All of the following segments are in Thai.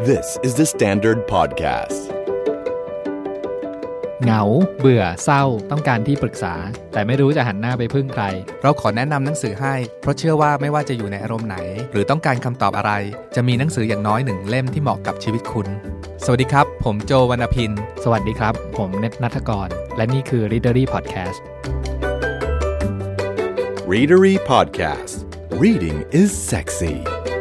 This is the Standard Podcast. เหงาเบื่อเศร้าต้องการที่ปรึกษาแต่ไม่รู้จะหันหน้าไปพึ่งใครเราขอแนะนำหนังสือให้เพราะเชื่อว่าไม่ว่าจะอยู่ในอารมณ์ไหนหรือต้องการคำตอบอะไรจะมีหนังสืออย่างน้อยหนึ่งเล่มที่เหมาะกับชีวิตคุณสวัสดีครับผมโจวรรณพินสวัสดีครับผมเนตณัฐกรและนี่คือ Readery Podcast Readery Podcast Reading is sexy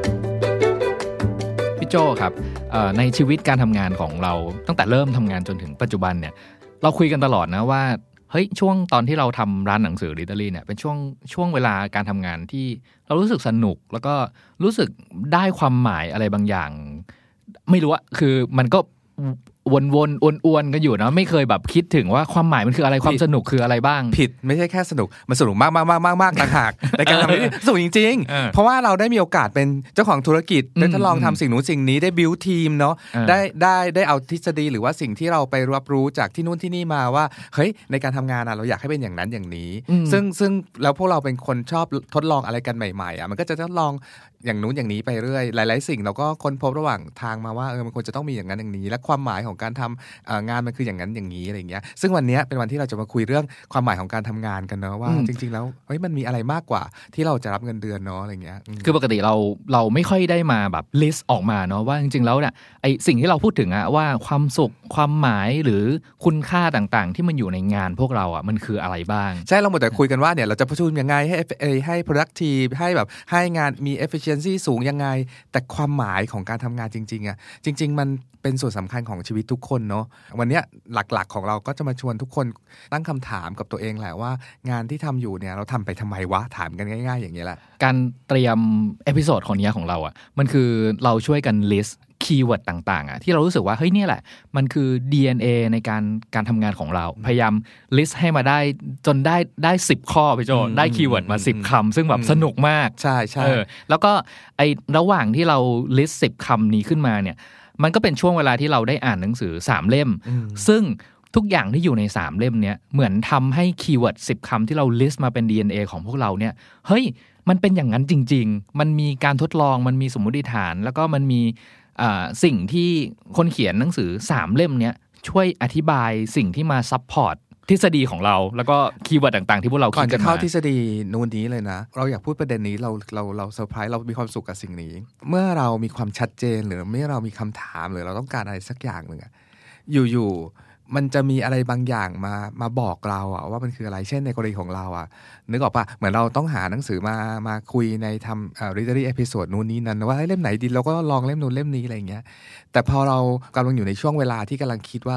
พี่โจครับในชีวิตการทำงานของเราตั้งแต่เริ่มทำงานจนถึงปัจจุบันเนี่ยเราคุยกันตลอดนะว่าเฮ้ยช่วงตอนที่เราทำร้านหนังสือ Readery เนี่ยเป็นช่วงเวลาการทำงานที่เรารู้สึกสนุกแล้วก็รู้สึกได้ความหมายอะไรบางอย่างไม่รู้อะคือมันก็วนๆอ้วนๆกันอยู่นะไม่เคยแบบคิดถึงว่าความหมายมันคืออะไรความสนุกคืออะไรบ้างผิดไม่ใช่แค่สนุกมันสนุกมากๆๆๆๆต่างหากในการทำนี่สนุกจริงๆเพราะว่าเราได้มีโอกาสเป็นเจ้าของธุรกิจได้ทดลองทำสิ่งนู้นสิ่งนี้ได้บิวทีมเนาะได้เอาทฤษฎีหรือว่าสิ่งที่เราไปรับรู้จากที่นู่นที่นี่มาว่าเฮ้ยในการทำงานเราอยากให้เป็นอย่างนั้นอย่างนี้ซึ่งแล้วพวกเราเป็นคนชอบทดลองอะไรกันใหม่ๆมันก็จะทดลองอย่างนู้นอย่างนี้ไปเรื่อยหลายๆสิ่งเราก็ค้นพบระหว่างทางมาว่ามันควรจะต้องมีอย่างนั้นอย่างนี้และความหมายของการทำงานมันคืออย่างนั้นอย่างนี้อะไรอย่างเงี้ยซึ่งวันนี้เป็นวันที่เราจะมาคุยเรื่องความหมายของการทำงานกันเนาะว่าจริงๆแล้วเฮ้ยมันมีอะไรมากกว่าที่เราจะรับเงินเดือนเนาะอะไรเงี้ยคือปกติเราไม่ค่อยได้มาแบบลิสต์ออกมาเนาะว่าจริงๆแล้วเนี่ยไอสิ่งที่เราพูดถึงอะว่าความสุขความหมายหรือคุณค่าต่างๆที่มันอยู่ในงานพวกเราอะมันคืออะไรบ้างใช่เราหมดแต่คุยกันว่าเนี่ยเราจะประชุมยังไงให้ productive ให้แบบให้งานมี efficiency สูงยังไงแต่ความหมายของการทำงานจริงๆอ่ะจริงๆมันเป็นส่วนสำคัญของชีวิตทุกคนเนาะวันนี้หลักๆของเราก็จะมาชวนทุกคนตั้งคำถามกับตัวเองแหละว่างานที่ทำอยู่เนี่ยเราทำไปทำไมวะถามกันง่ายๆอย่างนี้แหละการเตรียมเอพิโซดของนี้ของเราอ่ะมันคือเราช่วยกันลิสต์คีย์เวิร์ดต่างๆอ่ะที่เรารู้สึกว่าเฮ้ยเนี่ยแหละมันคือ DNA ในการทำงานของเราพยายามลิสต์ให้มาได้จนได้10ข้อไปโจได้คีย์เวิร์ดมา10คำซึ่งแบบสนุกมากใช่แล้วก็ไอระหว่างที่เราลิสต์10คำนี้ขึ้นมาเนี่ยมันก็เป็นช่วงเวลาที่เราได้อ่านหนังสือ3เล่มซึ่งทุกอย่างที่อยู่ใน3เล่มเนี้ยเหมือนทำให้คีย์เวิร์ด10คำที่เราลิสต์มาเป็น DNA ของพวกเราเนี่ยเฮ้ยมันเป็นอย่างนั้นจริงๆมันมีการทดลองมันมีสมมติฐานแล้วก็มันมีสิ่งที่คนเขียนหนังสือ3เล่มเนี้ยช่วยอธิบายสิ่งที่มาซัพพอร์ตทฤษฎีของเราแล้วก็คีย์เวิร์ดต่างๆที่พวกเราคิดกันมาก่อนจะเข้าทฤษฎีนู่นนี้เลยนะเราอยากพูดประเด็นนี้เราเซอร์ไพรส์เรามีความสุขกับสิ่งนี้เมื่อเรามีความชัดเจนหรือเมื่อเรามีคำถามหรือเราต้องการอะไรสักอย่างนึงอยู่มันจะมีอะไรบางอย่างมาบอกเราว่ามันคืออะไรเช่นในกรณีของเรานึกออกปะเหมือนเราต้องหาหนังสือมาคุยในทำreadery episode นู่นนี้นั้นว่าเล่มไหนดีเราก็ลองเล่มนู้นเล่มนี้อะไรอย่างเงี้ยแต่พอเรากำลังอยู่ในช่วงเวลาที่กำลังคิดว่า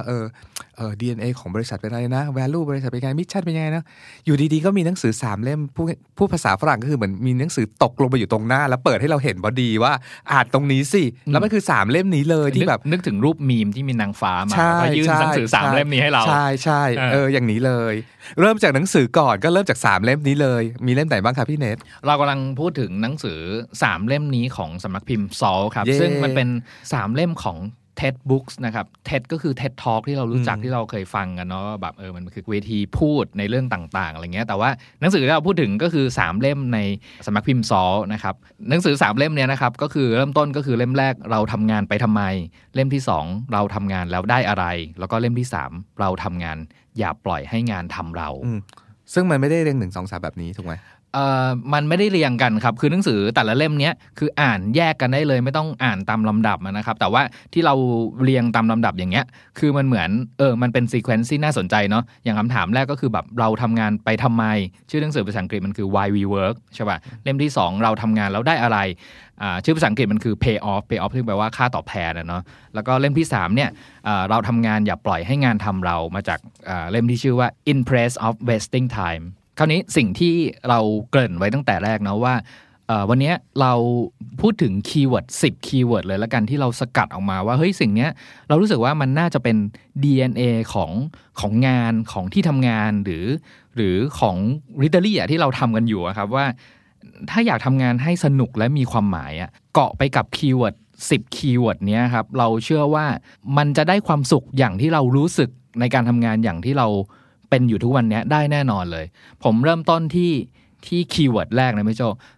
DNA ของบริษัทเป็นอะไรนะ value บริษัทเป็นไง mission เป็นยังไงนะอยู่ดีๆก็มีหนังสือ3เล่มผู้ภาษาฝรั่งก็คือเหมือนมีหนังสือตกลงไปอยู่ตรงหน้าแล้วเปิดให้เราเห็นพอดีว่าอ่านตรงนี้สิแล้วมันคือ3เล่มนี้เลยที่แบบนึกถึงรูปมีมที่มีนางฟ้ามาแล้วยื่นหนังสือ3เล่มนี้ให้เราใช่อย่างนี้เลยเริ่มจากหนังสือก่อนก็เริ่มจาก3เล่มนี้เลยมีเล่มไหนบ้างครับพี่เนทเรากำลังพูดถึงหนังสือ3เล่มนี้ของสำนักพิมพ์ซอลครับซึ่งมันเป็น3เล่มของ TED Books นะครับ TED ก็คือ TED Talk ที่เรารู้จักที่เราเคยฟังกันเนาะแบบมันคือเวทีพูดในเรื่องต่างๆอะไรเงี้ยแต่ว่าหนังสือที่เราพูดถึงก็คือ3เล่มในสำนักพิมพ์ซอลนะครับหนังสือ3เล่มเนี้ยนะครับก็คือเริ่มต้นก็คือเล่มแรกเราทำงานไปทำไมเล่มที่2เราทำงานแล้วได้อะไรแล้วก็เล่มที่3เราทำงานอย่าปล่อยให้งานทำเราซึ่งมันไม่ได้เรียง1 2 3แบบนี้ถูกไหมมันไม่ได้เรียงกันครับคือหนังสือแต่ละเล่มเนี้ยคืออ่านแยกกันได้เลยไม่ต้องอ่านตามลำดับนะครับแต่ว่าที่เราเรียงตามลำดับอย่างเงี้ยคือมันเหมือนมันเป็นซีเควนซ์ที่น่าสนใจเนาะอย่างคำถามแรกก็คือแบบเราทำงานไปทำไมชื่อหนังสือภาษาอังกฤษมันคือ why we work ใช่ป่ะเล่มที่2เราทำงานแล้วได้อะไรชื่อภาษาอังกฤษมันคือ pay off ซึ่งแปลว่าค่าตอบแทนเนาะแล้วก็เล่มที่3เนี่ยเราทำงานอย่าปล่อยให้งานทำเรามาจากเล่มที่ชื่อว่า in place of wasting timeคราวนี้สิ่งที่เราเกริ่นไว้ตั้งแต่แรกนะว่าวันนี้เราพูดถึงคีย์เวิร์ด10คีย์เวิร์ดเลยแล้วกันที่เราสกัดออกมาว่าเฮ้ยสิ่งนี้เรารู้สึกว่ามันน่าจะเป็น DNA ของงานของที่ทำงานหรือของ Readery ที่เราทำกันอยู่ครับว่าถ้าอยากทำงานให้สนุกและมีความหมายเกาะไปกับคีย์เวิร์ด10คีย์เวิร์ดนี้ครับเราเชื่อว่ามันจะได้ความสุขอย่างที่เรารู้สึกในการทำงานอย่างที่เราเป็นอยู่ทุกวันนี้ได้แน่นอนเลยผมเริ่มต้นที่คีย์เวิร์ดแรกนะพี่โจ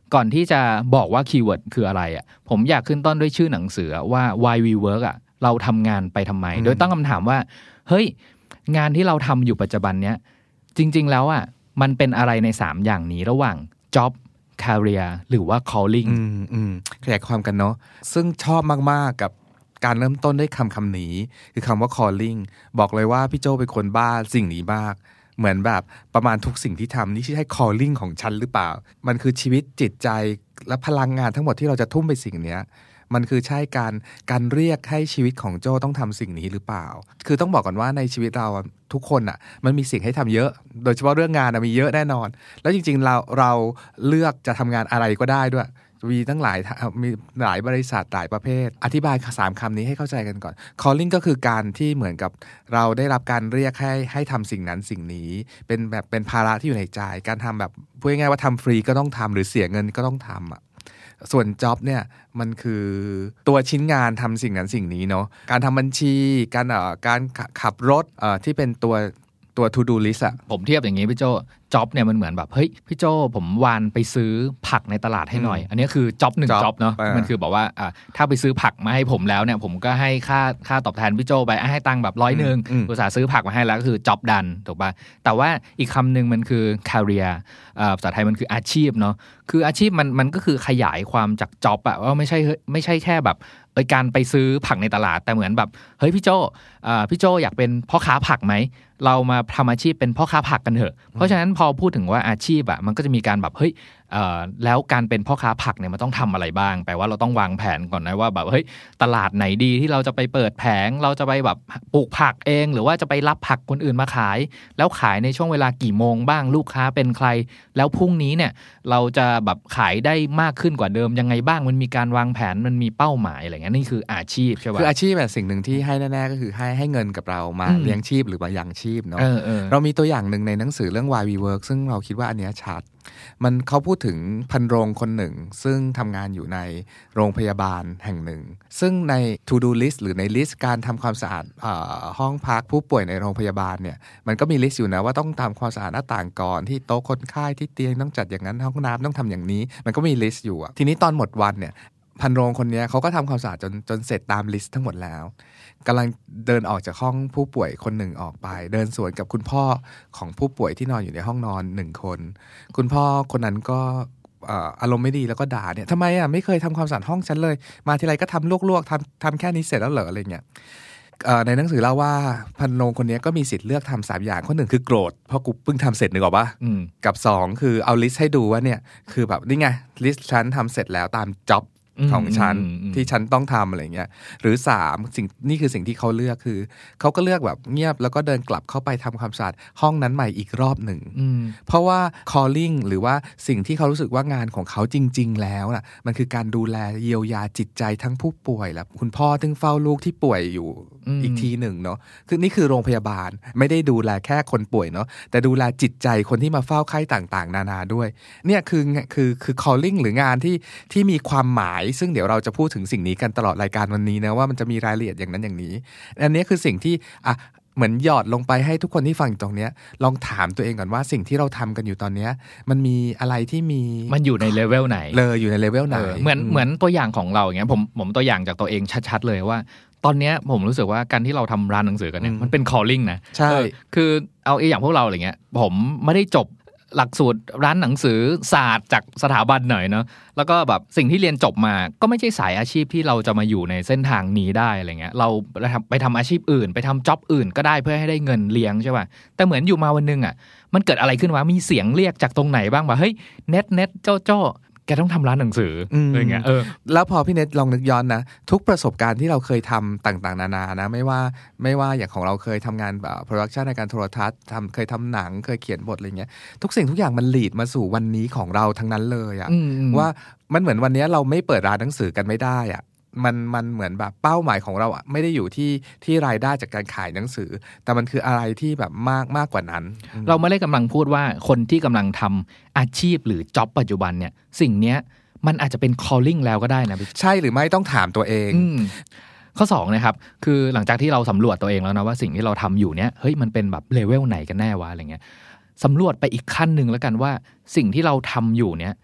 ก่อนที่จะบอกว่าคีย์เวิร์ดคืออะไรอ่ะผมอยากขึ้นต้นด้วยชื่อหนังสือว่า Why We Work อ่ะเราทำงานไปทำไมโดยตั้งคำถามว่าเฮ้ยงานที่เราทำอยู่ปัจจุบันเนี้ยจริงๆแล้วอ่ะมันเป็นอะไรใน3อย่างนี้ระหว่าง job career หรือว่า calling ขยายความกันเนาะซึ่งชอบมากๆกับการเริ่มต้นด้วยคำนี้คือคำว่า calling บอกเลยว่าพี่โจเป็นคนบ้าสิ่งนี้มากเหมือนแบบประมาณทุกสิ่งที่ทำนี่ใช่ calling ของฉันหรือเปล่ามันคือชีวิตจิตใจและพลังงานทั้งหมดที่เราจะทุ่มไปสิ่งเนี้ยมันคือใช่การเรียกให้ชีวิตของโจ้ต้องทำสิ่งนี้หรือเปล่าคือต้องบอกก่อนว่าในชีวิตเราทุกคนอ่ะมันมีสิ่งให้ทำเยอะโดยเฉพาะเรื่องงานมีเยอะแน่นอนแล้วจริงๆเราเลือกจะทำงานอะไรก็ได้ด้วยมีตั้งหลายบริษัทหลายประเภทอธิบาย3คำนี้ให้เข้าใจกันก่อน calling ก็คือการที่เหมือนกับเราได้รับการเรียกให้ทำสิ่งนั้นสิ่งนี้เป็นภาระที่อยู่ในใจการทำแบบพูดง่ายๆว่าทำฟรีก็ต้องทำหรือเสียเงินก็ต้องทำอ่ะส่วน job เนี่ยมันคือตัวชิ้นงานทำสิ่งนั้นสิ่งนี้เนาะการทำบัญชีการขับรถที่เป็นตัว to do list อะผมเทียบอย่างนี้พี่โจจ็อบเนี่ยมันเหมือนแบบเฮ้ยพี่โจผมวานไปซื้อผักในตลาดให้หน่อยอันนี้คือจ็อบ1จ็อบเนาะมันคือบอกว่าถ้าไปซื้อผักมาให้ผมแล้วเนี่ยผมก็ให้ค่าตอบแทนพี่โจไปให้ตังค์แบบ100อุตส่าห์ซื้อผักมาให้แล้วก็คือจ็อบดันถูกป่ะแต่ว่าอีกคำนึงมันคือ career ภาษาไทยมันคืออาชีพเนาะคืออาชีพมันก็คือขยายความจากจ็อบอะว่าไม่ใช่แค่แบบการไปซื้อผักในตลาดแต่เหมือนแบบเฮ้ยพี่โจอยากเป็นพ่อค้าผักไหมเรามาทำอาชีพเป็นพ่อค้าผักกันเถอะเพราะฉะนั้นพอพูดถึงว่าอาชีพอะมันก็จะมีการแบบเฮ้ยแล้วการเป็นพ่อค้าผักเนี่ยมันต้องทำอะไรบ้างแปลว่าเราต้องวางแผนก่อนนะว่าแบบเฮ้ยตลาดไหนดีที่เราจะไปเปิดแผงเราจะไปแบบปลูกผักเองหรือว่าจะไปรับผักคนอื่นมาขายแล้วขายในช่วงเวลากี่โมงบ้างลูกค้าเป็นใครแล้วพรุ่งนี้เนี่ยเราจะแบบขายได้มากขึ้นกว่าเดิมยังไงบ้างมันมีการวางแผนมันมีเป้าหมายอะไรเงี้ยนี่คืออาชีพใช่ป่ะคืออาชีพแบบสิ่งหนึ่งที่ให้แน่ๆก็คือให้เงินกับเรามาเลี้ยงชีพหรือมายังชีพเนาะเรามีตัวอย่างหนึ่งในหนังสือเรื่อง Why We Work ซึ่งเราคิดว่าอันเนี้ยชัดเขาพูดถึงพันโรงคนหนึ่งซึ่งทำงานอยู่ในโรงพยาบาลแห่งหนึ่งซึ่งใน to do list หรือในลิสต์การทำความสะอาดห้องพักผู้ป่วยในโรงพยาบาลเนี่ยมันก็มีลิสต์อยู่นะว่าต้องทำความสะอาดหน้าต่างก่อนที่โต๊ะคนไข้ที่เตียงต้องจัดอย่างนั้นห้องน้ำต้องทำอย่างนี้มันก็มีลิสต์อยู่ทีนี้ตอนหมดวันเนี่ยพันโรงคนนี้เขาก็ทำความสะอาดจนเสร็จตามลิสต์ทั้งหมดแล้วกำลังเดินออกจากห้องผู้ป่วยคนหนึ่งออกไปเดินสวนกับคุณพ่อของผู้ป่วยที่นอนอยู่ในห้องนอน1คนคุณพ่อคนนั้นก็อารมณ์ไม่ดีแล้วก็ด่าเนี่ยทำไมไม่เคยทำความสะอาดห้องฉันเลยมาทีไรก็ทำลวกๆทำแค่นี้เสร็จแล้วเหรออะไรเงี้ยในหนังสือเล่าว่าพันโรงคนนี้ก็มีสิทธิ์เลือกทำ3อย่างข้อ1คือโกรธเพราะกูเพิ่งทำเสร็จนึกออกปะกับ2คือเอาลิสต์ให้ดูว่าเนี่ยคือแบบนี่ไงลิสต์ฉันทำเสร็จแล้วตามจ็อบของฉันที่ฉันต้องทำอะไรเงี้ยหรือ3นี่คือสิ่งที่เขาเลือกคือเขาก็เลือกแบบเงียบแล้วก็เดินกลับเข้าไปทำความสะอาดห้องนั้นใหม่อีกรอบหนึ่งเพราะว่า calling หรือว่าสิ่งที่เขารู้สึกว่างานของเขาจริงๆแล้วน่ะมันคือการดูแลเยียวยาจิตใจทั้งผู้ป่วยและคุณพ่อซึ่งเฝ้าลูกที่ป่วยอยู่อีกทีหนึ่งเนาะคือนี่คือโรงพยาบาลไม่ได้ดูแลแค่คนป่วยเนาะแต่ดูแลจิตใจคนที่มาเฝ้าไข้ต่างๆนานาด้วยเนี่ยคือ calling หรืองานที่มีความหมายซึ่งเดี๋ยวเราจะพูดถึงสิ่งนี้กันตลอดรายการวันนี้นะว่ามันจะมีรายละเอียดอย่างนั้นอย่างนี้อันนี้คือสิ่งที่เหมือนหยอดลงไปให้ทุกคนที่ฟังตรงนี้ลองถามตัวเองก่อนว่าสิ่งที่เราทำกันอยู่ตอนนี้มันมีอะไรที่มันอยู่ในเลเวลไหนอยู่ในเลเวลไหนเหมือนตัวอย่างของเราอย่างเงี้ยผมตัวอย่างจากตัวเองชัดๆเลยว่าตอนนี้ผมรู้สึกว่าการที่เราทำร้านหนังสือกันเนี่ยมันเป็น calling นะใช่คือเอาอย่างพวกเราอะไรเงี้ยผมไม่ได้จบหลักสูตรร้านหนังสือศาสตร์จากสถาบันหน่อยเนาะแล้วก็แบบสิ่งที่เรียนจบมาก็ไม่ใช่สายอาชีพที่เราจะมาอยู่ในเส้นทางนี้ได้อะไรเงี้ยเราไปทำอาชีพอื่นไปทำจ็อบอื่นก็ได้เพื่อให้ได้เงินเลี้ยงใช่ป่ะแต่เหมือนอยู่มาวันนึงมันเกิดอะไรขึ้นวะมีเสียงเรียกจากตรงไหนบ้างว่าเฮ้ยเน็ตโจ้แกต้องทำร้านหนังสืออะไรเงี้ยแล้วพอพี่เนทลองนึกย้อนนะทุกประสบการณ์ที่เราเคยทำต่างๆนานานะไม่ว่าอย่างของเราเคยทำงานโปรดักชันในการโทรทัศน์เคยทำหนังเคยเขียนบทอะไรเงี้ยทุกสิ่งทุกอย่างมันลีดมาสู่วันนี้ของเราทั้งนั้นเลยว่ามันเหมือนวันนี้เราไม่เปิดร้านหนังสือกันไม่ได้มันเหมือนแบบเป้าหมายของเราไม่ได้อยู่ที่รายได้จากการขายหนังสือแต่มันคืออะไรที่แบบมากกว่านั้นเราไม่ได้กำลังพูดว่าคนที่กำลังทำอาชีพหรือจ็อบปัจจุบันเนี่ยสิ่งเนี้ยมันอาจจะเป็น calling แล้วก็ได้นะใช่หรือไม่ต้องถามตัวเองข้อ2นะครับคือหลังจากที่เราสำรวจตัวเองแล้วนะว่าสิ่งที่เราทำอยู่เนี้ยเฮ้ยมันเป็นแบบเลเวลไหนกันแน่วะอะไรเงี้ยสำรวจไปอีกขั้นนึงแล้วกันว่าสิ่งที่เราทำอยู่เนี้ย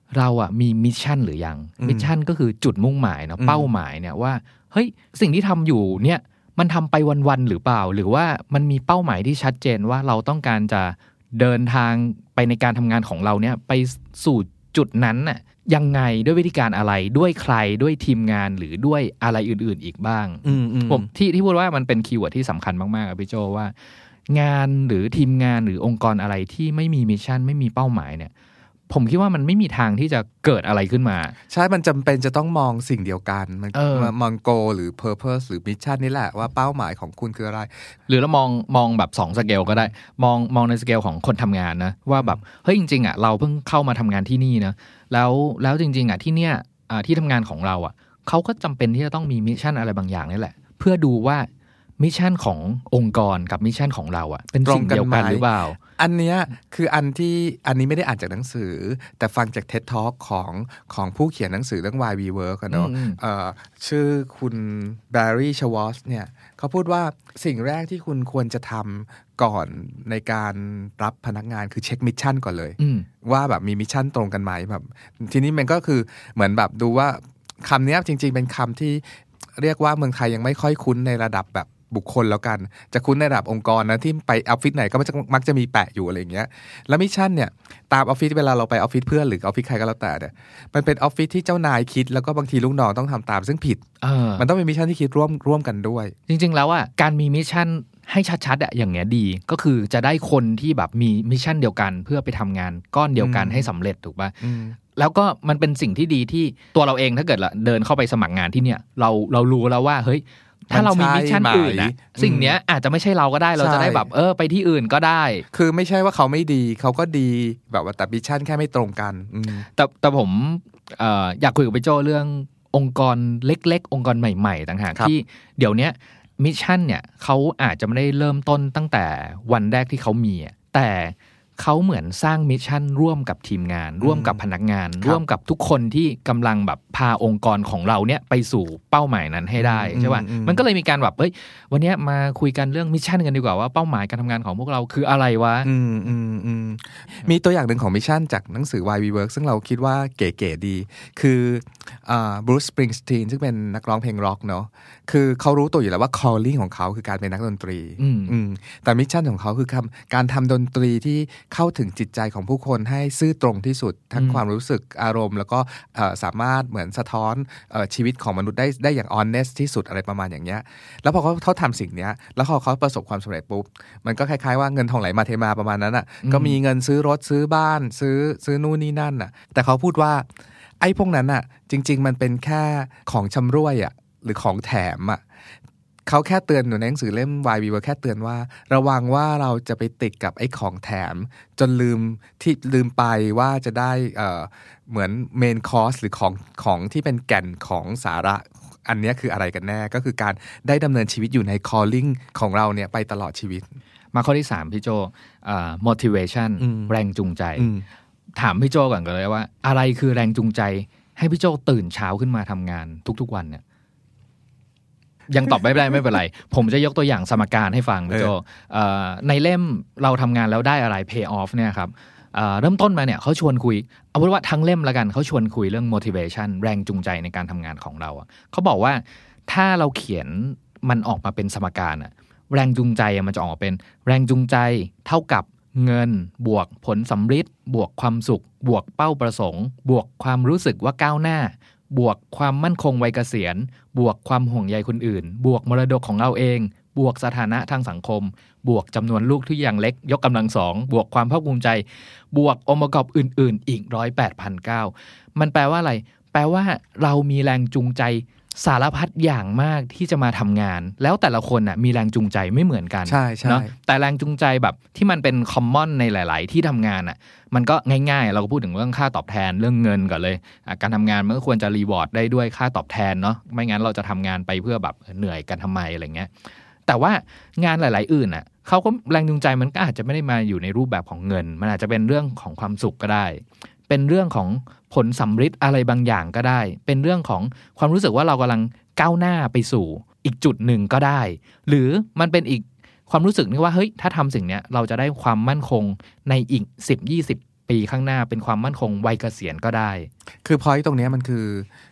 เราอ่ะมีมิชชั่นหรือยังมิชชั่นก็คือจุดมุ่งหมายเนาะเป้าหมายเนี่ยว่าเฮ้ยสิ่งที่ทำอยู่เนี่ยมันทำไปวันๆหรือเปล่าหรือว่ามันมีเป้าหมายที่ชัดเจนว่าเราต้องการจะเดินทางไปในการทำงานของเราเนี่ยไปสู่จุดนั้นน่ะยังไงด้วยวิธีการอะไรด้วยใครด้วยทีมงานหรือด้วยอะไรอื่นๆอีกบ้างผมที่พูดว่ามันเป็นคีย์เวิร์ดที่สำคัญมากๆพี่โจว่างานหรือทีมงานหรือองค์กรอะไรที่ไม่มีมิชชั่นไม่มีเป้าหมายเนี่ยผมคิดว่ามันไม่มีทางที่จะเกิดอะไรขึ้นมาใช่มันจำเป็นจะต้องมองสิ่งเดียวกันมันมองโกหรือ purpose หรือ mission นี่แหละว่าเป้าหมายของคุณคืออะไรหรือเรามองแบบ2สเกลก็ได้มองในสเกลของคนทำงานนะว่าแบบเฮ้ยจริงๆอ่ะเราเพิ่งเข้ามาทำงานที่นี่นะแล้วจริงๆอ่ะที่เนี้ยที่ทำงานของเราอ่ะเขาก็จำเป็นที่จะต้องมีมิชชั่นอะไรบางอย่างนี่แหละเพื่อดูว่ามิชชั่นขององค์กรกับมิชชั่นของเราอ่ะเป็นสิ่งเดียวกันหรือเปล่าอันเนี้ยคืออันนี้ไม่ได้อ่านจากหนังสือแต่ฟังจาก TED Talk ของผู้เขียนหนังสือเรื่อง Why We Work เนาะชื่อคุณแบร์รี่ชวอชเนี่ยเขาพูดว่าสิ่งแรกที่คุณควรจะทำก่อนในการรับพนักงานคือเช็คมิชชั่นก่อนเลยว่าแบบมีมิชชั่นตรงกันไหมแบบทีนี้มันก็คือเหมือนแบบดูว่าคำนี้จริงๆเป็นคำที่เรียกว่าเมืองไทยยังไม่ค่อยคุ้นในระดับแบบบุคคลแล้วกันจะคุ้นในระดับองค์กรนะที่ไปออฟฟิศไหนก็มักจะมีแปะอยู่อะไรอย่างเงี้ยแล้วมิชชั่นเนี่ยตามออฟฟิศเวลาเราไปออฟฟิศเพื่อนหรือออฟฟิศใครก็แล้วแต่เนี่ยมันเป็นออฟฟิศที่เจ้านายคิดแล้วก็บางทีลูกน้องต้องทำตามซึ่งผิดมันต้องเป็นมิชชั่นที่คิดร่วมกันด้วยจริงๆแล้วอ่ะการมีมิชชั่นให้ชัดๆอ่ะอย่างเงี้ยดีก็คือจะได้คนที่แบบมีมิชชั่นเดียวกันเพื่อไปทำงานก้อนเดียวกันให้สำเร็จถูกป่ะแล้วก็มันเป็นสิ่งที่ดีที่ตัวเราเองถ้าเกิดเดินเข้าไปสมัครงานที่เนี่ยเรารู้แล้วว่าเฮ้ยถ้าเรามีมิชชั่นอื่นนะสิ่งเนี้ยอาจจะไม่ใช่เราก็ได้เราจะได้แบบไปที่อื่นก็ได้คือไม่ใช่ว่าเขาไม่ดีเขาก็ดีแบบว่าแต่มิชชั่นแค่ไม่ตรงกันแต่ผมอยากคุยกับพี่โจเรื่ององค์กรเล็กๆองค์กรใหม่ๆต่างหากที่เดี๋ยวนี้มิชชั่นเนี่ยเขาอาจจะไม่ได้เริ่มต้นตั้งแต่วันแรกที่เขามีแต่เขาเหมือนสร้างมิชชั่นร่วมกับทีมงานร่วมกับพนักงานร่วมกับทุกคนที่กำลังแบบพาองค์กรของเราเนี่ยไปสู่เป้าหมายนั้นให้ได้ใช่ป่ะมันก็เลยมีการแบบวันนี้มาคุยกันเรื่องมิชชั่นกันดีกว่าว่าเป้าหมายการทำงานของพวกเราคืออะไรวะมีตัวอย่างหนึ่งของมิชชั่นจากหนังสือ Why We Work ซึ่งเราคิดว่าเก๋ๆดีคือบรูซ สปริงสตีนซึ่งเป็นนักร้องเพลงร็อกเนาะคือเขารู้ตัวอยู่แล้วว่า calling ของเขาคือการเป็นนักดนตรีแต่มิชชั่นของเขาคือการทำดนตรีที่เข้าถึงจิตใจของผู้คนให้ซื่อตรงที่สุดทั้งความรู้สึกอารมณ์แล้วก็สามารถเหมือนสะท้อนชีวิตของมนุษย์ได้อย่าง honest ที่สุดอะไรประมาณอย่างเงี้ยแล้วพอเขาทำสิ่งเนี้ยแล้วเขาประสบความสำเร็จปุ๊บมันก็คล้ายๆว่าเงินทองไหลมาเทมาประมาณนั้นอ่ะก็มีเงินซื้อรถซื้อบ้านซื้อนู่นนี่นั่นอ่ะแต่เขาพูดว่าไอ้พวกนั้นอ่ะจริงๆมันเป็นแค่ของชำร่วยอ่ะหรือของแถมอ่ะเขาแค่เตือนอยู่ในหนังสือเล่ม Why We Work แค่เตือนว่าระวังว่าเราจะไปติดกับไอ้ของแถมจนลืมไปว่าจะได้เหมือนเมนคอร์สหรือของที่เป็นแก่นของสาระอันนี้คืออะไรกันแน่ก็คือการได้ดำเนินชีวิตอยู่ใน calling ของเราเนี่ยไปตลอดชีวิตมาข้อที่3พี่โจmotivation แรงจูงใจถามพี่โจก่อนกันเลยว่าอะไรคือแรงจูงใจให้พี่โจตื่นเช้าขึ้นมาทำงานทุกๆวันเนี่ยยังตอบไม่ได้ไม่เป็นไรผมจะยกตัวอย่างสมการให้ฟังพี่โจในเล่มเราทำงานแล้วได้อะไร pay off เนี่ยครับเริ่มต้นมาเนี่ยเขาชวนคุยเอาเป็นว่าทั้งเล่มละกันเขาชวนคุยเรื่อง motivation แรงจูงใจในการทำงานของเราเขาบอกว่าถ้าเราเขียนมันออกมาเป็นสมการแรงจูงใจมันจะออกมาเป็นแรงจูงใจเท่ากับเงินบวกผลสำฤทธิ์บวกความสุขบวกเป้าประสงค์บวกความรู้สึกว่าก้าวหน้าบวกความมั่นคงวัยเกษียณบวกความห่วงใยคนอื่นบวกมรดกของเราเองบวกสถานะทางสังคมบวกจำนวนลูกที่ยังเล็กยกกำลัง2บวกความภาคภูมิใจบวกองค์ประกอบอื่นๆอีก 108,900 มันแปลว่าอะไรแปลว่าเรามีแรงจูงใจสารพัดอย่างมากที่จะมาทำงานแล้วแต่ละคนมีแรงจูงใจไม่เหมือนกันใช่เนาะแต่แรงจูงใจแบบที่มันเป็นคอมมอนในหลายๆที่ทำงานมันก็ง่ายๆเราก็พูดถึงเรื่องค่าตอบแทนเรื่องเงินก่อนเลยการทำงานมันก็ควรจะรีวอร์ดได้ด้วยค่าตอบแทนเนาะไม่งั้นเราจะทำงานไปเพื่อแบบเหนื่อยกันทำไมอะไรเงี้ยแต่ว่างานหลายๆอื่นเขาก็แรงจูงใจมันก็อาจจะไม่ได้มาอยู่ในรูปแบบของเงินมันอาจจะเป็นเรื่องของความสุขก็ได้เป็นเรื่องของผลสำฤทธิ์อะไรบางอย่างก็ได้เป็นเรื่องของความรู้สึกว่าเรากำลังก้าวหน้าไปสู่อีกจุดหนึ่งก็ได้หรือมันเป็นอีกความรู้สึกนี่ว่าเฮ้ยถ้าทำสิ่งเนี้ยเราจะได้ความมั่นคงในอีกปีข้างหน้าเป็นความมั่นคงวัยเกษียณก็ได้คือ point ตรงนี้มันคือ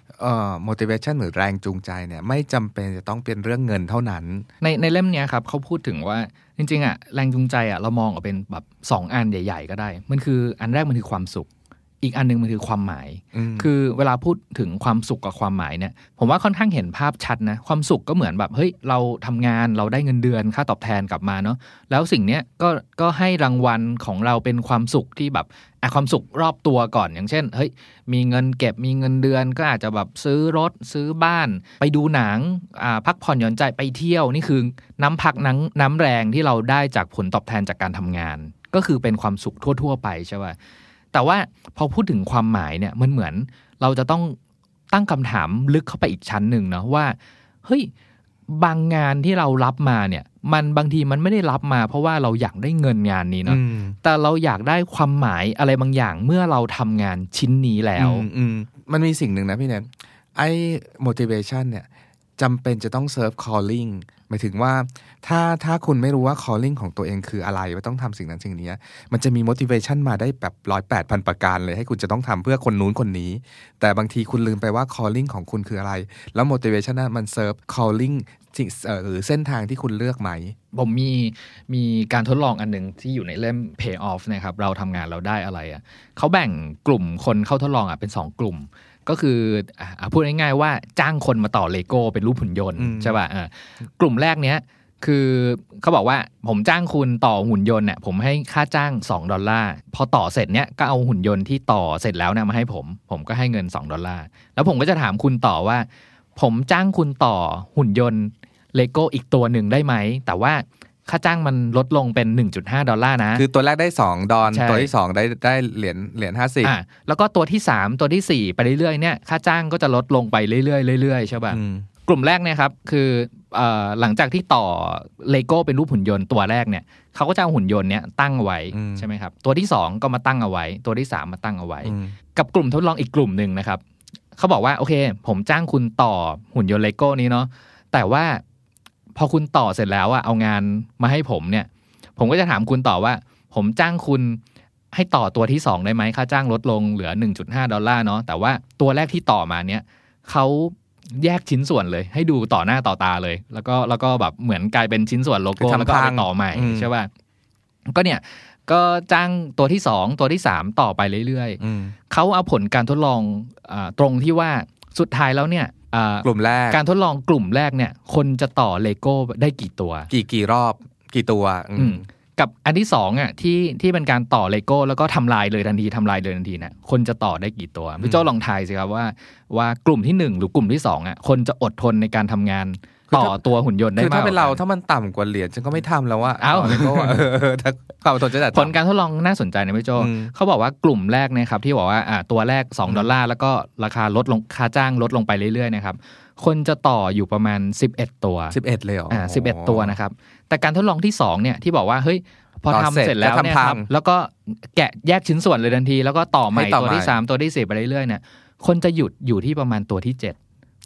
motivation หรือแรงจูงใจเนี่ยไม่จำเป็นจะต้องเป็นเรื่องเงินเท่านั้นในเล่มนี้ครับเขาพูดถึงว่าจริงๆอ่ะแรงจูงใจอ่ะเรามองออกเป็นแบบ2 อันใหญ่ๆก็ได้มันคืออันแรกมันคือความสุขอีกอันนึงมันคือความหมายคือเวลาพูดถึงความสุขกับความหมายเนี่ยผมว่าค่อนข้างเห็นภาพชัดนะความสุขก็เหมือนแบบเฮ้ยเราทำงานเราได้เงินเดือนค่าตอบแทนกลับมาเนาะแล้วสิ่งเนี้ยก็ให้รางวัลของเราเป็นความสุขที่แบบความสุขรอบตัวก่อนอย่างเช่นเฮ้ยมีเงินเก็บมีเงินเดือนก็อาจจะแบบซื้อรถซื้อบ้านไปดูหนังพักผ่อนหย่อนใจไปเที่ยวนี่คือน้ำพักน้ำแรงที่เราได้จากผลตอบแทนจากการทำงานก็คือเป็นความสุขทั่วๆไปใช่ป่ะแต่ว่าพอพูดถึงความหมายเนี่ยมันเหมือนเราจะต้องตั้งคำถามลึกเข้าไปอีกชั้นหนึ่งนะว่าเฮ้ยบางงานที่เรารับมาเนี่ยมันบางทีมันไม่ได้รับมาเพราะว่าเราอยากได้เงินงานนี้เนาะแต่เราอยากได้ความหมายอะไรบางอย่างเมื่อเราทำงานชิ้นนี้แล้วมันมีสิ่งหนึ่งนะพี่เนทไอ้ motivation เนี่ยจำเป็นจะต้อง serve calling หมายถึงว่าถ้าคุณไม่รู้ว่า calling ของตัวเองคืออะไรว่าต้องทำสิ่งนั้นสิ่งนี้มันจะมี motivation มาได้แบบ108,000 ประการเลยให้คุณจะต้องทำเพื่อคนนู้นคนนี้แต่บางทีคุณลืมไปว่า calling ของคุณคืออะไรแล้ว motivation นั้นมัน serve calling หรือเส้นทางที่คุณเลือกไหมผมมีการทดลองอันนึงที่อยู่ในเล่ม pay off นะครับเราทำงานเราได้อะไรเขาแบ่งกลุ่มคนเข้าทดลองเป็น2 กลุ่มก็คือพูดง่ายๆว่าจ้างคนมาต่อเลโก้เป็นรูปหุ่นยนต์ใช่ป่ะกลุ่มแรกเนี้ยคือเขาบอกว่าผมจ้างคุณต่อหุ่นยนต์เนี่ยผมให้ค่าจ้าง$2พอต่อเสร็จเนี้ยก็เอาหุ่นยนต์ที่ต่อเสร็จแล้วเนี่ยมาให้ผมก็ให้เงิน$2แล้วผมก็จะถามคุณต่อว่าผมจ้างคุณต่อหุ่นยนต์เลโก้อีกตัวหนึ่งได้ไหมแต่ว่าค่าจ้างมันลดลงเป็น$1.5นะคือตัวแรกได้$2ตัวที่2ได้เหรียญ50 แล้วก็ตัวที่3ตัวที่4ไปเรื่อยๆเนี่ยค่าจ้างก็จะลดลงไปเรื่อยๆเรื่อยๆใช่ป่ะกลุ่มแรกเนี่ยครับคือหลังจากที่ต่อเลโก้เป็นรูปหุ่นยนต์ตัวแรกเนี่ยเขาก็จะเอาหุ่นยนต์เนี้ยตั้งไว้ใช่ไหมครับตัวที่2ก็มาตั้งเอาไว้ตัวที่3มาตั้งเอาไว้กับกลุ่มทดลองอีกกลุ่มนึงนะครับเขาบอกว่าโอเคผมจ้างคุณต่อหุ่นยนต์เลโก้นี้เนาะแต่ว่าพอคุณต่อเสร็จแล้วเอางานมาให้ผมเนี่ยผมก็จะถามคุณต่อว่าผมจ้างคุณให้ต่อตัวที่2ได้ไหมค่าจ้างลดลงเหลือ$1.5เนาะแต่ว่าตัวแรกที่ต่อมาเนี่ยเขาแยกชิ้นส่วนเลยให้ดูต่อหน้าต่อตาเลยแล้วก็แบบเหมือนกลายเป็นชิ้นส่วนโลโก้แล้วก็เอาไปต่อใหม่ใช่ป่ะก็เนี่ยก็จ้างตัวที่2ตัวที่3ต่อไปเรื่อยๆเขาเอาผลการทดลองตรงที่ว่าสุดท้ายแล้วเนี่ยกลุ่มแรกการทดลองกลุ่มแรกเนี่ยคนจะต่อเลโก้ได้กี่ตัวกี่รอบกี่ตัวกับอันที่2ที่เป็นการต่อเลโก้แล้วก็ทำลายเลยทันทีนะคนจะต่อได้กี่ตัวพี่โจ้ลองทายสิครับว่ากลุ่มที่1หรือกลุ่มที่2คนจะอดทนในการทำงานต่อตัวหุ่นยนต์ได้มากคือถ้าเป็นเราถ้ามันต่ำกว่าเหรียญฉันก็ไม่ทำแล้วว่าถ้าความอดทนจะผลการทดลองน่าสนใจนะพี่โจ้เขาบอกว่ากลุ่มแรกนะครับที่บอกว่าตัวแรก$2แล้วก็ราคาลดลงค่าจ้างลดลงไปเรื่อยๆนะครับคนจะต่ออยู่ประมาณ11ตัว 11เลยเหรอ 11ตัวนะครับแต่การทดลองที่2เนี่ยที่บอกว่าเฮ้ยพอทำเสร็จแล้วเนี่ยครับแล้วก็แกะแยกชิ้นส่วนเลยทันทีแล้วก็ต่อใหม่ตัวที่3ตัวที่4ไปเรื่อยๆเนี่ยคนจะหยุดอยู่ที่ประมาณตัวที่7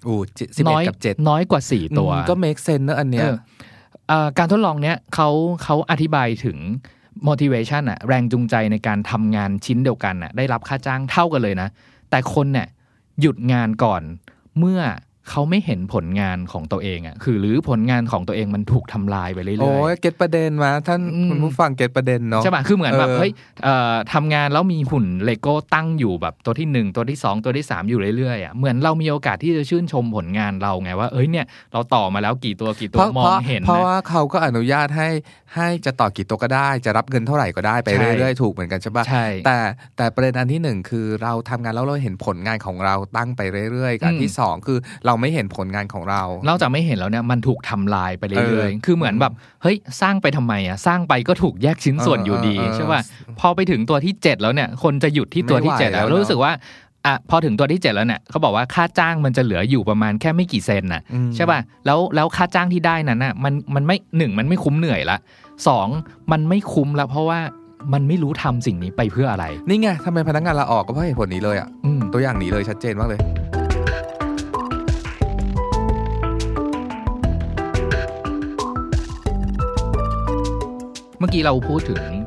11กับ7 น้อยกว่า4ตัวก็ make sense นะอันเนี้ยการทดลองเนี้ยเขาอธิบายถึง motivation แรงจูงใจในการทำงานชิ้นเดียวกันได้รับค่าจ้างเท่ากันเลยนะแต่คนเนี่ยหยุดงานก่อนเมื่อเขาไม่เห็นผลงานของตัวเองคือหรือผลงานของตัวเองมันถูกทำลายไปเรื่อยๆโอ้ยเก็ตประเด็นมาท่านคุณผู้ฟังเก็ตประเด็นเนาะใช่ป่ะคือเหมือนแบบเฮ้ยทำงานแล้วมีหุ่นเลโก้ตั้งอยู่แบบตัวที่1ตัวที่2ตัวที่3อยู่เรื่อยๆเหมือนเรามีโอกาสที่จะชื่นชมผลงานเราไงว่าเนี่ยเราต่อมาแล้วกี่ตัวมองเห็นเพราะว่าเขาก็อนุญาตให้จะต่อกี่ตัวก็ได้จะรับเงินเท่าไหร่ก็ได้ไปเรื่อยๆถูกเหมือนกันใช่ป่ะแต่ประเด็นอันที่1คือเราทำงานแล้วเราเห็นผลงานของเราตั้งไปเรื่อยๆอันที่2คือเราไม่เห็นผลงานของเรานอกจากไม่เห็นแล้วเนี่ยมันถูกทำลายไปเรื่อยๆคือเหมือนแบบเฮ้ยสร้างไปทำไมสร้างไปก็ถูกแยกชิ้นส่วนอยู่ดีใช่ป่ะพอไปถึงตัวที่7แล้วเนี่ยคนจะหยุดที่ตัวที่7แล้วรู้สึกว่าพอถึงตัวที่7แล้วเนี่ยเขาบอกว่าค่าจ้างมันจะเหลืออยู่ประมาณแค่ไม่กี่เซนน่ะใช่ป่ะแล้วค่าจ้างที่ได้นั้นน่ะมันไม่1มันไม่คุ้มเหนื่อยละ2มันไม่คุ้มละเพราะว่ามันไม่รู้ทำสิ่งนี้ไปเพื่ออะไรนี่ไงทำไมพนักงานลาออกก็เพราะเหตุผลนี้เลยตัวอย่างนี้เลยชัดเจนมากเลยเมื่อกี้เราพูดถึง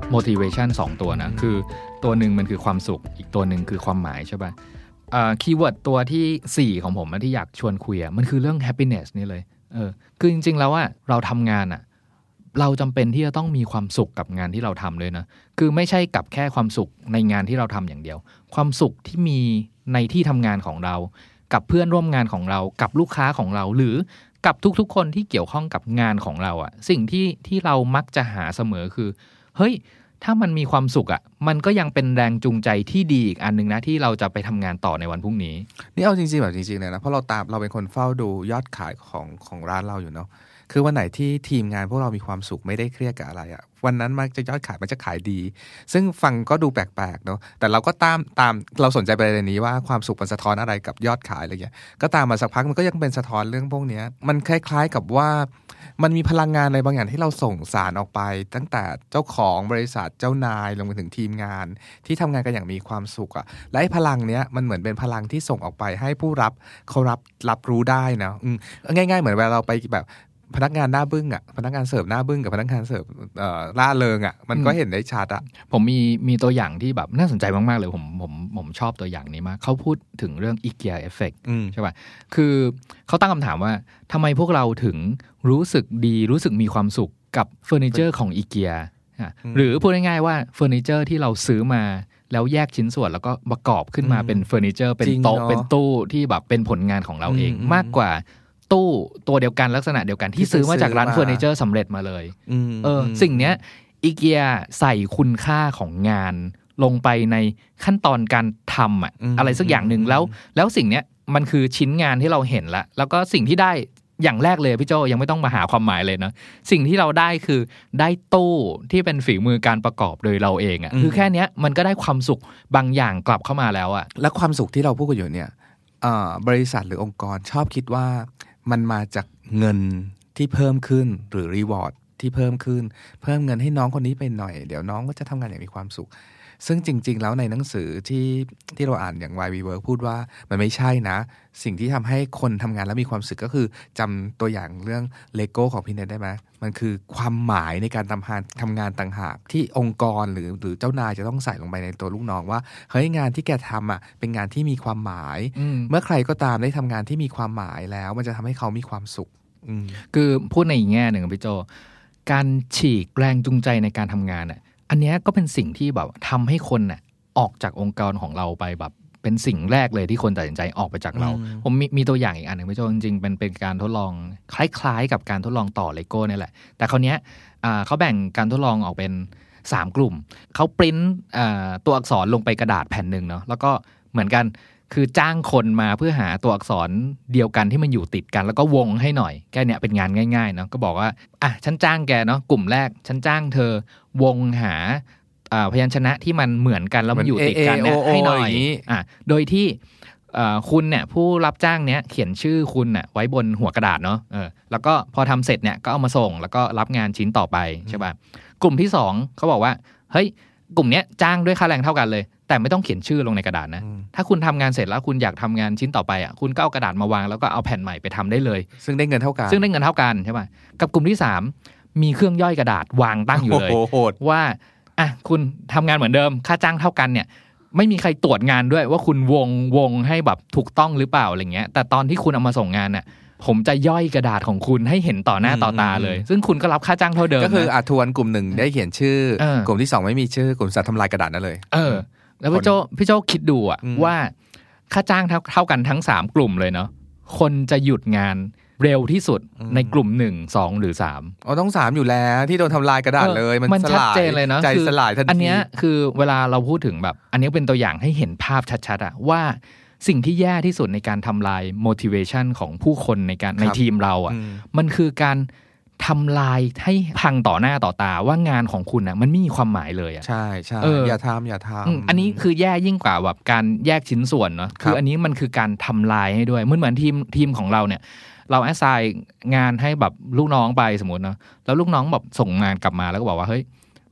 motivation 2 ตัวนะคือตัวหนึ่งมันคือความสุขอีกตัวหนึ่งคือความหมายใช่ป่ะคีย์เวิร์ดตัวที่4ของผมที่อยากชวนคุยมันคือเรื่อง happiness นี่เลยคือจริงๆแล้วเราทำงานเราจำเป็นที่จะต้องมีความสุขกับงานที่เราทำด้วยนะคือไม่ใช่กับแค่ความสุขในงานที่เราทำอย่างเดียวความสุขที่มีในที่ทำงานของเรากับเพื่อนร่วมงานของเรากับลูกค้าของเราหรือกับทุกๆคนที่เกี่ยวข้องกับงานของเราสิ่งที่เรามักจะหาเสมอคือเฮ้ยถ้ามันมีความสุขมันก็ยังเป็นแรงจูงใจที่ดีอีกอันนึงนะที่เราจะไปทำงานต่อในวันพรุ่งนี้นี่เอาจริงๆแบบจริงๆเลยนะเพราะเราเป็นคนเฝ้าดูยอดขายของร้านเราอยู่เนาะคือวันไหนที่ทีมงานพวกเรามีความสุขไม่ได้เครียดกับอะไรวันนั้นมันจะยอดขายมันจะขายดีซึ่งฟังก็ดูแปลกๆเนาะแต่เราก็ตามเราสนใจประเด็นนี้ว่าความสุขมันสะท้อนอะไรกับยอดขายอะไรเงี้ยก็ตามมาสักพักมันก็ยังเป็นสะท้อนเรื่องพวกนี้มันคล้ายๆกับว่ามันมีพลังงานอะไรบางอย่างที่เราส่งสารออกไปตั้งแต่เจ้าของบริษัทเจ้านายลงไปถึงทีมงานที่ทำงานกันอย่างมีความสุขและไอ้พลังเนี้ยมันเหมือนเป็นพลังที่ส่งออกไปให้ผู้รับเขารับรู้ได้นะง่ายๆเหมือนเวลาเราไปแบบพนักงานหน้าบึ้งพนักงานเสิร์ฟหน้าบึ้งกับพนักงานเสิร์ฟล่าเริงมันก็เห็นได้ชัดผมมีตัวอย่างที่แบบน่าสนใจมากๆเลยผมชอบตัวอย่างนี้มากเขาพูดถึงเรื่อง IKEA Effect ใช่ป่ะคือเขาตั้งคำถามว่าทำไมพวกเราถึงรู้สึกดีรู้สึกมีความสุขกับเฟอร์นิเจอร์ของ IKEA หรือพูดง่ายๆว่าเฟอร์นิเจอร์ที่เราซื้อมาแล้วแยกชิ้นส่วนแล้วก็ประกอบขึ้นมาเป็นเฟอร์นิเจอร์เป็นโต๊ะเป็นตู้ที่แบบเป็นผลงานของเราเองมากกว่าตู้ตัวเดียวกันลักษณะเดียวกันที่ซื้อมาจากร้านเฟอร์นิเจอร์สำเร็จมาเลยสิ่งเนี้ยอีเกียใส่คุณค่าของงานลงไปในขั้นตอนการทำอะไรสักอย่างหนึ่งแล้วสิ่งเนี้ยมันคือชิ้นงานที่เราเห็นแล้วก็สิ่งที่ได้อย่างแรกเลยพี่โจยังไม่ต้องมาหาความหมายเลยนะสิ่งที่เราได้คือได้ตู้ที่เป็นฝีมือการประกอบโดยเราเองคือแค่เนี้ยมันก็ได้ความสุขบางอย่างกลับเข้ามาแล้วและความสุขที่เราพูดกันอยู่เนี่ยบริษัทหรือองค์กรชอบคิดว่ามันมาจากเงินที่เพิ่มขึ้นหรือรีวอร์ดที่เพิ่มขึ้นเพิ่มเงินให้น้องคนนี้ไปหน่อยเดี๋ยวน้องก็จะทำงานอย่างมีความสุขซึ่งจริงๆแล้วในหนังสือที่เราอ่านอย่าง Why We Work พูดว่ามันไม่ใช่นะสิ่งที่ทำให้คนทำงานแล้วมีความสุขก็คือจำตัวอย่างเรื่องเลโก้ของพี่เนทได้ไหมมันคือความหมายในการทำงานต่างหากที่องค์กรหรือเจ้านายจะต้องใส่ลงไปในตัวลูกน้องว่าเฮ้ยงานที่แกทำเป็นงานที่มีความหมายเมื่อใครก็ตามได้ทำงานที่มีความหมายแล้วมันจะทำให้เขามีความสุขคือพูดในอีกแง่หนึ่งพี่โจการฉีกแรงจูงใจในการทำงานอันนี้ก็เป็นสิ่งที่แบบทำให้คนออกจากองค์กรของเราไปแบบเป็นสิ่งแรกเลยที่คนตัดสินใจออกไปจากเราผมมีตัวอย่างอีกอันหนึ่งพี่โจจริงๆเป็นการทดลองคล้ายๆกับการทดลองต่อเลโก้นี่แหละแต่คราวนี้เขาแบ่งการทดลองออกเป็น3กลุ่มเขาปริ้นตัวอักษรลงไปกระดาษแผ่นหนึ่งเนาะแล้วก็เหมือนกันคือจ้างคนมาเพื่อหาตัวอักษรเดียวกันที่มันอยู่ติดกันแล้วก็วงให้หน่อยแค่เนี้ยเป็นงานง่ายๆเนาะก็บอกว่าฉันจ้างแกเนาะกลุ่มแรกฉันจ้างเธอวงหาพยัญชนะที่มันเหมือนกันแล้วมันอยู่ติดกันเนี่ยให้หน่อยโดยที่คุณเนี่ยผู้รับจ้างเนี้ยเขียนชื่อคุณไว้บนหัวกระดาษเนาะแล้วก็พอทำเสร็จเนี่ยก็เอามาส่งแล้วก็รับงานชิ้นต่อไปใช่ป่ะกลุ่มที่2เขาบอกว่าเฮ้ยกลุ่มเนี้ยจ้างด้วยค่าแรงเท่ากันเลยแต่ไม่ต้องเขียนชื่อลงในกระดาษนะถ้าคุณทำงานเสร็จแล้วคุณอยากทำงานชิ้นต่อไปคุณก็เอากระดาษมาวางแล้วก็เอาแผ่นใหม่ไปทำได้เลยซึ่งได้เงินเท่ากันใช่ป่ะกับกลุ่มที่3มีเครื่องย่อยกระดาษวางตั้งอยู่เลยว่าคุณทำงานเหมือนเดิมค่าจ้างเท่ากันเนี่ยไม่มีใครตรวจงานด้วยว่าคุณวงให้แบบถูกต้องหรือเปล่าอะไรเงี้ยแต่ตอนที่คุณเอามาส่งงานเนี่ยผมจะย่อยกระดาษของคุณให้เห็นต่อหน้าต่อตาเลยซึ่งคุณก็รับค่าจ้างเท่าเดิมก็คือทวนกลุ่ม1ได้เขียนชื่อกลุ่มที่2ไม่มีชื่อกลุ่ม3ทำลายกระดาษนั่นเลยแล้วพี่โจคิดดูว่าค่าจ้างเท่ากันทั้ง3กลุ่มเลยเนาะคนจะหยุดงานเร็วที่สุดในกลุ่ม1 2หรือ3 ต้อง3อยู่แล้วที่โดนทำลายกระดาษเลยมันชัดเจนเลยนะใจสลายทันทีอันนี้คือเวลาเราพูดถึงแบบอันนี้เป็นตัวอย่างให้เห็นภาพชัดๆว่าสิ่งที่แย่ที่สุดในการทำลาย motivation ของผู้คนในทีมเรามันคือการทำลายให้พังต่อหน้าต่อตาว่างานของคุณมันไม่มีความหมายเลยใช่ใช่อย่าทำอันนี้คือแย่ยิ่งกว่าแบบการแยกชิ้นส่วนเนาะคืออันนี้มันคือการทำลายให้ด้วยเหมือนทีมของเราเนี่ยเราแอสไซน์งานให้แบบลูกน้องไปสมมติเนาะแล้วลูกน้องแบบส่งงานกลับมาแล้วก็บอกว่าเฮ้ย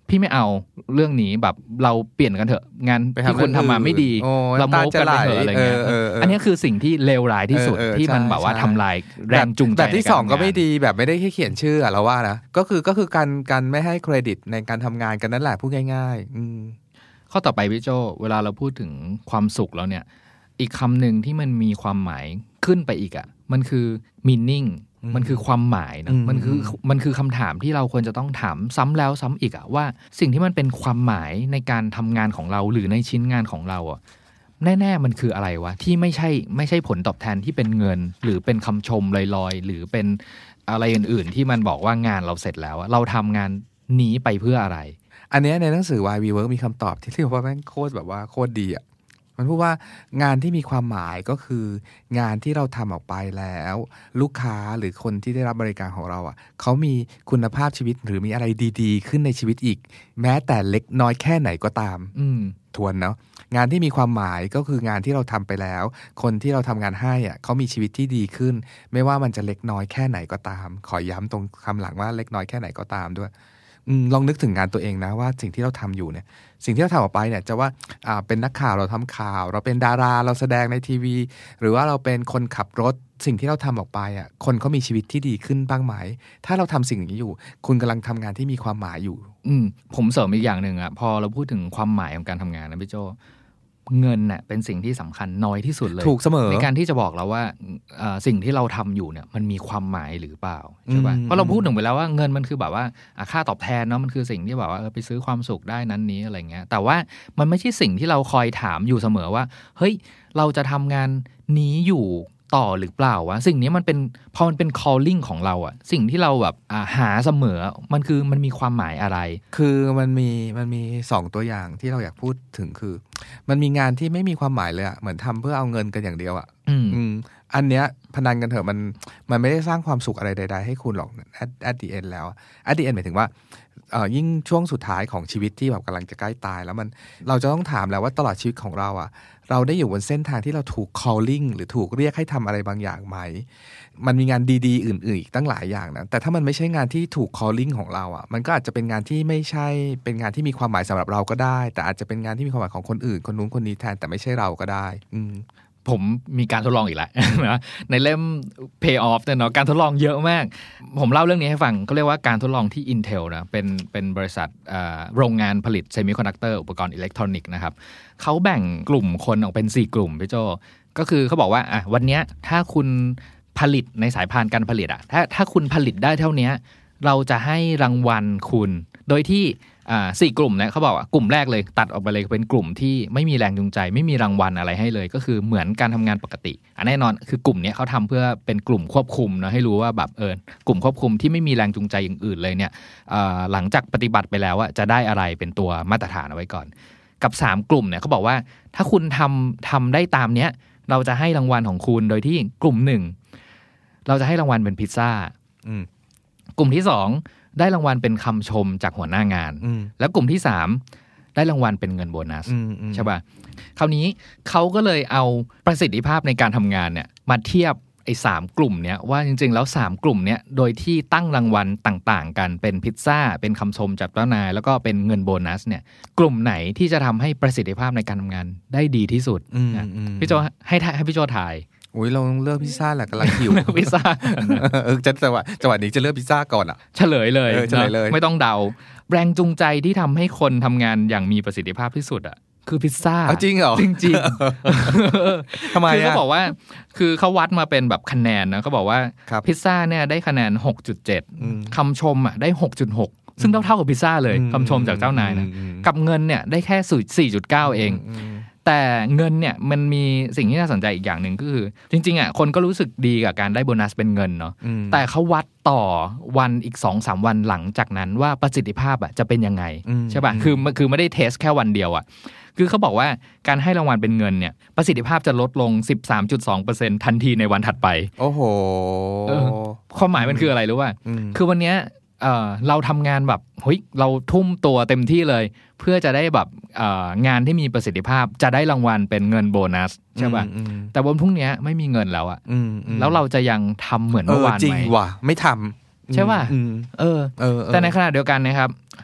พี่ไม่เอาเรื่องนี้แบบเราเปลี่ยนกันเถอะงานที่คุณทำมาไม่ดีเราโม้กันไปเถอะอะไรเงี้ยอันนี้คือสิ่งที่เลวร้ายที่สุดที่มันแบบว่าทำลายแรงจูงใจแบบที่2ก็ไม่ดีแบบไม่ได้แค่เขียนชื่อเราว่านะก็คือการไม่ให้เครดิตในการทำงานกันนั่นแหละพูดง่ายๆข้อต่อไปพี่โจเวลาเราพูดถึงความสุขแล้วเนี่ยอีกคำหนึ่งที่มันมีความหมายขึ้นไปอีกอ่ะมันคือ meaning มันคือความหมายนะมันคือคำถามที่เราควรจะต้องถามซ้ำแล้วซ้ำอีกอะว่าสิ่งที่มันเป็นความหมายในการทำงานของเราหรือในชิ้นงานของเราอะแน่ๆมันคืออะไรวะที่ไม่ใช่ผลตอบแทนที่เป็นเงินหรือเป็นคำชมลอยๆหรือเป็นอะไรอื่นๆที่มันบอกว่างานเราเสร็จแล้วเราทำงานนี้ไปเพื่ออะไรอันนี้ในหนังสือ Why We Work มีคำตอบที่เรียกว่าแม่งโคตรแบบว่าโคตรดีอะมันพูดว่างานที่มีความหมายก็คืองานที่เราทำออกไปแล้วลูกค้าหรือคนที่ได้รับบริการของเราอ่ะเขามีคุณภาพชีวิตหรือมีอะไรดีๆขึ้นในชีวิตอีกแม้แต่เล็กน้อยแค่ไหนก็ตามทวนเนาะงานที่มีความหมายก็คืองานที่เราทำไปแล้วคนที่เราทำงานให้อ่ะเขามีชีวิตที่ดีขึ้นไม่ว่ามันจะเล็กน้อยแค่ไหนก็ตามขอย้ำตรงคำหลังว่าเล็กน้อยแค่ไหนก็ตามด้วยลองนึกถึงงานตัวเองนะว่าสิ่งที่เราทำอยู่เนี่ยสิ่งที่เราทำออกไปเนี่ยจะว่าเป็นนักข่าวเราทำข่าวเราเป็นดาราเราแสดงในทีวีหรือว่าเราเป็นคนขับรถสิ่งที่เราทำออกไปอ่ะคนเขามีชีวิตที่ดีขึ้นบ้างไหมถ้าเราทำสิ่งนี้อยู่คุณกำลังทำงานที่มีความหมายอยู่ผมเสริมอีกอย่างหนึ่งอ่ะพอเราพูดถึงความหมายของการทำงานนะพี่โจเงินน่ะเป็นสิ่งที่สำคัญน้อยที่สุดเลยถูกเสมอในการที่จะบอกเราว่าสิ่งที่เราทำอยู่เนี่ยมันมีความหมายหรือเปล่าใช่ป่ะเพราะเราพูดถึงไปแล้วว่าเงินมันคือแบบว่าค่าตอบแทนเนาะมันคือสิ่งที่แบบว่าไปซื้อความสุขได้นั้นนี้อะไรเงี้ยแต่ว่ามันไม่ใช่สิ่งที่เราคอยถามอยู่เสมอว่าเฮ้ยเราจะทำงานนี้อยู่ต่อหรือเปล่าวะสิ่งนี้มันเป็นพอมันเป็น calling ของเราอะสิ่งที่เราแบบหาเสมอมันมีความหมายอะไรคือมันมี2ตัวอย่างที่เราอยากพูดถึงคือมันมีงานที่ไม่มีความหมายเลยอะเหมือนทำเพื่อเอาเงินกันอย่างเดียวอะอันเนี้ยพนันกันเถอะมันไม่ได้สร้างความสุขอะไรใดๆให้คุณหรอก at the end แล้ว at the end หมายถึงว่ายิ่งช่วงสุดท้ายของชีวิตที่แบบกำลังจะใกล้ตายแล้วเราจะต้องถามแล้วว่าตลอดชีวิตของเราอะเราได้อยู่บนเส้นทางที่เราถูก calling หรือถูกเรียกให้ทำอะไรบางอย่างไหมมันมีงานดีๆอื่นๆอีกตั้งหลายอย่างนะแต่ถ้ามันไม่ใช่งานที่ถูก calling ของเราอ่ะมันก็อาจจะเป็นงานที่ไม่ใช่เป็นงานที่มีความหมายสำหรับเราก็ได้แต่อาจจะเป็นงานที่มีความหมายของคนอื่นคนนู้นคนนี้แทนแต่ไม่ใช่เราก็ได้ผมมีการทดลองอีกแล้วนะในเล่ม Pay Off เนี่ยเนาะการทดลองเยอะมากผมเล่าเรื่องนี้ให้ฟังเขาเรียกว่าการทดลองที่ Intel นะเป็นบริษัทโรงงานผลิตเซมิคอนดักเตอร์อุปกรณ์อิเล็กทรอนิกส์นะครับเขาแบ่งกลุ่มคนออกเป็น4กลุ่มพี่โจก็คือเขาบอกว่าวันนี้ถ้าคุณผลิตในสายพานการผลิตถ้าคุณผลิตได้เท่านี้เราจะให้รางวัลคุณโดยที่4กลุ่มเนี่ยเขาบอกว่ากลุ่มแรกเลยตัดออกไปเลยเป็นกลุ่มที่ไม่มีแรงจูงใจไม่มีรางวัลอะไรให้เลยก็คือเหมือนการทำงานปกติแน่นอนคือกลุ่มนี้เขาทำเพื่อเป็นกลุ่มควบคุมนะให้รู้ว่าแบบกลุ่มควบคุมที่ไม่มีแรงจูงใจอย่างอื่นเลยเนี่ยหลังจากปฏิบัติไปแล้วจะได้อะไรเป็นตัวมาตรฐานเอาไว้ก่อนกับ3กลุ่มเนี่ยเขาบอกว่าถ้าคุณทำได้ตามเนี้ยเราจะให้รางวัลของคุณโดยที่กลุ่ม1เราจะให้รางวัลเป็นพิซซ่ากลุ่มที่2ได้รางวัลเป็นคำชมจากหัวหน้างานแล้วกลุ่มที่3ได้รางวัลเป็นเงินโบนัสใช่ป่ะคราวนี้เขาก็เลยเอาประสิทธิภาพในการทำงานเนี่ยมาเทียบไอ้3กลุ่มเนี้ยว่าจริงๆแล้ว3กลุ่มเนี้ยโดยที่ตั้งรางวัลต่างๆกันเป็นพิซซ่าเป็นคำชมจากเจ้านายแล้วก็เป็นเงินโบนัสเนี่ยกลุ่มไหนที่จะทำให้ประสิทธิภาพในการทำงานได้ดีที่สุดพี่โจให้พี่โจถ่ายอุ้ยเราเลือกพิซซ่าแหละกำลังหิวพิซซ่าจังหวะนี้จะเลือกพิซซ่าก่อนเฉลยเลยไม่ต้องเดาแรงจูงใจที่ทำให้คนทำงานอย่างมีประสิทธิภาพที่สุดคือพิซซ่าจริงเหรอจริงๆทำไมคือเขาบอกว่าคือเขาวัดมาเป็นแบบคะแนนนะเขาบอกว่าพิซซ่าเนี่ยได้คะแนน 6.7 คำชมได้ 6.6 ซึ่งเท่ากับพิซซ่าเลยคำชมจากเจ้านายนะกับเงินเนี่ยได้แค่ 4.9 เองแต่เงินเนี่ยมันมีสิ่งที่น่าสนใจอีกอย่างหนึ่งก็คือจริงๆคนก็รู้สึกดีกับการได้โบนัสเป็นเงินเนาะแต่เขาวัดต่อวันอีก 2-3 วันหลังจากนั้นว่าประสิทธิภาพจะเป็นยังไงใช่ป่ะคือไม่ได้เทสแค่วันเดียวคือเขาบอกว่าการให้รางวัลเป็นเงินเนี่ยประสิทธิภาพจะลดลง 13.2% ทันทีในวันถัดไปโอ้โหความหมายมันคืออะไรรู้ป่ะคือวันนี้เราทำงานแบบเฮ้ยเราทุ่มตัวเต็มที่เลยเพื่อจะได้แบบงานที่มีประสิทธิภาพจะได้รางวัลเป็นเงินโบนัสใช่ป่ะแต่วันพรุ่งนี้ไม่มีเงินแล้วแล้วเราจะยังทำเหมือนเมื่อวานไหมจริงว่ะไม่ทำใช่ป่ะแต่ในขณะเดียวกันนะครับ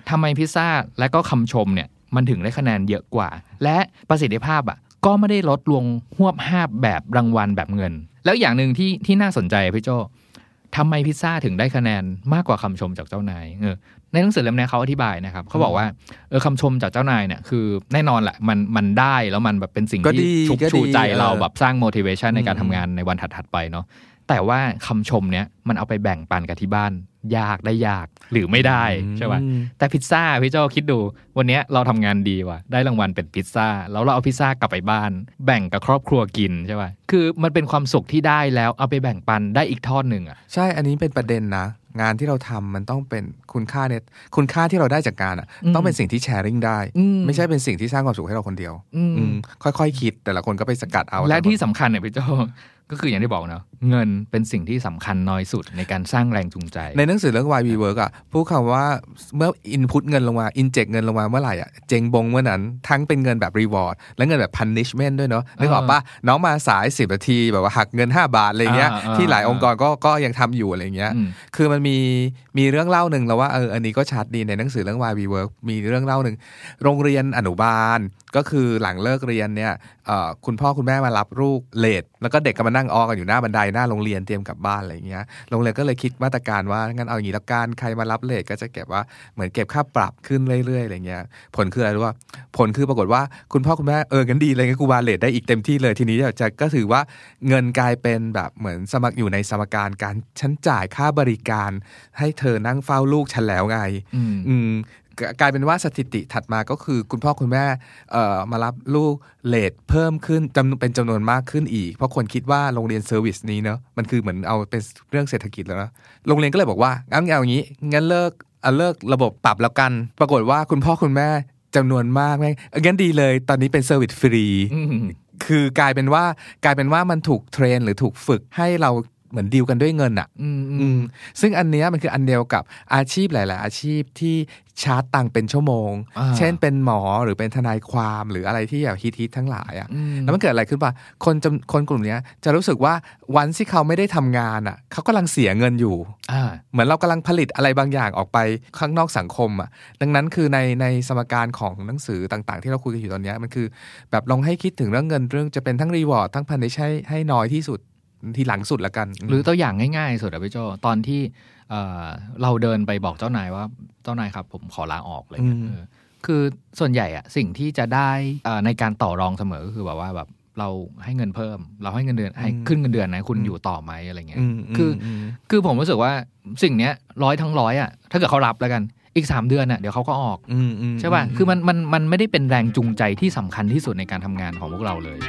ทำไมพิซซ่าและก็คำชมเนี่ยมันถึงได้คะแนนเยอะกว่าและประสิทธิภาพอ่ะก็ไม่ได้ลดลงหวบหาบแบบรางวัลแบบเงินแล้วอย่างหนึ่งที่น่าสนใจพี่โจทำไมพิซซ่าถึงได้คะแนนมากกว่าคำชมจากเจ้านายในหนังสือเล่มนี้เขาอธิบายนะครับเขาบอกว่าคำชมจากเจ้านายเนี่ยคือแน่นอนแหละมันได้แล้วมันแบบเป็นสิ่งที่ชุบชูใจเราแบบสร้าง motivation ในการทำงานในวันถัดๆไปเนาะแต่ว่าคำชมเนี้ยมันเอาไปแบ่งปันกับที่บ้านยากได้ยากหรือไม่ได้ใช่ป่ะแต่พิซซ่าพี่โจคิดดูวันนี้เราทำงานดีว่ะได้รางวัลเป็นพิซซ่าแล้วเราเอาพิซซ่ากลับไปบ้านแบ่งกับครอบครัวกินใช่ป่ะคือมันเป็นความสุขที่ได้แล้วเอาไปแบ่งปันได้อีกทอดหนึ่งอ่ะใช่อันนี้เป็นประเด็นนะงานที่เราทำมันต้องเป็นคุณค่าเนี่ยคุณค่าที่เราได้จากงานอ่ะต้องเป็นสิ่งที่แชร์ริ่งได้ไม่ใช่เป็นสิ่งที่สร้างความสุขให้เราคนเดียวค่อยๆคิดแต่ละคนก็ไปสกัดเอาและที่สำคัญเนี่ยพี่โจก็คืออย่างที่บอกเนาะเงินเป็นสิ่งที่สำคัญน้อยสุดในการสร้างแรงจูงใจในหนังสือเรื่อง Why We Work อ่ะพูดคำว่าเมื่อ input เงินลงมา inject เงินลงมาเมื่อไหร่อ่ะเจ๊งบงเมื่อนั้นทั้งเป็นเงินแบบ reward และเงินแบบ punishment ด้วยเนาะนึกออกป่ะน้องมาสาย10 นาทีแบบว่าหักเงิน5 บาทอะไรเงี้ยที่หลายองค์กรก็ยังทำอยู่อะไรเงี้ยคือมันมีเรื่องเล่าหนึ่งแล้วว่าอันนี้ก็ชัดดีในหนังสือเรื่อง Why We Work มีเรื่องเล่าหนึ่งโรงเรียนอนุบาลก็คือหลังเลิกเรียนเนี่ยคุณพ่อคุณแม่มารับลูกเลทแล้วก็เด็กก็มานั่งออกันอยู่หน้าบันไดหน้าโรงเรียนเตรียมกลับบ้านอะไรอย่างเงี้ยโรงเรียนก็เลยคิดมาตรการว่างั้นเอาอย่างนี้ละกันใครมารับเลทก็จะเก็บว่าเหมือนเก็บค่าปรับขึ้นเรื่อยๆอะไรเงี้ยผลคืออะไรรู้ว่าผลคือปรากฏว่าคุณพ่อคุณแม่งั้นดีเลยงั้นกูวาเลทได้อีกเต็มที่เลยทีนี้จะก็ถือว่าเงินกลายเป็นแบบเหมือนสมัครอยู่ในสมการการฉันจ่ายค่าบริการให้เธอนั่งเฝ้าลูกฉันแล้วไงกลายเป็นว่าสถิติถัดมาก็คือคุณพ่อคุณแม่มารับลูกเลทเพิ่มขึ้นเป็นจำนวนมากขึ้นอีกเพราะคนคิดว่าโรงเรียนเซอร์วิสนี้เนอะมันคือเหมือนเอาเป็นเรื่องเศรษฐกิจแล้วนะโรงเรียนก็เลยบอกว่างั้นเอาอย่างนี้งั้นเลิกระบบปรับแล้วกันปรากฏว่าคุณพ่อคุณแม่จำนวนมากงั้นดีเลยตอนนี้เป็นเซอร์วิสฟรีคือกลายเป็นว่ามันถูกเทรนหรือถูกฝึกให้เราเหมือนดีลกันด้วยเงินอ่ะซึ่งอันเนี้ยมันคืออันเดียวกับอาชีพหลายๆอาชีพที่ชาร์จตังค์เป็นชั่วโมงเช่นเป็นหมอหรือเป็นทนายความหรืออะไรที่แบบฮิตทั้งหลายอ่ะแล้วมันเกิดอะไรขึ้นป่ะคนกลุ่มนี้จะรู้สึกว่าวันที่เขาไม่ได้ทำงานอ่ะเขากำลังเสียเงินอยู่เหมือนเรากำลังผลิตอะไรบางอย่างออกไปข้างนอกสังคมอ่ะดังนั้นคือในสมการของหนังสือต่างๆที่เราคุยกันอยู่ตอนนี้มันคือแบบลองให้คิดถึงเรื่องเงินเรื่องจะเป็นทั้งรีวอร์ดทั้งพันให้น้อยที่สุดทีหลังสุดละกันหรือตัวอย่างง่ายๆสุดอะพี่โจตอนที่เราเดินไปบอกเจ้านายว่าเจ้านายครับผมขอลาออกเลยคือส่วนใหญ่อะสิ่งที่จะได้ในการต่อรองเสมอก็คือแบบว่าแบบเราให้เงินเพิ่มเราให้เงินเดือนให้ขึ้นเงินเดือนนะคุณอยู่ต่อไหมอะไรเงี้ยคือผมรู้สึกว่าสิ่งเนี้ย100 ทั้ง 100อะถ้าเกิดเขารับแล้วกันอีก3 เดือนน่ะเดี๋ยวเขาก็ออกใช่ป่ะคือมันไม่ได้เป็นแรงจูงใจที่สำคัญที่สุดในการทำงานของพวกเราเลย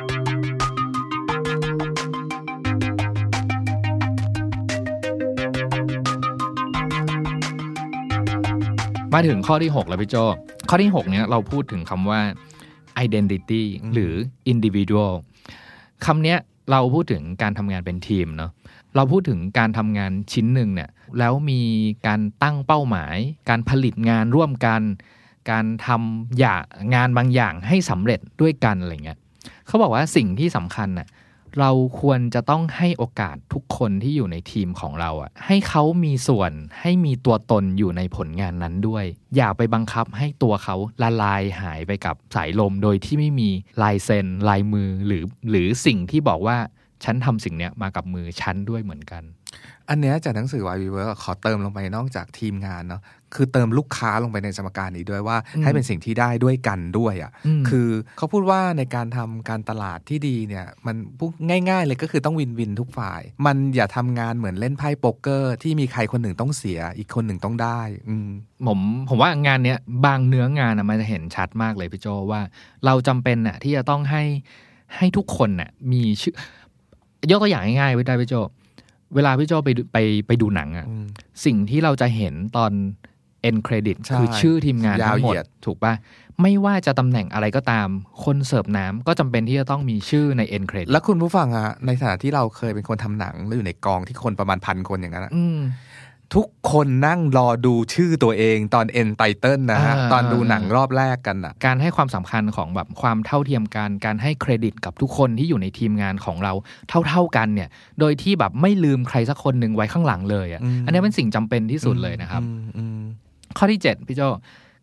มาถึงข้อที่6แล้วพี่โจข้อที่6เนี้ยเราพูดถึงคำว่า identity หรือ individual คำเนี้ยเราพูดถึงการทำงานเป็นทีมเนาะเราพูดถึงการทำงานชิ้นหนึ่งเนี่ยแล้วมีการตั้งเป้าหมายการผลิตงานร่วมกันการทำงานบางอย่างให้สำเร็จด้วยกันอะไรเงี้ยเขาบอกว่าสิ่งที่สำคัญน่ะเราควรจะต้องให้โอกาสทุกคนที่อยู่ในทีมของเราอ่ะให้เขามีส่วนให้มีตัวตนอยู่ในผลงานนั้นด้วยอย่าไปบังคับให้ตัวเขาละลายหายไปกับสายลมโดยที่ไม่มีลายเซ็นลายมือหรือสิ่งที่บอกว่าฉันทำสิ่งเนี้ยมากับมือฉันด้วยเหมือนกันอันเนี้ยจากหนังสือ Why We Work ขอเติมลงไปนอกจากทีมงานเนาะคือเติมลูกค้าลงไปในสมการนี้ด้วยว่าให้เป็นสิ่งที่ได้ด้วยกันด้วยอ่ะคือเขาพูดว่าในการทำการตลาดที่ดีเนี่ยมันพูดง่ายๆเลยก็คือต้องวินวินทุกฝ่ายมันอย่าทำงานเหมือนเล่นไพ่โป๊กเกอร์ที่มีใครคนหนึ่งต้องเสียอีกคนหนึ่งต้องได้ผมว่างานเนี้ยบางเนื้องานนะมันจะเห็นชัดมากเลยพี่โจว่าเราจำเป็นน่ะที่จะต้องให้ทุกคนน่ะมีชื่อยกตัวอย่างง่ายๆไว้ได้พี่โจเวลาพี่โจไปดูหนังอ่ะสิ่งที่เราจะเห็นตอนend credit คือชื่อทีมงานทั้งหมดถูกป่ะไม่ว่าจะตำแหน่งอะไรก็ตามคนเสิร์ฟน้ำก็จำเป็นที่จะต้องมีชื่อใน end credit แล้วคุณผู้ฟังอะในฐานะที่เราเคยเป็นคนทำหนังแล้วอยู่ในกองที่คนประมาณ1,000 คนอย่างนั้นทุกคนนั่งรอดูชื่อตัวเองตอน end title นะฮะตอนดูหนังรอบแรกกันอ่ะการให้ความสำคัญของแบบความเท่าเทียมกันการให้เครดิตกับทุกคนที่อยู่ในทีมงานของเราเท่ากันเนี่ยโดยที่แบบไม่ลืมใครสักคนหนึ่งไว้ข้างหลังเลยอ่ะอันนี้เป็นสิ่งจำเป็นที่สุดเลยนะครับข้อที่7พี่โจ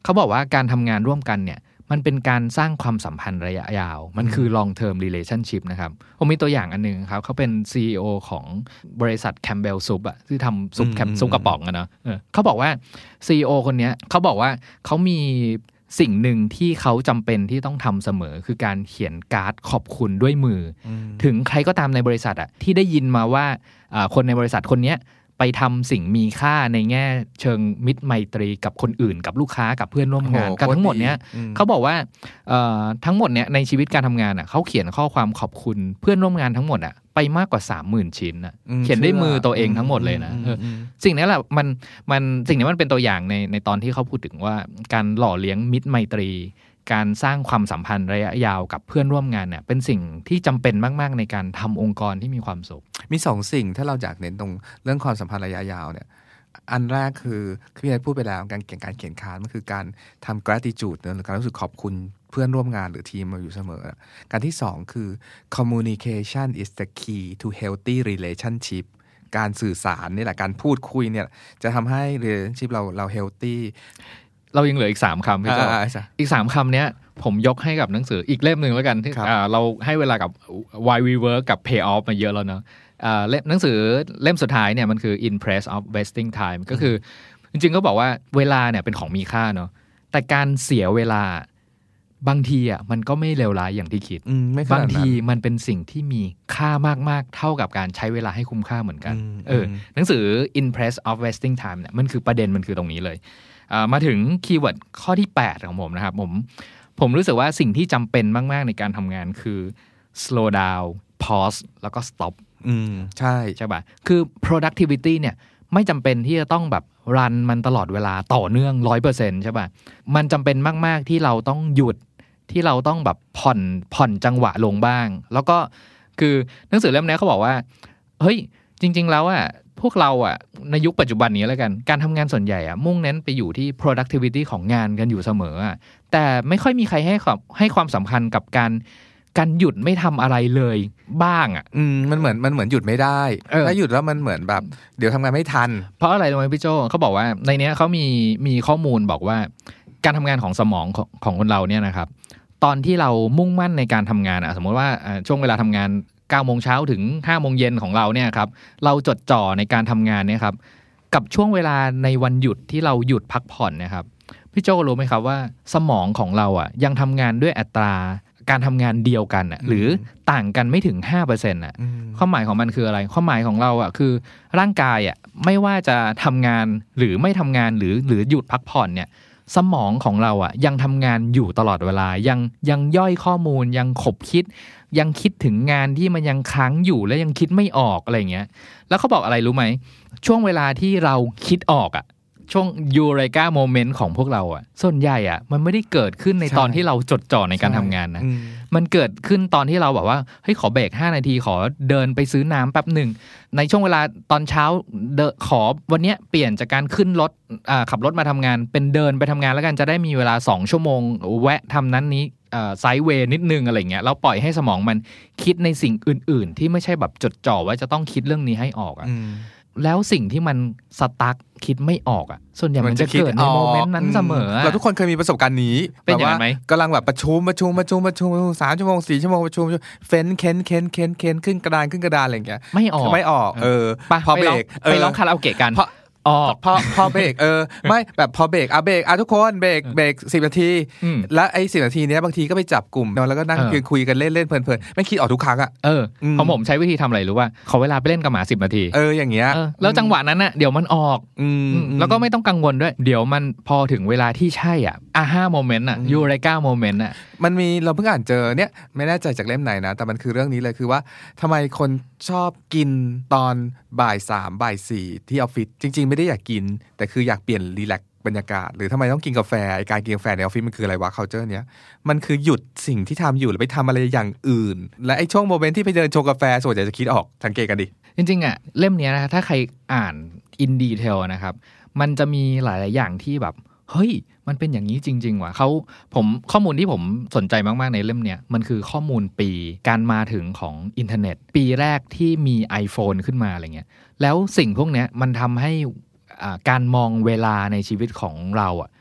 เขาบอกว่าการทำงานร่วมกันเนี่ยมันเป็นการสร้างความสัมพันธ์ระยะยาวมันคือ long term relationship นะครับผมมีตัวอย่างอันนึงครับเขาเป็น CEO ของบริษัท Campbell Soup อ่ะที่ทำซุปกระป๋องอะเนาะเขาบอกว่า CEO คนเนี้ยเขาบอกว่าเขามีสิ่งหนึ่งที่เขาจำเป็นที่ต้องทำเสมอคือการเขียนการ์ดขอบคุณด้วยมือถึงใครก็ตามในบริษัทอ่ะที่ได้ยินมาว่าคนในบริษัทคนเนี้ยไปทำสิ่งมีค่าในแง่เชิงมิตรไมตรีกับคนอื่นกับลูกค้ากับเพื่อนร่วมงานกันทั้งหมดเนี้ยเขาบอกว่าทั้งหมดเนี้ยในชีวิตการทำงานอ่ะเขาเขียนข้อความขอบคุณเพื่อนร่วมงานทั้งหมดอ่ะไปมากกว่า 30,000 ชิ้นอ่ะเขียนด้วยมือตัวเองทั้งหมดเลยนะสิ่งนี้แหละมันสิ่งนี้มันเป็นตัวอย่างในตอนที่เขาพูดถึงว่าการหล่อเลี้ยงมิตรไมตรีการสร้างความสัมพันธ์ระยะยาวกับเพื่อนร่วมงานเนี่ยเป็นสิ่งที่จำเป็นมากๆในการทำองค์กรที่มีความสุขมี2สิ่งถ้าเราอยากเน้นตรงเรื่องความสัมพันธ์ระยะยาวเนี่ยอันแรกคือพี่นายพูดไปแล้วการเขียนการ์ดมันคือการทำ gratitude หรือการรู้สึกขอบคุณเพื่อนร่วมงานหรือทีมมาอยู่เสมอการที่2คือ communication is the key to healthy relationship การสื่อสารนี่แหละการพูดคุยเนี่ยจะทำให้ relationship เรา healthy เรายังเหลืออีก3คำพี่โจอีก3คำเนี้ยผมยกให้กับหนังสืออีกเล่มหนึ่งแล้วกันที่เราให้เวลากับ Why We Work กับ Pay Off มาเยอะแล้วเนาะหนังสือเล่มสุดท้ายเนี่ยมันคือ Impress of Wasting Time ก็คือจริงๆก็บอกว่าเวลาเนี่ยเป็นของมีค่าเนาะแต่การเสียเวลาบางทีอ่ะมันก็ไม่เลวร้ายอย่างที่คิดบางทีมันเป็นสิ่งที่มีค่ามากๆเท่ากับการใช้เวลาให้คุ้มค่าเหมือนกันหนังสือ Impress of Wasting Time เนี่ยมันคือประเด็นมันคือตรงนี้เลยมาถึงคีย์เวิร์ดข้อที่8ของผมนะครับผมรู้สึกว่าสิ่งที่จำเป็นมากๆในการทำงานคือ slow down pause แล้วก็ stop ใช่ป่ะคือ productivity เนี่ยไม่จำเป็นที่จะต้องแบบรันมันตลอดเวลาต่อเนื่อง 100% ใช่ป่ะมันจำเป็นมากๆที่เราต้องหยุดที่เราต้องแบบผ่อนจังหวะลงบ้างแล้วก็คือหนังสือเล่มนี้เขาบอกว่าเฮ้ยจริงๆแล้วอ่ะพวกเราอ่ะในยุคปัจจุบันนี้แล้วกันการทำงานส่วนใหญ่อ่ะมุ่งเน้นไปอยู่ที่ productivity ของงานกันอยู่เสมออ่ะแต่ไม่ค่อยมีใครให้ความสำคัญกับการหยุดไม่ทำอะไรเลยบ้างอ่ะมันเหมือนหยุดไม่ได้ถ้าหยุดแล้วมันเหมือนแบบเดี๋ยวทำงานไม่ทันเพราะอะไรรู้ไหมพี่โจเขาบอกว่าในนี้เขามีข้อมูลบอกว่าการทำงานของสมองของคนเราเนี่ยนะครับตอนที่เรามุ่งมั่นในการทำงานอ่ะสมมติว่าช่วงเวลาทำงาน9 โมงเช้าถึง5 โมงเย็นของเราเนี่ยครับเราจดจ่อในการทำงานเนี่ยครับกับช่วงเวลาในวันหยุดที่เราหยุดพักผ่อนนะครับพี่โจรู้ไหมครับว่าสมองของเราอ่ะยังทำงานด้วยอัตราการทำงานเดียวกันอ่ะหรือต่างกันไม่ถึง 5% อ่ะความหมายของมันคืออะไรความหมายของเราอ่ะคือร่างกายอ่ะไม่ว่าจะทำงานหรือไม่ทำงานหรือหยุดพักผ่อนเนี่ยสมองของเราอ่ะยังทำงานอยู่ตลอดเวลายังย่อยข้อมูลยังขบคิดยังคิดถึงงานที่มันยังค้างอยู่และยังคิดไม่ออกอะไรเงี้ยแล้วเขาบอกอะไรรู้ไหมช่วงเวลาที่เราคิดออกอ่ะช่วงยูเรกาโมเมนต์ของพวกเราอ่ะส่วนใหญ่อ่ะมันไม่ได้เกิดขึ้นในตอนที่เราจดจ่อในการทำงานนะมันเกิดขึ้นตอนที่เราแบบว่าเฮ้ยขอเบรก5 นาทีขอเดินไปซื้อน้ำแป๊บหนึ่งในช่วงเวลาตอนเช้าขอวันนี้เปลี่ยนจากการขึ้นรถขับรถมาทำงานเป็นเดินไปทำงานแล้วกันจะได้มีเวลา2 ชั่วโมงแวะทำนั้นนี้ไซด์เวย์นิดนึงอะไรเงี้ยแล้วปล่อยให้สมองมันคิดในสิ่งอื่นๆที่ไม่ใช่แบบจดจ่อว่าจะต้องคิดเรื่องนี้ให้ออกอ่ะแล้วสิ่งที่มันสตั๊กคิดไม่ออกอ่ะส่วนใหญ่มันจะเกิดในโมเมนต์นั้นเสมอเราทุกคนเคยมีประสบการณ์นี้เป็นอย่างไรไหมกำลังแบบประชุม3 ชั่วโมง4 ชั่วโมงประชุมเฟ้นเค้นขึ้นกระดานอะไรอย่างเงี้ยไม่ออกพอเบรกไปร้องคาราโอเกะกันพอเบรกไม่แบบพอเบรกเบรกทุกคนเบรก10 นาทีแล้วไอ้10 นาทีเนี้ยบางทีก็ไปจับกลุ่มแล้วก็นั่งคุยกันเล่นเพลินไม่คิดออกทุกครั้งอ่ะของผมใช้วิธีทำอะไรรู้ป่ะขอเวลาไปเล่นกับหมา10 นาทีอย่างเงี้ยแล้วจังหวะนั้นน่ะเดี๋ยวมันออกแล้วก็ไม่ต้องกังวลด้วยเดี๋ยวมันพอถึงเวลาที่ใช่อ่ะโมเมนต์อ่ะยูเรกาโมเมนต์อ่ะมันมีเราเพิ่งอ่านเจอเนี่ยไม่แน่ใจจากเล่มไหนนะแต่มันคือเรื่องนี้เลยคือว่าทำไมคนชอบกินตอนบ่าย 3 บ่าย 4ที่ออฟฟิศจริงๆไม่ได้อยากกินแต่คืออยากเปลี่ยนรีแลกซ์บรรยากาศหรือทำไมต้องกินกาแฟการกินกาแฟในออฟฟิศมันคืออะไรวะ culture เนี้ยมันคือหยุดสิ่งที่ทำอยู่แล้วไปทำอะไรอย่างอื่นและไอ้ช่วงโมเมนต์ที่ไปเดินชงกาแฟส่วนใหญ่จะคิดออกสังเกตกันดิจริงๆอ่ะเล่มนี้นะถ้าใครอ่านอินดีเทลนะครับมันจะมีหลายๆอย่างที่แบบเฮ้ยมันเป็นอย่างนี้จริงๆว่ะข้อมูลที่ผมสนใจมากๆในเล่มเนี้ยมันคือข้อมูลปีการมาถึงของอินเทอร์เน็ตปีแรกที่มี iPhone ขึ้นมาอะไรเงี้ยแล้วสิ่งพวกเนี้ยมันทำให้การมองเวลาในชีวิตของเราอ่ะ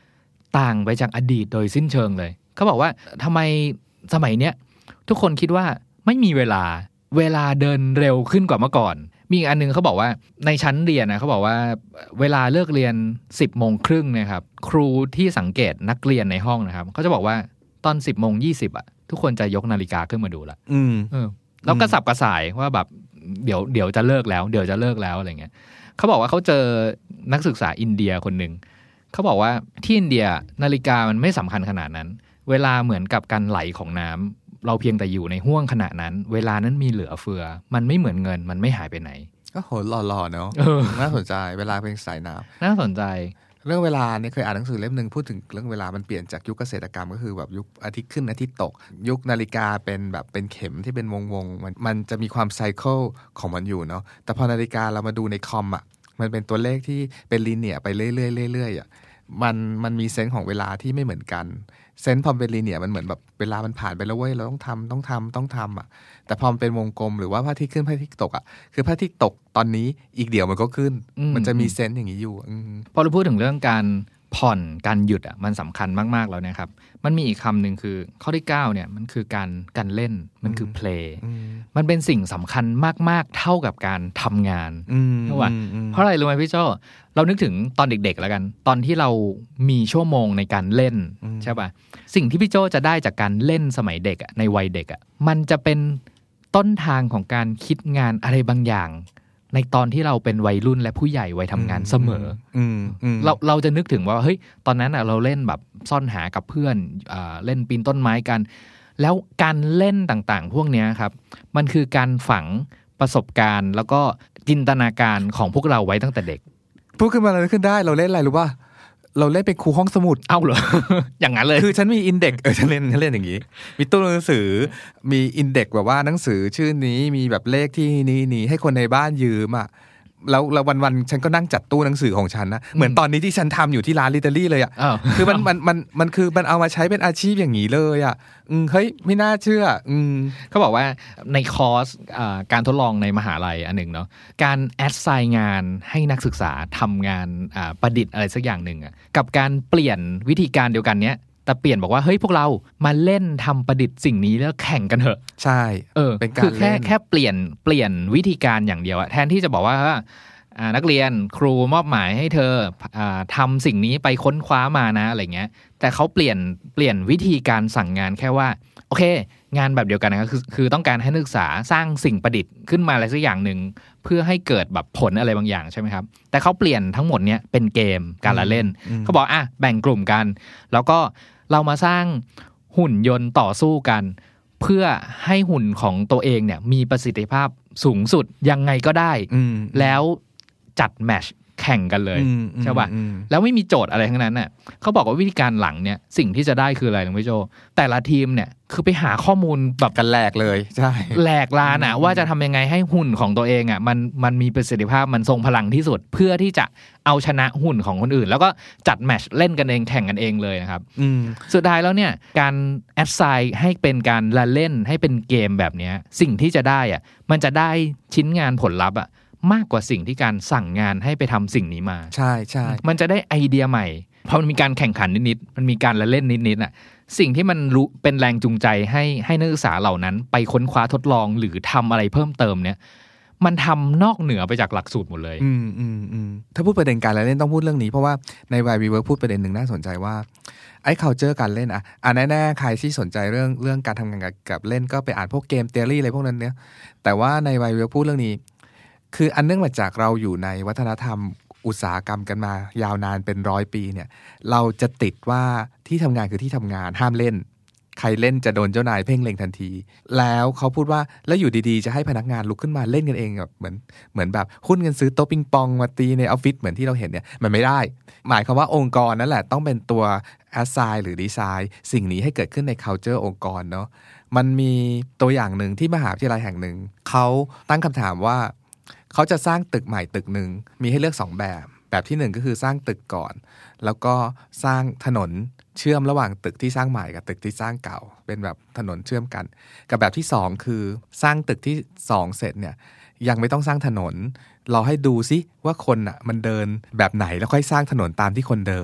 ต่างไปจากอดีตโดยสิ้นเชิงเลยเขาบอกว่าทำไมสมัยเนี้ยทุกคนคิดว่าไม่มีเวลาเดินเร็วขึ้นกว่าเมื่อก่อนมีอีกอันนึงเขาบอกว่าในชั้นเรียนนะเขาบอกว่าเวลาเลิกเรียน 10:30 นนะครับครูที่สังเกตนักเรียนในห้องนะครับเขาจะบอกว่าตอน 10:20 นทุกคนจะยกนาฬิกาขึ้นมาดูละแล้วกระสับกระส่ายว่าแบบเดี๋ยวจะเลิกแล้วอะไรเงี้ยเขาบอกว่าเขาเจอนักศึกษาอินเดียคนหนึ่งเขาบอกว่าที่อินเดียนาฬิกามันไม่สำคัญขนาดนั้นเวลาเหมือนกับการไหลของน้ำเราเพียงแต่อยู่ในห่วงขณะนั้นเวลานั้นมีเหลือเฟือมันไม่เหมือนเงินมันไม่หายไปไหนก็โหหล่อๆเนาะน่าสนใจเวลาเป็นสายน้ำน่าสนใจเรื่องเวลาเนี่ยเคยอ่านหนังสือเล่มนึงพูดถึงเรื่องเวลามันเปลี่ยนจากยุคเกษตรกรรมก็คือแบบยุคอาทิตย์ขึ้นอาทิตย์ตกยุคนาฬิกาเป็นแบบเป็นเข็มที่เป็นวงมันจะมีความไซเคิลของมันอยู่เนาะแต่พอนาฬิกาเรามาดูในคอมอ่ะมันเป็นตัวเลขที่เป็นลีเนียร์ไปเรื่อยๆอ่ะมันมีเซนส์ของเวลาที่ไม่เหมือนกันเซนส์พอเป็นลีเนียร์มันเหมือนแบบเวลามันผ่านไปแล้วเว้ยเราต้องทำอ่ะแต่พอมันเป็นวงกลมหรือว่าพระอาทิตย์ขึ้นพระอาทิตย์ตกอ่ะคือพระอาทิตย์ตกตอนนี้อีกเดี๋ยวมันก็ขึ้นมันจะมีเซนส์อย่างนี้อยู่พอเราพูดถึงเรื่องการผ่อนการหยุดอ่ะมันสำคัญมากๆแล้วนะครับมันมีอีกคำหนึ่งคือข้อที่9เนี่ยมันคือการเล่นมันคือ play มันเป็นสิ่งสำคัญมากๆเท่ากับการทำงานเพราะอะไรรู้ไหมพี่โจ้เรานึกถึงตอนเด็กๆแล้วกันตอนที่เรามีชั่วโมงในการเล่นใช่ป่ะสิ่งที่พี่โจ้จะได้จากการเล่นสมัยเด็กอ่ะในวัยเด็กอ่ะมันจะเป็นต้นทางของการคิดงานอะไรบางอย่างในตอนที่เราเป็นวัยรุ่นและผู้ใหญ่วัยทำงานเสมอเราจะนึกถึงว่าเฮ้ยตอนนั้นเราเล่นแบบซ่อนหากับเพื่อนเล่นปีนต้นไม้กันแล้วการเล่นต่างๆพวกนี้ครับมันคือการฝังประสบการณ์แล้วก็จินตนาการของพวกเราไว้ตั้งแต่เด็กพูดขึ้นมาอะไรขึ้นได้เราเล่นอะไรรู้ป่ะเราเล่นเป็นครูห้องสมุดเอาเหรอ อย่างนั้นเลยคือฉันมีอินเด็กฉันเล่นอย่างนี้มีตู้หนังสือมีอินเด็กแบบว่าหนังสือชื่อนี้มีแบบเลขที่นี้ให้คนในบ้านยืมอ่ะแล้ววันฉันก็นั่งจัดตู้หนังสือของฉันนะเหมือนตอนนี้ที่ฉันทำอยู่ที่ร้านลิตเตอรี่เลยอ่ะคือมันคือมันเอามาใช้เป็นอาชีพอย่างนี้เลยอ่ะเฮ้ยไม่น่าเชื่อเขาบอกว่าในคอร์สการทดลองในมหาลัยอันหนึ่งเนาะการแอดไซน์งานให้นักศึกษาทำงานประดิษฐ์อะไรสักอย่างหนึ่งอ่ะกับการเปลี่ยนวิธีการเดียวกันเนี้ยแต่เปลี่ยนบอกว่าเฮ้ยพวกเรามาเล่นทำประดิษฐ์สิ่งนี้แล้วแข่งกันเถอะใช่เป็นการคือแค่เปลี่ยนวิธีการอย่างเดียวอะแทนที่จะบอกว่านักเรียนครูมอบหมายให้เธอทำสิ่งนี้ไปค้นคว้ามานะอะไรเงี้ยแต่เขาเปลี่ยนวิธีการสั่งงานแค่ว่าโอเคงานแบบเดียวกันนะคือต้องการให้นักศึกษาสร้างสิ่งประดิษฐ์ขึ้นมาอะไรสักอย่างหนึ่งเพื่อให้เกิดแบบผลอะไรบางอย่างใช่ไหมครับแต่เขาเปลี่ยนทั้งหมดเนี้ยเป็นเกมการละเล่นเขาบอกแบ่งกลุ่มกันแล้วก็เรามาสร้างหุ่นยนต์ต่อสู้กันเพื่อให้หุ่นของตัวเองเนี่ยมีประสิทธิภาพสูงสุดยังไงก็ได้แล้วจัดแมตช์แข่งกันเลยใช่ป่ะแล้วไม่มีโจทย์อะไรทั้งนั้นน่ะเขาบอกว่าวิธีการหลังเนี่ยสิ่งที่จะได้คืออะไรลุงพี่โจแต่ละทีมเนี่ยคือไปหาข้อมูลแบบกันแหลกเลยใช่แหลกลานว่าจะทำยังไงให้หุ่นของตัวเองมันมีประสิทธิภาพมันทรงพลังที่สุดเพื่อที่จะเอาชนะหุ่นของคนอื่นแล้วก็จัดแมตช์เล่นกันเองแข่งกันเองเลยนะครับสุดท้ายแล้วเนี่ยการแอดไซน์ให้เป็นการละเล่นให้เป็นเกมแบบนี้สิ่งที่จะได้มันจะได้ชิ้นงานผลลัพธ์มากกว่าสิ่งที่การสั่งงานให้ไปทำสิ่งนี้มาใช่ใช่มันจะได้ไอเดียใหม่เพราะมันมีการแข่งขันนิดๆมันมีการละเล่นนิดๆสิ่งที่มันรู้เป็นแรงจูงใจให้นักศึกษาเหล่านั้นไปค้นคว้าทดลองหรือทำอะไรเพิ่มเติมเนี่ยมันทำนอกเหนือไปจากหลักสูตรหมดเลยถ้าพูดประเด็นการละเล่นต้องพูดเรื่องนี้เพราะว่าใน Why We Work พูดประเด็นหนึ่งน่าสนใจว่าไอ้ culture การเล่นแน่ๆใครที่สนใจเรื่องการทำงานกับเล่นก็ไปอ่านพวกเกม theory อะไรพวกนั้นเนี่ยแต่ว่าใน Why We Work พูดเรื่องนี้คืออันเนื่องมาจากเราอยู่ในวัฒนธรรมอุตสาหกรรมกันมายาวนานเป็น100 ปีเนี่ยเราจะติดว่าที่ทำงานคือที่ทำงานห้ามเล่นใครเล่นจะโดนเจ้านายเพ่งเล็งทันทีแล้วเขาพูดว่าแล้วอยู่ดีๆจะให้พนักงานลุกขึ้นมาเล่นกันเองแบบเหมือนแบบหุ้นกันซื้อโต๊ะปิงปองมาตีในออฟฟิศเหมือนที่เราเห็นเนี่ยมันไม่ได้หมายความว่าองค์กรนั่นแหละต้องเป็นตัวแอสไซน์หรือดีไซน์สิ่งนี้ให้เกิดขึ้นใน culture องค์กรเนาะมันมีตัวอย่างหนึ่งที่มหาวิทยาลัยแห่งหนึ่งเขาตั้งคำถามว่าเขาจะสร้างตึกใหม่ตึกหนึ่งมีให้เลือก2แบบที่1ก็คือสร้างตึกก่อนแล้วก็สร้างถนนเชื่อมระหว่างตึกที่สร้างใหม่กับตึกที่สร้างเก่าเป็นแบบถนนเชื่อมกันกับแบบที่2คือสร้างตึกที่2เสร็จเนี่ยยังไม่ต้องสร้างถนนเราให้ดูซิว่าคนมันเดินแบบไหนแล้วค่อยสร้างถนนตามที่คนเดิน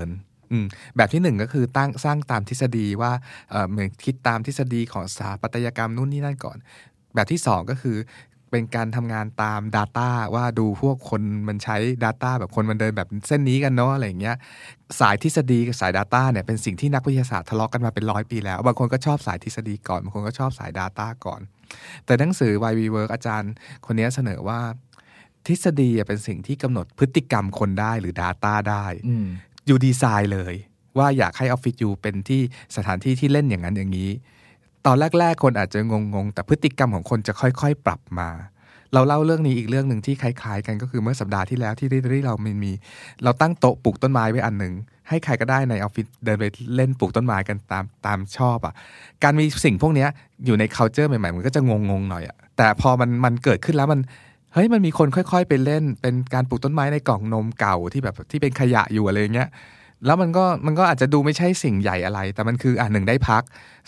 แบบที่1ก็คือสร้างตามทฤษฎีว่าเหมือนคิดตามทฤษฎีของสถาปัตยกรรมนู่นนี่นั่นก่อนแบบที่2ก็คือเป็นการทำงานตาม Data ว่าดูพวกคนมันใช้ Data แบบคนมันเดินแบบเส้นนี้กันเนาะอะไรอย่างเงี้ยสายทฤษฎีกับสาย Data เนี่ยเป็นสิ่งที่นักวิทยาศาสตร์ทะเลาะกันมาเป็น100 ปีแล้วบางคนก็ชอบสายทฤษฎีก่อนบางคนก็ชอบสาย Data ก่อนแต่หนังสือ Why We Work อาจารย์คนนี้เสนอว่าทฤษฎีเป็นสิ่งที่กำหนดพฤติกรรมคนได้หรือ Data ได้อยู่ดีไซน์เลยว่าอยากให้ออฟฟิศอยู่เป็นที่สถานที่ที่เล่นอย่างนั้นอย่างนี้ตอนแรกๆคนอาจจะงงแต่พฤติกรรมของคนจะค่อยๆปรับมาเราเล่าเรื่องนี้อีกเรื่องนึงที่คล้ายๆกันก็คือเมื่อสัปดาห์ที่แล้วที่เราเราตั้งโต๊ะปลูกต้นไม้ไว้อันนึงให้ใครก็ได้ในออฟฟิศเดินไปเล่นปลูกต้นไม้กันตามชอบอ่ะการมีสิ่งพวกนี้อยู่ใน culture ใหม่ๆมันก็จะงงๆหน่อยอ่ะแต่พอมันเกิดขึ้นแล้วมันมีคนค่อยๆไปเล่นเป็นการปลูกต้นไม้ในกล่องนมเก่าที่แบบที่เป็นขยะอยู่อะไรอย่างเงี้ยแล้วมันก็อาจจะดูไม่ใช่สิ่งใหญ่อะไรแต่มันคือ1ได้พัก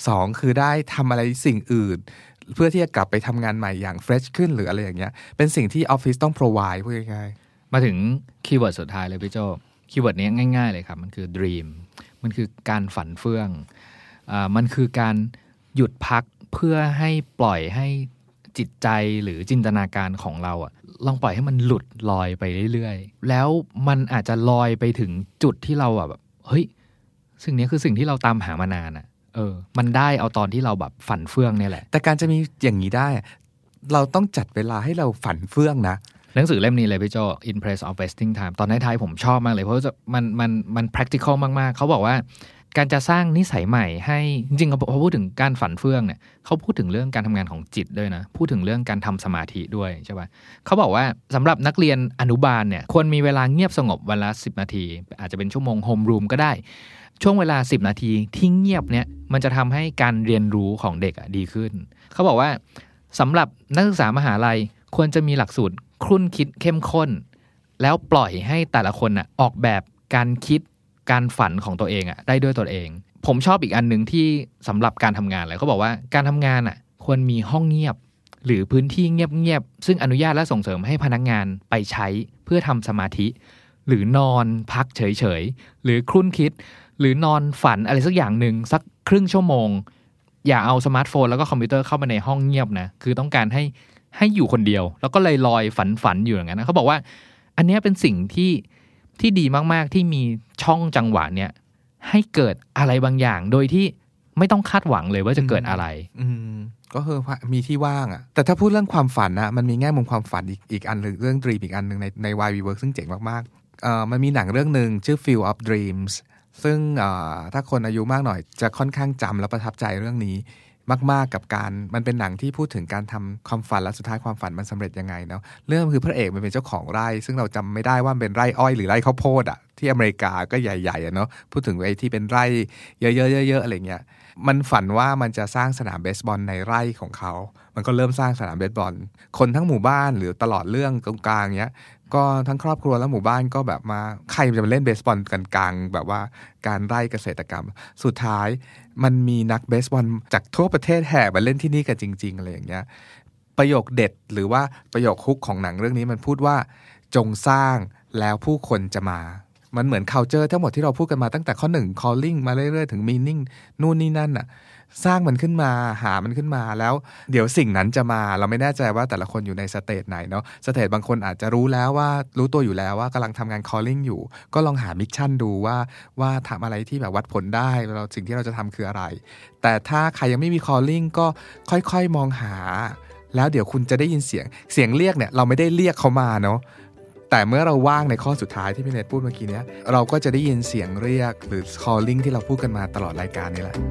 2คือได้ทำอะไรสิ่งอื่นเพื่อที่จะกลับไปทำงานใหม่อย่างเฟรชขึ้นหรืออะไรอย่างเงี้ยเป็นสิ่งที่ออฟฟิศต้อง provide พูดง่ายๆมาถึงคีย์เวิร์ดสุดท้ายเลยพี่โจคีย์เวิร์ดนี้ง่ายๆเลยครับมันคือ dream มันคือการฝันเฟื่องมันคือการหยุดพักเพื่อให้ปล่อยให้จิตใจหรือจินตนาการของเราลองปล่อยให้มันหลุดลอยไปเรื่อยๆแล้วมันอาจจะลอยไปถึงจุดที่เราแบบเฮ้ยสิ่งนี้คือสิ่งที่เราตามหามานานมันได้เอาตอนที่เราแบบฝันเฟื่องเนี่ยแหละแต่การจะมีอย่างนี้ได้เราต้องจัดเวลาให้เราฝันเฟื่องนะหนังสือเล่มนี้เลยพี่โจ In Place of Wasting Time ตอนท้ายๆผมชอบมากเลยเพราะว่ามัน practical มากๆเขาบอกว่าการจะสร้างนิสัยใหม่ให้จริงๆพอพูดถึงการฝันเฟื่องเนี่ยเขาพูดถึงเรื่องการทำงานของจิตด้วยนะพูดถึงเรื่องการทำสมาธิด้วยใช่ป่ะเขาบอกว่าสำหรับนักเรียนอนุบาลเนี่ยควรมีเวลาเงียบสงบวันละ10 นาทีอาจจะเป็นชั่วโมงโฮมรูมก็ได้ช่วงเวลา10 นาทีที่เงียบเนี่ยมันจะทำให้การเรียนรู้ของเด็กดีขึ้นเขาบอกว่าสำหรับนักศึกษามหาลัยควรจะมีหลักสูตรครุ่นคิดเข้มข้นแล้วปล่อยให้แต่ละคนออกแบบการคิดการฝันของตัวเองได้ด้วยตัวเองผมชอบอีกอันนึงที่สำหรับการทำงานเลยเขาบอกว่าการทำงานควรมีห้องเงียบหรือพื้นที่เงียบๆซึ่งอนุญาตและส่งเสริมให้พนักงานไปใช้เพื่อทำสมาธิหรือนอนพักเฉยๆหรือครุ่นคิดหรือนอนฝันอะไรสักอย่างหนึ่งสักครึ่งชั่วโมงอย่าเอาสมาร์ทโฟนแล้วก็คอมพิวเตอร์เข้ามาในห้องเงียบนะคือต้องการให้อยู่คนเดียวแล้วก็ลอยฝันอยู่อย่างนั้นนะเขาบอกว่าอันนี้เป็นสิ่งที่ดีมากๆที่มีช่องจังหวะเนี่ยให้เกิดอะไรบางอย่างโดยที่ไม่ต้องคาดหวังเลยว่าจะเกิดอะไรก็คือมีที่ว่างแต่ถ้าพูดเรื่องความฝันนะมันมีแง่มุมความฝันอีกอันหนึ่งเรื่อง Dream อีกอันหนึ่งใน Why We Work ซึ่งเจ๋งมากๆมันมีหนังเรื่องนึงชื่อ Field of Dreams ซึ่งถ้าคนอายุมากหน่อยจะค่อนข้างจำและประทับใจเรื่องนี้มากๆกับการมันเป็นหนังที่พูดถึงการทำความฝันและสุดท้ายความฝันมันสำเร็จยังไงเนาะเรื่องคือพระเอกมันเป็นเจ้าของไร่ซึ่งเราจำไม่ได้ว่าเป็นไร่อ้อยหรือไร่ข้าวโพดที่อเมริกาก็ใหญ่ๆเนาะพูดถึงไอ้ที่เป็นไร่เยอะๆอะไรเงี้ยมันฝันว่ามันจะสร้างสนามเบสบอลในไร่ของเขามันก็เริ่มสร้างสนามเบสบอลคนทั้งหมู่บ้านหรือตลอดเรื่องตรงกลางเงี้ยก็ทั้งครอบครัวและหมู่บ้านก็แบบมาใครจะมาเล่นเบสบอลกันกลางแบบว่าการไร่เกษตรกรรมสุดท้ายมันมีนักเบสบอลจากทั่วประเทศแห่มาเล่นที่นี่กันจริงๆอะไรอย่างเงี้ยประโยคเด็ดหรือว่าประโยคฮุกของหนังเรื่องนี้มันพูดว่าจงสร้างแล้วผู้คนจะมามันเหมือน culture ทั้งหมดที่เราพูดกันมาตั้งแต่ข้อ1 calling มาเรื่อยๆถึง meaning นู่นนี่นั่นสร้างมันขึ้นมาหามันขึ้นมาแล้วเดี๋ยวสิ่งนั้นจะมาเราไม่แน่ใจว่าแต่ละคนอยู่ในสเตจไหนเนาะสเตจบางคนอาจจะรู้แล้วว่ารู้ตัวอยู่แล้วว่ากำลังทำงาน calling อยู่ก็ลองหามิชชั่นดูว่าทำอะไรที่แบบวัดผลได้เราสิ่งที่เราจะทำคืออะไรแต่ถ้าใครยังไม่มี calling ก็ค่อยๆมองหาแล้วเดี๋ยวคุณจะได้ยินเสียงเรียกเนี่ยเราไม่ได้เรียกเขามาเนาะแต่เมื่อเราว่างในข้อสุดท้ายที่พี่เนทพูดเมื่อกี้นี้เราก็จะได้ยินเสียงเรียกหรือ calling ที่เราพูดกันมาตลอดรายการนี้แหละ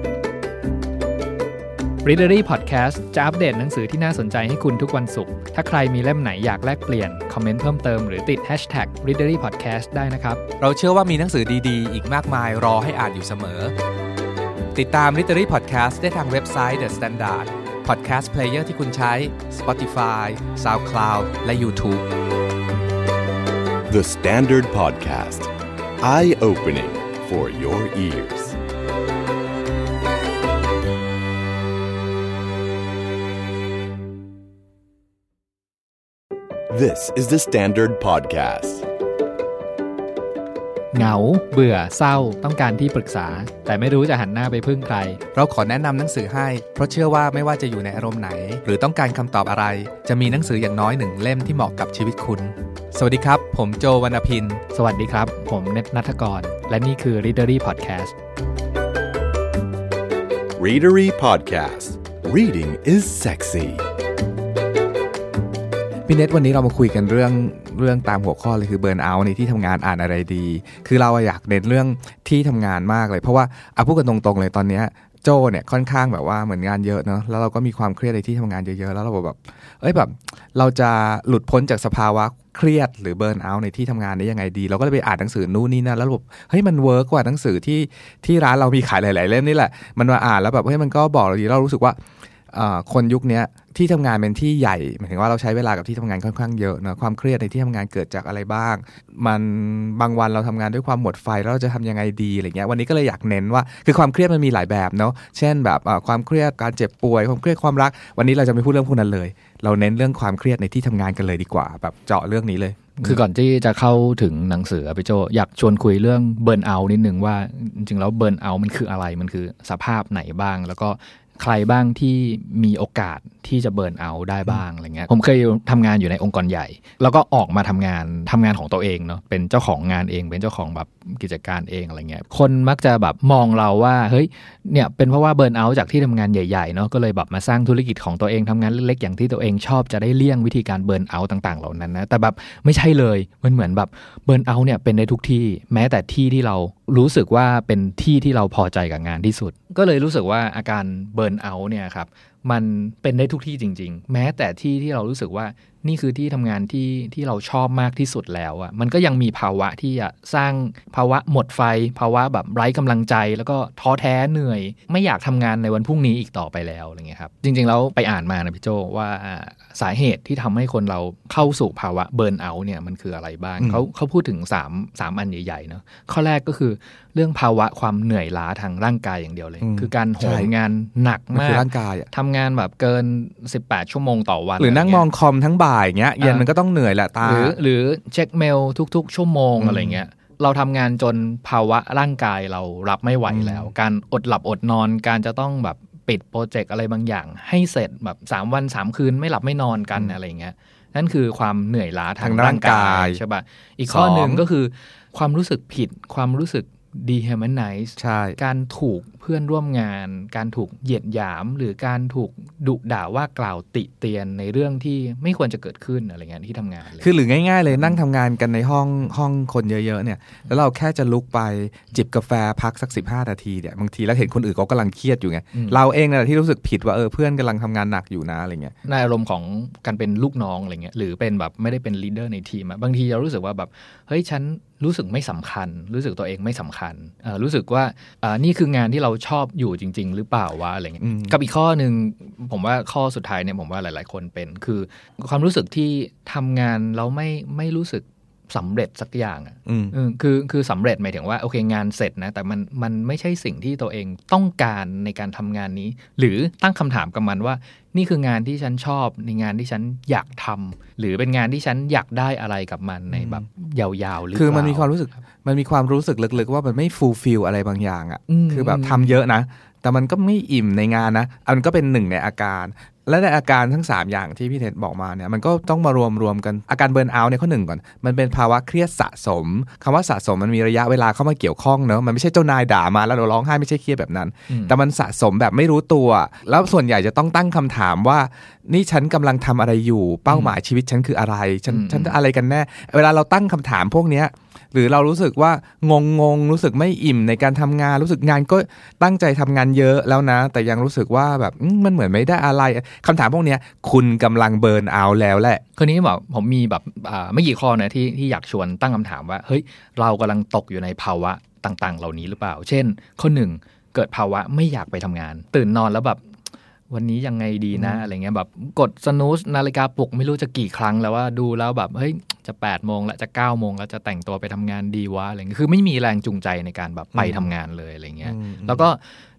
Readery Podcast จะอัปเดตหนังสือที่น่าสนใจให้คุณทุกวันศุกร์ถ้าใครมีเล่มไหนอยากแลกเปลี่ยนคอมเมนต์เพิ่มเติมหรือติด Hashtag Readery Podcast ได้นะครับเราเชื่อว่ามีหนังสือดีๆอีกมากมายรอให้อ่านอยู่เสมอติดตาม Readery Podcast ได้ทางเว็บไซต์ The Standard Podcast Player ที่คุณใช้ Spotify SoundCloud และ YouTube The Standard Podcast Eye-opening for your ears This is the Standard Podcast. เหงาเบื่อเศร้าต้องการที่ปรึกษาแต่ไม่รู้จะหันหน้าไปพึ่งใครเราขอแนะนำหนังสือให้เพราะเชื่อว่าไม่ว่าจะอยู่ในอารมณ์ไหนหรือต้องการคำตอบอะไรจะมีหนังสืออย่างน้อย1เล่มที่เหมาะกับชีวิตคุณสวัสดีครับผมโจวรรณพินสวัสดีครับผมเนตณัฐกรและนี่คือ Readery Podcast Readery Podcast Reading is sexy พี่เน็ตวันนี้เรามาคุยกันเรื่องตามหัวข้อเลยคือเบิร์นเอาท์ในที่ทำงานอ่านอะไรดีคือเราอยากเน้นเรื่องที่ทำงานมากเลยเพราะว่าพูดกันตรงๆเลยตอนนี้โจเนี่ยค่อนข้างแบบว่าเหมือนงานเยอะเนอะแล้วเราก็มีความเครียดในที่ทำงานเยอะๆแล้วเราแบบเราจะหลุดพ้นจากสภาวะเครียดหรือเบิร์นเอาท์ในที่ทำงานได้ยังไงดีเราก็เลยไปอ่านหนังสือนู่นนี่นั่นแล้วแบบเฮ้ยมันเวิร์กกว่าหนังสือที่ร้านเรามีขายหลายๆเล่มนี่แหละมันมาอ่านแล้วแบบเฮ้ยมันก็บอกเราดีเรารู้สึกว่าคนยุคนี้ที่ทำงานเป็นที่ใหญ่หมายถึงว่าเราใช้เวลากับที่ทำงานค่อนข้างเยอะนะความเครียดในที่ทำงานเกิดจากอะไรบ้างมันบางวันเราทำงานด้วยความหมดไฟแล้วเราจะทำยังไงดีอะไรเงี้ยวันนี้ก็เลยอยากเน้นว่าคือความเครียดมันมีหลายแบบเนาะเช่นแบบความเครียดการเจ็บป่วยความเครียดความรักวันนี้เราจะไม่พูดเรื่องพวกนั้นเลยเราเน้นเรื่องความเครียดในที่ทำงานกันเลยดีกว่าแบบเจาะเรื่องนี้เลยคือก่อนที่จะเข้าถึงหนังสือพี่โจอยากชวนคุยเรื่องเบิร์นเอาท์นิดนึงว่าจริงๆแล้วเบิร์นเอาท์มันคืออะไรมันคือสภาพไหนบ้างแล้วก็ใครบ้างที่มีโอกาสที่จะเบิร์นเอาท์ได้บ้างอะไรเงี้ยผมเคยทำงานอยู่ในองค์กรใหญ่แล้วก็ออกมาทำงานของตัวเองเนาะเป็นเจ้าของงานเองเป็นเจ้าของแบบกิจการเองอะไรเงี้ยคนมักจะแบบมองเราว่าเฮ้ยเนี่ยเป็นเพราะว่าเบิร์นเอาท์จากที่ทำงานใหญ่ๆเนาะก็เลยแบบมาสร้างธุรกิจของตัวเองทำงานเล็กๆอย่างที่ตัวเองชอบจะได้เลี่ยงวิธีการเบิร์นเอาท์ต่างๆเหล่านั้นนะแต่แบบไม่ใช่เลยมันเหมือนแบบเบิร์นเอาท์เนี่ยเป็นได้ทุกที่แม้แต่ที่เรารู้สึกว่าเป็นที่เราพอใจกับงานที่สุดก็เลยรู้สึกว่าอาการเบิร์นเอาท์เนี่ยครับมันเป็นได้ทุกที่จริงๆแม้แต่ที่เรารู้สึกว่านี่คือที่ทำงานที่เราชอบมากที่สุดแล้วอ่ะมันก็ยังมีภาวะที่จะสร้างภาวะหมดไฟภาวะแบบไร้กำลังใจแล้วก็ท้อแท้เหนื่อยไม่อยากทำงานในวันพรุ่งนี้อีกต่อไปแล้วอะไรเงี้ยครับจริงๆแล้วไปอ่านมานะพี่โจว่าสาเหตุที่ทำให้คนเราเข้าสู่ภาวะเบิร์นเอาท์เนี่ยมันคืออะไรบ้างเขาพูดถึง3อันใหญ่ๆเนาะข้อแรกก็คือเรื่องภาวะความเหนื่อยล้าทางร่างกายอย่างเดียวเลยคือการโหมงานหนักมากทำงานแบบเกิน18ชั่วโมงต่อวันหรือนั่งมองคอมทั้งบ่ายเงี้ยเย็นมันก็ต้องเหนื่อยแหละตาหรือเช็คเมลทุกๆชั่วโมงอะไรเงี้ยเราทำงานจนภาวะร่างกายเรารับไม่ไหวแล้วการอดหลับอดนอนการจะต้องแบบปิดโปรเจกต์อะไรบางอย่างให้เสร็จแบบ3วัน3คืนไม่หลับไม่นอนกันอะไรเงี้ยนั่นคือความเหนื่อยล้าทางร่างกายใช่ป่ะอีกข้อหนึ่งก็คือความรู้สึกผิดความรู้สึกdehumanize ใช่การถูกเพื่อนร่วมงานการถูกเหยียดหยามหรือการถูกดุด่าว่ากล่าวติเตียนในเรื่องที่ไม่ควรจะเกิดขึ้นอะไรเงี้ยที่ทำงานคือหรือง่ายๆเลยนั่งทำงานกันในห้องคนเยอะๆเนี่ยแล้วเราแค่จะลุกไปจิบกาแฟพักสัก15นาทีเนี่ยบางทีแล้วเห็นคนอื่นเขากำลังเครียดอยู่ไงเราเองนะที่รู้สึกผิดว่าเพื่อนกำลังทำงานหนักอยู่นะอะไรเงี้ยในอารมณ์ของการเป็นลูกน้องอะไรเงี้ยหรือเป็นแบบไม่ได้เป็นลีดเดอร์ในทีมบางทีเรารู้สึกว่าแบบเฮ้ยฉันรู้สึกไม่สำคัญรู้สึกตัวเองไม่สำคัญรู้สึกว่านี่คืองานที่เราชอบอยู่จริงๆหรือเปล่าวะอะไรเงี้ยกับอีกข้อนึงผมว่าข้อสุดท้ายเนี่ยผมว่าหลายๆคนเป็นคือความรู้สึกที่ทำงานแล้วไม่รู้สึกสำเร็จสักอย่างอ่ะคือสำเร็จหมายถึงว่าโอเคงานเสร็จนะแต่มันไม่ใช่สิ่งที่ตัวเองต้องการในการทำงานนี้หรือตั้งคำถามกับมันว่านี่คืองานที่ฉันชอบในงานที่ฉันอยากทำหรือเป็นงานที่ฉันอยากได้อะไรกับมันในแบบยาวๆหรือคือมันมีความรู้สึกลึกๆว่ามันไม่ฟูลฟิลอะไรบางอย่างอ่ะคือแบบทำเยอะนะแต่มันก็ไม่อิ่มในงานนะมันก็เป็นหนึ่งในอาการและในอาการทั้ง3อย่างที่พี่เทนบอกมาเนี่ยมันก็ต้องมารวมกันอาการเบิร์นเอาท์ในข้อ1ก่อนมันเป็นภาวะเครียดสะสมคำว่าสะสมมันมีระยะเวลาเข้ามาเกี่ยวข้องเนอะมันไม่ใช่เจ้านายด่ามาแล้วเราร้องไห้ไม่ใช่เครียดแบบนั้นแต่มันสะสมแบบไม่รู้ตัวแล้วส่วนใหญ่จะต้องตั้งคำถามว่านี่ฉันกำลังทำอะไรอยู่เป้าหมายชีวิตฉันคืออะไรฉันอะไรกันแน่เวลาเราตั้งคำถามพวกเนี้ยหรือเรารู้สึกว่างงรู้สึกไม่อิ่มในการทำงานรู้สึกงานก็ตั้งใจทำงานเยอะแล้วนะแต่ยังรู้สึกว่าแบบมันเหมือนไม่ได้อะไรคำถามพวกนี้คุณกำลังเบิร์นเอาท์แล้วแหละคนนี้บอกผมมีแบบไม่กี่ข้อนะที่อยากชวนตั้งคำถามว่าเฮ้ยเรากำลังตกอยู่ในภาวะต่างๆเหล่านี้หรือเปล่าเช่นข้อ1เกิดภาวะไม่อยากไปทำงานตื่นนอนแล้วแบบวันนี้ยังไงดีนะอะไรเงี้ยแบบกดสนูสนาฬิกาปลุกไม่รู้จะกี่ครั้งแล้วว่าดูแล้วแบบเฮ้ยจะ8 โมงแล้วจะ9 โมงแล้วจะแต่งตัวไปทำงานดีวะอะไรเงี้ยคือไม่มีแรงจูงใจในการแบบไปทำงานเลยอะไรเงี้ยแล้วก็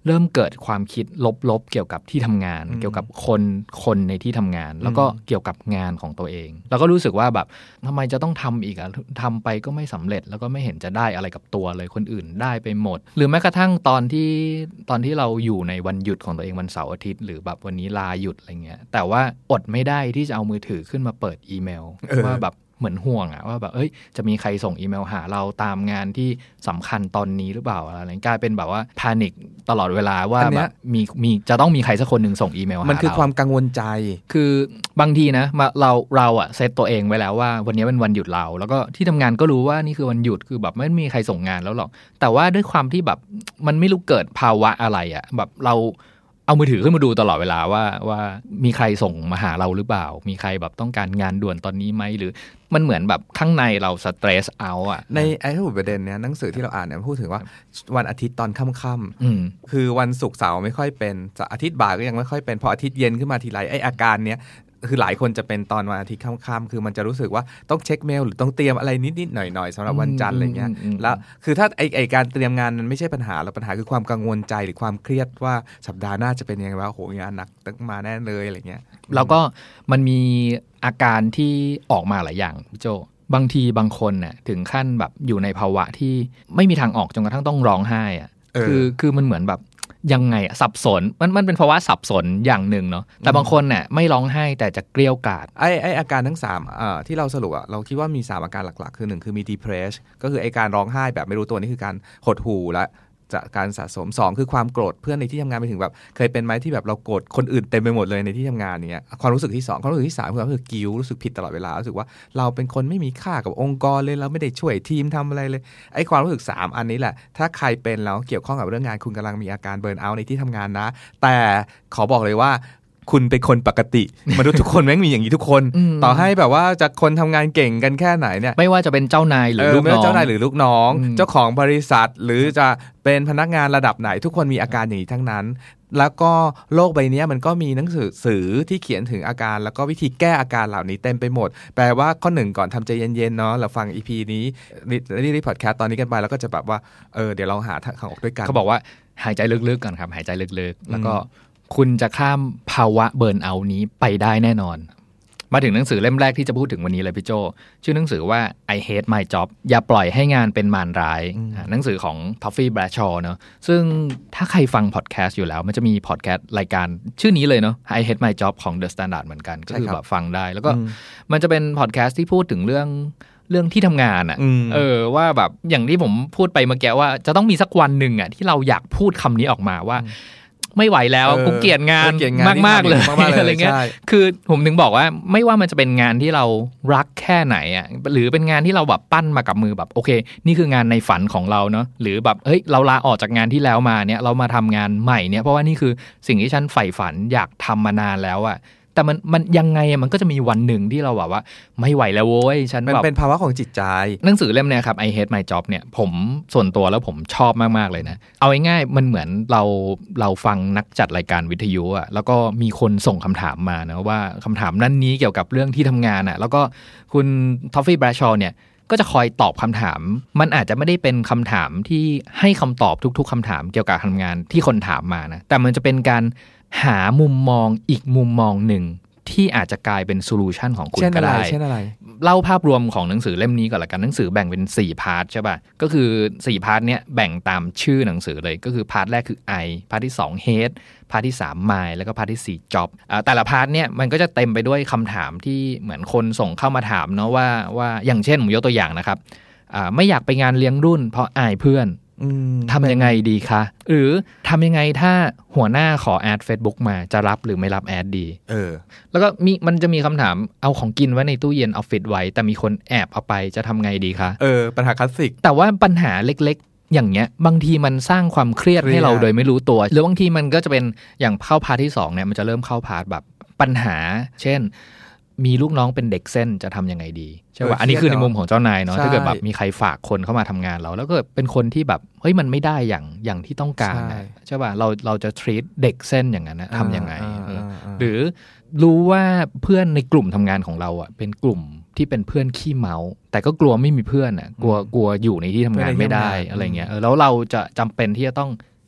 เริ่มเกิดความคิดลบๆเกี่ยวกับที่ทำงานเกี่ยวกับคนในที่ทำงานแล้วก็เกี่ยวกับงานของตัวเองแล้วก็รู้สึกว่าแบบทำไมจะต้องทำอีกอะทำไปก็ไม่สำเร็จแล้วก็ไม่เห็นจะได้อะไรกับตัวเลยคนอื่นได้ไปหมดหรือแม้กระทั่งตอนที่เราอยู่ในวันหยุดของตัวเองวันเสาร์อาทิตย์หรือแบบวันนี้ลาหยุดอะไรเงี้ยแต่ว่าอดไม่ได้ที่จะเอามือถือขึ้นมาเปิดอีเมลว่าแบบเหมือนห่วงอะว่าแบบจะมีใครส่งอีเมลหาเราตามงานที่สำคัญตอนนี้หรือเปล่าอะไรกลายเป็นแบบว่าแพนิคตลอดเวลาว่าแบบมีจะต้องมีใครสักคนหนึ่งส่งอีเมลหาเรามันคือความกังวลใจคือบางทีนะเราอะเซตตัวเองไว้แล้วว่าวันนี้เป็นวันหยุดเราแล้วก็ที่ทำงานก็รู้ว่านี่คือวันหยุดคือแบบไม่มีใครส่งงานแล้วหรอกแต่ว่าด้วยความที่แบบมันไม่รู้เกิดภาวะอะไรอะแบบเราเอามือถือขึ้นมาดูตลอดเวลาว่ามีใครส่งมาหาเราหรือเปล่ามีใครแบบต้องการงานด่วนตอนนี้ไหมหรือมันเหมือนแบบข้างในเราสเตรสเอาอะในไอ้ทุกประเด็นเนี้ยหนังสือที่เราอ่านเนี่ยพูดถึงว่าวันอาทิตย์ตอนค่ำๆคือวันศุกร์เสาร์ไม่ค่อยเป็นอาทิตย์บ่ายก็ยังไม่ค่อยเป็นพออาทิตย์เย็นขึ้นมาทีไรไอ้อาการเนี้ยคือหลายคนจะเป็นตอนวันอาทิตย์ค่ำๆคือมันจะรู้สึกว่าต้องเช็คเมลหรือต้องเตรียมอะไรนิดๆหน่อยๆสำหรับวันจันทร์อะไรเงี้ยแล้วคือถ้าไอ้การเตรียมงานมันไม่ใช่ปัญหาแล้วปัญหาคือความกังวลใจหรือความเครียดว่าสัปดาห์หน้าจะเป็นยังไงวะโหงานหนักต้องมาแน่เลยอะไรเงี้ยแล้วก็มันมีอาการที่ออกมาหลายอย่างพี่โจบางทีบางคนเนี่ยถึงขั้นแบบอยู่ในภาวะที่ไม่มีทางออกจนกระทั่งต้องร้องไห้อ่ะคือมันเหมือนแบบยังไงสับสนมันเป็นภาวะสับสนอย่างหนึ่งเนาะแต่บางคนเนี่ยไม่ร้องไห้แต่จะเกลี้ยกล่อมไออาการทั้ง3ที่เราสรุปอะเราคิดว่ามี3อาการหลักๆคือ1คือมี depress ก็คือไอการร้องไห้แบบไม่รู้ตัวนี่คือการหดหู่และจากการสะสม2คือความโกรธเพื่อนในที่ทำงานไปถึงแบบเคยเป็นไหมที่แบบเราโกรธคนอื่นเต็มไปหมดเลยในที่ทำงานเนี้ยความรู้สึกที่2ความรู้สึกที่3คือความรู้สึกกิ้วรู้สึกผิดตลอดเวลารู้สึกว่าเราเป็นคนไม่มีค่ากับองค์กรเลยเราไม่ได้ช่วยทีมทำอะไรเลยไอ้ความรู้สึก3อันนี้แหละถ้าใครเป็นแล้วเกี่ยวข้องกับเรื่องงานคุณกำลังมีอาการเบิร์นเอาท์ในที่ทำงานนะแต่ขอบอกเลยว่าคุณเป็นคนปกติมนุษย์ทุกคนแม่งมีอย่างนี้ทุกคนต่อให้แบบว่าจะคนทำงานเก่งกันแค่ไหนเนี่ยไม่ว่าจะเป็นเจ้านายหรือลูกน้องเจ้านายหรือลูกน้องเจ้าของบริษัทหรือจะเป็นพนักงานระดับไหนทุกคนมีอาการอย่างนี้ทั้งนั้นแล้วก็โลกใบนี้มันก็มีหนังสือที่เขียนถึงอาการแล้วก็วิธีแก้อาการเหล่านี้เต็มไปหมดแปลว่าข้อ1ก่อนทำใจเย็นๆเนาะเราฟัง EP นี้รีพอดแคสต์ตอนนี้กันไปแล้วก็จะแบบว่าเดี๋ยวเราหาทางออกด้วยกันเขาบอกว่าหายใจลึกๆก่อนครับหายใจลึกๆแล้วก็คุณจะข้ามภาวะเบิร์นเอาท์นี้ไปได้แน่นอนมาถึงหนังสือเล่มแรกที่จะพูดถึงวันนี้เลยพี่โจชื่อหนังสือว่า I Hate My Job อย่าปล่อยให้งานเป็นมารร้ายหนังสือของ Toffee Bradshaw เนอะซึ่งถ้าใครฟังพอดแคสต์อยู่แล้วมันจะมีพอดแคสต์รายการชื่อนี้เลยเนาะ I Hate My Job ของ The Standard เหมือนกันก็คือแบบฟังได้แล้วก็มันจะเป็นพอดแคสต์ที่พูดถึงเรื่องที่ทำงานอ่ะว่าแบบอย่างที่ผมพูดไปเมื่อกี้ว่าจะต้องมีสักวันหนึ่งอ่ะที่เราอยากพูดคำนี้ออกมาว่าไม่ไหวแล้วกูเกลียดงานมากๆเลยอะไรเงี้ยคือผมถึงบอกว่าไม่ว่ามันจะเป็นงานที่เรารักแค่ไหนอ่ะหรือเป็นงานที่เราแบบปั้นมากับมือแบบโอเคนี่คืองานในฝันของเราเนาะหรือแบบเราลาออกจากงานที่แล้วมาเนี่ยเรามาทำงานใหม่เนี่ยเพราะว่านี่คือสิ่งที่ฉันใฝ่ฝันอยากทำมานานแล้วอ่ะแต่มันยังไงมันก็จะมีวันหนึ่งที่เราแบบว่าไม่ไหวแล้วโว้ยฉันแบบมันเป็นภาวะของจิตใจหนังสือเล่มเนี่ยครับ I Hate My Job เนี่ยผมส่วนตัวแล้วผมชอบมากๆเลยนะเอาง่ายๆมันเหมือนเราฟังนักจัดรายการวิทยุอ่ะแล้วก็มีคนส่งคำถามมานะว่าคำถามนั้นนี้เกี่ยวกับเรื่องที่ทำงานอ่ะแล้วก็คุณ Toffee Bradshaw เนี่ยก็จะคอยตอบคำถามมันอาจจะไม่ได้เป็นคำถามที่ให้คำตอบทุกๆคำถามเกี่ยวกับทำงานที่คนถามมานะแต่มันจะเป็นการหามุมมองอีกมุมมองหนึ่งที่อาจจะกลายเป็นโซลูชันของคุณก็ได้เช่นอะไรเล่าภาพรวมของหนังสือเล่มนี้ก่อนละกันหนังสือแบ่งเป็น4พาร์ทใช่ป่ะก็คือ4พาร์ทเนี้ยแบ่งตามชื่อหนังสือเลยก็คือพาร์ทแรกคือ I พาร์ทที่2 Hate พาร์ทที่3 My แล้วก็พาร์ทที่4 Job แต่ละพาร์ทเนี้ยมันก็จะเต็มไปด้วยคำถามที่เหมือนคนส่งเข้ามาถามเนาะว่าอย่างเช่นผมยกตัวอย่างนะครับไม่อยากไปงานเลี้ยงรุ่นเพราะอายเพื่อนทำยังไงดีคะหรือทำยังไงถ้าหัวหน้าขอแอด Facebook มาจะรับหรือไม่รับแอดดีแล้วก็มันจะมีคำถามเอาของกินไว้ในตู้เย็นออฟฟิศไว้แต่มีคนแอบเอาไปจะทำไงดีคะปัญหาคลาสสิกแต่ว่าปัญหาเล็กๆอย่างเงี้ยบางทีมันสร้างความเครียดให้เราโดยไม่รู้ตัวหรือบางทีมันก็จะเป็นอย่างเข้าพาร์ทที่2เนี่ยมันจะเริ่มเข้าพาร์ทแบบปัญหาเช่นมีลูกน้องเป็นเด็กเส้นจะทำยังไงดีใช่ป่ะอันนี้คือในมุมของเจ้านายเนาะถ้าเกิดแบบมีใครฝากคนเข้ามาทำงานเราแล้วก็เป็นคนที่แบบเฮ้ยมันไม่ได้อย่างที่ต้องการใช่ป่ะเราจะ treat เด็กเส้นอย่างนั้นนะทำยังไงหรือรู้ว่าเพื่อนในกลุ่มทำงานของเราอ่ะเป็นกลุ่มที่เป็นเพื่อนขี้เมาแต่ก็กลัวไม่มีเพื่อนอ่ะกลัวอยู่ในที่ทำงานไม่ได้อะไรเงี้ยแล้วเราจะจำเป็นที่จะต้อง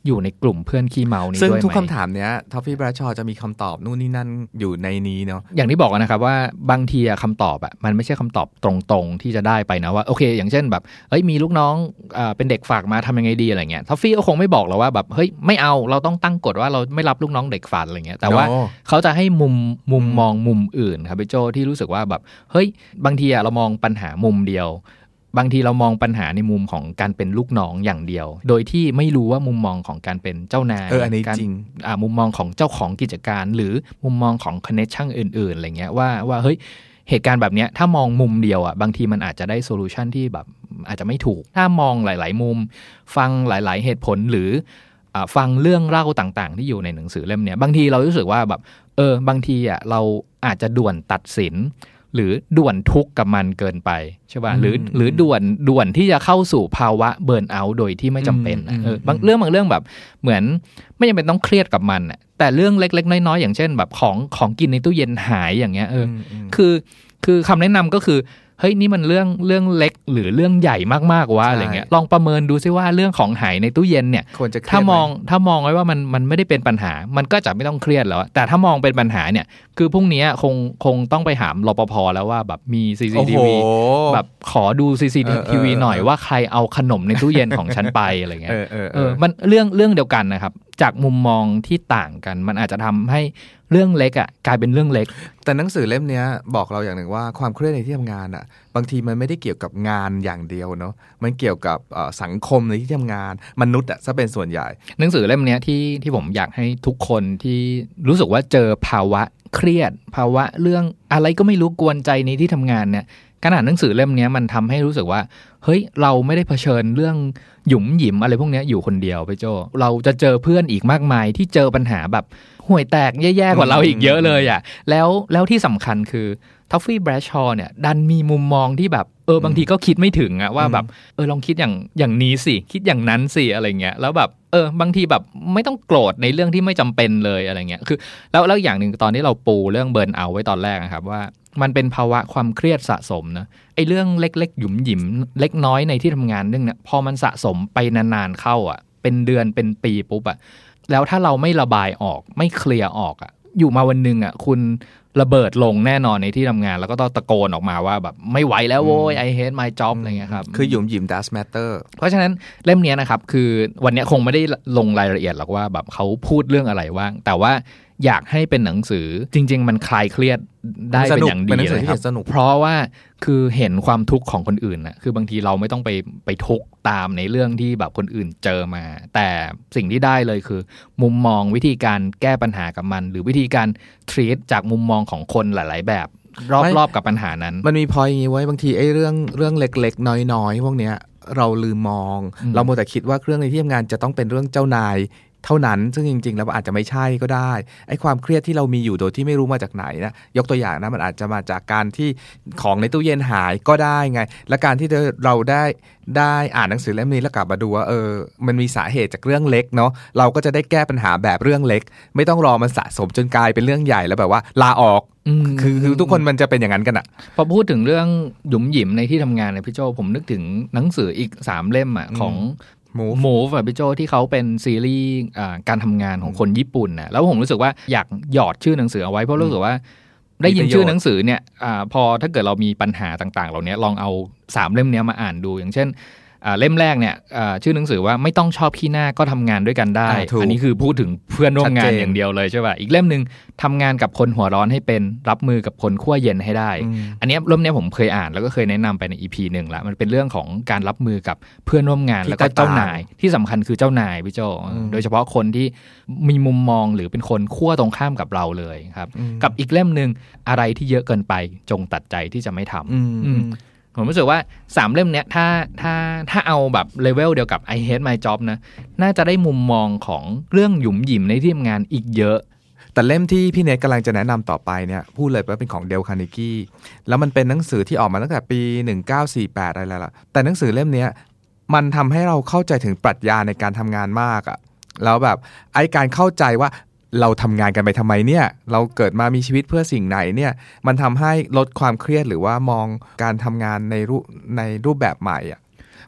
อยู่ในกลุ่มเพื่อนขี้เมานี้ด้วยไหมซึ่งทุกคำถามเนี้ยทอฟฟี่ แบรดชอว์จะมีคำตอบนู่นนี่นั่นอยู่ในนี้เนาะอย่างที่บอกนะครับว่าบางทีคำตอบมันไม่ใช่คำตอบตรงๆที่จะได้ไปนะว่าโอเคอย่างเช่นแบบมีลูกน้องเป็นเด็กฝากมาทำยังไงดีอะไรเงี้ยทอฟฟี่ก็คงไม่บอกหรอกว่าแบบเฮ้ยไม่เอาเราต้องตั้งกฎว่าเราไม่รับลูกน้องเด็กฝากอะไรเงี้ยแต่ว่าเขาจะให้มุมมองมุมอื่นครับพี่โจที่รู้สึกว่าแบบเฮ้ยบางทีเรามองปัญหามุมเดียวบางทีเรามองปัญหาในมุมของการเป็นลูกน้องอย่างเดียวโดยที่ไม่รู้ว่ามุมมองของการเป็นเจ้านายอันนี้จริงมุมมองของเจ้าของกิจการหรือมุมมองของคอนเนคชั่นอื่นๆอะไรเงี้ยว่าเฮ้ยเหตุการณ์แบบเนี้ยถ้ามองมุมเดียวบางทีมันอาจจะได้โซลูชันที่แบบอาจจะไม่ถูกถ้ามองหลายๆมุมฟังหลายๆเหตุผลหรือฟังเรื่องเล่าต่างๆที่อยู่ในหนังสือเล่มเนี้ยบางทีเรารู้สึกว่าแบบบางทีเราอาจจะด่วนตัดสินหรือด่วนทุกข์กับมันเกินไปใช่ป่ะหรือด่วนที่จะเข้าสู่ภาวะเบิร์นเอาท์โดยที่ไม่จำเป็นบางเรื่องแบบเหมือนไม่จำเป็นต้องเครียดกับมันแต่เรื่องเล็กๆน้อยๆอย่างเช่นแบบของกินในตู้เย็นหายอย่างเงี้ยคือคำแนะนำก็คือเฮ้ยนี่มันเรื่องเล็กหรือเรื่องใหญ่มากๆวะอะไรเงี้ยลองประเมินดูซิว่าเรื่องของหายในตู้เย็นเนี่ยถ้ามองไว้ว่ามันไม่ได้เป็นปัญหามันก็จะไม่ต้องเครียดแล้วแต่ถ้ามองเป็นปัญหาเนี่ยคือพรุ่งนี้คงต้องไปหามรปภแล้วว่าแบบมี CCTV แบบขอดู CCTV หน่อยว่าใครเอาขนมในตู้เย็นของฉันไปอะไรเงี้ยมันเรื่องเดียวกันนะครับจากมุมมองที่ต่างกันมันอาจจะทำให้เรื่องเล็กกลายเป็นเรื่องเล็กแต่หนังสือเล่มนี้บอกเราอย่างหนึ่งว่าความเครียดในที่ทำงานบางทีมันไม่ได้เกี่ยวกับงานอย่างเดียวเนาะมันเกี่ยวกับสังคมในที่ทำงานมนุษย์ซะเป็นส่วนใหญ่หนังสือเล่มนี้ที่ผมอยากให้ทุกคนที่รู้สึกว่าเจอภาวะเครียดภาวะเรื่องอะไรก็ไม่รู้กวนใจในที่ทำงานเนี่ยขนาดหนังสือเล่มนี้มันทำให้รู้สึกว่าเฮ้ยเราไม่ได้เผชิญเรื่องหยุมหยิมอะไรพวกนี้อยู่คนเดียวพี่โจเราจะเจอเพื่อนอีกมากมายที่เจอปัญหาแบบห่วยแตกแย่ๆกว่าเราอีกเยอะเลยแล้วที่สำคัญคือทอฟฟี่ แบรดชอว์เนี่ยดันมีมุมมองที่แบบบางทีก็คิดไม่ถึงว่าแบบลองคิดอย่างนี้สิคิดอย่างนั้นสิอะไรเงี้ยแล้วแบบบางทีแบบไม่ต้องโกรธในเรื่องที่ไม่จำเป็นเลยอะไรเงี้ยคือแล้วอย่างหนึ่งตอนที่เราปูเรื่องเบิร์นเอาท์ไว้ตอนแรกนะครับว่ามันเป็นภาวะความเครียดสะสมนะไอ้เรื่องเล็กๆหยุมหยิมเล็กน้อยในที่ทำงานเรื่องเนี้ยพอมันสะสมไปนานๆเข้าเป็นเดือนเป็นปีปุ๊บแล้วถ้าเราไม่ระบายออกไม่เคลียร์ออกอยู่มาวันนึงคุณระเบิดลงแน่นอนในที่ทำงานแล้วก็ต้องตะโกนออกมาว่าแบบไม่ไหวแล้วโว้ย I hate my job อะไรเงี้ยครับคือหยุมหยิม does matter เพราะฉะนั้นเล่มนี้นะครับคือวันนี้คงไม่ได้ลงรายละเอียดหรอกว่าแบบเขาพูดเรื่องอะไรว่างแต่ว่าอยากให้เป็นหนังสือจริงๆมันคลายเครียดได้เป็นอย่างดีเลยครับเพราะว่าคือเห็นความทุกข์ของคนอื่นคือบางทีเราไม่ต้องไปทุกข์ตามในเรื่องที่แบบคนอื่นเจอมาแต่สิ่งที่ได้เลยคือมุมมองวิธีการแก้ปัญหากับมันหรือวิธีการ treat จากมุมมองของคนหลายๆแบบรอบๆกับปัญหานั้นมันมีพอยต์อย่างนี้ไว้บางทีไอ้เรื่องเล็กๆน้อยๆพวกเนี้ยเราลืมมองเราโมแต่คิดว่าเรื่องในที่ทำงานจะต้องเป็นเรื่องเจ้านายเท่านั้นซึ่งจริงๆแล้วอาจจะไม่ใช่ก็ได้ไอ้ความเครียดที่เรามีอยู่โดยที่ไม่รู้มาจากไหนนะยกตัวอย่างนะมันอาจจะมาจากการที่ของในตู้เย็นหายก็ได้ไงและการที่เราได้อ่านหนังสือเล่มนี้แล้วกลับมาดูว่ามันมีสาเหตุจากเรื่องเล็กเนาะเราก็จะได้แก้ปัญหาแบบเรื่องเล็กไม่ต้องรอมันสะสมจนกลายเป็นเรื่องใหญ่แล้วแบบว่าลาออกคือทุกคนมันจะเป็นอย่างนั้นกันพอพูดถึงเรื่องหยุมหยิมในที่ทำงานเนี่ยพี่โจผมนึกถึงหนังสืออีก3เล่มของMove พี่โจที่เขาเป็นซีรีส์การทำงานของคนญี่ปุ่นนะแล้วผมรู้สึกว่าอยากหยอดชื่อหนังสือเอาไว้เพราะรู้สึกว่าได้ยินชื่อหนังสือเนี่ยพอถ้าเกิดเรามีปัญหาต่างๆเหล่านี้ลองเอา3เล่มนี้มาอ่านดูอย่างเช่นเล่มแรกเนี่ยชื่อหนังสือว่าไม่ต้องชอบขี้หน้าก็ทำงานด้วยกันได้อันนี้คือพูดถึงเพื่อนร่วมงานอย่างเดียวเลยใช่ป่ะอีกเล่มนึงทำงานกับคนหัวร้อนให้เป็นรับมือกับคนขั้วเย็นให้ได้อันนี้เล่มนี้ผมเคยอ่านแล้วก็เคยแนะนำไปใน EP 1แล้วมันเป็นเรื่องของการรับมือกับเพื่อนร่วมงานแล้วก็เจ้านายที่สำคัญคือเจ้านายพี่โจโดยเฉพาะคนที่มีมุมมองหรือเป็นคนขั้วตรงข้ามกับเราเลยครับกับอีกเล่มนึงอะไรที่เยอะเกินไปจงตัดใจที่จะไม่ทำผมรู้สึกว่า3เล่มเนี้ยถ้าเอาแบบเลเวลเดียวกับ I hate my job นะน่าจะได้มุมมองของเรื่องหยุมหยิมในที่ทำงานอีกเยอะแต่เล่มที่พี่เนทกำลังจะแนะนำต่อไปเนี่ยพูดเลยว่าเป็นของเดล คาร์เนกีแล้วมันเป็นหนังสือที่ออกมาตั้งแต่ปี1948อะไรล่ะแต่หนังสือเล่มนี้มันทำให้เราเข้าใจถึงปรัชญาในการทำงานมากแล้วแบบไอ้การเข้าใจว่าเราทำงานกันไปทำไมเนี่ยเราเกิดมามีชีวิตเพื่อสิ่งไหนเนี่ยมันทำให้ลดความเครียดหรือว่ามองการทำงานในรูปแบบใหม่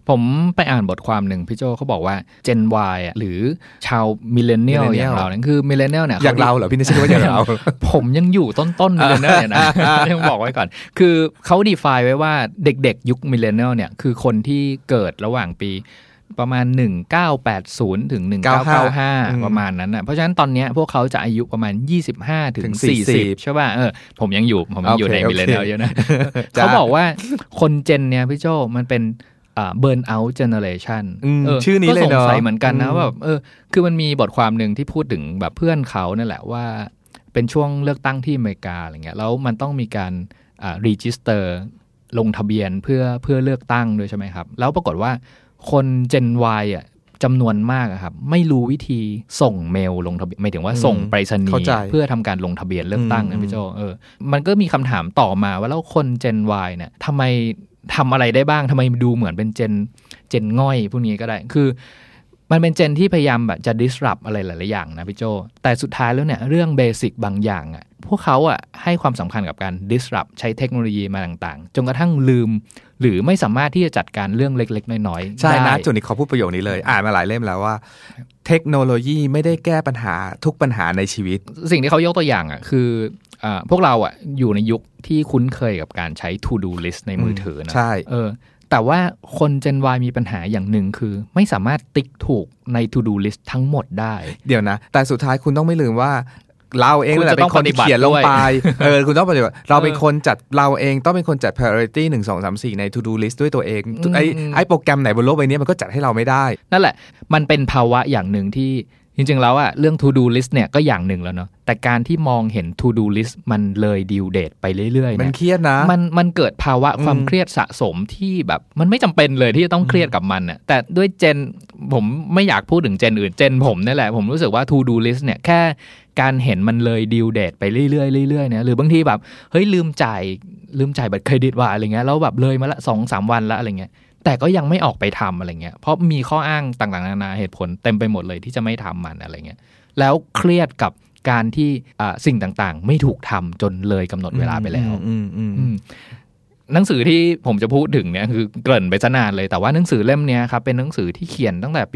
ผมไปอ่านบทความหนึ่งพี่โจเขาบอกว่า Gen Y หรือชาวมิเลเนียลอย่างเราเนี่ยคือมิเลเนียลเนี่ยอย่างเราเหรอพี่นิชว่าอย่างเราผมยังอยู่ต้นมิเลเนียลเนี่ยนะต้องบอกไว้ก่อนคือเขา define ไว้ว่าเด็กๆยุคมิเลเนียลเนี่ยคือคนที่เกิดระหว่างปีประมาณ1980ถึง1995ประมาณนั้นน่ะเพราะฉะนั้นตอนเนี้ยพวกเขาจะอายุประมาณ25ถึง40ใช่ป่ะผมยังอยู่ในมิเลเนียลเยอะนะเขาบอกว่าคนเจนเนี่ยพี่โจมันเป็นburn out generation ชื่อนี้เลยเนาะก็สงสัยเหมือนกันนะแบบคือมันมีบทความหนึ่งที่พูดถึงแบบเพื่อนเขานั่นแหละว่าเป็นช่วงเลือกตั้งที่อเมริกาอะไรเงี้ยแล้วมันต้องมีการregister ลงทะเบียนเพื่อเลือกตั้งด้วยใช่ไหมครับแล้วปรากฏว่าคน Gen Y จำนวนมากครับไม่รู้วิธีส่งเมลลงทะเบียนหมายถึงว่าส่งไปรษณีย์เพื่อทำการลงทะเบียนเลือกตั้งนะพี่โจมันก็มีคำถามต่อมาว่าแล้วคน Gen Y เนี่ยทำไมทำอะไรได้บ้างทำไมดูเหมือนเป็นเจนง่อยพวกนี้ก็ได้คือมันเป็นเจนที่พยายามแบบจะ disrupt อะไรหลายๆอย่างนะพี่โจแต่สุดท้ายแล้วเนี่ยเรื่องเบสิกบางอย่างพวกเขาให้ความสำคัญกับการ disrupt ใช้เทคโนโลยีมาต่างๆจนกระทั่งลืมหรือไม่สามารถที่จะจัดการเรื่องเล็กๆน้อยๆใช่นะจุดนี้เขาพูดประโยคนี้เลยอ่านมาหลายเล่มแล้วว่าเทคโนโลยีไม่ได้แก้ปัญหาทุกปัญหาในชีวิตสิ่งที่เขายกตัวอย่างคือพวกเราอยู่ในยุคที่คุ้นเคยกับการใช้ to do list ในมือถือนะใช่แต่ว่าคน Gen Y มีปัญหาอย่างหนึ่งคือไม่สามารถติ๊กถูกใน to do list ทั้งหมดได้เดี๋ยวนะแต่สุดท้ายคุณต้องไม่ลืมว่าเราเองแหละเป็นคนเขียนลงไปคุณต้องปฏิบัติเราเป็นคนจัดเราเองต้องเป็นคนจัด priority 1 2 3 4ใน to do list ด้วยตัวเองไอ้โปรแกรมไหนบนโลกใบนี้มันก็จัดให้เราไม่ได้นั่นแหละมันเป็นภาวะอย่างหนึ่งที่จริงๆแล้วเรื่อง to do list เนี่ยก็อย่างหนึ่งแล้วเนาะแต่การที่มองเห็น to do list มันเลย due date ไปเรื่อยๆมันเครียดนะมันเกิดภาวะความเครียดสะสมที่แบบมันไม่จำเป็นเลยที่จะต้องเครียดกับมันแต่ด้วยเจนผมไม่อยากพูดถึงเจนอื่นเจนผมนี่แหละผมรู้สึกว่า to do list เนี่ยแค่การเห็นมันเลย due date ไปเรื่อยๆเรื่อยๆเนี่ยหรือบางทีแบบเฮ้ยลืมจ่ายบัตรเครดิตว่าอะไรเงี้ยแล้วแบบเลยมาละ 2-3 วันละอะไรเงี้ยแต่ก็ยังไม่ออกไปทำอะไรเงี้ยเพราะมีข้ออ้างต่างๆนานาเหตุผลเต็มไปหมดเลยที่จะไม่ทำมันอะไรเงี้ยแล้วเครียดกับการที่สิ่งต่างๆไม่ถูกทำจนเลยกำหนดเวลาไปแล้วหนังสือที่ผมจะพูดถึงเนี่ยคือเกริ่นไปซะนานเลยแต่ว่าหนังสือเล่มนี้ครับเป็นหนังสือที่เขียนตั้งแต่ปี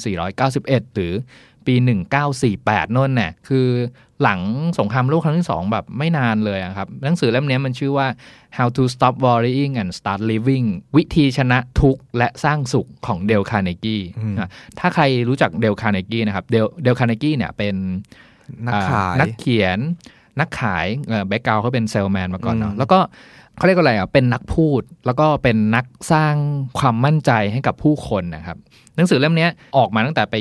2491 หรือปี 1948นั่นน่ะคือหลังสงครามโลกครั้งที่2แบบไม่นานเลยครับหนังสือเล่มนี้มันชื่อว่า How to Stop Worrying and Start Living วิธีชนะทุกข์และสร้างสุขของเดลคาร์เนกีถ้าใครรู้จักเดลคาร์เนกีนะครับเดลคาร์เนกีเนี่ยเป็นนักเขียนนักขายแบ็คกราวด์เขาเป็นเซลแมนมาก่อนเนาะแล้วก็เขาเรียกว่าอะไรเป็นนักพูดแล้วก็เป็นนักสร้างความมั่นใจให้กับผู้คนนะครับหนังสือเล่มนี้ออกมาตั้งแต่ปี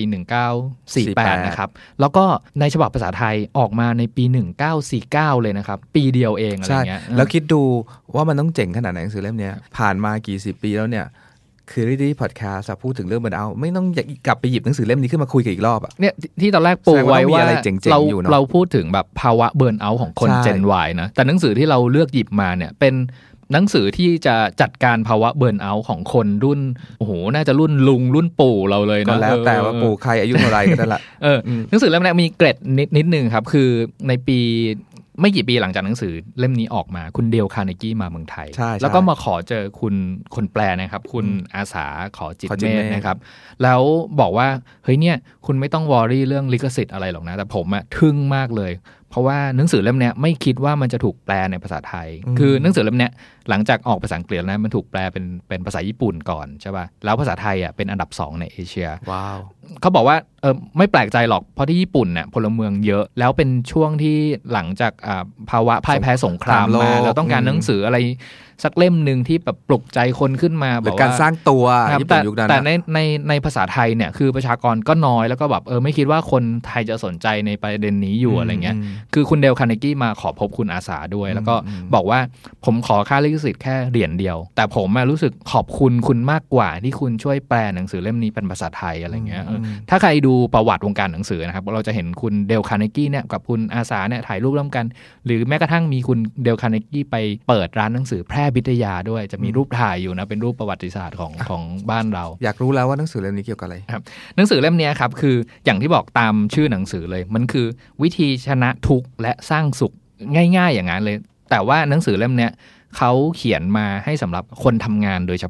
1948นะครับแล้วก็ในฉบับภาษาไทยออกมาในปี1949เลยนะครับปีเดียวเองอะไรเงี้ยแล้วคิดดูว่ามันต้องเจ๋งขนาดไหนหนังสือเล่มนี้ผ่านมากี่สิบปีแล้วเนี่ยคือที่พอดแคสต์พูดถึงเรื่องเบิร์นเอาท์ไม่ต้องกลับไปหยิบหนังสือเล่มนี้ขึ้นมาคุยกันอีกรอบเนี่ยที่ตอนแรกปูไว้ว่าเราพูดถึงแบบภาวะเบิร์นเอาท์ของคน Gen Y นะแต่หนังสือที่เราเลือกหยิบมาเนี่ยเป็นหนังสือที่จะจัดการภาวะเบิร์นเอาท์ของคนรุ่นโอ้โหน่าจะรุ่นลุงรุ่นปู่เราเลยนะก็แล้วแต่ว่าปู่ใครอายุเท่าไรก็ได้ละหนังสือเล่มนี้มีเกร็ดนิดนึงครับคือในปีไม่กี่ปีหลังจากหนังสือเล่มนี้ออกมาคุณเดลคาร์เนกีมาเมืองไทยแล้วก็มาขอเจอคนแปลนะครับคุณอาสาขอจิตเมธนะครับแล้วบอกว่าเฮ้ยเนี่ยคุณไม่ต้องวอรี่เรื่องลิขสิทธิ์อะไรหรอกนะแต่ผมทึ่งมากเลยเพราะว่าหนังสือเล่มนี้ไม่คิดว่ามันจะถูกแปลในภาษาไทยคือหนังสือเล่มนี้หลังจากออกภาษาอังกฤษนะมันถูกแปลเป็นภาษาญี่ปุ่นก่อนใช่ป่ะแล้วภาษาไทยเป็นอันดับ2ในเอเชียว้าวเขาบอกว่าไม่แปลกใจหรอกเพราะที่ญี่ปุ่นพลเมืองเยอะแล้วเป็นช่วงที่หลังจากภาวะพ่ายแพ้สงครามมาแล้วต้องการหนังสืออะไรสักเล่มหนึ่งที่แบบปลุกใจคนขึ้นมาบอกว่าการสร้างตัวญี่ปุ่นยุคนั้นแต่ในภาษาไทยเนี่ยคือประชากรก็น้อยแล้วก็แบบไม่คิดว่าคนไทยจะสนใจในประเด็นนี้อยู่อะไรเงี้ยคือคุณเดลคาร์เนกีมาขอพบคุณอาสาด้วยแล้วก็บอกว่าผมขอค่าลิขสิทธิ์แค่เหรียญเดียวแต่ผมรู้สึกขอบคุณมากกว่าที่คุณช่วยแปลหนังสือเล่มนี้เป็นภาษาไทยอะไรเงี้ยถ้าใครดูประวัติวงการหนังสือนะครับเราจะเห็นคุณเดลคาร์เนกีเนี่ยกับคุณอาสาเนี่ยถ่ายรูปร่วมกันหรือแม้กระทั่งมีคุณเดลคาร์เนกีไปเปิดร้านหนังสือแพร่วิทยาด้วยจะมีรูปถ่ายอยู่นะเป็นรูปประวัติศาสตร์ของบ้านเราอยากรู้แล้วว่าหนังสือเล่มนี้เกี่ยวกับอะไรครับหนังสือเล่มนี้ครับคืออย่างที่บอกตามชื่อหนังสือเลยมันคือวิธีชนะทุกข์และสร้างสุขง่ายๆอย่างนั้นเลยแต่ว่าหนังสือเล่มนี้เขาเขียนมาให้สำหรับคนทำงานโดยเฉพาะ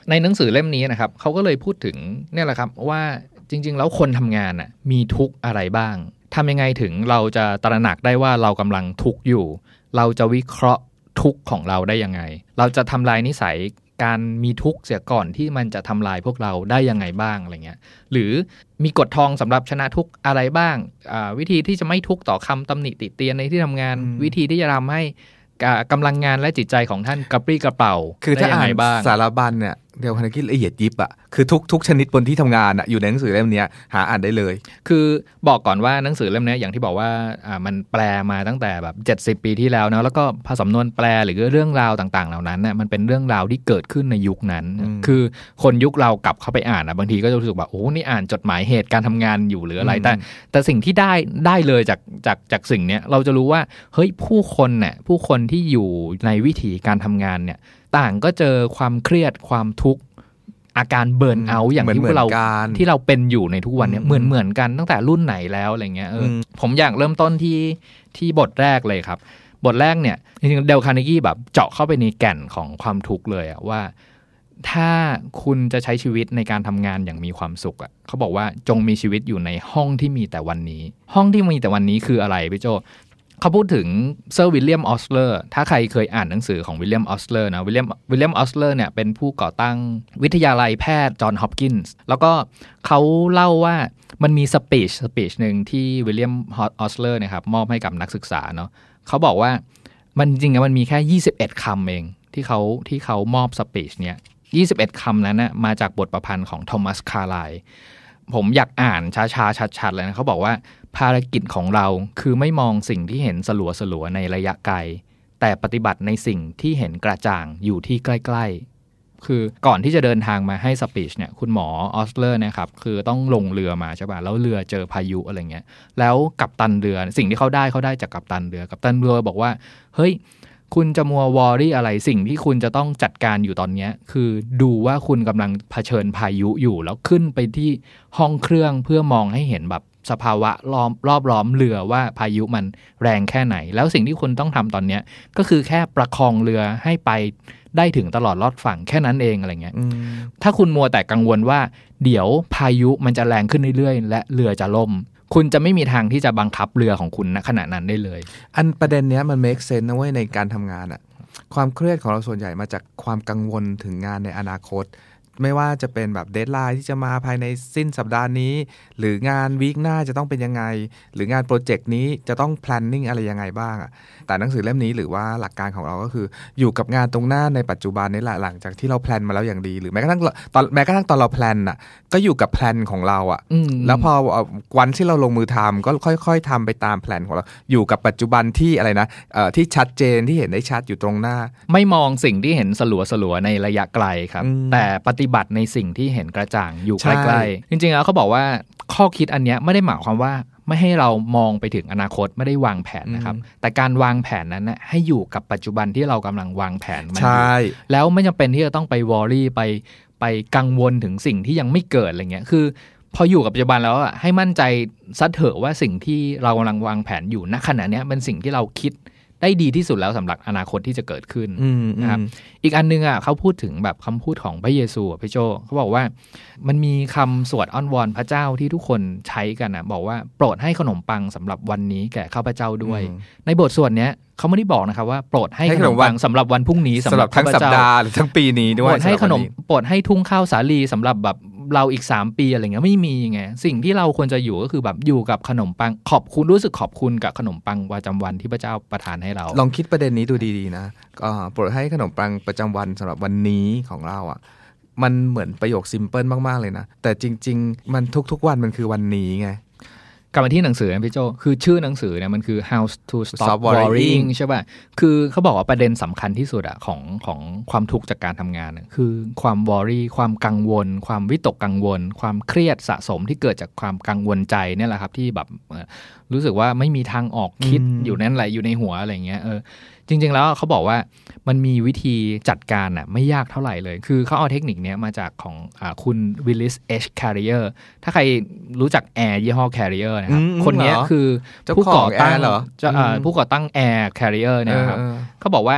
ในหนังสือเล่มนี้นะครับเขาก็เลยพูดถึงเนี่ยแหละครับว่าจริงๆแล้วคนทำงานน่ะมีทุกข์อะไรบ้างทำยังไงถึงเราจะตระหนักได้ว่าเรากำลังทุกข์อยู่เราจะวิเคราะห์ทุกข์ของเราได้ยังไงเราจะทำลายนิสัยการมีทุกข์เสียก่อนที่มันจะทำลายพวกเราได้ยังไงบ้างอะไรเงี้ยหรือมีกฎทองสำหรับชนะทุกข์อะไรบ้างวิธีที่จะไม่ทุกข์ต่อคำตำหนิติเตียนในที่ทำงานวิธีที่จะทำให้กำลังงานและจิตใจของท่านกระปรี้กระเป๋าคือถ้าอ่านสารบัญเนี่ยเดลคาร์เนกี้ละเอียดยิบอ่ะคือทุกชนิดบนที่ทำงานอ่ะอยู่ในหนังสือเล่มนี้หาอ่านได้เลยคือบอกก่อนว่าหนังสือเล่มนี้อย่างที่บอกว่ามันแปลมาตั้งแต่แบบ70 ปีที่แล้วเนาะแล้วก็ผสมนวนแปลหรือเรื่องราวต่างๆเหล่านั้นน่ะมันเป็นเรื่องราวที่เกิดขึ้นในยุคนั้นคือคนยุคเรากลับเข้าไปอ่านบางทีก็จะรู้สึกว่าโอ้นี่อ่านจดหมายเหตุการทำงานอยู่หรืออะไรแต่สิ่งที่ได้เลยจากสิ่งนี้เราจะรู้ว่าเฮ้ยผู้คนที่อยู่ในวิถีการทำงานเนี่ยต่างก็เจอความเครียดความทุกข์อาการเบิร์นเอาท์อย่างที่เราเป็นอยู่ในทุกวันเนี่ยเหมือนกันตั้งแต่รุ่นไหนแล้วอะไรเงี้ยผมอยากเริ่มต้นที่บทแรกเลยครับบทแรกเนี่ยจริงๆเดลคาร์เนกี้แบบเจาะเข้าไปในแก่นของความทุกข์เลยอะว่าถ้าคุณจะใช้ชีวิตในการทำงานอย่างมีความสุขอะเขาบอกว่าจงมีชีวิตอยู่ในห้องที่มีแต่วันนี้ห้องที่มีแต่วันนี้คืออะไรพี่โจเขาพูดถึงเซอร์วิลเลียมออสเลอร์ถ้าใครเคยอ่านหนังสือของวิลเลียมออสเลอร์นะวิลเลียมออสเลอร์เนี่ยเป็นผู้ก่อตั้งวิทยาลัยแพทย์จอห์นฮอปกินส์แล้วก็เขาเล่าว่ามันมีสปีชหนึ่งที่วิลเลียมออสเลอร์เนี่ยครับมอบให้กับนักศึกษาเนาะเขาบอกว่ามันจริงๆมันมีแค่21 คำเองที่เขามอบสปีชเนี่ย21 คำนั้นนะมาจากบทประพันธ์ของโทมัสคาร์ไลล์ผมอยากอ่านช้าๆชัดๆเลยนะเขาบอกว่าภารกิจของเราคือไม่มองสิ่งที่เห็นสลัวๆในระยะไกลแต่ปฏิบัติในสิ่งที่เห็นกระจ่างอยู่ที่ใกล้ๆคือก่อนที่จะเดินทางมาให้สปีชเนี่ยคุณหมอออสเลอร์นะครับคือต้องลงเรือมาใช่ป่ะแล้วเรือเจอพายุอะไรเงี้ยแล้วกัปตันเรือสิ่งที่เขาได้จากกัปตันเรือบอกว่าเฮ้ยคุณจะมัววอรี่อะไรสิ่งที่คุณจะต้องจัดการอยู่ตอนนี้คือดูว่าคุณกำลังเผชิญพายุอยู่แล้วขึ้นไปที่ห้องเครื่องเพื่อมองให้เห็นแบบสภาวะรอบล้อมเรือว่าพายุมันแรงแค่ไหนแล้วสิ่งที่คุณต้องทำตอนนี้ก็คือแค่ประคองเรือให้ไปได้ถึงตลอดรอดฝั่งแค่นั้นเองอะไรเงี้ยถ้าคุณมัวแต่กังวลว่าเดี๋ยวพายุมันจะแรงขึ้นเรื่อยๆและเรือจะล่มคุณจะไม่มีทางที่จะบังคับเรือของคุณณขณะนั้นได้เลยอันประเด็นเนี้ยมัน make sense นะเว้ยในการทำงานอะความเครียดของเราส่วนใหญ่มาจากความกังวลถึงงานในอนาคตไม่ว่าจะเป็นแบบเดดไลน์ที่จะมาภายในสิ้นสัปดาห์นี้หรืองานวีคหน้าจะต้องเป็นยังไงหรืองานโปรเจกต์นี้จะต้อง planning อะไรยังไงบ้างอะแต่หนังสือเล่มนี้หรือว่าหลักการของเราก็คืออยู่กับงานตรงหน้าในปัจจุบันนี่แหละหลังจากที่เราแพลนมาแล้วอย่างดีหรือแม้กระทั่งตอนเราแพลนอะก็อยู่กับแพลนของเราอะแล้วพอวันที่เราลงมือทำก็ค่อยๆทำไปตามแพลนของเราอยู่กับปัจจุบันที่อะไรนะที่ชัดเจนที่เห็นได้ชัดอยู่ตรงหน้าไม่มองสิ่งที่เห็นสลัวๆในระยะไกลครับแต่ปฏิบัติในสิ่งที่เห็นกระจ่างอยู่ใกล้ๆจริงๆแล้วเขาบอกว่าข้อคิดอันนี้ไม่ได้หมายความว่าไม่ให้เรามองไปถึงอนาคตไม่ได้วางแผนนะครับแต่การวางแผนนั้นนะให้อยู่กับปัจจุบันที่เรากำลังวางแผนมันอยู่แล้วไม่จำเป็นที่จะต้องไปวอรี่ไปกังวลถึงสิ่งที่ยังไม่เกิดอะไรเงี้ยคือพออยู่กับปัจจุบันแล้วอ่ะให้มั่นใจซะเถอะว่าสิ่งที่เรากำลังวางแผนอยู่ณขณะนี้เป็นสิ่งที่เราคิดได้ดีที่สุดแล้วสำหรับอนาคตที่จะเกิดขึ้นนะครับอีกอันนึงอ่ะเขาพูดถึงแบบคำพูดของพระเยซูพี่โจเขาบอกว่ามันมีคำสวดอ้อนวอนพระเจ้าที่ทุกคนใช้กันนะบอกว่าโปรดให้ขนมปังสำหรับวันนี้แก่ข้าพเจ้าด้วยในบทสวดเนี้ยเขาไม่ได้บอกนะครับว่าโปรดให้ขนมปังสำหรับวันพรุ่งนี้สำหรับทั้งสัปดาห์หรือทั้งปีนี้ด้วยโปรดให้โปรดให้ทุ่งข้าวสาลีสำหรับแบบเราอีก3ปีอะไรเงี้ยไม่มีไงสิ่งที่เราควรจะอยู่ก็คือแบบอยู่กับขนมปังขอบคุณรู้สึกขอบคุณกับขนมปังประจำวันที่พระเจ้าประทานให้เราลองคิดประเด็นนี้ดูดีๆนะก็โปรดให้ขนมปังประจำวันสำหรับวันนี้ของเราอ่ะมันเหมือนประโยคซิมเพิลมากๆเลยนะแต่จริงๆมันทุกๆวันมันคือวันนี้ไงกลับมาที่หนังสือนะพี่โจคือชื่อหนังสือเนี่ยมันคือ How to Stop Worrying ใช่ป่ะคือเขาบอกว่าประเด็นสำคัญที่สุดอะของความทุกข์จากการทำงานคือความ worry ความกังวลความวิตกกังวลความเครียดสะสมที่เกิดจากความกังวลใจเนี่ยแหละครับที่แบบรู้สึกว่าไม่มีทางออกคิดอยู่นั่นแหละอยู่ในหัวอะไรเงี้ยจริงๆแล้วเขาบอกว่ามันมีวิธีจัดการน่ะไม่ยากเท่าไหร่เลยคือเขาเอาเทคนิคนี้มาจากของคุณวิลลิส H. Carrier ถ้าใครรู้จักแอร์ยี่ห้อ Carrier นะครับคนนี้คือผู้ก่อตั้งAir Carrier นะครับเขาบอกว่า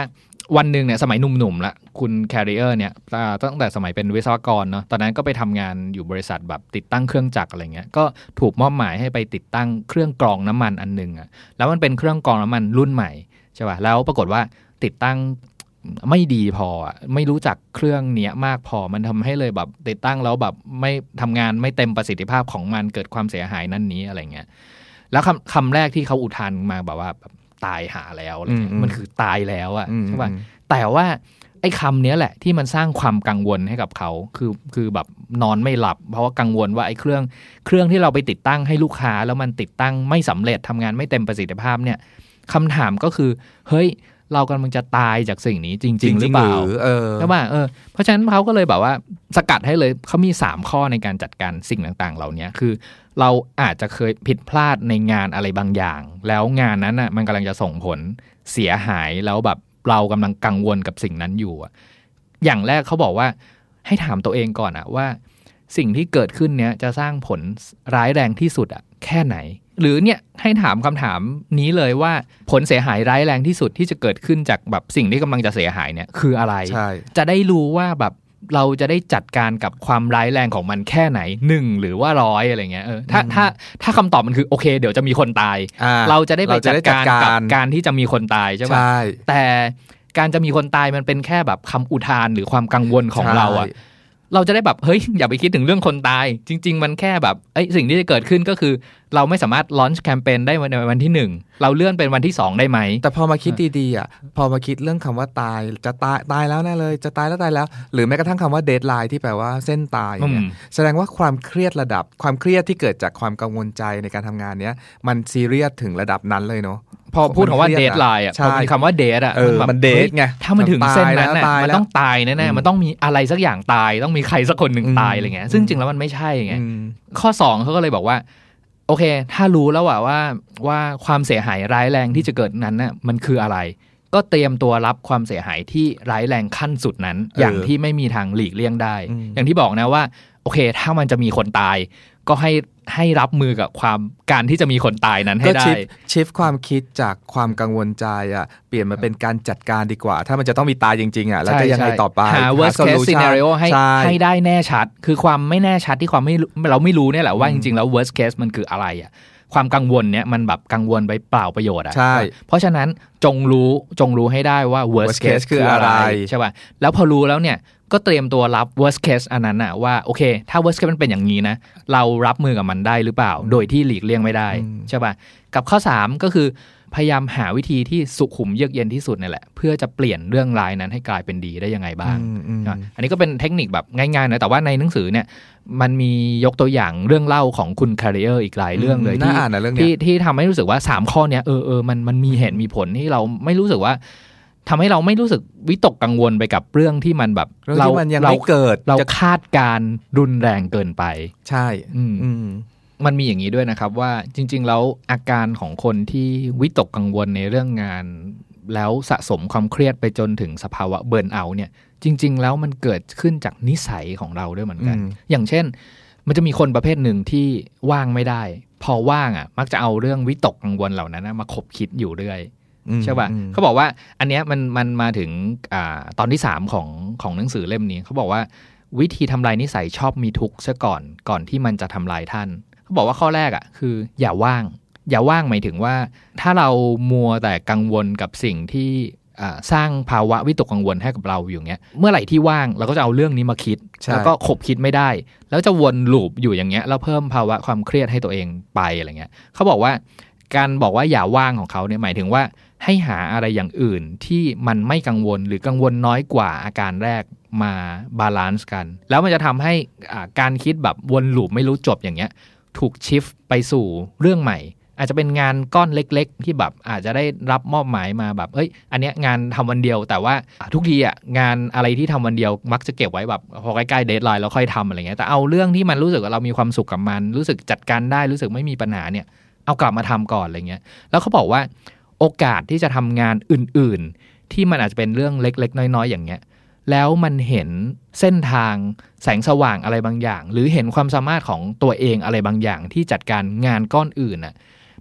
วันหนึ่งเนี่ยสมัยหนุ่มๆละคุณแคริเออร์เนี่ยตั้งแต่สมัยเป็นวิศวกรเนาะตอนนั้นก็ไปทำงานอยู่บริษัทแบบติดตั้งเครื่องจักรอะไรเงี้ยก็ถูกมอบหมายให้ไปติดตั้งเครื่องกรองน้ำมันอันนึงอ่ะแล้วมันเป็นเครื่องกรองน้ำมันรุ่นใหม่ใช่ป่ะแล้วปรากฏว่าติดตั้งไม่ดีพอไม่รู้จักเครื่องเนี้ยมากพอมันทำให้เลยแบบติดตั้งแล้วแบบไม่ทำงานไม่เต็มประสิทธิภาพของมันเกิดความเสียหายนั่นนี้อะไรเงี้ยแล้วคำแรกที่เขาอุทานมาแบบว่าตายหาแล้วอะไรเงี้ยมันคือตายแล้วอะใช่ป่ะแต่ว่าไอ้คำนี้แหละที่มันสร้างความกังวลให้กับเขาคือแบบนอนไม่หลับเพราะว่ากังวลว่าไอ้เครื่องที่เราไปติดตั้งให้ลูกค้าแล้วมันติดตั้งไม่สำเร็จทำงานไม่เต็มประสิทธิภาพเนี่ยคำถามก็คือเฮ้ยเรากำลังจะตายจากสิ่งนี้จริงๆหรือเปล่าใช่ป่ะเพราะฉะนั้นเขาก็เลยแบบว่าสกัดให้เลยเขามี3ข้อในการจัดการสิ่งต่างๆเหล่านี้คือเราอาจจะเคยผิดพลาดในงานอะไรบางอย่างแล้วงานนั้นน่ะมันกำลังจะส่งผลเสียหายแล้วแบบเรากำลังกังวลกับสิ่งนั้นอยู่อย่างแรกเขาบอกว่าให้ถามตัวเองก่อนว่าสิ่งที่เกิดขึ้นเนี้ยจะสร้างผลร้ายแรงที่สุดแค่ไหนหรือเนี่ยให้ถามคำถามนี้เลยว่าผลเสียหายร้ายแรงที่สุดที่จะเกิดขึ้นจากแบบสิ่งที่กำลังจะเสียหายเนี่ยคืออะไรจะได้รู้ว่าแบบเราจะได้จัดการกับความร้ายแรงของมันแค่ไหน1หรือว่า100อะไรเงี้ยถ้าคำตอบมันคือโอเคเดี๋ยวจะมีคนตายเราจะได้ไปจัดการกับการที่จะมีคนตายใช่ป่ะแต่การจะมีคนตายมันเป็นแค่แบบคำอุทานหรือความกังวลของเราเราจะได้แบบเฮ้ยอย่าไปคิดถึงเรื่องคนตายจริงๆมันแค่แบบสิ่งที่จะเกิดขึ้นก็คือเราไม่สามารถลอนช์แคมเปญได้ในวันที่1เราเลื่อนเป็นวันที่2ได้ไหมแต่พอมาคิดดีๆพอมาคิดเรื่องคำว่าตายจะตายแล้วแน่เลยจะตายแล้วหรือแม้กระทั่งคำว่าเดดไลน์ที่แปลว่าเส้นตายเนี่ยแสดงว่าความเครียดความเครียดที่เกิดจากความกังวลใจในการทำงานเนี้ยมันซีเรียสถึงระดับนั้นเลยเนาะพอพูดคำว่าเดดไลน์พอมีคำว่าเดดมันเดดไงถ้ามันถึงเส้นนั้นมันต้องตายแน่ๆมันต้องมีอะไรสักอย่างตายต้องมีใครสักคนหนึ่งตายอะไรเงี้ยซึ่งจริงแล้วมันไม่ใช่ไงข้อ2เขาก็เลยบอกว่าโอเคถ้ารู้แล้วว่าความเสียหายร้ายแรงที่จะเกิดนั้นน่ะมันคืออะไรก็เตรียมตัวรับความเสียหายที่ร้ายแรงขั้นสุดนั้นอย่างที่ไม่มีทางหลีกเลี่ยงได้อย่างที่บอกนะว่าโอเคถ้ามันจะมีคนตายก็ให้รับมือกับการที่จะมีคนตายนั้นให้ได้ก็ชิฟความคิดจากความกังวลใจเปลี่ยนมาเป็นการจัดการดีกว่าถ้ามันจะต้องมีตายจริงๆแล้วจะยังไงต่อไปหา worst case scenario ให้ได้แน่ชัดคือความไม่แน่ชัดที่เราไม่รู้เนี่ยแหละว่าจริงๆแล้ว worst case มันคืออะไรความกังวลเนี่ยมันแบบกังวลไปเปล่าประโยชน์ใช่เพราะฉะนั้นจงรู้ให้ได้ว่า worst case คืออะไรใช่ป่ะแล้วพอรู้แล้วเนี่ยก็เตรียมตัวรับ worst case อันนั้นว่าโอเคถ้า worst case มันเป็นอย่างนี้นะเรารับมือกับมันได้หรือเปล่าโดยที่หลีกเลี่ยงไม่ได้ใช่ป่ะกับข้อ3ก็คือพยายามหาวิธีที่สุขุมเยือกเย็นที่สุดนี่แหละเพื่อจะเปลี่ยนเรื่องร้ายนั้นให้กลายเป็นดีได้ยังไงบ้างอันนี้ก็เป็นเทคนิคแบบง่ายๆนะแต่ว่าในหนังสือเนี่ยมันมียกตัวอย่างเรื่องเล่าของคุณแคริเออร์อีกหลายเรื่องเลยที่ทำให้รู้สึกว่า3ข้อเนี้ยมันมีเหตุมีผลที่เราไม่รู้สึกว่าทำให้เราไม่รู้สึกวิตกกังวลไปกับเรื่องที่มันแบบเราเกิดเราคาดการรุนแรงเกินไปใช่มันมีอย่างนี้ด้วยนะครับว่าจริงๆแล้วอาการของคนที่วิตกกังวลในเรื่องงานแล้วสะสมความเครียดไปจนถึงสภาวะเบิร์นเอาท์เนี่ยจริงๆแล้วมันเกิดขึ้นจากนิสัยของเราด้วยเหมือนกันอย่างเช่นมันจะมีคนประเภทหนึ่งที่ว่างไม่ได้พอว่างมักจะเอาเรื่องวิตกกังวลเหล่านั้นมาคบคิดอยู่เรื่อยใช่ป่ะเขาบอกว่าอันเนี้ยมันมาถึงตอนที่3ของหนังสือเล่มนี้เขาบอกว่าวิธีทำลายนิสัยชอบมีทุกข์ซะก่อนที่มันจะทำลายท่านเขาบอกว่าข้อแรกคืออย่าว่างหมายถึงว่าถ้าเรามัวแต่กังวลกับสิ่งที่สร้างภาวะวิตกกังวลให้กับเราอยู่เงี้ยเมื่อไหร่ที่ว่างเราก็จะเอาเรื่องนี้มาคิดแล้วก็ขบคิดไม่ได้แล้วจะวนลูปอยู่อย่างเงี้ยแล้วเพิ่มภาวะความเครียดให้ตัวเองไปอะไรเงี้ยเขาบอกว่าการบอกว่าอย่าว่างของเขาเนี่ยหมายถึงว่าให้หาอะไรอย่างอื่นที่มันไม่กังวลหรือกังวลน้อยกว่าอาการแรกมาบาลานซ์กันแล้วมันจะทำให้การคิดแบบวนลูปไม่รู้จบอย่างเงี้ยถูกชิฟไปสู่เรื่องใหม่อาจจะเป็นงานก้อนเล็กๆที่แบบอาจจะได้รับมอบหมายมาแบบอันเนี้ยงานทำวันเดียวแต่ว่าทุกทีงานอะไรที่ทำวันเดียวมักจะเก็บไว้แบบพอใกล้ๆเดดไลน์แล้วค่อยทำอะไรเงี้ยแต่เอาเรื่องที่มันรู้สึกว่าเรามีความสุขกับมันรู้สึกจัดการได้รู้สึกไม่มีปัญหาเนี่ยเอากลับมาทำก่อนอะไรเงี้ยแล้วเขาบอกว่าโอกาสที่จะทำงานอื่นๆที่มันอาจจะเป็นเรื่องเล็กๆน้อยๆอย่างเงี้ยแล้วมันเห็นเส้นทางแสงสว่างอะไรบางอย่างหรือเห็นความสามารถของตัวเองอะไรบางอย่างที่จัดการงานก้อนอื่น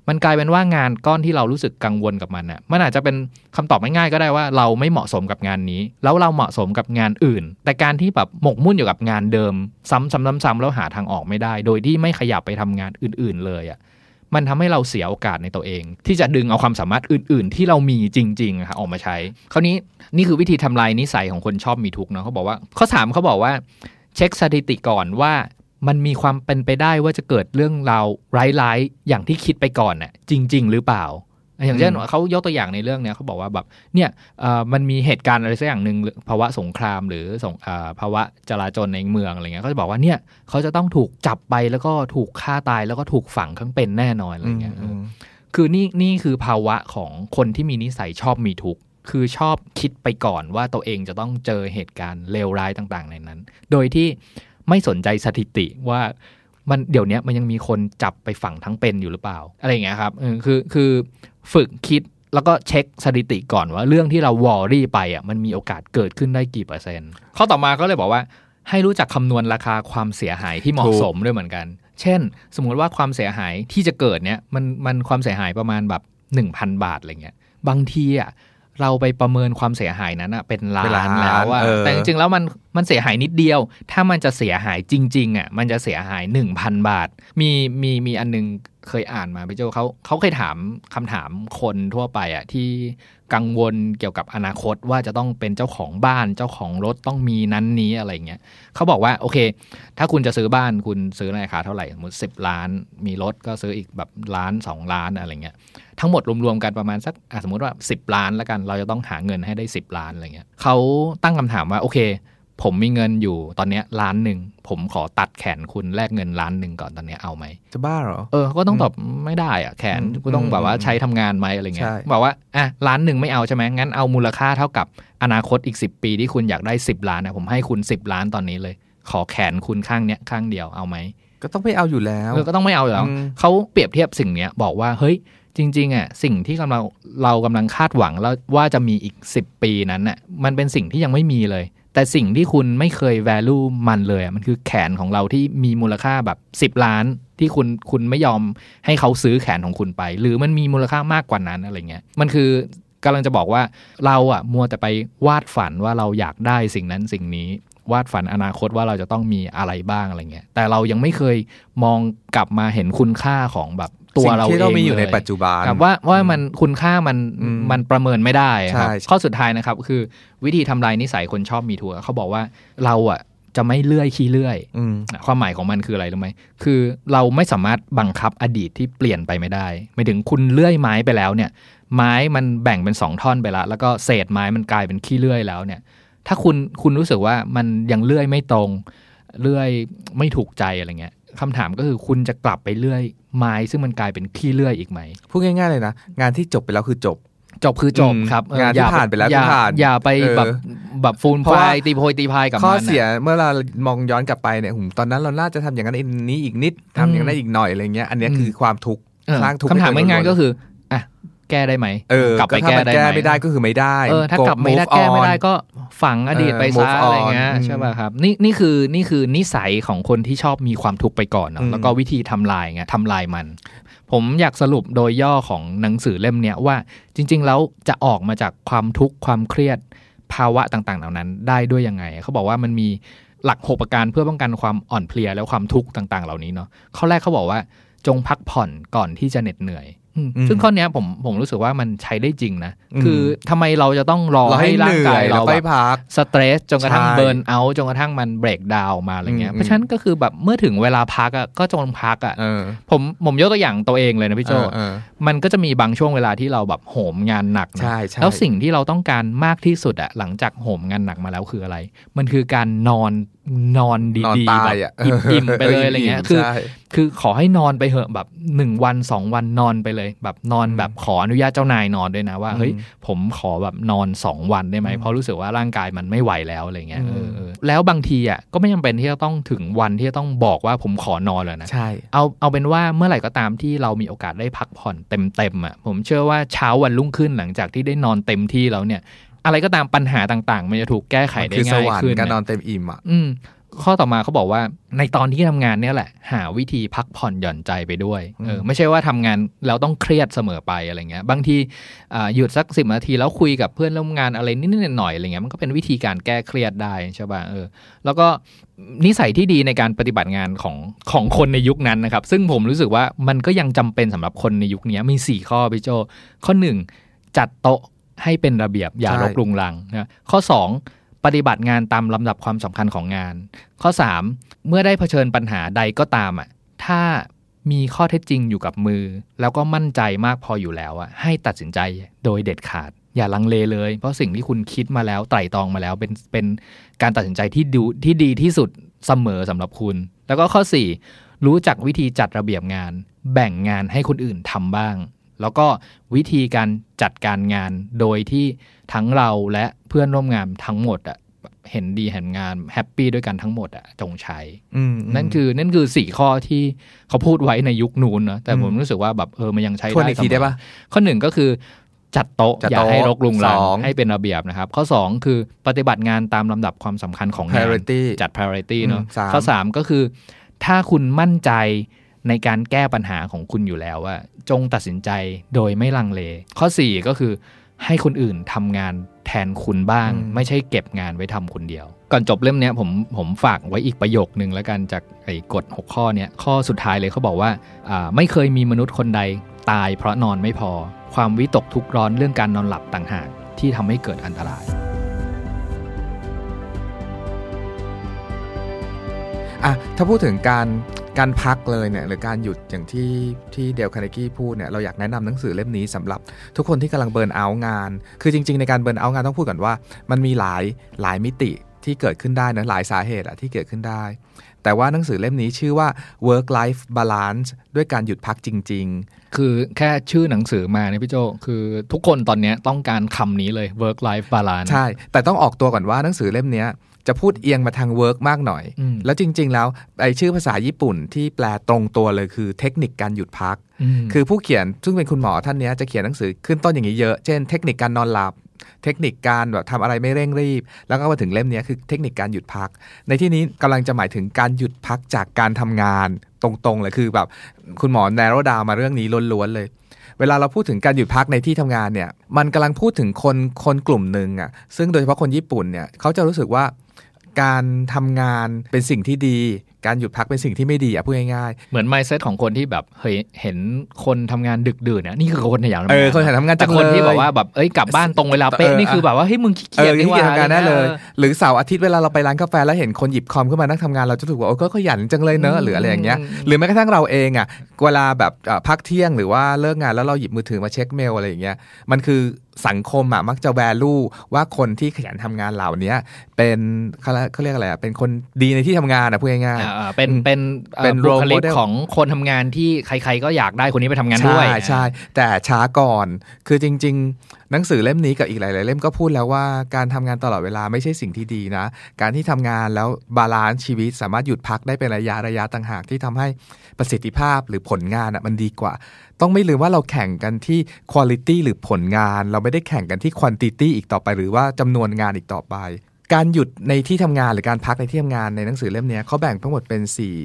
มันกลายเป็นว่างานก้อนที่เรารู้สึกกังวลกับมันน่ะมันอาจจะเป็นคำตอบง่ายๆก็ได้ว่าเราไม่เหมาะสมกับงานนี้แล้วเราเหมาะสมกับงานอื่นแต่การที่แบบหมกมุ่นอยู่กับงานเดิมซ้ำๆๆแล้วหาทางออกไม่ได้โดยที่ไม่ขยับไปทำงานอื่นๆเลยอ่ะมันทำให้เราเสียโอกาสในตัวเองที่จะดึงเอาความสามารถอื่นๆที่เรามีจริงๆออกมาใช้คราวนี้นี่คือวิธีทำลายนิสัยของคนชอบมีทุกข์เนาะเขาบอกว่าข้อ3เขาบอกว่าเช็คสถิติก่อนว่ามันมีความเป็นไปได้ว่าจะเกิดเรื่องราวร้ายๆอย่างที่คิดไปก่อนน่ะจริงๆหรือเปล่าอย่างเช่นเขายกตัวอย่างในเรื่องเนี้ยเขาบอกว่าแบบเนี่ยมันมีเหตุการณ์อะไรสักอย่างนึงภาวะสงครามหรือภาวะจลาจลในเมืองอะไรเงี้ยเขาจะบอกว่าเนี่ยเขาจะต้องถูกจับไปแล้วก็ถูกฆ่าตายแล้วก็ถูกฝังทั้งเป็นแน่นอนอะไรเงี้ยคือนี่คือภาวะของคนที่มีนิสัยชอบมีทุกข์คือชอบคิดไปก่อนว่าตัวเองจะต้องเจอเหตุการณ์เลวร้ายต่างๆในนั้นโดยที่ไม่สนใจสถิติว่ามันเดี๋ยวนี้มันยังมีคนจับไปฝังทั้งเป็นอยู่หรือเปล่าอะไรอย่างเงี้ยครับคือฝึกคิดแล้วก็เช็คสถิติก่อนว่าเรื่องที่เราวอรี่ไปอ่ะมันมีโอกาสเกิดขึ้นได้กี่เปอร์เซ็นต์ข้อต่อมาก็เลยบอกว่าให้รู้จักคำนวณราคาความเสียหายที่เหมาะสมด้วยเหมือนกันเช่นสมมุติว่าความเสียหายที่จะเกิดเนี้ยมันความเสียหายประมาณแบบ 1,000 บาทอะไรเงี้ยบางทีอ่ะเราไปประเมินความเสียหายนั้นอ่ะเป็นล้านแล้วอ่ะแต่จริงๆแล้วมันเสียหายนิดเดียวถ้ามันจะเสียหายจริงๆอ่ะมันจะเสียหาย 1,000 บาทมีอันนึงเคยอ่านมาพี่โจเขาเคยถามคำถามคนทั่วไปอ่ะที่กังวลเกี่ยวกับอนาคตว่าจะต้องเป็นเจ้าของบ้านเจ้าของรถต้องมีนั้นนี้อะไรเงี้ยเขาบอกว่าโอเคถ้าคุณจะซื้อบ้านคุณซื้อในราคาเท่าไหร่สมมติ10 ล้านมีรถก็ซื้ออีกแบบล้าน2 ล้านอะไรเงี้ยทั้งหมดรวมๆกันประมาณสักสมมติว่า10 ล้านแล้วกันเราจะต้องหาเงินให้ได้10 ล้านอะไรเงี้ยเขาตั้งคำถามว่าโอเคผมมีเงินอยู่ตอนนี้1,000,000ผมขอตัดแขนคุณแลกเงิน1,000,000ก่อนตอนนี้เอาไหมจะบ้าเหรอก็ต้องตอบไม่ได้อะแขนกูต้องแบบว่าใช้ทำงานไหมอะไรเงี้ยบอกว่า1,000,000ไม่เอาใช่ไหมงั้นเอามูลค่าเท่ากับอนาคตอีก10 ปีที่คุณอยากได้10 ล้านนะผมให้คุณ10 ล้านตอนนี้เลยขอแขนคุณข้างเนี้ยข้างเดียวเอาไหมก็ต้องไม่เอาอยู่แล้วก็ต้องไม่เอาอยู่แล้วเขาเปรียบเทียบสิ่งเนี้ยบอกว่าเฮ้ยจริงๆอ่ะสิ่งที่เรากำลังคาดหวังแล้วว่าจะมีอีก10 ปีนั้นน่ะมันเป็นสิ่งที่ยังไม่มีเลยแต่สิ่งที่คุณไม่เคย value มันเลยมันคือแขนของเราที่มีมูลค่าแบบ10 ล้านที่คุณไม่ยอมให้เขาซื้อแขนของคุณไปหรือมันมีมูลค่ามากกว่านั้นอะไรเงี้ยมันคือกำลังจะบอกว่าเราอ่ะมัวแต่ไปวาดฝันว่าเราอยากได้สิ่งนั้นสิ่งนี้วาดฝันอนาคตว่าเราจะต้องมีอะไรบ้างอะไรเงี้ยแต่เรายังไม่เคยมองกลับมาเห็นคุณค่าของแบบตัวเราเองที่เรามีอยู่ในปัจจุบันว่ามันคุณค่ามันประเมินไม่ได้ครับข้อสุดท้ายนะครับคือวิธีทำลายนิสัยคนชอบมีทัวร์เขาบอกว่าเราอ่ะจะไม่เลื่อยขี้เลื่อยความหมายของมันคืออะไรรู้ไหมคือเราไม่สามารถบังคับอดีตที่เปลี่ยนไปไม่ได้หมายถึงคุณเลื่อยไม้ไปแล้วเนี่ยไม้มันแบ่งเป็น2 ท่อนไปแล้วก็เศษไม้มันกลายเป็นขี้เลื่อยแล้วเนี่ยถ้าคุณรู้สึกว่ามันยังเลื่อยไม่ตรงเลื่อยไม่ถูกใจอะไรเงี้ยคำถามก็คือคุณจะกลับไปเลื่อยไม้ซึ่งมันกลายเป็นขี้เลื่อยอีกไหมพูดง่ายๆเลยนะงานที่จบไปแล้วคือจบคือจบครับงานที่ผ่านไปแล้วคือผ่านอย่าไปแบบฟูลไฟตีโพยตีพายกับมันข้อเสียเมื่อเรามองย้อนกลับไปเนี่ยตอนนั้นเราน่าจะทำอย่างนั้นนี้อีกนิดทำอย่างนั้นอีกหน่อยอะไรเงี้ยอันนี้คือความทุกข์สร้างทุกข์คำถามง่ายๆก็คือแก้ได้ไหมกลับไปแก้ได้ไหมไม่ได้ก็คือไม่ได้ถ้ากลับไม่ได้แก้ไม่ได้ก็ฝังอดีตไปซะอะไรเงี้ยใช่ป่ะครับนี่คือนิสัยของคนที่ชอบมีความทุกข์ไปก่อนแล้วก็วิธีทำลายมันผมอยากสรุปโดยย่อของหนังสือเล่มเนี้ยว่าจริงๆแล้วจะออกมาจากความทุกข์ความเครียดภาวะต่างๆเหล่านั้นได้ด้วยยังไงเขาบอกว่ามันมีหลัก6 ประการเพื่อป้องกันความอ่อนเพลียและความทุกข์ต่างๆเหล่านี้เนาะข้อแรกเขาบอกว่าจงพักผ่อนก่อนที่จะเหน็ดเหนื่อยซึ่งข้อนี้ผมรู้สึกว่ามันใช้ได้จริงนะคือทำไมเราจะต้องรอให้ร่างกายเราแบบสเตรสจนกระทั่งเบิร์นเอาท์จนกระทั่งมันเบรกดาวน์มาอะไรเงี้ยเพราะฉะนั้นก็คือแบบเมื่อถึงเวลาพักอ่ะก็จงพักอ่ะผมยกตัวอย่างตัวเองเลยนะพี่โจมันก็จะมีบางช่วงเวลาที่เราแบบโหมงานหนักนะแล้วสิ่งที่เราต้องการมากที่สุดอ่ะหลังจากโหมงานหนักมาแล้วคืออะไรมันคือการนอนดีๆแบบอิ่มๆไปเลยอะไรเงี้ยคือขอให้นอนไปเหอะแบบ1 วัน2 วันนอนไปเลยแบบนอนแบบขออนุญาตเจ้านายนอนด้วยนะว่าเฮ้ยผมขอแบบนอน2 วันได้ไหมเพราะรู้สึกว่าร่างกายมันไม่ไหวแล้วอะไรเงี้ยแล้วบางทีอ่ะก็ไม่จำเป็นที่จะต้องถึงวันที่จะต้องบอกว่าผมขอนอนเลยนะใช่เอาเป็นว่าเมื่อไหร่ก็ตามที่เรามีโอกาสได้พักผ่อนเต็มอ่ะผมเชื่อว่าเช้าวันรุ่งขึ้นหลังจากที่ได้นอนเต็มที่แล้วเนี่ยอะไรก็ตามปัญหาต่างๆมันจะถูกแก้ไขได้ง่ายขึ้นการนอนเต็มอิ่มอ่ะข้อต่อมาเขาบอกว่าในตอนที่ทำงานเนี่ยแหละหาวิธีพักผ่อนหย่อนใจไปด้วยไม่ใช่ว่าทำงานแล้วต้องเครียดเสมอไปอะไรเงี้ยบางทีหยุดสัก10 นาทีแล้วคุยกับเพื่อนร่วมงานอะไรนิดๆหน่อยๆอะไรเงี้ยมันก็เป็นวิธีการแก้เครียดได้ใช่ป่ะแล้วก็นิสัยที่ดีในการปฏิบัติงานของคนในยุคนั้นนะครับซึ่งผมรู้สึกว่ามันก็ยังจำเป็นสำหรับคนในยุคนี้มี4ข้อพี่โจข้อ1จัดโต๊ะให้เป็นระเบียบอย่ารกรุงรังนะข้อ2ปฏิบัติงานตามลำดับความสำคัญของงานข้อ3เมื่อได้เผชิญปัญหาใดก็ตามถ้ามีข้อเท็จจริงอยู่กับมือแล้วก็มั่นใจมากพออยู่แล้วให้ตัดสินใจโดยเด็ดขาดอย่าลังเลเลยเพราะสิ่งที่คุณคิดมาแล้วไตร่ตรองมาแล้วเป็นการตัดสินใจที่ดีที่สุดเสมอสำหรับคุณแล้วก็ข้อ4รู้จักวิธีจัดระเบียบงานแบ่งงานให้คนอื่นทำบ้างแล้วก็วิธีการจัดการงานโดยที่ทั้งเราและเพื่อนร่วมงานทั้งหมดเห็นดีเห็นงานแฮปปี้ด้วยกันทั้งหมดจงใช้นั่นคือ4ข้อที่เขาพูดไว้ในยุคนู้นนะแต่ผมรู้สึกว่าแบบมันยังใช้ได้เสมอข้อ1ก็คือจัดโต๊ะอย่าให้รกรุงรังให้เป็นระเบียบนะครับข้อ2คือปฏิบัติงานตามลำดับความสำคัญของงานจัด priority เนาะข้อ3ก็คือถ้าคุณมั่นใจในการแก้ปัญหาของคุณอยู่แล้วจงตัดสินใจโดยไม่ลังเลข้อ4ก็คือให้คนอื่นทำงานแทนคุณบ้างไม่ใช่เก็บงานไว้ทำคนเดียวก่อนจบเล่มนี้ผมฝากไว้อีกประโยคนึงแล้วกันจากไอ้กฎ6ข้อนี้ข้อสุดท้ายเลยเขาบอกว่าไม่เคยมีมนุษย์คนใดตายเพราะนอนไม่พอความวิตกทุกข์ร้อนเรื่องการนอนหลับต่างหากที่ทำให้เกิดอันตรายถ้าพูดถึงการพักเลยเนี่ยหรือการหยุดอย่างที่เดลคาร์เนกี้พูดเนี่ยเราอยากแนะนำหนังสือเล่มนี้สำหรับทุกคนที่กำลังเบิร์นเอาท์งานคือจริงๆในการเบิร์นเอาท์งานต้องพูดก่อนว่ามันมีหลายมิติที่เกิดขึ้นได้นะหลายสาเหตุที่เกิดขึ้นได้แต่ว่าหนังสือเล่มนี้ชื่อว่า work life balance ด้วยการหยุดพักจริงๆคือแค่ชื่อหนังสือมาเนี่ยพี่โจคือทุกคนตอนนี้ต้องการคำนี้เลย work life balance ใช่แต่ต้องออกตัวก่อนว่าหนังสือเล่มนี้จะพูดเอียงมาทาง work มากหน่อยแล้วจริงๆแล้วไอ้ชื่อภาษาญี่ปุ่นที่แปลตรงตัวเลยคือเทคนิคการหยุดพักคือผู้เขียนซึ่งเป็นคุณหมอท่านนี้จะเขียนหนังสือขึ้นต้นอย่างนี้เยอะเช่นเทคนิคการนอนหลับเทคนิคการแบบทำอะไรไม่เร่งรีบแล้วก็มาถึงเล่มนี้คือเทคนิคการหยุดพักในที่นี้กำลังจะหมายถึงการหยุดพักจากการทำงานตรงๆเลยคือแบบคุณหมอแนโรดาวมาเรื่องนี้ล้วนๆเลยเวลาเราพูดถึงการหยุดพักในที่ทำงานเนี่ยมันกำลังพูดถึงคนกลุ่มหนึ่งซึ่งโดยเฉพาะคนญี่ปุ่นเนี่ยเขาจะรู้สึกว่าการทำงานเป็นสิ่งที่ดีการหยุดพักเป็นสิ่งที่ไม่ดีพูดง่ายๆเหมือน mindset ของคนที่แบบเห็นคนทำงานดึกดื่นนี่คือคนขยันทำงานคนขยันทำงานแต่คนที่บอกว่าแบบกลับบ้านตรงเวลาเป๊ะนี่คือแบบว่าเฮ้ยมึงขี้เกียจนี่ว่าทำงานได้เลยหรือเสาร์อาทิตย์เวลาเราไปร้านกาแฟแล้วเห็นคนหยิบคอมขึ้นมานั่งทำงานเราจะรู้สึกว่าก็ขยันจังเลยเนอะหรืออะไรอย่างเงี้ยหรือแม้กระทั่งเราเองเวลาแบบพักเที่ยงหรือว่าเลิกงานแล้วเราหยิบมือถือมาเช็คเมลอะไรอย่างเงี้ยมันคือสังคมมักจะ value ว่าคนที่ขยันทำงานเหล่านี้เป็นเขาเรียกอะไรเป็นคนดีในที่ทำงานพูดง่ายๆเป็นบุคลิกของคนทำงานที่ใครๆก็อยากได้คนนี้ไปทำงานด้วยใช่แต่ช้าก่อนคือจริงๆหนังสือเล่มนี้กับอีกหลายๆเล่มก็พูดแล้วว่าการทำงานตลอดเวลาไม่ใช่สิ่งที่ดีนะการที่ทำงานแล้วบาลานซ์ชีวิตสามารถหยุดพักได้เป็นระยะต่างหากที่ทำให้ประสิทธิภาพหรือผลงานมันดีกว่าต้องไม่ลืมว่าเราแข่งกันที่ quality หรือผลงานเราไม่ได้แข่งกันที่ quantity อีกต่อไปหรือว่าจำนวนงานอีกต่อไปการหยุดในที่ทำงานหรือการพักในที่ทำงานในหนังสือเล่มนี้เขาแบ่งทั้งหมดเป็น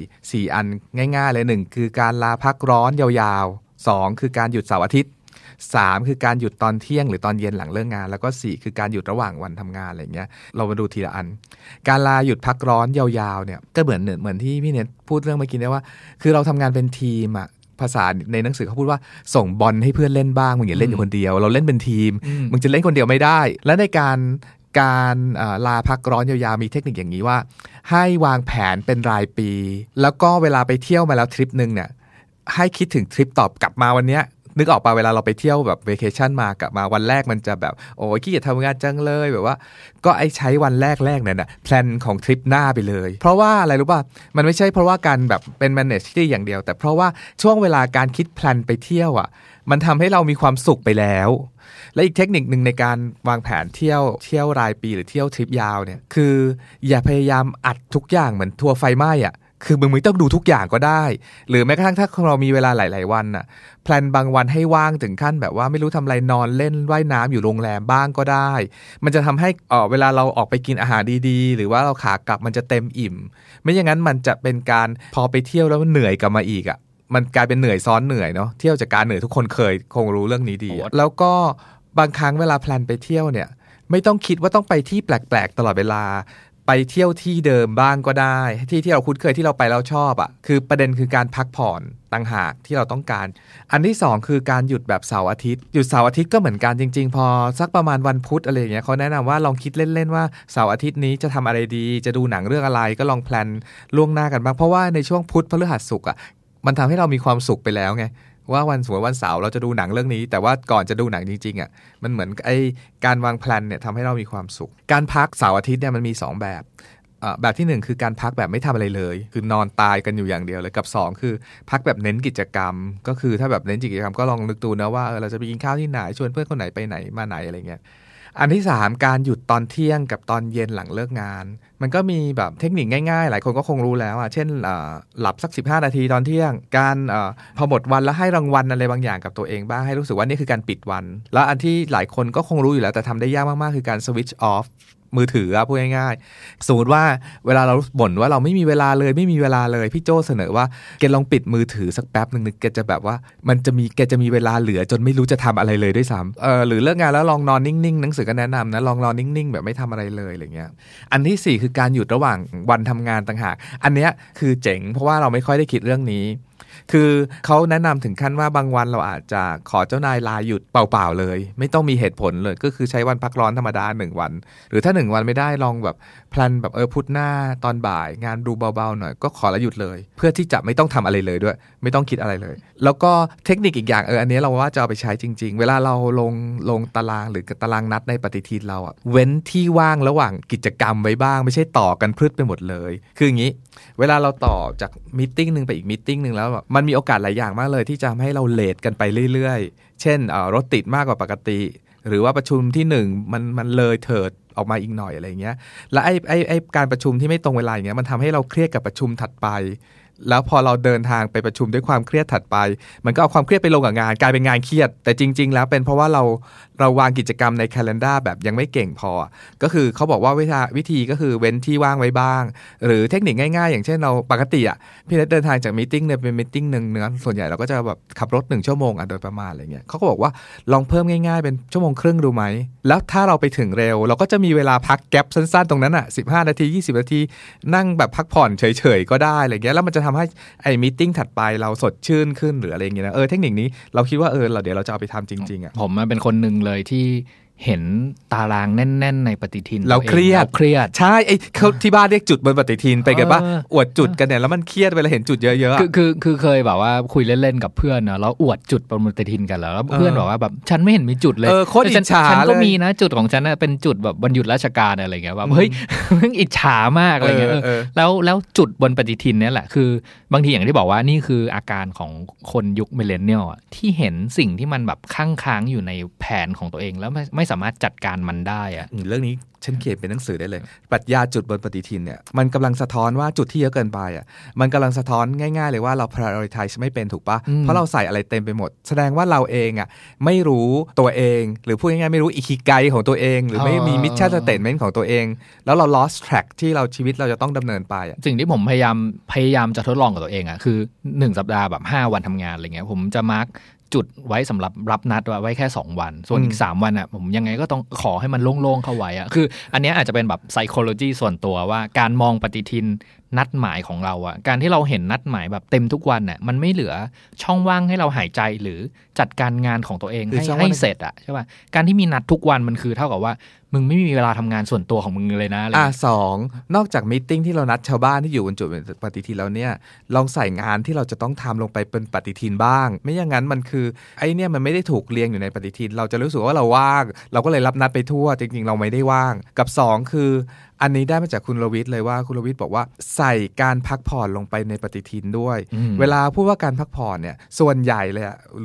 4อันง่ายๆเลย1คือการลาพักร้อนยาวๆ2คือการหยุดเสาร์อาทิตย์3คือการหยุดตอนเที่ยงหรือตอนเย็นหลังเลิกงานแล้วก็4คือการหยุดระหว่างวันทำงานอะไรเงี้ยเรามาดูทีละอันการลาหยุดพักร้อนยาวๆเนี่ยก็เหมือนที่พี่เนทพูดเรื่องเมื่อกี้ได้ว่าคือเราทำงานเป็นทีมภาษาในหนังสือเขาพูดว่าส่งบอลให้เพื่อนเล่นบ้างมึงอย่าเล่นอยู่คนเดียวเราเล่นเป็นทีมมึงจะเล่นคนเดียวไม่ได้และในการลาพักร้อนยาวๆมีเทคนิคอย่างนี้ว่าให้วางแผนเป็นรายปีแล้วก็เวลาไปเที่ยวมาแล้วทริปนึงเนี่ยให้คิดถึงทริปตอบกลับมาวันเนี้ยนึกออกป่ะเวลาเราไปเที่ยวแบบเวเคชั่นมากลับมาวันแรกมันจะแบบโอ้ยขี้เกียจทำงานจังเลยแบบว่าก็ใช้วันแรกเนี่ยนะแพลนของทริปหน้าไปเลยเพราะว่าอะไรรู้ป่ะมันไม่ใช่เพราะว่าการแบบเป็น manage ที่อย่างเดียวแต่เพราะว่าช่วงเวลาการคิดแพลนไปเที่ยวมันทำให้เรามีความสุขไปแล้วและอีกเทคนิคนึงในการวางแผนเที่ยวรายปีหรือเที่ยวทริปยาวเนี่ยคืออย่าพยายามอัดทุกอย่างเหมือนทัวร์ไฟไหม้คือมึงไม่ต้องดูทุกอย่างก็ได้หรือแม้กระทั่งถ้าเรามีเวลาหลายๆวันน่ะแพลนบางวันให้ว่างถึงขั้นแบบว่าไม่รู้ทำอะไรนอนเล่นว่ายน้ำอยู่โรงแรมบ้างก็ได้มันจะทำให้เวลาเราออกไปกินอาหารดีๆหรือว่าเราขากลับมันจะเต็มอิ่มไม่อย่างนั้นมันจะเป็นการพอไปเที่ยวแล้วมันเหนื่อยกลับมาอีกอ่ะมันกลายเป็นเหนื่อยซ้อนเหนื่อยเนาะเที่ยวจากการเหนื่อยทุกคนคงรู้เรื่องนี้ดีแล้วก็บางครั้งเวลาแพลนไปเที่ยวเนี่ยไม่ต้องคิดว่าต้องไปที่แปลกๆตลอดเวลาไปเที่ยวที่เดิมบ้างก็ได้ที่เราคุ้นเคยที่เราไปแล้วชอบอ่ะคือประเด็นคือการพักผ่อนต่างหากที่เราต้องการอันที่สองคือการหยุดแบบเสาร์อาทิตย์หยุดเสาร์อาทิตย์ก็เหมือนกันจริงๆพอสักประมาณวันพุธอะไรอย่างเงี้ยเขาแนะนำว่าลองคิดเล่นๆว่าเสาร์อาทิตย์นี้จะทำอะไรดีจะดูหนังเรื่องอะไรก็ลองแพลนล่วงหน้ากันบ้างเพราะว่าในช่วงพุธพฤหัสศุกร์อ่ะมันทำให้เรามีความสุขไปแล้วไงว่าวันเสาร์เราจะดูหนังเรื่องนี้แต่ว่าก่อนจะดูหนังจริงๆอ่ะมันเหมือนการวางแพลนเนี่ยทำให้เรามีความสุขการพักเสาร์อาทิตย์เนี่ยมันมี2แบบแบบที่1คือการพักแบบไม่ทำอะไรเลยคือนอนตายกันอยู่อย่างเดียวเลยกับ2คือพักแบบเน้นกิจกรรมก็คือถ้าแบบเน้นกิจกรรมก็ลองนึกดูนะว่าเราจะไปกินข้าวที่ไหนชวนเพื่อนคนไหนไปไหนมาไหนอะไรเงี้ยอันที่3การหยุดตอนเที่ยงกับตอนเย็นหลังเลิกงานมันก็มีแบบเทคนิคง่ายๆหลายคนก็คงรู้แล้วเช่นหลับสัก15นาทีตอนเที่ยงการพอหมดวันแล้วให้รางวัลอะไรบางอย่างกับตัวเองบ้างให้รู้สึกว่านี่คือการปิดวันแล้วอันที่หลายคนก็คงรู้อยู่แล้วแต่ทำได้ยากมากๆคือการ switch offมือถือพูดง่ายๆสมมติว่าเวลาเราบ่นว่าเราไม่มีเวลาเลยพี่โจเสนอว่าแกลองปิดมือถือสักแป๊บนึงแกจะแบบว่าแกจะมีเวลาเหลือจนไม่รู้จะทำอะไรเลยด้วยซ้ำหรือเลิกงานแล้วลองนอนนิ่งๆหนังสือก็แนะนำนะลองนอนนิ่งๆแบบไม่ทำอะไรเลยอะไรเงี้ยอันที่4คือการหยุดระหว่างวันทำงานต่างหากอันเนี้ยคือเจ๋งเพราะว่าเราไม่ค่อยได้คิดเรื่องนี้คือเขาแนะนำถึงขั้นว่าบางวันเราอาจจะขอเจ้านายลาหยุดเปล่าๆเลยไม่ต้องมีเหตุผลเลยก็คือใช้วันพักร้อนธรรมดา1วันหรือถ้า1วันไม่ได้ลองแบบแพลนแบบพุธหน้าตอนบ่ายงานดูเบาๆหน่อยก็ขอละหยุดเลยเพื่อที่จะไม่ต้องทำอะไรเลยด้วยไม่ต้องคิดอะไรเลยแล้วก็เทคนิคอีกอย่างอันนี้เราว่าจะเอาไปใช้จริงๆเวลาเราลงตารางหรือตารางนัดในปฏิทินเราเว้นที่ว่างระหว่างกิจกรรมไว้บ้างไม่ใช่ต่อกันพรึดไปหมดเลยคืออย่างนี้เวลาเราต่อจากมีตติ้งนึงไปอีกมีตติ้งนึงแล้วมันมีโอกาสหลายอย่างมากเลยที่จะทำให้เราเลทกันไปเรื่อยๆเช่นรถติดมากกว่าปกติหรือว่าประชุมที่1มันเลยเถิดออกมาอีกหน่อยอะไรเงี้ยและไอ้การประชุมที่ไม่ตรงเวลาอย่างเงี้ยมันทำให้เราเครียดกับประชุมถัดไปแล้วพอเราเดินทางไปประชุมด้วยความเครียดถัดไปมันก็เอาความเครียดไปลงกับงานกลายเป็นงานเครียดแต่จริงๆแล้วเป็นเพราะว่าเราวางกิจกรรมใน calendar แบบยังไม่เก่งพอก็คือเขาบอกว่าวิธีก็คือเว้นที่ว่างไว้บ้างหรือเทคนิคง่ายๆอย่างเช่นเราปกติพี่เนทเดินทางจากมีตติ้งเนี่ยเป็นมีตติ้งนึงเนื้อส่วนใหญ่เราก็จะแบบขับรถ1ชั่วโมงโดยประมาณอะไรเงี้ยเขาก็บอกว่าลองเพิ่มง่ายๆเป็นชั่วโมงครึ่งดูไหมแล้วถ้าเราไปถึงเร็วเราก็จะมีเวลาพักแก๊ปสั้นๆตรงนั้น15นาที20นาทีนั่งแบบพักผ่อนเฉยๆก็ได้อะไรเงี้ยแล้วมันจะทำให้ไอ้มีตติ้งถัดไปเราสดชื่นขึ้นหรืออะไรอย่างเงี้ยนะเทคนิคนี้เราคิดว่าเดี๋ยวเราจะเอาไปทำจริงๆผมเป็นคนหนึ่งเลยที่เห็นตารางแน่นๆในปฏิทินเราเครียดใช่เขาที่บ้านเรียกจุดบนปฏิทินไปกันว่าอวดจุดกันเนี่ยแล้วมันเครียดเวลาเห็นจุดเยอะๆคือเคยแบบว่าคุยเล่นๆกับเพื่อนนะแล้วอวดจุดบนปฏิทินกันแล้วเพื่อนบอกว่าแบบฉันไม่เห็นมีจุดเลยโคตรอิจฉาฉันก็มีนะจุดของฉันเป็นจุดแบบวันหยุดราชการอะไรเงี้ยว่าเฮ้ยอิจฉามากอะไรเงี้ยแล้วจุดบนปฏิทินเนี่ยแหละคือบางทีอย่างที่บอกว่านี่คืออาการของคนยุคมิลเลนเนียลที่เห็นสิ่งที่มันแบบค้างอยู่ในแผนของตัวเองแล้วไม่สามารถจัดการมันได้เรื่องนี้ฉันเขียนเป็นหนังสือได้เลยปรัชญาจุดบนปฏิทินเนี่ยมันกำลังสะท้อนว่าจุดที่เยอะเกินไปมันกำลังสะท้อนง่ายๆเลยว่าเรา prioritize ไม่เป็นถูกปะเพราะเราใส่อะไรเต็มไปหมดแสดงว่าเราเองไม่รู้ตัวเองหรือพูดง่ายๆไม่รู้อิคิไกของตัวเองหรือไม่มี mission statement ของตัวเองแล้วเรา lost track ที่ชีวิตเราจะต้องดำเนินไปสิ่งที่ผมพยายามจะทดลองกับตัวเองคือ1สัปดาห์แบบ5วันทำงานอะไรเงี้ยผมจะมาร์คจุดไว้สำหรับรับนัดไว้แค่2วันส่วนอีก3วันผมยังไงก็ต้องขอให้มันโล่งๆเข้าไว้คืออันนี้อาจจะเป็นแบบ psychology ส่วนตัวว่าการมองปฏิทินนัดหมายของเราการที่เราเห็นนัดหมายแบบเต็มทุกวันมันไม่เหลือช่องว่างให้เราหายใจหรือจัดการงานของตัวเองให้เสร็จใช่ป่ะการที่มีนัดทุกวันมันคือเท่ากับว่ามึงไม่มีเวลาทำงานส่วนตัวของมึงเลยนะ 2นอกจากมีตติ้งที่เรานัดชาวบ้านที่อยู่บนจุดปฏิทินแล้วเนี่ยลองใส่งานที่เราจะต้องทำลงไปเป็นปฏิทินบ้างไม่อย่างนั้นมันคือเนี่ยมันไม่ได้ถูกเรียงอยู่ในปฏิทินเราจะรู้สึกว่าเราว่างเราก็เลยรับนัดไปทั่วจริงๆเราไม่ได้ว่างกับ2คืออันนี้ได้มาจากคุณรวิทย์เลยว่าคุณรวิทย์บอกว่าใส่การพักผ่อนลงไปในปฏิทินด้วยเวลาพูดว่าการพักผ่อนเนี่ยส่วนใหญ่เลยหรือกระทั่งโจ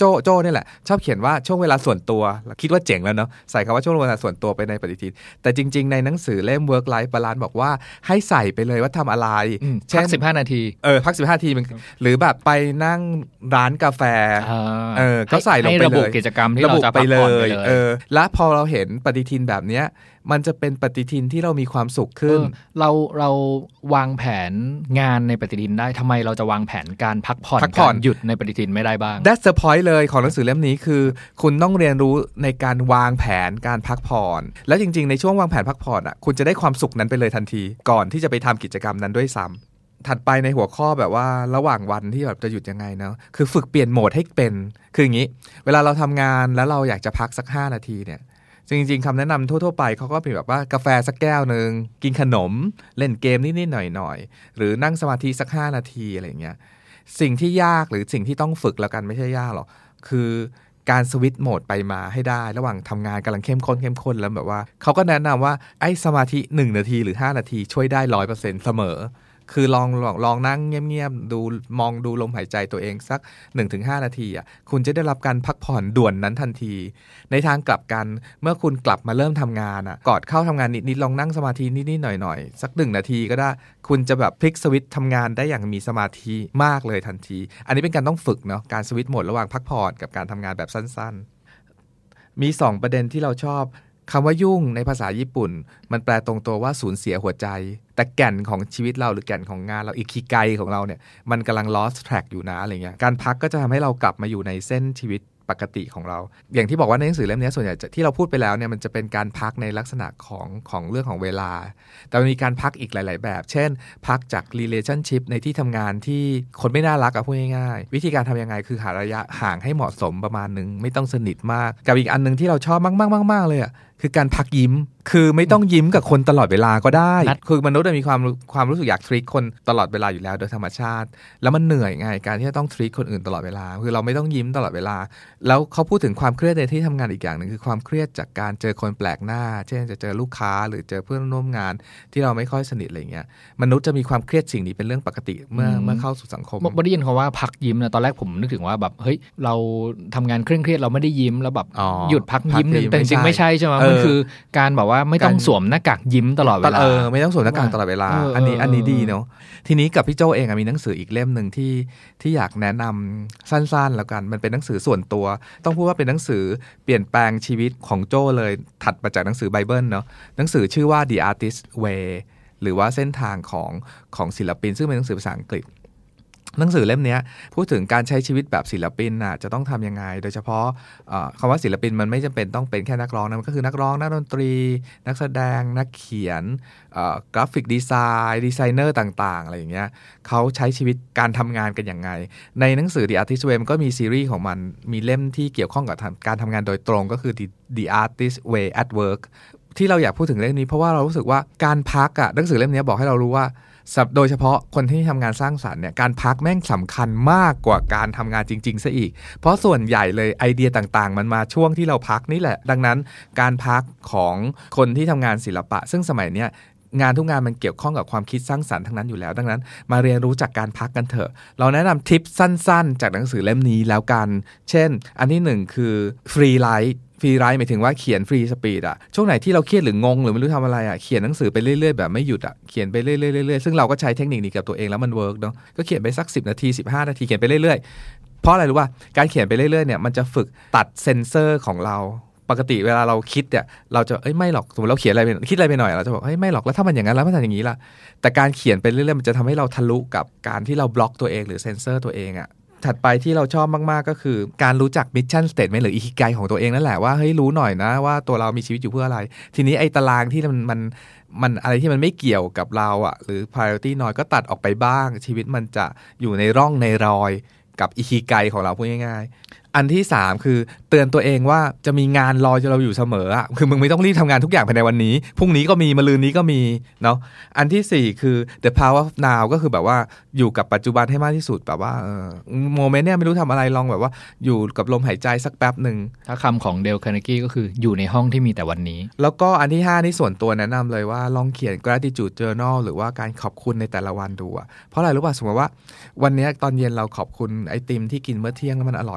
โจ้นี่แหละชอบเขียนว่าช่วงเวลาส่วนตัวคิดว่าเจ๋งแล้วเนาะใส่คำว่าช่วงเวลาส่วนตัวไปในปฏิทินแต่จริงๆในหนังสือเล่ม Work Life Balance บอกว่าให้ใส่ไปเลยว่าทำอะไรพัก15 นาทีพัก15 นาทีหรือแบบไปนั่งร้านกาแฟก็ใส่ลงไปเลยระบุกิจกรรมที่เราจะพักผ่อนไปเลยและพอเราเห็นปฏิทินแบบเนี้ยมันจะเป็นปฏิทินที่เรามีความสุขขึ้นเราวางแผนงานในปฏิทินได้ทำไมเราจะวางแผนการพักผ่อนการหยุดในปฏิทินไม่ได้บ้าง That's the point เลยของหนังสือเล่มนี้คือคุณต้องเรียนรู้ในการวางแผนการพักผ่อนแล้วจริงๆในช่วงวางแผนพักผ่อนอ่ะคุณจะได้ความสุขนั้นไปเลยทันทีก่อนที่จะไปทำกิจกรรมนั้นด้วยซ้ำถัดไปในหัวข้อแบบว่าระหว่างวันที่แบบจะหยุดยังไงเนาะคือฝึกเปลี่ยนโหมดให้เป็นคืออย่างนี้เวลาเราทำงานแล้วเราอยากจะพักสัก5 นาทีเนี่ยจริงๆคำแนะนำทั่วๆไปเขาก็เป็นแบบว่ากาแฟสักแก้วนึงกินขนมเล่นเกมนิดๆหน่อยๆหรือนั่งสมาธิสัก5 นาทีอะไรเงี้ยสิ่งที่ยากหรือสิ่งที่ต้องฝึกแล้วกันไม่ใช่ยากหรอกคือการสวิตช์โหมดไปมาให้ได้ระหว่างทำงานกำลังเข้มข้นแล้วแบบว่าเขาก็แนะนำว่าไอ้สมาธิ1 นาทีหรือ5 นาทีช่วยได้ 100% เสมอคือลองนั่งเงียบๆดูมองดูลมหายใจตัวเองสัก 1-5 นาทีอ่ะคุณจะได้รับการพักผ่อนด่วนนั้นทันทีในทางกลับกันเมื่อคุณกลับมาเริ่มทำงานอ่ะก่อนเข้าทำงานนิดๆลองนั่งสมาธินิดๆหน่อยๆสัก1 นาทีก็ได้คุณจะแบบพลิกสวิตช์ทำงานได้อย่างมีสมาธิมากเลยทันทีอันนี้เป็นการต้องฝึกเนาะการสวิตช์โหมดระหว่างพักผ่อนกับการทำงานแบบสั้นๆมี2 ประเด็นที่เราชอบคำว่ายุ่งในภาษาญี่ปุ่นมันแปลตรงตัวว่าสูญเสียหัวใจแต่แก่นของชีวิตเราหรือแก่นของงานเราอิคิไกของเราเนี่ยมันกำลัง lost track อยู่นะอะไรเงี้ยการพักก็จะทำให้เรากลับมาอยู่ในเส้นชีวิตปกติของเราอย่างที่บอกว่าในหนังสือเล่มนี้ส่วนใหญ่ที่เราพูดไปแล้วเนี่ยมันจะเป็นการพักในลักษณะของเรื่องของเวลาแต่มันมีการพักอีกหลายๆแบบเช่นพักจาก relationship ในที่ทำงานที่คนไม่น่ารักพูดง่ายๆวิธีการทำยังไงคือหาระยะห่างให้เหมาะสมประมาณนึงไม่ต้องสนิทมากกับอีกอันนึงที่เราชอบมากๆเลยอ่ะคือการพักยิ้มคือไม่ต้องยิ้มกับคนตลอดเวลาก็ได้คือมนุษย์มีความรู้สึกอยากทรีตคนตลอดเวลาอยู่แล้วโดยธรรมชาติแล้วมันเหนื่อยไงการที่จะต้องทรีตคนอื่นตลอดเวลาคือเราไม่ต้องยิ้มตลอดเวลาแล้วเขาพูดถึงความเครียดในที่ทำงานอีกอย่างนึงคือความเครียดจากการเจอคนแปลกหน้าเช่นจะเจอลูกค้าหรือเจอเพื่อนร่วมงานที่เราไม่ค่อยสนิทอะไรเงี้ยมนุษย์จะมีความเครียดสิ่งนี้เป็นเรื่องปกติเมื่อเข้าสู่สังคมบ่ได้ยินเขาว่าพักยิ้มนะตอนแรกผมนึกถึงว่าแบบเฮ้ยเราทำงานเคร่งเครียดเราไม่ได้ยิ้มแล้วแบบหยุดพักยิ้มนึงแต่จริงไม่ใช่ใช่ไหมมันคือการแบบว่าไม่ต้องสวมหน้ากากยิ้มตลอดเวลาไม่ต้องสวมหน้ากากตลอดเวลาอันนี้ดีเนาะทีนี้กับพี่โจเองมีหนังสืออีกเล่มนึงที่อยากแนะนำสั้นๆแล้วกันมันเป็นหนังสือส่วนตัวต้องพูดว่าเป็นหนังสือเปลี่ยนแปลงชีวิตของโจเลยถัดมาจากหนังสือไบเบิลเนาะหนังสือชื่อว่า The Artist Way หรือว่าเส้นทางของศิลปินซึ่งเป็นหนังสือภาษาอังกฤษหนังสือเล่มนี้พูดถึงการใช้ชีวิตแบบศิลปินจะต้องทำยังไงโดยเฉพาะคำว่าศิลปินมันไม่จำเป็นต้องเป็นแค่นักร้องนะมันก็คือนักร้องนักดนตรีนักแสดงนักเขียนกราฟิกดีไซเนอร์ต่างๆอะไรอย่างเงี้ยเขาใช้ชีวิตการทำงานกันอย่างไงในหนังสือ The Artist Way มันก็มีซีรีส์ของมันมีเล่มที่เกี่ยวข้องกับการทำงานโดยตรงก็คือ The Artist Way at Work ที่เราอยากพูดถึงเรื่องนี้เพราะว่าเรารู้สึกว่าการพักหนังสือเล่มนี้บอกให้เรารู้ว่าโดยเฉพาะคนที่ทำงานสร้างสรรค์เนี่ยการพักแม่งสำคัญมากกว่าการทำงานจริงๆซะอีกเพราะส่วนใหญ่เลยไอเดียต่างๆมันมาช่วงที่เราพักนี่แหละดังนั้นการพักของคนที่ทำงานศิลปะซึ่งสมัยเนี้ยงานทุกงานมันเกี่ยวข้องกับความคิดสร้างสรรค์ทั้งนั้นอยู่แล้วดังนั้นมาเรียนรู้จากการพักกันเถอะเราแนะนำทิปสั้นๆจากหนังสือเล่มนี้แล้วกันเช่นอันที่1คือฟรีไลท์หมายถึงว่าเขียนฟรีสปีดช่วงไหนที่เราเครียดหรืองงหรือไม่รู้ทำอะไรเขียนหนังสือไปเรื่อยๆแบบไม่หยุดเขียนไปเรื่อยๆซึ่งเราก็ใช้เทคนิคนี้กับตัวเองแล้วมันเวิร์กเนาะก็เขียนไปสัก10 นาที15 นาทีเขียนไปเรื่อยๆเพราะอะไรรู้ป่ะการเขียนไปเรื่อยๆเนี่ยมันจะฝึกตัดเซนเซอร์ของเราปกติเวลาเราคิดเนี่ยเราจะไม่หรอกสมมติเราเขียนอะไรคิดอะไรไปหน่อยเราจะบอกไม่หรอกแล้วถ้ามันอย่างนั้นแล้วมันทำอย่างนี้ล่ะแต่การเขียนไปเรื่อยๆมันจะทำให้เราทะลุกับการที่เราบล็อกตัวเองหรือเซนเซอร์ตัวเองถัดไปที่เราชอบมากๆก็คือการรู้จักมิชชั่นสเตทเมนต์หรืออิคิไกของตัวเองนั่นแหละว่าเฮ้ยรู้หน่อยนะว่าตัวเรามีชีวิตอยู่เพื่ออะไรทีนี้ไอ้ตารางที่มันอะไรที่มันไม่เกี่ยวกับเราหรือ priority น้อยก็ตัดออกไปบ้างชีวิตมันจะอยู่ในร่องในรอยกับอิคิไกของเราพูดง่ายๆอันที่3คือเตือนตัวเองว่าจะมีงานรอเราอยู่เสมอคือมึงไม่ต้องรีบทำงานทุกอย่างภายในวันนี้พรุ่งนี้ก็มีมะรืนนี้ก็มีเนาะอันที่4คือ the power of now ก็คือแบบว่าอยู่กับปัจจุบันให้มากที่สุดแบบว่าโมเมนต์เนี่ยไม่รู้ทำอะไรลองแบบว่าอยู่กับลมหายใจสักแป๊บนึงถ้าคำของเดล คาร์เนกีก็คืออยู่ในห้องที่มีแต่วันนี้แล้วก็อันที่5นี่ส่วนตัวแนะนำเลยว่าลองเขียน gratitude journal หรือว่าการขอบคุณในแต่ละวันดูเพราะอะไรรู้ป่ะสมมติว่าวันนี้ตอนเย็นเราขอบคุณไอติมที่กินเมื่อเที่ยงแล้วมันอร่อยมาก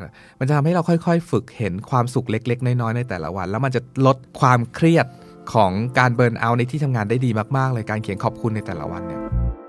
มันจะทำให้เราค่อยๆฝึกเห็นความสุขเล็กๆน้อยๆในแต่ละวันแล้วมันจะลดความเครียดของการเบิร์นเอาท์ในที่ทำงานได้ดีมากๆเลยการเขียนขอบคุณในแต่ละวันเนี่ย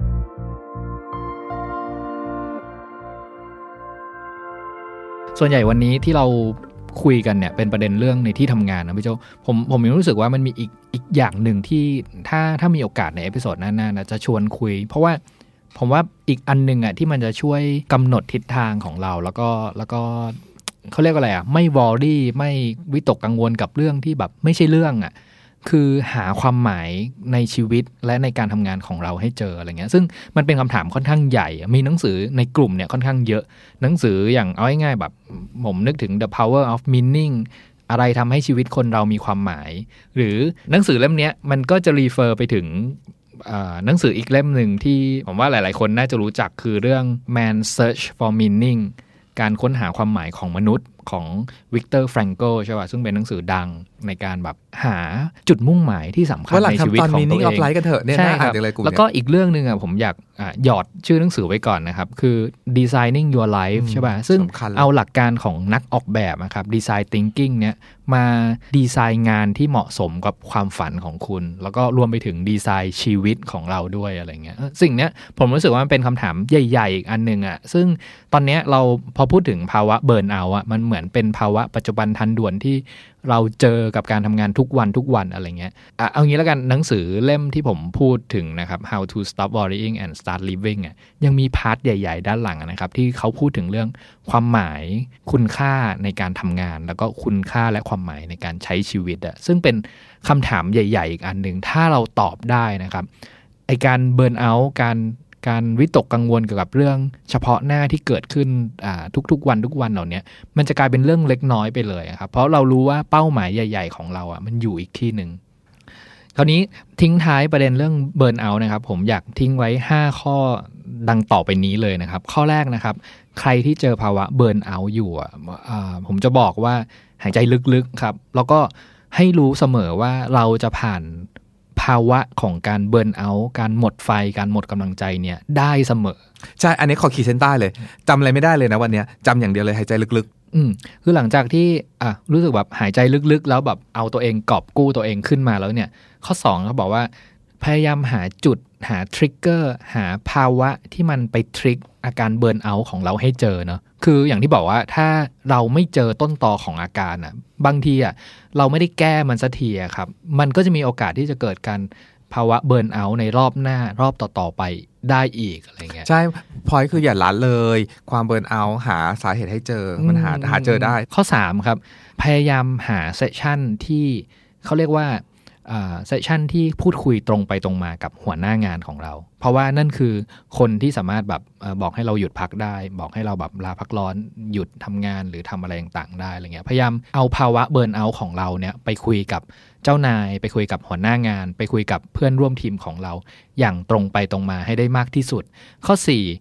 ส่วนใหญ่วันนี้ที่เราคุยกันเนี่ยเป็นประเด็นเรื่องในที่ทำงานนะพี่โจผมยังรู้สึกว่ามันมีอีกอย่างหนึ่งที่ถ้ามีโอกาสในเอพิโซดหน้าๆจะชวนคุยเพราะว่าผมว่าอีกอันนึงอ่ะที่มันจะช่วยกำหนดทิศทางของเราแล้วก็เขาเรียกว่าอะไรอ่ะไม่วอรี่ไม่วิตกกังวลกับเรื่องที่แบบไม่ใช่เรื่องอ่ะคือหาความหมายในชีวิตและในการทำงานของเราให้เจออะไรเงี้ยซึ่งมันเป็นคำถามค่อนข้างใหญ่มีหนังสือในกลุ่มเนี่ยค่อนข้างเยอะหนังสืออย่างเอาง่ายๆแบบผมนึกถึง The Power of Meaning อะไรทำให้ชีวิตคนเรามีความหมายหรือหนังสือเล่มนี้มันก็จะรีเฟอร์ไปถึงหนังสืออีกเล่มหนึ่งที่ผมว่าหลายๆคนน่าจะรู้จักคือเรื่อง Man's Search for Meaning การค้นหาความหมายของมนุษย์ของวิกเตอร์แฟรงโกลใช่ป่ะซึ่งเป็นหนังสือดังในการแบบหาจุดมุ่งหมายที่สำคัญในชีวิตของตัวเองกันเถอะเนี่ยน่าอ่านเลยกลุ่มแล้วก็อีกเรื่องนึงอ่ะผมอยากหยอดชื่อหนังสือไว้ก่อนนะครับคือ Designing Your Life ใช่ป่ะซึ่งเอาหลักการของนักออกแบบนะครับ Design Thinking เนี่ยมาดีไซน์งานที่เหมาะสมกับความฝันของคุณแล้วก็รวมไปถึงดีไซน์ชีวิตของเราด้วยอะไรเงี้ยสิ่งเนี้ยผมรู้สึกว่ามันเป็นคำถามใหญ่ๆอีกอันนึงอ่ะซึ่งตอนเนี้ยเราพอพูดถึงภาวะเบิร์นเอาท์อ่ะมันเหมือนเป็นภาวะปัจจุบันทันด่วนที่เราเจอกับการทำงานทุกวันอะไรเงี้ยเอางี้แล้วกันหนังสือเล่มที่ผมพูดถึงนะครับ How to Stop Worrying and Start Living อ่ะยังมีพาร์ทใหญ่ๆด้านหลังนะครับที่เขาพูดถึงเรื่องความหมายคุณค่าในการทำงานแล้วก็คุณค่าและความหมายในการใช้ชีวิตอ่ะซึ่งเป็นคำถามใหญ่ๆอีกอันหนึ่งถ้าเราตอบได้นะครับไอการเบิร์นเอาท์การวิตกกังวลเกี่ยวกับเรื่องเฉพาะหน้าที่เกิดขึ้นทุกวันเหล่านี้มันจะกลายเป็นเรื่องเล็กน้อยไปเลยครับเพราะเรารู้ว่าเป้าหมายใหญ่ๆของเรามันอยู่อีกที่หนึ่งคราวนี้ทิ้งท้ายประเด็นเรื่องเบิร์นเอาท์นะครับผมอยากทิ้งไว้5ข้อดังต่อไปนี้เลยนะครับข้อแรกนะครับใครที่เจอภาวะเบิร์นเอาท์อยู่ผมจะบอกว่าหายใจลึกๆครับแล้วก็ให้รู้เสมอว่าเราจะผ่านภาวะของการเบิร์นเอาท์การหมดไฟการหมดกำลังใจเนี่ยได้เสมอใช่อันนี้ขอขีดเส้นใต้เลยจำอะไรไม่ได้เลยนะวันนี้จำอย่างเดียวเลยหายใจลึกๆคือหลังจากที่รู้สึกแบบหายใจลึกๆแล้วแบบเอาตัวเองกอบกู้ตัวเองขึ้นมาแล้วเนี่ยข้อ2เขาบอกว่าพยายามหาจุดหาทริกเกอร์หาภาวะที่มันไปทริกอาการเบิร์นเอาท์ของเราให้เจอเนาะคืออย่างที่บอกว่าถ้าเราไม่เจอต้นตอของอาการบางทีเราไม่ได้แก้มันสักทีครับมันก็จะมีโอกาสที่จะเกิดการภาวะเบิร์นเอาท์ในรอบหน้ารอบต่อๆไปได้อีกอะไรเงี้ยใช่พอยคืออย่าละเลยความเบิร์นเอาท์หาสาเหตุให้เจอมันหาเจอได้ข้อ3ครับพยายามหาเซสชั่นที่เขาเรียกว่าเซสชั่นที่พูดคุยตรงไปตรงมากับหัวหน้างานของเราเพราะว่านั่นคือคนที่สามารถแบบบอกให้เราหยุดพักได้บอกให้เราแบบลาพักร้อนหยุดทำงานหรือทำอะไรต่างๆได้อะไรเงี้ยพยายามเอาภาวะเบิร์นเอาท์ของเราเนี่ยไปคุยกับเจ้านายไปคุยกับหัวหน้างานไปคุยกับเพื่อนร่วมทีมของเราอย่างตรงไปตรงมาให้ได้มากที่สุดข้อ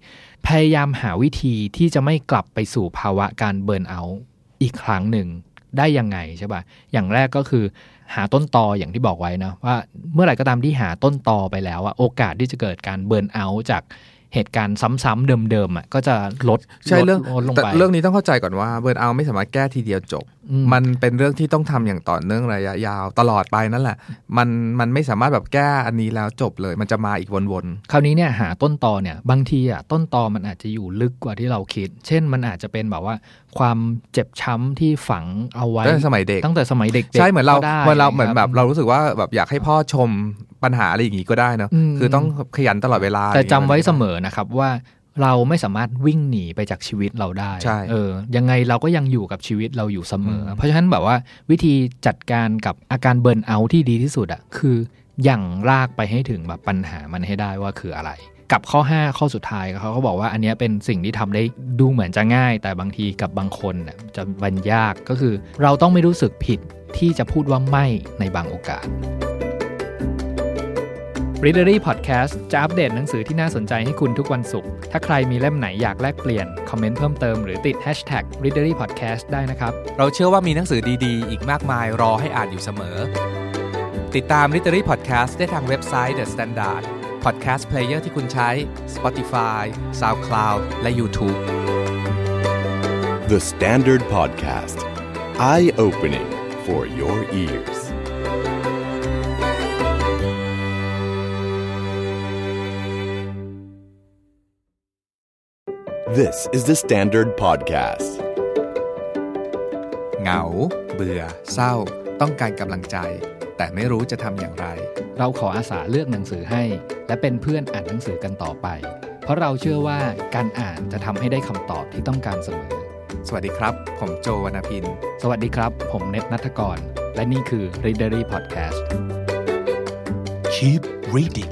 4พยายามหาวิธีที่จะไม่กลับไปสู่ภาวะการเบิร์นเอาท์อีกครั้งหนึ่งได้ยังไงใช่ป่ะอย่างแรกก็คือหาต้นตออย่างที่บอกไว้นะว่าเมื่อไหร่ก็ตามที่หาต้นตอไปแล้วโอกาสที่จะเกิดการเบิร์นเอาท์จากเหตุการณ์ซ้ำๆเดิมๆก็จะลดลงไปเรื่องนี้ต้องเข้าใจก่อนว่าเบิร์นเอาท์ไม่สามารถแก้ทีเดียวจบมันเป็นเรื่องที่ต้องทำอย่างต่อเนื่องระยะยาวตลอดไปนั่นแหละมันไม่สามารถแบบแก้อันนี้แล้วจบเลยมันจะมาอีกวนๆคราวนี้เนี่ยหาต้นตอเนี่ยบางทีต้นตอมันอาจจะอยู่ลึกกว่าที่เราคิดเช่นมันอาจจะเป็นแบบว่าความเจ็บช้ำที่ฝังเอาไว้ตั้งแต่สมัยเด็กใช่เหมือนเราเหมือนแบบเรารู้สึกว่าแบบอยากให้พ่อชมปัญหาอะไรอย่างงี้ก็ได้เนาะคือต้องขยันตลอดเวลาแต่จำไว้เสมอนะครับว่าเราไม่สามารถวิ่งหนีไปจากชีวิตเราได้ยังไงเราก็ยังอยู่กับชีวิตเราอยู่เสมอเพราะฉะนั้นแบบว่าวิธีจัดการกับอาการเบิร์นเอาท์ที่ดีที่สุดคืออย่างรากไปให้ถึงแบบปัญหามันให้ได้ว่าคืออะไรกับข้อ5ข้อสุดท้ายเขาบอกว่าอันนี้เป็นสิ่งที่ทำได้ดูเหมือนจะง่ายแต่บางทีกับบางคนจะบันยากก็คือเราต้องไม่รู้สึกผิดที่จะพูดว่าไม่ในบางโอกาสReadery Podcast จะอัปเดตหนังสือที่น่าสนใจให้คุณทุกวันศุกร์ถ้าใครมีเล่มไหนอยากแลกเปลี่ยนคอมเมนต์เพิ่มเติมหรือติด hashtag Readery Podcast ได้นะครับเราเชื่อว่ามีหนังสือดีๆอีกมากมายรอให้อ่านอยู่เสมอติดตาม Readery Podcast ได้ทางเว็บไซต์ The Standard Podcast Player ที่คุณใช้ Spotify, SoundCloud และ YouTube The Standard Podcast. Eye-opening for your ears. This is the Standard Podcast. เหงาเบื่อเศร้าต้องการกำลังใจแต่ไม่รู้จะทำอย่างไรเราขออาสาเลือกหนังสือให้และเป็นเพื่อนอ่านหนังสือกันต่อไปเพราะเราเชื่อว่าการอ่านจะทำให้ได้คำตอบที่ต้องการเสมอสวัสดีครับผมโจวรรณพินสวัสดีครับผมเนตณัฐกรและนี่คือ Readery Podcast Keep reading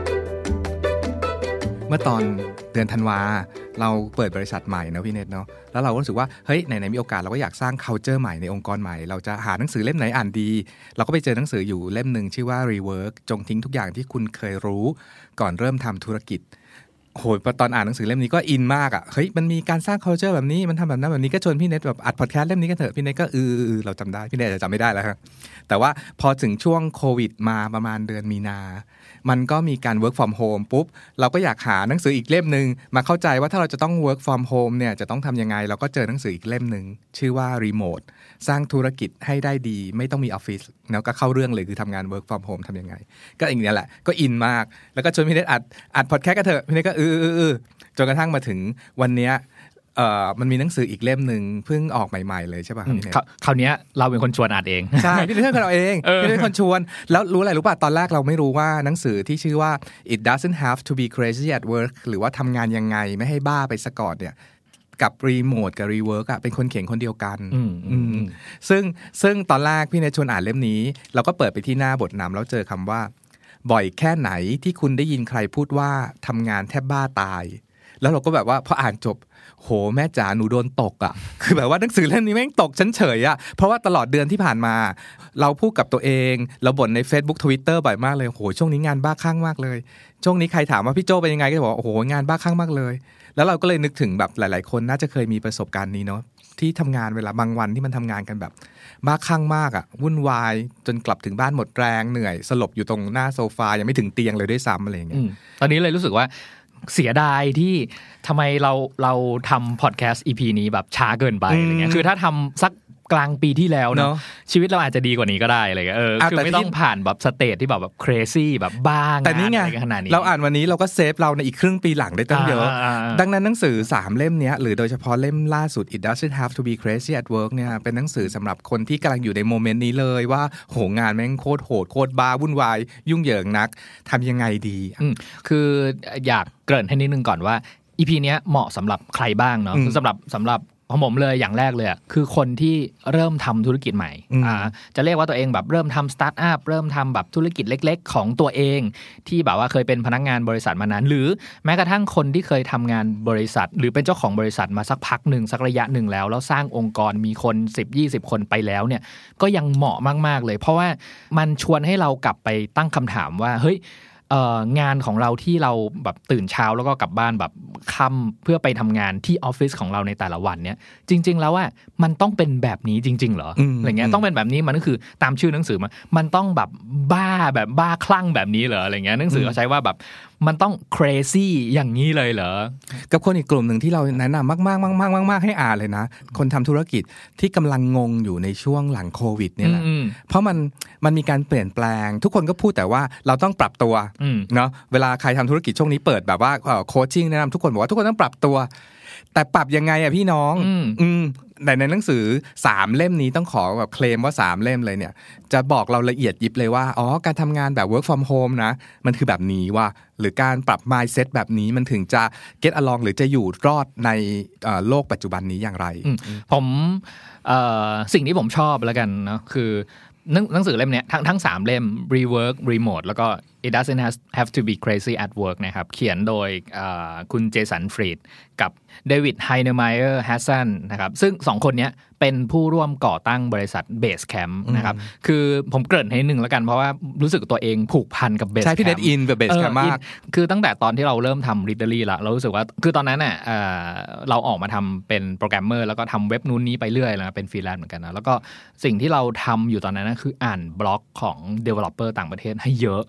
เมื่อตอนเดือนธันวาเราเปิดบริษัทใหม่นะพี่เนตเนาะแล้วเราก็รู้สึกว่าเฮ้ยไหนๆมีโอกาสเราก็อยากสร้าง culture ใหม่ในองค์กรใหม่เราจะหาหนังสือเล่มไหนอ่านดีเราก็ไปเจอหนังสืออยู่เล่มนึงชื่อว่า Rework จงทิ้งทุกอย่างที่คุณเคยรู้ก่อนเริ่มทำธุรกิจโหตอนอ่านหนังสือเล่มนี้ก็อินมากอ่ะเฮ้ยมันมีการสร้าง culture แบบนี้มันทำแบบนั้นแบบนี้ก็ชวนพี่เนตแบบอัดพอดแคสต์เล่มนี้กันเถอะพี่เนตก็เราจำได้พี่เนตจะจำไม่ได้แล้วครับแต่ว่าพอถึงช่วงโควิดมาประมาณเดือนมีนามันก็มีการ work from home ปุ๊บเราก็อยากหาหนังสืออีกเล่มนึงมาเข้าใจว่าถ้าเราจะต้อง work from home เนี่ยจะต้องทำยังไงเราก็เจอหนังสืออีกเล่มนึงชื่อว่า remote สร้างธุรกิจให้ได้ดีไม่ต้องมีออฟฟิศแล้วก็เข้าเรื่องเลยคือทำงาน work from home ทำยังไงก็อย่างนี้แหละก็อินมากแล้วก็ชวนพี่เนตอัดพอดแคสต์กันเถอะพี่เนตก็จนกระทั่งมาถึงวันเนี้ยมันมีหนังสืออีกเล่มนึงเพิ่งออกใหม่ๆเลยใช่ป่ะพี่เนตคราวนี้เราเป็นคนชวนอ่านเองใช่พี่เนตเป็นเราเองพี่เนตเป็นคนชวนแล้วรู้อะไรรู้ป่ะตอนแรกเราไม่รู้ว่าหนังสือที่ชื่อว่า It doesn't have to be crazy at work หรือว่าทำงานยังไงไม่ให้บ้าไปซะก่อนเนี่ยกับรีโมทกับรีเวิร์กอ่ะเป็นคนเขียนคนเดียวกันซึ่งตอนแรกพี่เนตชวนอ่านเล่มนี้เราก็เปิดไปที่หน้าบทนำแล้วเจอคำว่าบ่อยแค่ไหนที่คุณได้ยินใครพูดว่าทำงานแทบบ้าตายแล้วเราก็แบบว่าพออ่านจบโหแม่จ๋าหนูโดนตกอ่ะคือแบบว่าหนังสือเล่มนี้แม่งตกฉันเฉยอ่ะเพราะว่าตลอดเดือนที่ผ่านมาเราพูดกับตัวเองเราบ่นใน Facebook Twitter บ่อยมากเลยโหช่วงนี้งานบ้าคลั่งมากเลยช่วงนี้ใครถามว่าพี่โจเป็นยังไงก็บอกโอ้โหงานบ้าคลั่งมากเลยแล้วเราก็เลยนึกถึงแบบหลายๆคนน่าจะเคยมีประสบการณ์นี้เนาะที่ทำงานเวลาบางวันที่มันทำงานกันแบบบ้าคลั่งมากอ่ะวุ่นวายจนกลับถึงบ้านหมดแรงเหนื่อยสลบอยู่ตรงหน้าโซฟายังไม่ถึงเตียงเลยด้วยซ้ำอะไรอย่างเงี้ยตอนนี้เลยรู้สึกว่าเสียดายที่ทำไมเราทำพอดแคสต์ EP นี้แบบช้าเกินไปอะไรเงี้ยคือถ้าทำสักกลางปีที่แล้วเนาะชีวิตเราอาจจะดีกว่านี้ก็ได้อะไรเงี้ยคือไม่ต้องผ่านแบบสเตจที่แบบ crazy แบบบ้างแต่นี่ไงเราอ่านวันนี้เราก็เซฟเราในอีกครึ่งปีหลังได้ตั้งเยอะดังนั้นหนังสือ3เล่มเนี้ยหรือโดยเฉพาะเล่มล่าสุด It doesn't have to be crazy at work เนี่ยเป็นหนังสือสำหรับคนที่กำลังอยู่ในโมเมนต์นี้เลยว่าโหงานแม่งโคตรโหดโคตรบ้าวุ่นวายยุ่งเหยิงนักทำยังไงดีคืออยากเกริ่นให้นิดนึงก่อนว่า EP เนี้ยเหมาะสำหรับใครบ้างเนาะสำหรับของผมเลยอย่างแรกเลยคือคนที่เริ่มทำธุรกิจใหม่จะเรียกว่าตัวเองแบบเริ่มทำสตาร์ทอัพเริ่มทำแบบธุรกิจเล็กๆของตัวเองที่แบบว่าเคยเป็นพนักงานบริษัทมานานหรือแม้กระทั่งคนที่เคยทำงานบริษัทหรือเป็นเจ้าของบริษัทมาสักพักหนึ่งสักระยะหนึ่งแล้วสร้างองค์กรมีคน 10-20 คนไปแล้วเนี่ยก็ยังเหมาะมากๆเลยเพราะว่ามันชวนให้เรากลับไปตั้งคำถามว่าเฮ้ยงานของเราที่เราแบบตื่นเช้าแล้วก็กลับบ้านแบบค่ำเพื่อไปทำงานที่ออฟฟิศของเราในแต่ละวันเนี่ยจริงๆแล้วว่ามันต้องเป็นแบบนี้จริงๆเหรออะไรเงี้ยต้องเป็นแบบนี้มันก็คือตามชื่อหนังสือมันต้องแบบบ้าคลั่งแบบนี้เหรออะไรเงี้ยหนังสือเขาใช้ว่าแบบมันต้อง crazy อย่างนี้เลยเหรอกับคนอีกกลุ่มหนึ่งที่เราแนะนำมากๆให้อ่านเลยนะคนทำธุรกิจที่กำลังงงอยู่ในช่วงหลังโควิดเนี่ยแหละเพราะมันมีการเปลี่ยนแปลงทุกคนก็พูดแต่ว่าเราต้องปรับตัวเนาะเวลาใครทำธุรกิจช่วงนี้เปิดแบบว่าโคชชิ่งแนะนำทุกคนบอกว่าทุกคนต้องปรับตัวแต่ปรับยังไงอะพี่น้องในหนังสือ3เล่มนี้ต้องขอแบบเคลมว่า3เล่มเลยเนี่ยจะบอกเราละเอียดยิบเลยว่าการทำงานแบบ work from home นะมันคือแบบนี้ว่าหรือการปรับ mindset แบบนี้มันถึงจะ get along หรือจะอยู่รอดในโลกปัจจุบันนี้อย่างไรผมสิ่งที่ผมชอบแล้วกันเนาะคือหนังสือเล่มเนี้ยทั้ง3เล่ม Rework Remote แล้วก็ It doesn't have to be crazy at work นะครับเขียนโดยคุณเจสันฟรีดกับเดวิดไฮเนอร์ไมเออร์แฮสซันนะครับซึ่ง2คนนี้เป็นผู้ร่วมก่อตั้งบริษัท Basecamp นะครับคือผมเกริ่นให้นึงแล้วกันเพราะว่ารู้สึกตัวเองผูกพันกับ Basecamp ใช่พี่เดดอินกับ Basecamp มากคือตั้งแต่ตอนที่เราเริ่มทำ Readery ละเรารู้สึกว่าคือตอนนั้นน่ะเราออกมาทำเป็นโปรแกรมเมอร์แล้วก็ทำเว็บนู้นนี้ไปเรื่อยนะเป็นฟรีแลนซ์เหมือนกันนะแล้วก็สิ่งที่เราทำอยู่ตอนนั้นนะคืออ่านบล็อกของ developer ต่างประเทศให้เยอะเพราะเรา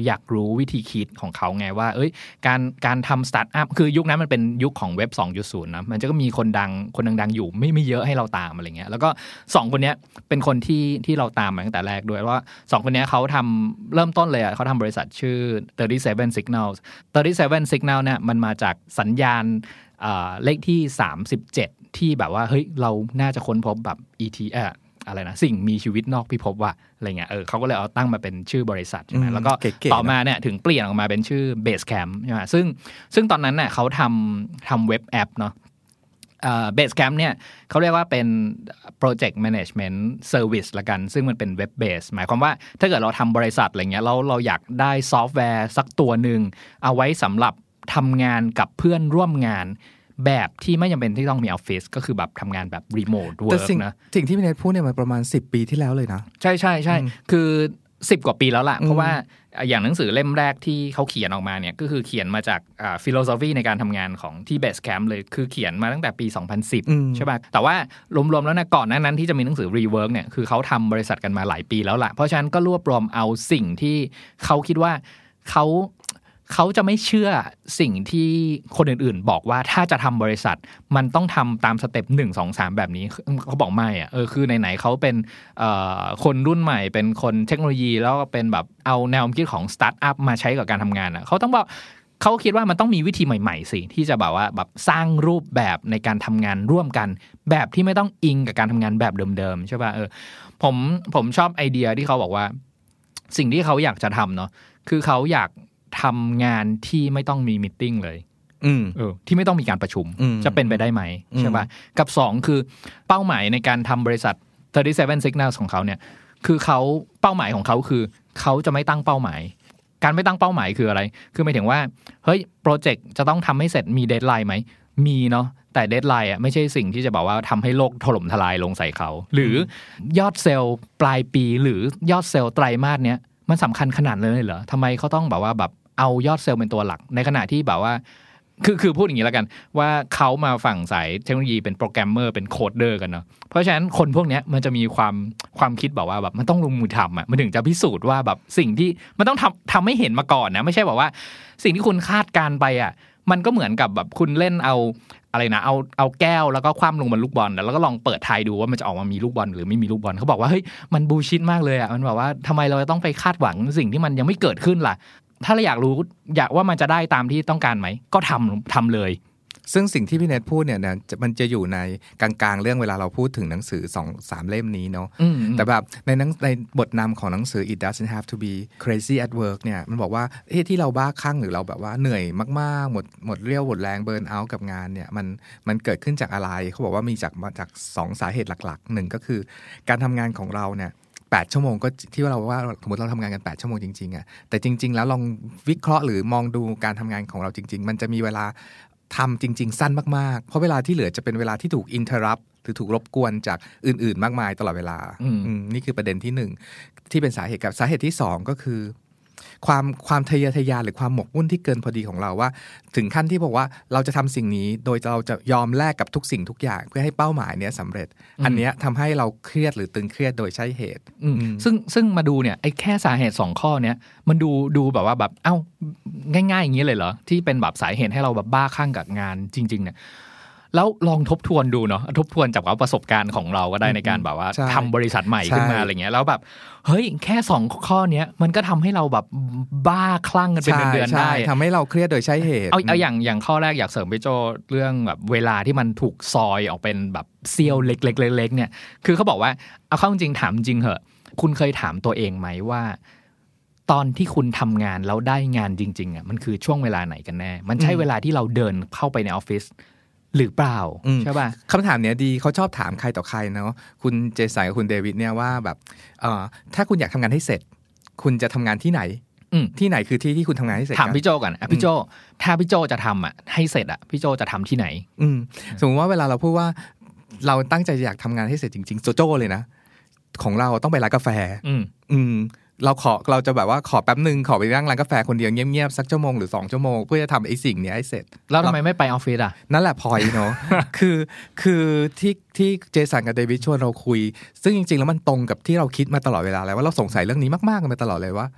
อยากรู้วิธีคิดของเขาไงว่าการทำสตาร์ทอัพคือยุคนั้นมันเป็นยุคของเว็บ 2.0 นะมันจะก็มีคนดังอยู่ไม่เยอะให้เราตามอะไรเงี้ยแล้วก็2คนเนี้ยเป็นคนที่เราตามมาตั้งแต่แรกด้วยว่า2คนเนี้ยเขาทำเริ่มต้นเลยเขาทำบริษัทชื่อ37 Signals 37 Signal เนี่ยมันมาจากสัญญาณเลขที่37ที่แบบว่าเฮ้ยเราน่าจะค้นพบแบบ ET อะไรนะสิ่งมีชีวิตนอกพิภพว่าอะไรเงี้ยเขาก็เลยเอาตั้งมาเป็นชื่อบริษัทใช่ไหมแล้วก็ต่อมาเนี่ยถึงเปลี่ยนออกมาเป็นชื่อ Basecamp ใช่ไหมซึ่งตอนนั้นเนี่ยเขาทำเว็บแอปเนาะBasecamp เนี่ยเขาเรียกว่าเป็น Project Management Service ละกันซึ่งมันเป็นเว็บเบสหมายความว่าถ้าเกิดเราทำบริษัทอะไรเงี้ยเราอยากได้ซอฟต์แวร์สักตัวหนึ่งเอาไว้สำหรับทำงานกับเพื่อนร่วมงานแบบที่ไม่จำเป็นที่ต้องมีออฟฟิศก็คือแบบทำงานแบบรีโมทเวิร์กนะสิ่งที่พี่เนทพูดเนี่ยมันประมาณ10 ปีที่แล้วเลยนะใช่คือ10 กว่าปีแล้วล่ะเพราะว่าอย่างหนังสือเล่มแรกที่เขาเขียนออกมาเนี่ยก็คือเขียนมาจากฟิโลโซฟีในการทำงานของที่ Basecamp เลยคือเขียนมาตั้งแต่ปี2010ใช่ป่ะแต่ว่ารวมๆแล้วนะก่อนนั้นที่จะมีหนังสือ Rework เนี่ยคือเขาทำบริษัทกันมาหลายปีแล้วล่ะเพราะฉะนั้นก็รวบรวมเอาสิ่งที่เขาคิดว่าเขาจะไม่เชื่อสิ่งที่คนอื่นๆบอกว่าถ้าจะทำบริษัทมันต้องทำตามสเต็ป1 2 3แบบนี้เขาบอกไม่คือไหนๆเขาเป็นคนรุ่นใหม่เป็นคนเทคโนโลยีแล้วก็เป็นแบบเอาแนวคิดของสตาร์ทอัพมาใช้กับการทำงานเขาต้องบอกเขาคิดว่ามันต้องมีวิธีใหม่ๆสิที่จะแบบว่าแบบสร้างรูปแบบในการทำงานร่วมกันแบบที่ไม่ต้องอิงกับการทำงานแบบเดิมๆใช่ป่ะผมชอบไอเดียที่เขาบอกว่าสิ่งที่เขาอยากจะทำเนาะคือเขาอยากทำงานที่ไม่ต้องมีมีตติ้งเลยที่ไม่ต้องมีการประชุมจะเป็นไปได้ไหมใช่ป่ะกับ2คือเป้าหมายในการทำบริษัท37 Signals ของเขาเนี่ยคือเขาเป้าหมายของเขาคือเขาจะไม่ตั้งเป้าหมายการไม่ตั้งเป้าหมายคืออะไรคือหมายถึงว่าเฮ้ยโปรเจกต์จะต้องทำให้เสร็จมีเดดไลน์ไหมมีเนาะแต่เดดไลน์ไม่ใช่สิ่งที่จะบอกว่าทำให้โลกถล่มทลายลงใส่เขาหรือยอดเซลล์ปลายปีหรือยอดเซลล์ไตรมาสเนี้ยมันสำคัญขนาดเลยเหรอทำไมเขาต้องแบบว่าแบบเอายอดเซลล์เป็นตัวหลักในขณะที่แบบว่าคือพูดอย่างนี้แล้วกันว่าเขามาฝั่งสายเทคโนโลยีเป็นโปรแกรมเมอร์เป็นโคดเดอร์กันเนาะเพราะฉะนั้นคนพวกนี้มันจะมีความคิดแบบว่าแบบมันต้องลงมือทำมันถึงจะพิสูจน์ว่าแบบสิ่งที่มันต้องทำให้เห็นมาก่อนนะไม่ใช่แบบว่าสิ่งที่คุณคาดการไปมันก็เหมือนกับแบบคุณเล่นเอาอะไรนะเอาแก้วแล้วก็คว่ำลงบนลูกบอลแล้วก็ลองเปิดทายดูว่ามันจะออกมามีลูกบอลหรือไม่มีลูกบอลเขาบอกว่าเฮ้ยมันบูชิตมากเลยมันบอกว่าทำไมเราต้องไปคาดหวังสิ่งที่มันยังไม่เกิดขึ้นล่ะถ้าเราอยากรู้อยากว่ามันจะได้ตามที่ต้องการไหมก็ทำเลยซึ่งสิ่งที่พี่เนทพูดเนี่ยมันจะอยู่ในกลางๆเรื่องเวลาเราพูดถึงหนังสือ 2-3 เล่มนี้เนาะแต่แบบในบทนำของหนังสือ It Doesn't Have to Be Crazy at Work เนี่ยมันบอกว่าที่เราบ้าคลั่งหรือเราแบบว่าเหนื่อยมากๆหมดเรี่ยวหมดแรงเบิร์นเอาท์กับงานเนี่ยมันเกิดขึ้นจากอะไรเขาบอกว่ามีจาก2 สาเหตุหลักๆ1ก็คือการทำงานของเราเนี่ย8 ชั่วโมงก็ที่เราว่าสมมติเราทำงานกัน8 ชั่วโมงจริงๆแต่จริงๆแล้วลองวิเคราะห์หรือมองดูการทำงานของเราจริงๆมันจะมีเวลาทำจริงๆสั้นมากๆเพราะเวลาที่เหลือจะเป็นเวลาที่ถูก interrupt หรือถูกรบกวนจากอื่นๆมากมายตลอดเวลานี่คือประเด็นที่1ที่เป็นสาเหตุกับสาเหตุที่2ก็คือความทะเยอทะยานหรือความหมกมุ่นที่เกินพอดีของเราว่าถึงขั้นที่บอกว่าเราจะทำสิ่งนี้โดยเราจะยอมแลกกับทุกสิ่งทุกอย่างเพื่อให้เป้าหมายเนี้ยสำเร็จอันเนี้ยทำให้เราเครียดหรือตึงเครียดโดยใช่เหตุซึ่งมาดูเนี่ยไอ้แค่สาเหตุ2ข้อเนี้ยมันดูแบบว่าแบบง่ายๆอย่างนี้เลยเหรอที่เป็นแบบสาเหตุให้เราแบบบ้าคลั่งกับงานจริงๆเนี่ยแล้วลองทบทวนดูเนาะทบทวนจากประสบการณ์ของเราก็ได้ในการแบบว่าทำบริษัทใหม่ขึ้นมาอะไรเงี้ยแล้วแบบเฮ้ยแค่2ข้อเนี้ยมันก็ทำให้เราแบบบ้าคลั่งกันเป็นเดือนๆได้ทำให้เราเครียดโดยใช่เหตุเอาอย่างข้อแรกอยากเสริมพี่โจเรื่องแบบเวลาที่มันถูกซอยออกเป็นแบบเซี่ยวเล็กๆเนี่ยคือเขาบอกว่าเอาเข้าจริงถามจริงเหอะคุณเคยถามตัวเองไหมว่าตอนที่คุณทำงานแล้วได้งานจริงๆมันคือช่วงเวลาไหนกันแน่มันใช่เวลาที่เราเดินเข้าไปในออฟฟิศหรือเปล่าใช่ป่ะคำถามเนี้ยดีเขาชอบถามใครต่อใครเนาะคุณเจสันกับคุณเดวิดเนี่ยว่าแบบถ้าคุณอยากทำงานให้เสร็จคุณจะทำงานที่ไหนที่ไหนคือที่คุณทำงานให้เสร็จถามพี่โจก่อนพี่โจถ้าพี่โจจะทำให้เสร็จพี่โจจะทำที่ไหนสมมติว่าเวลาเราพูดว่าเราตั้งใจอยากทำงานให้เสร็จจริงๆโจเลยนะของเราต้องไปร้านกาแฟเราจะแบบว่าขอแป๊บนึงขอไปนั่งร้านกาแฟคนเดียวเงียบๆสักชั่วโมงหรือ2 ชั่วโมงเพื่อจะทำไอ้สิ่งนี้ให้เสร็จแล้วทำไมไม่ไปออฟฟิศนั่นแหละพอยเนาะ คือที่เจสันกับเดวิดชวนเราคุยซึ่งจริงๆแล้วมันตรงกับที่เราคิดมาตลอดเวลาเลยว่าเราสงสัยเรื่องนี้มากๆกันมาตลอดเลยว่า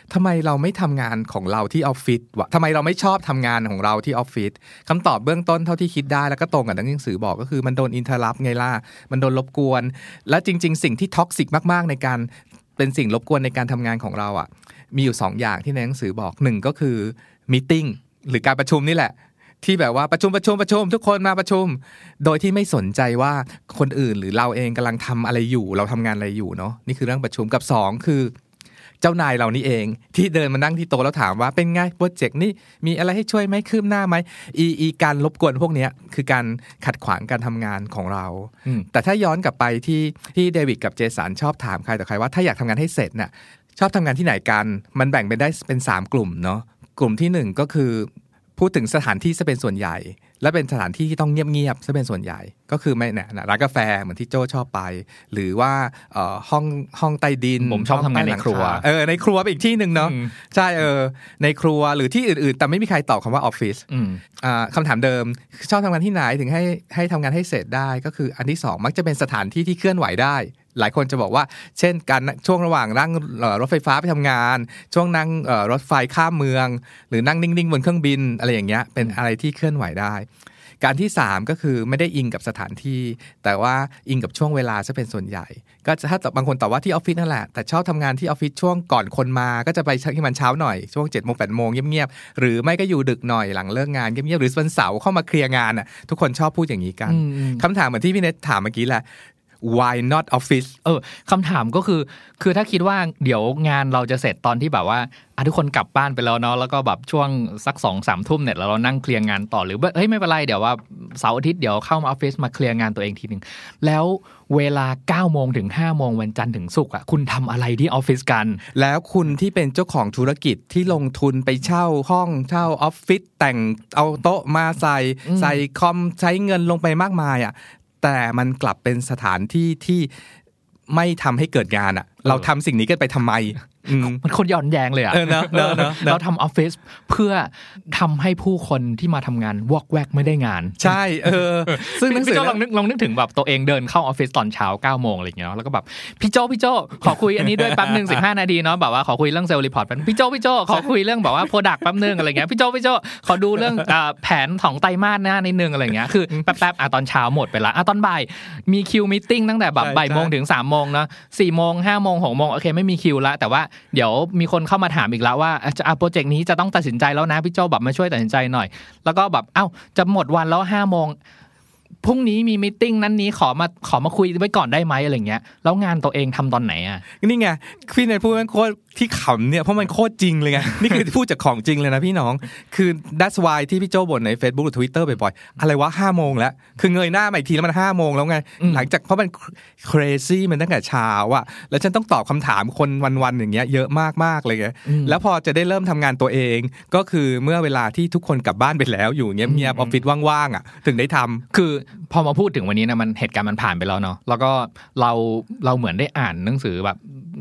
ทำไมเราไม่ทำงานของเราที่ออฟฟิศวะทำไมเราไม่ชอบทำงานของเราที่ออฟฟิศคำตอบเบื้องต้นเท่าที่คิดได้แล้วก็ตรงกับหนังสือบอกก็คือมันโดนอินเทอร์รัปไงล่ะมันโดนรบกวนและจริงๆสิ่งที่ท็อกซิกมากๆในการเป็นสิ่งรบกวนในการทำงานของเราอ่ะมีอยู่2อย่างที่ในหนังสือบอก1ก็คือมีตติ้งหรือการประชุมนี่แหละที่แบบว่าประชุมทุกคนมาประชุมโดยที่ไม่สนใจว่าคนอื่นหรือเราเองกำลังทำอะไรอยู่เราทำงานอะไรอยู่เนาะนี่คือเรื่องประชุมกับ2คือเจ้านายเรานี่เองที่เดินมานั่งที่โต๊ะแล้วถามว่าเป็นไงโปรเจกต์นี้มีอะไรให้ช่วยไหมคืบหน้าไหมการรบกวนพวกนี้คือการขัดขวางการทำงานของเราแต่ถ้าย้อนกลับไปที่เดวิดกับเจสันชอบถามใครต่อใครว่าถ้าอยากทำงานให้เสร็จน่ะชอบทำงานที่ไหนกันมันแบ่งเป็นได้เป็น3กลุ่มเนาะกลุ่มที่1ก็คือพูดถึงสถานที่ซะเป็นส่วนใหญ่และเป็นสถานที่ที่ต้องเงียบๆซะเป็นส่วนใหญ่ก็คือไม่เนี่ยร้านกาแฟเหมือนที่โจชอบไปหรือว่าห้องใต้ดินผมชอบทำงานในครัวในครัวเป็นอีกที่นึงเนาะใช่ในครัวหรือที่อื่นๆแต่ไม่มีใครตอบคำว่าออฟฟิศคำถามเดิมชอบทำงานที่ไหนถึงให้ทำงานให้เสร็จได้ก็คืออันที่2มักจะเป็นสถานที่ที่เคลื่อนไหวได้หลายคนจะบอกว่าเช่นการช่วงระหว่างนั่งรถไฟฟ้าไปทำงานช่วงนั่งรถไฟข้ามเมืองหรือนั่งนิ่งๆบนเครื่องบินอะไรอย่างเงี้ยเป็นอะไรที่เคลื่อนไหวได้การที่3ก็คือไม่ได้อิงกับสถานที่แต่ว่าอิงกับช่วงเวลาจะเป็นส่วนใหญ่ก็ถ้าบางคนตอบว่าที่ออฟฟิศนั่นแหละแต่ชอบทำงานที่ออฟฟิศช่วงก่อนคนมาก็จะไปที่มันเช้าหน่อยช่วง 7-8 โมงเงียบๆหรือไม่ก็อยู่ดึกหน่อยหลังเลิกงานเงียบๆหรือวันเสาร์เข้ามาเคลียร์งานอ่ะทุกคนชอบพูดอย่างนี้กันคำถามเหมือนที่พี่เนทถามเมื่อกี้แหละwhy not office คำถามก็คือถ้าคิดว่าเดี๋ยวงานเราจะเสร็จตอนที่แบบว่าทุกคนกลับบ้านไปแล้วเนาะแล้วก็แบบช่วงสัก 2-3 ทุ่มเนี่ยเรานั่งเคลียร์งานต่อหรือเฮ้ยไม่เป็นไรเดี๋ยวว่าเสาร์อาทิตย์เดี๋ยวเข้ามาออฟฟิศมาเคลียร์งานตัวเองทีนึงแล้วเวลา 9 โมงถึง 5 โมงวันจันทร์ถึงศุกร์อ่ะคุณทำอะไรที่ออฟฟิศกันแล้วคุณที่เป็นเจ้าของธุรกิจที่ลงทุนไปเช่าห้องเช่าออฟฟิศแต่งเอาโต๊ะมาใส่คอมใช้เงินลงไปมากมายอ่ะแต่มันกลับเป็นสถานที่ที่ไม่ทำให้เกิดงานอ่ะเราทำสิ่งนี้กันไปทำไมมันคนย้อนแย้งเลยอ่ะเราทำออฟฟิศเพื่อทำให้ผู้คนที่มาทำงานวอกแวกไม่ได้งานใช่ซึ่งหนังสือลองนึกถึงแบบตัวเองเดินเข้าออฟฟิศตอนเช้า 9 โมงอะไรอย่างเงี้ยแล้วก็แบบพี่โจขอคุยอันนี้ด้วยแป๊บนึง15 นาทีเนาะแบบว่าขอคุยเรื่องเซลล์รีพอร์ตแป๊บพี่โจขอคุยเรื่องแบบว่าโปรดักต์แป๊บนึงอะไรเงี้ยพี่โจขอดูเรื่องแผนของไตรมาสหน้านิดนึงอะไรเงี้ยคือแป๊บตอนเช้าหมดไปละตอนบ่ายมีคิวมีตติ้งตั้งแต่แบบบ่ายโมงถึง3 โมงนะ4 โมง5 โมง6 โมงโอเคไม่มีคิวละแต่ว่าเดี๋ยวมีคนเข้ามาถามอีกแล้วว่าโปรเจกต์นี้จะต้องตัดสินใจแล้วนะพี่โจแบบมาช่วยตัดสินใจหน่อยแล้วก็แบบจะหมดวันแล้ว5 โมงพรุ่งนี้มีมีตติ้งนั้นนี้ขอมาคุยไว้ก่อนได้ไหมอะไรเงี้ยแล้วงานตัวเองทำตอนไหนอ่ะนี่ไงพี่เนทพูดมันโคตรที่ขำเนี่ยเพราะมันโคตรจริงเลยไง นี่คือพูดจากของจริงเลยนะพี่น้องคือ that's why ที่พี่โจบ่นใน Facebook หรือ Twitter บ่อยๆอะไรวะ5 โมงแล้วคือเงยหน้ามาอีกทีแล้วมัน5 โมงแล้วไงหลังจากเพราะมัน crazy มันตั้งแต่เช้าอ่ะแล้วฉันต้องตอบคำถามคนวันๆอย่างเงี้ยเยอะมากๆเลยไงแล้วพอจะได้เริ่มทำงานตัวเองก็คือเมื่อเวลาที่ทุกคนกลับบ้านไปแล้วอยู่เงียบๆออฟฟิศว่างๆอ่ะถึงได้ทำคือพอมาพูดถึงวันนี้นะมันเหตุการณ์มันผ่านไปแล้วเนาะแล้วก็เราเหมือนได้อ่านหนังสือแบบ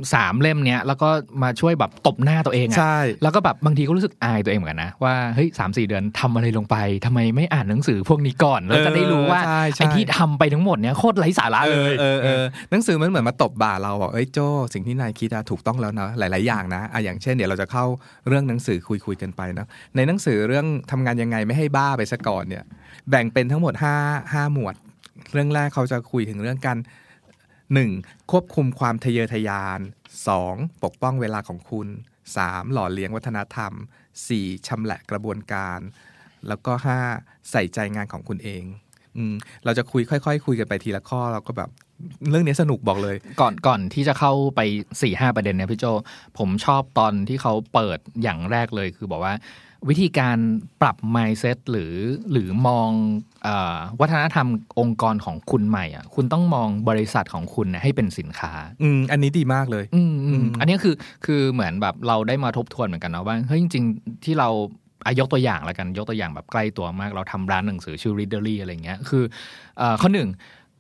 3 เล่มเนี้ยแล้วก็มาช่วยแบบตบหน้าตัวเองอ่ะแล้วก็แบบบางทีก็รู้สึกอายตัวเองเหมือนกันนะว่าเฮ้ย 3-4 เดือนทำอะไรลงไปทำไมไม่อ่านหนังสือพวกนี้ก่อนแล้วจะได้รู้ว่าไอ้ที่ทำไปทั้งหมดเนี้ยโคตรไร้สาระเลยหนังสือมันเหมือนมาตบบ่าเราบอกเอ้ยโจสิ่งที่นายคิดถูกต้องแล้วนะหลายๆอย่างนะอย่างเช่นเดี๋ยวเราจะเข้าเรื่องหนังสือคุยกันไปนะในหนังสือเรื่องทำงานยังไงไม่ให้บ้าไปซะก่อนเนี่ยแบ่งเป็นทั้งหมด5หมวดเรื่องแรกเขาจะคุยถึงเรื่องการ 1. ควบคุมความทะเยอทะยาน 2. ปกป้องเวลาของคุณ 3. หล่อเลี้ยงวัฒนธรรม 4. ชำแหละกระบวนการแล้วก็ 5. ใส่ใจงานของคุณเองเราจะค่อยๆคุยกันไปทีละข้อเราก็แบบเรื่องนี้สนุกบอกเลยก่อนที่จะเข้าไป 4-5 ประเด็นเนี่ยพี่โจผมชอบตอนที่เขาเปิดอย่างแรกเลยคือบอกว่าวิธีการปรับ mindset หรือมองวัฒนธรรมองค์กรของคุณใหม่อ่ะคุณต้องมองบริษัทของคุณให้เป็นสินค้าอันนี้ดีมากเลยอันนี้คือเหมือนแบบเราได้มาทบทวนเหมือนกันนะว่าเฮ้ยจริงๆที่เรายกตัวอย่างละกันยกตัวอย่างแบบใกล้ตัวมากเราทำร้านหนังสือชื่อ Readery อะไรเงี้ยคือข้อ 1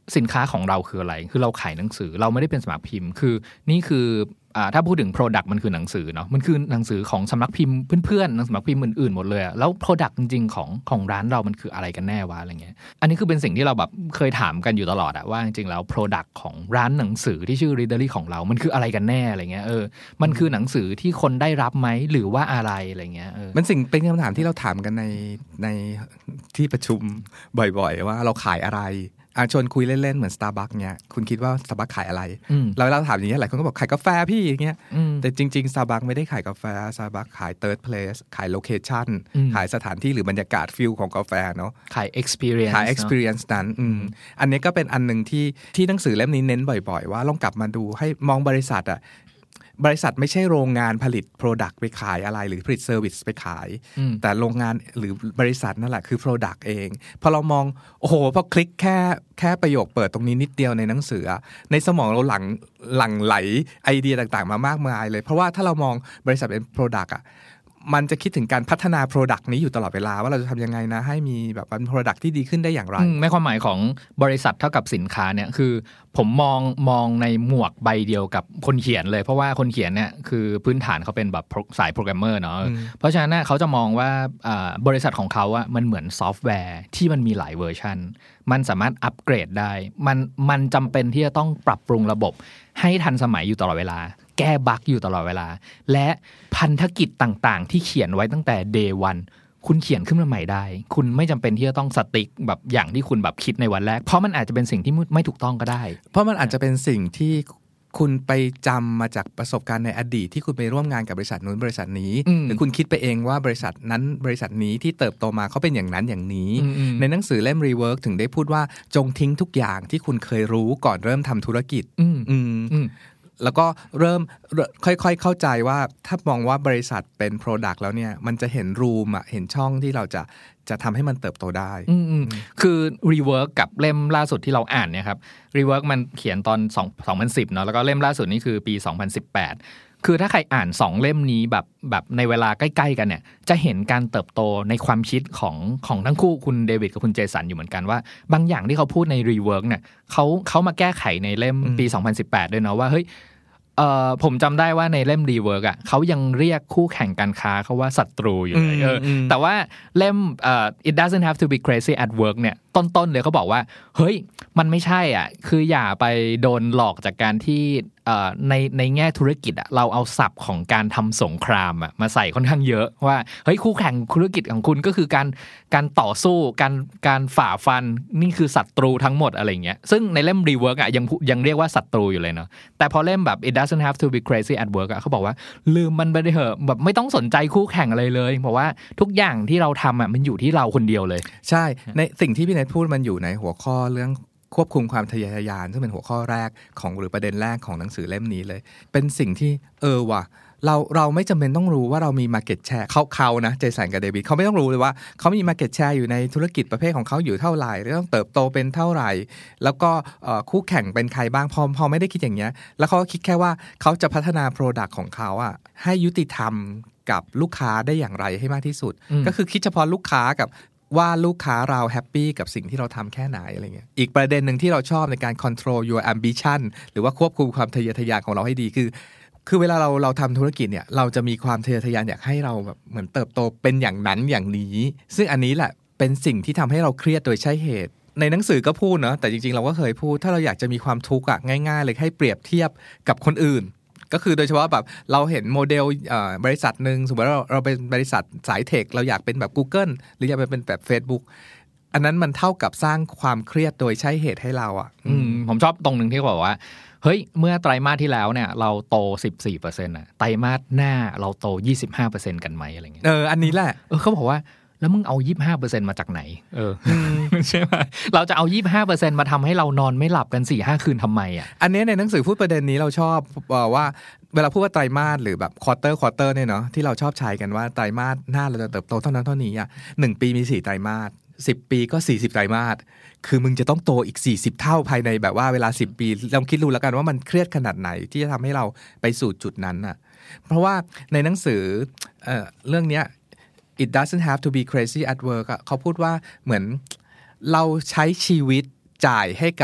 สินค้าของเราคืออะไรคือเราขายหนังสือเราไม่ได้เป็นสำนักพิมพ์คือนี่คือถ้าพูดถึง product มันคือหนังสือเนาะมันคือหนังสือของสำนักพิมพ์เพื่อนๆสำนักพิมพ์อื่นๆหมดเลยแล้ว product จริงๆของร้านเรามันคืออะไรกันแน่วะอะไรเงี้ยอันนี้คือเป็นสิ่งที่เราแบบเคยถามกันอยู่ตลอดว่าจริงๆแล้ว product ของร้านหนังสือที่ชื่อ Readery ของเรามันคืออะไรกันแน่อะไรเงี้ยมันคือหนังสือที่คนได้รับไหมหรือว่าอะไรอะไรเงี้ยมันเป็นคำถามที่เราถามกันในที่ประชุมบ่อยๆว่าเราขายอะไรชวนคุยเล่นๆเหมือน Starbucks เงี้ยคุณคิดว่า Starbucks ขายอะไรเราถามอย่างเงี้ยหลายคนก็บอกขายกาแฟพี่อย่างเงี้ยแต่จริงๆ Starbucks ไม่ได้ขายกาแฟ Starbucks ขาย third place ขาย location ขายสถานที่หรือบรรยากาศฟิลของกาแฟเนาะขาย experience นั้นอันนี้ก็เป็นอันนึงที่หนังสือเล่มนี้เน้นบ่อยๆว่าลองกลับมาดูให้มองบริษัทบริษัทไม่ใช่โรงงานผลิต Product ไปขายอะไรหรือผลิต Service ไปขายแต่โรงงานหรือบริษัทนั่นแหละคือ Product เองพอเรามองโอ้โหพอคลิกแค่ประโยคเปิดตรงนี้นิดเดียวในหนังสือในสมองเราหลั่งไหลไอเดียต่างๆมามากมายเลยเพราะว่าถ้าเรามองบริษัทเป็น Product มันจะคิดถึงการพัฒนา Product นี้อยู่ตลอดเวลาว่าเราจะทำยังไงนะให้มีแบบเป็น Product ที่ดีขึ้นได้อย่างไรในความหมายของบริษัทเท่ากับสินค้าเนี่ยคือผมมองในหมวกใบเดียวกับคนเขียนเลยเพราะว่าคนเขียนเนี่ยคือพื้นฐานเขาเป็นแบบสายโปรแกรมเมอร์เนาะเพราะฉะนั้นเขาจะมองว่าบริษัทของเขามันเหมือนซอฟต์แวร์ที่มันมีหลายเวอร์ชันมันสามารถอัปเกรดได้มันจำเป็นที่จะต้องปรับปรุงระบบให้ทันสมัยอยู่ตลอดเวลาแก้บั๊กอยู่ตลอดเวลาและพันธกิจต่างๆที่เขียนไว้ตั้งแต่ day 1คุณเขียนขึ้นมาใหม่ได้คุณไม่จำเป็นที่จะต้องสติ๊กแบบอย่างที่คุณแบบคิดในวันแรกเพราะมันอาจจะเป็นสิ่งที่ไม่ถูกต้องก็ได้เพราะมันอาจจะเป็นสิ่งที่คุณไปจำมาจากประสบการณ์ในอดีตที่คุณไปร่วมงานกับบริษัทนู้นบริษัทนี้หรือคุณคิดไปเองว่าบริษัทนั้นบริษัทนี้ที่เติบโตมาเขาเป็นอย่างนั้นอย่างนี้ในหนังสือเล่ม Rework ถึงได้พูดว่าจงทิ้งทุกอย่างที่คุณเคยรู้ก่อนเริ่มทำธุรกิจแล้วก็เริ่มค่อยๆเข้าใจว่าถ้ามองว่าบริษัทเป็น Product แล้วเนี่ยมันจะเห็นรูมเห็นช่องที่เราจะทำให้มันเติบโตได้คือ Rework กับเล่มล่าสุดที่เราอ่านเนี่ยครับ Rework มันเขียนตอน2010เนาะแล้วก็เล่มล่าสุดนี่คือปี2018คือถ้าใครอ่าน2เล่มนี้แบบในเวลาใกล้ๆกันเนี่ยจะเห็นการเติบโตในความคิดของทั้งคู่คุณเดวิดกับคุณเจสันอยู่เหมือนกันว่าบางอย่างที่เขาพูดใน Rework เนี่ยเขามาแก้ไขในเล่มปี2018ด้วยเนาะว่าเฮ้ยผมจำได้ว่าในเล่ม Rework เขายังเรียกคู่แข่งการค้าเขาว่าศัตรูอยู่เลยแต่ว่าเล่มIt doesn't have to be crazy at work เนี่ยต้นๆเลยเขาบอกว่าเฮ้ยมันไม่ใช่คืออย่าไปโดนหลอกจากการที่ในแง่ธุรกิจเราเอาศัพท์ของการทำสงครามมาใส่ค่อนข้างเยอะว่าเฮ้ยคู่แข่งธุรกิจของคุณก็คือการต่อสู้การฝ่าฟันนี่คือศัตรูทั้งหมดอะไรเงี้ยซึ่งในเล่ม Rework ยังเรียกว่าศัตรูอยู่เลยเนาะแต่พอเล่มแบบ It doesn't have to be crazy at work เขาบอกว่าลืมมันไปเถอะแบบไม่ต้องสนใจคู่แข่งอะไรเลยเพราะว่าทุกอย่างที่เราทำมันอยู่ที่เราคนเดียวเลยใช่ในสิ่งที่พี่เนทพูดมันอยู่ในหัวข้อเรื่องควบคุมความทะเยอทะยานซึ่งเป็นหัวข้อแรกของหรือประเด็นแรกของหนังสือเล่มนี้เลยเป็นสิ่งที่ว่ะเราไม่จำเป็นต้องรู้ว่าเรามี market share เขานะเจสันกับเดวิดเขาไม่ต้องรู้เลยว่าเขามี market share อยู่ในธุรกิจประเภทของเขาอยู่เท่าไหร่ต้องเติบโตเป็นเท่าไหร่แล้วก็คู่แข่งเป็นใครบ้างพอไม่ได้คิดอย่างเงี้ยแล้วเขาก็คิดแค่ว่าเขาจะพัฒนา product ของเขาให้ยุติธรรมกับลูกค้าได้อย่างไรให้มากที่สุดก็คือคิดเฉพาะลูกค้ากับว่าลูกค้าเราแฮปปี้กับสิ่งที่เราทำแค่ไหนอะไรเงี้ยอีกประเด็นหนึ่งที่เราชอบในการ control your ambition หรือว่าควบคุมความทะเยอทะยานของเราให้ดีคือเวลาเราทำธุรกิจเนี่ยเราจะมีความทะเยอทะยานอยากให้เราแบบเหมือนเติบโตเป็นอย่างนั้นอย่างนี้ซึ่งอันนี้แหละเป็นสิ่งที่ทำให้เราเครียดโดยใช่เหตุในหนังสือก็พูดเนาะแต่จริงๆเราก็เคยพูดถ้าเราอยากจะมีความทุกข์ง่ายๆเลยให้เปรียบเทียบกับคนอื่นก็คือโดยเฉพาะแบบเราเห็นโมเดลบริษัทหนึ่งสมมติว่าเราเป็นบริษัทสายเทคเราอยากเป็นแบบ Google หรืออยากเป็นแบบ Facebook อันนั้นมันเท่ากับสร้างความเครียดโดยใช่เหตุให้เราผมชอบตรงนึงที่บอกว่าเฮ้ยเมื่อไตรมาสที่แล้วเนี่ยเราโต 14% ไตรมาสหน้าเราโต 25% กันไหมอะไรเงี้ยอันนี้แหละเขาบอกว่าแล้วมึงเอา 25% มาจากไหนใช่ไหมเราจะเอา 25% มาทำให้เรานอนไม่หลับกัน 4-5 คืนทำไมอันนี้ในหนังสือพูดประเด็นนี้เราชอบว่าเวลาพูดว่าไตรมาสหรือแบบควอเตอร์เนี่ยเนาะที่เราชอบใช้กันว่าไตรมาสหน้าเราจะเติบโตเท่านั้นเท่านี้1ปีมี4ไตรมาส10ปีก็40ไตรมาสคือมึงจะต้องโตอีก40เท่าภายในแบบว่าเวลา10ปีลองคิดดูแล้วกันว่ามันเครียดขนาดไหนที่จะทำให้เราไปสู่จุดนั้นเพราะว่าในหนังสือเรื่องนี้It doesn't have to be crazy at work เขาพูดว่าเหมือนเราใช้ชีวิตจ่ายให้กับ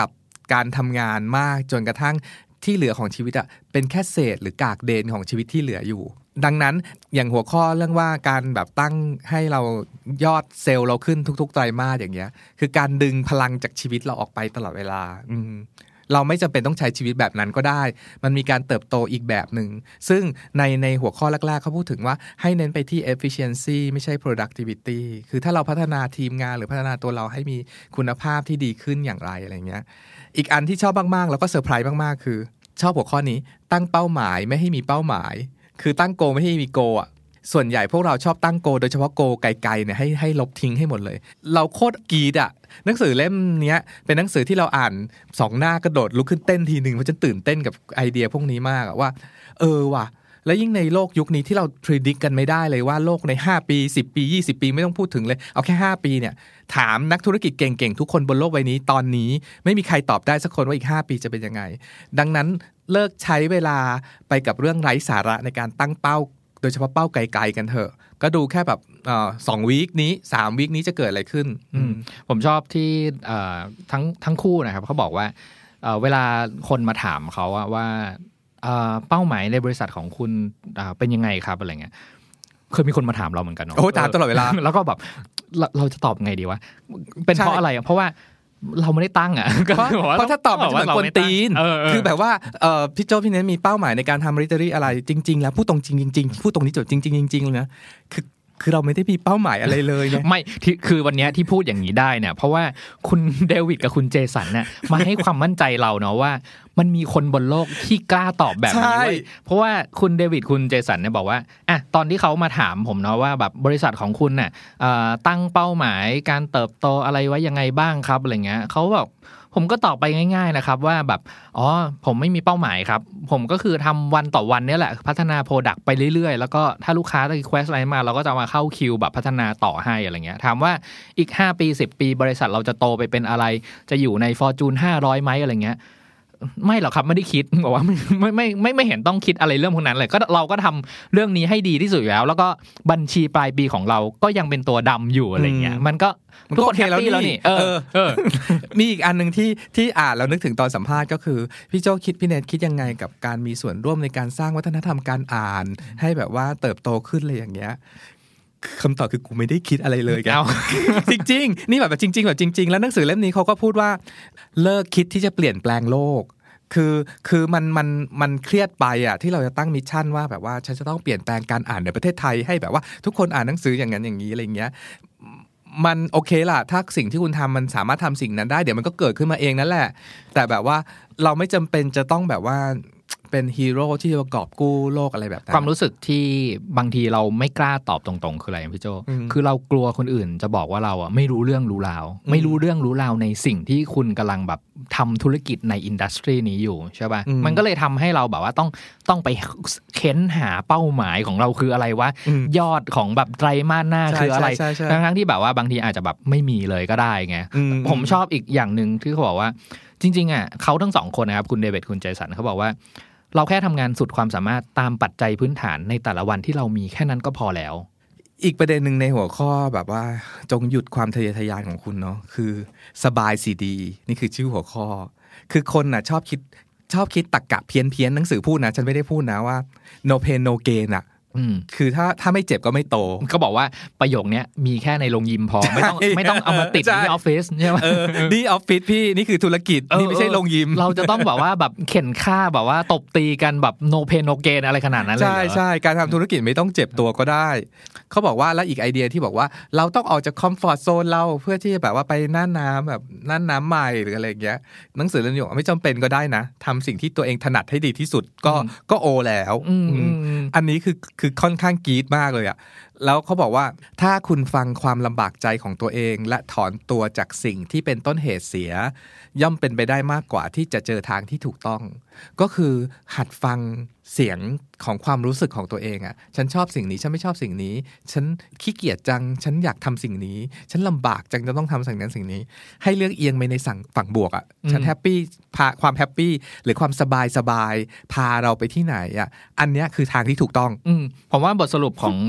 การทำงานมากจนกระทั่งที่เหลือของชีวิตอะเป็นแค่เศษหรือกากเดนของชีวิตที่เหลืออยู่ดังนั้นอย่างหัวข้อเรื่องว่าการแบบตั้งให้เรายอดเซลล์เราขึ้นทุกๆไตรมาสอย่างเงี้ยคือการดึงพลังจากชีวิตเราออกไปตลอดเวลาเราไม่จำเป็นต้องใช้ชีวิตแบบนั้นก็ได้มันมีการเติบโตอีกแบบหนึ่งซึ่งในหัวข้อแรกๆเขาพูดถึงว่าให้เน้นไปที่ efficiency ไม่ใช่ productivity คือถ้าเราพัฒนาทีมงานหรือพัฒนาตัวเราให้มีคุณภาพที่ดีขึ้นอย่างไรอะไรเงี้ยอีกอันที่ชอบมากๆแล้วก็เซอร์ไพรส์มากๆคือชอบหัวข้อนี้ตั้งเป้าหมายไม่ให้มีเป้าหมายคือตั้งโกไม่ให้มีโกอ่ะส่วนใหญ่พวกเราชอบตั้งโกโดยเฉพาะโกไกลๆเนี่ยให้ลบทิ้งให้หมดเลยเราโคตรกรีดอ่ะหนังสือเล่มนี้เป็นหนังสือที่เราอ่าน2หน้ากระโดดลุกขึ้นเต้นทีนึงเพราะจะตื่นเต้นกับไอเดียพวกนี้มากว่าว่ะแล้วยิ่งในโลกยุคนี้ที่เราพิจิตรกันไม่ได้เลยว่าโลกใน5ปี10ปี20ปีไม่ต้องพูดถึงเลยเอาแค่5ปีเนี่ยถามนักธุรกิจเก่งๆทุกคนบนโลกใบนี้ตอนนี้ไม่มีใครตอบได้สักคนว่าอีก5ปีจะเป็นยังไงดังนั้นเลิกใช้เวลาไปกับเรื่องไร้สาระในการตั้งเป้าโดยเฉพาะเป้าไกลๆกันเถอะก็ดูแค่แบบ2 วีคนี้3 วีคนี้จะเกิดอะไรขึ้นผมชอบที่ทั้งคู่นะครับเขาบอกว่าเวลาคนมาถามเขาว่าเป้าหมายในบริษัทของคุณเป็นยังไงครับอะไรเงี้ยเคยมีคนมาถามเราเหมือนกันเนาะโอ้ถามตลอดเวลาแล้วก็แบบเราจะตอบไงดีวะเป็นเพราะอะไรเพราะว่าเราไม่ได้ตั้งอ่ะเพราะถ้าตอบมันจะเหมือนคนตีนคือแบบว่าพี่โจ้พี่เน้นมีเป้าหมายในการทำริตอรี่อะไรจริงๆแล้วพูดตรงจริงๆพูดตรงนี้จบจริงๆเลยนะคือเราไม่ได้มีเป้าหมายอะไรเลยนะไม่คือวันนี้ที่พูดอย่างนี้ได้เนี่ยเพราะว่าคุณเดวิดกับคุณเจสันเนี่ยมาให้ความมั่นใจเราเนาะว่ามันมีคนบนโลกที่กล้าตอบแบบนี้เว้ยเพราะว่าคุณเดวิดคุณเจสันเนี่ยบอกว่าตอนที่เขามาถามผมเนาะว่าแบบบริษัทของคุณเนี่ยตั้งเป้าหมายการเติบโตอะไรไว้ยังไงบ้างครับอะไรเงี้ยเขาบอกผมก็ตอบไปง่ายๆนะครับว่าแบบผมไม่มีเป้าหมายครับผมก็คือทำวันต่อวันนี่แหละพัฒนาโปรดักต์ไปเรื่อยๆแล้วก็ถ้าลูกค้ารีเควสอะไรมาเราก็จะมาเข้าคิวแบบพัฒนาต่อให้อะไรเงี้ยถามว่าอีก5ปี10ปีบริษัทเราจะโตไปเป็นอะไรจะอยู่ใน Fortune 500มั้ยอะไรเงี้ยไม่หรอกครับไม่ได้คิดบอกว่าไม่เห็นต้องคิดอะไรเรื่องพวกนั้นเลยก็เราก็ทำเรื่องนี้ให้ดีที่สุดอยู่แล้วก็บัญชีปลายปีของเราก็ยังเป็นตัวดำอยู่อะไรเงี้ยมันก็ทุกคนแฮปปี้แล้วนี่มีอีกอันนึงที่อ่านแล้วนึกถึงตอนสัมภาษณ์ก็คือพี่โจ้พี่เนทคิดยังไงกับการมีส่วนร่วมในการสร้างวัฒนธรรมการอ่านให้แบบว่าเติบโตขึ้นเลยอย่างเงี้ยคำตอบคือกูไม่ได้คิดอะไรเลยแกจริงๆนี่แบบจริงๆแบบจริงๆแล้วหนังสือเล่มนี้เขาก็พูดว่าเลิกคิดที่จะเปลี่ยนแปลงโลกคือมันเครียดไปอ่ะที่เราจะตั้งมิชชั่นว่าแบบว่าฉันจะต้องเปลี่ยนแปลงการอ่านในประเทศไทยให้แบบว่าทุกคนอ่านหนังสืออย่างนั้นอย่างนี้อะไรเงี้ยมันโอเคล่ะถ้าสิ่งที่คุณทำมันสามารถทำสิ่งนั้นได้เดี๋ยวมันก็เกิดขึ้นมาเองนั่นแหละแต่แบบว่าเราไม่จำเป็นจะต้องแบบว่าเป็นฮีโร่ที่จะกอบกู้โลกอะไรแบบนั้นความรู้สึกที่บางทีเราไม่กล้าตอบตรงๆคืออะไรพี่โจคือเรากลัวคนอื่นจะบอกว่าเราอ่ะไม่รู้เรื่องรู้ราวไม่รู้เรื่องรู้ราวในสิ่งที่คุณกำลังแบบทำธุรกิจในอินดัสทรีนี้อยู่ใช่ป่ะมันก็เลยทำให้เราแบบว่าต้องไปเค้นหาเป้าหมายของเราคืออะไรวะยอดของแบบไตรมาสหน้าคืออะไรทั้งที่แบบว่าบางทีอาจจะแบบไม่มีเลยก็ได้ไงผมชอบอีกอย่างนึงที่เขาบอกว่าจริงๆอ่ะเขาทั้ง2คนนะครับคุณเดวิดคุณเจสันเขาบอกว่าเราแค่ทำงานสุดความสามารถตามปัจจัยพื้นฐานในแต่ละวันที่เรามีแค่นั้นก็พอแล้วอีกประเด็นหนึ่งในหัวข้อแบบว่าจงหยุดความทะเยอทะยานของคุณเนาะคือสบายสีดีนี่คือชื่อหัวข้อคือคนน่ะชอบคิดตรรกะเพี้ยนหนังสือพูดนะฉันไม่ได้พูดนะว่า no pain no gain อ่ะคือถ้าไม่เจ็บก็ไม่โตก็บอกว่าประโยคนี้มีแค่ในโรงยิมพอไม่ต้องเอามาติดที่ออฟฟิศใช่ไหมนี่ออฟฟิศพี่นี่คือธุรกิจนี่ไม่ใช่โรงยิมเราจะต้องแบบว่าแบบเข็นฆ่าแบบว่าตบตีกันแบบ no pain no gain อะไรขนาดนั้นเลยใช่การทำธุรกิจไม่ต้องเจ็บตัวก็ได้เขาบอกว่าแล้วอีกไอเดียที่บอกว่าเราต้องออกจากคอมฟอร์ตโซนเราเพื่อที่จะแบบว่าไปน่านน้ำแบบน่านน้ำใหม่หรืออะไรอย่างเงี้ยหนังสือเล่มนี้ไม่จำเป็นก็ได้นะทำสิ่งที่ตัวเองถนัดให้ดีที่สุดก็โอแล้วอันนี้คือค่อนข้างกรี๊ดมากเลยอะแล้วเขาบอกว่าถ้าคุณฟังความลำบากใจของตัวเองและถอนตัวจากสิ่งที่เป็นต้นเหตุเสียย่อมเป็นไปได้มากกว่าที่จะเจอทางที่ถูกต้องก็คือหัดฟังเสียงของความรู้สึกของตัวเองอะฉันชอบสิ่งนี้ฉันไม่ชอบสิ่งนี้ฉันขี้เกียจจังฉันอยากทำสิ่งนี้ฉันลำบากจังจะต้องทำสิ่งนั้นสิ่งนี้ให้เลือกเอียงไปในฝั่งบวกอะฉันแฮปปี้พาความแฮปปี้หรือความสบายพาเราไปที่ไหนอะอันนี้คือทางที่ถูกต้องผมว่าบทสรุปของแบบ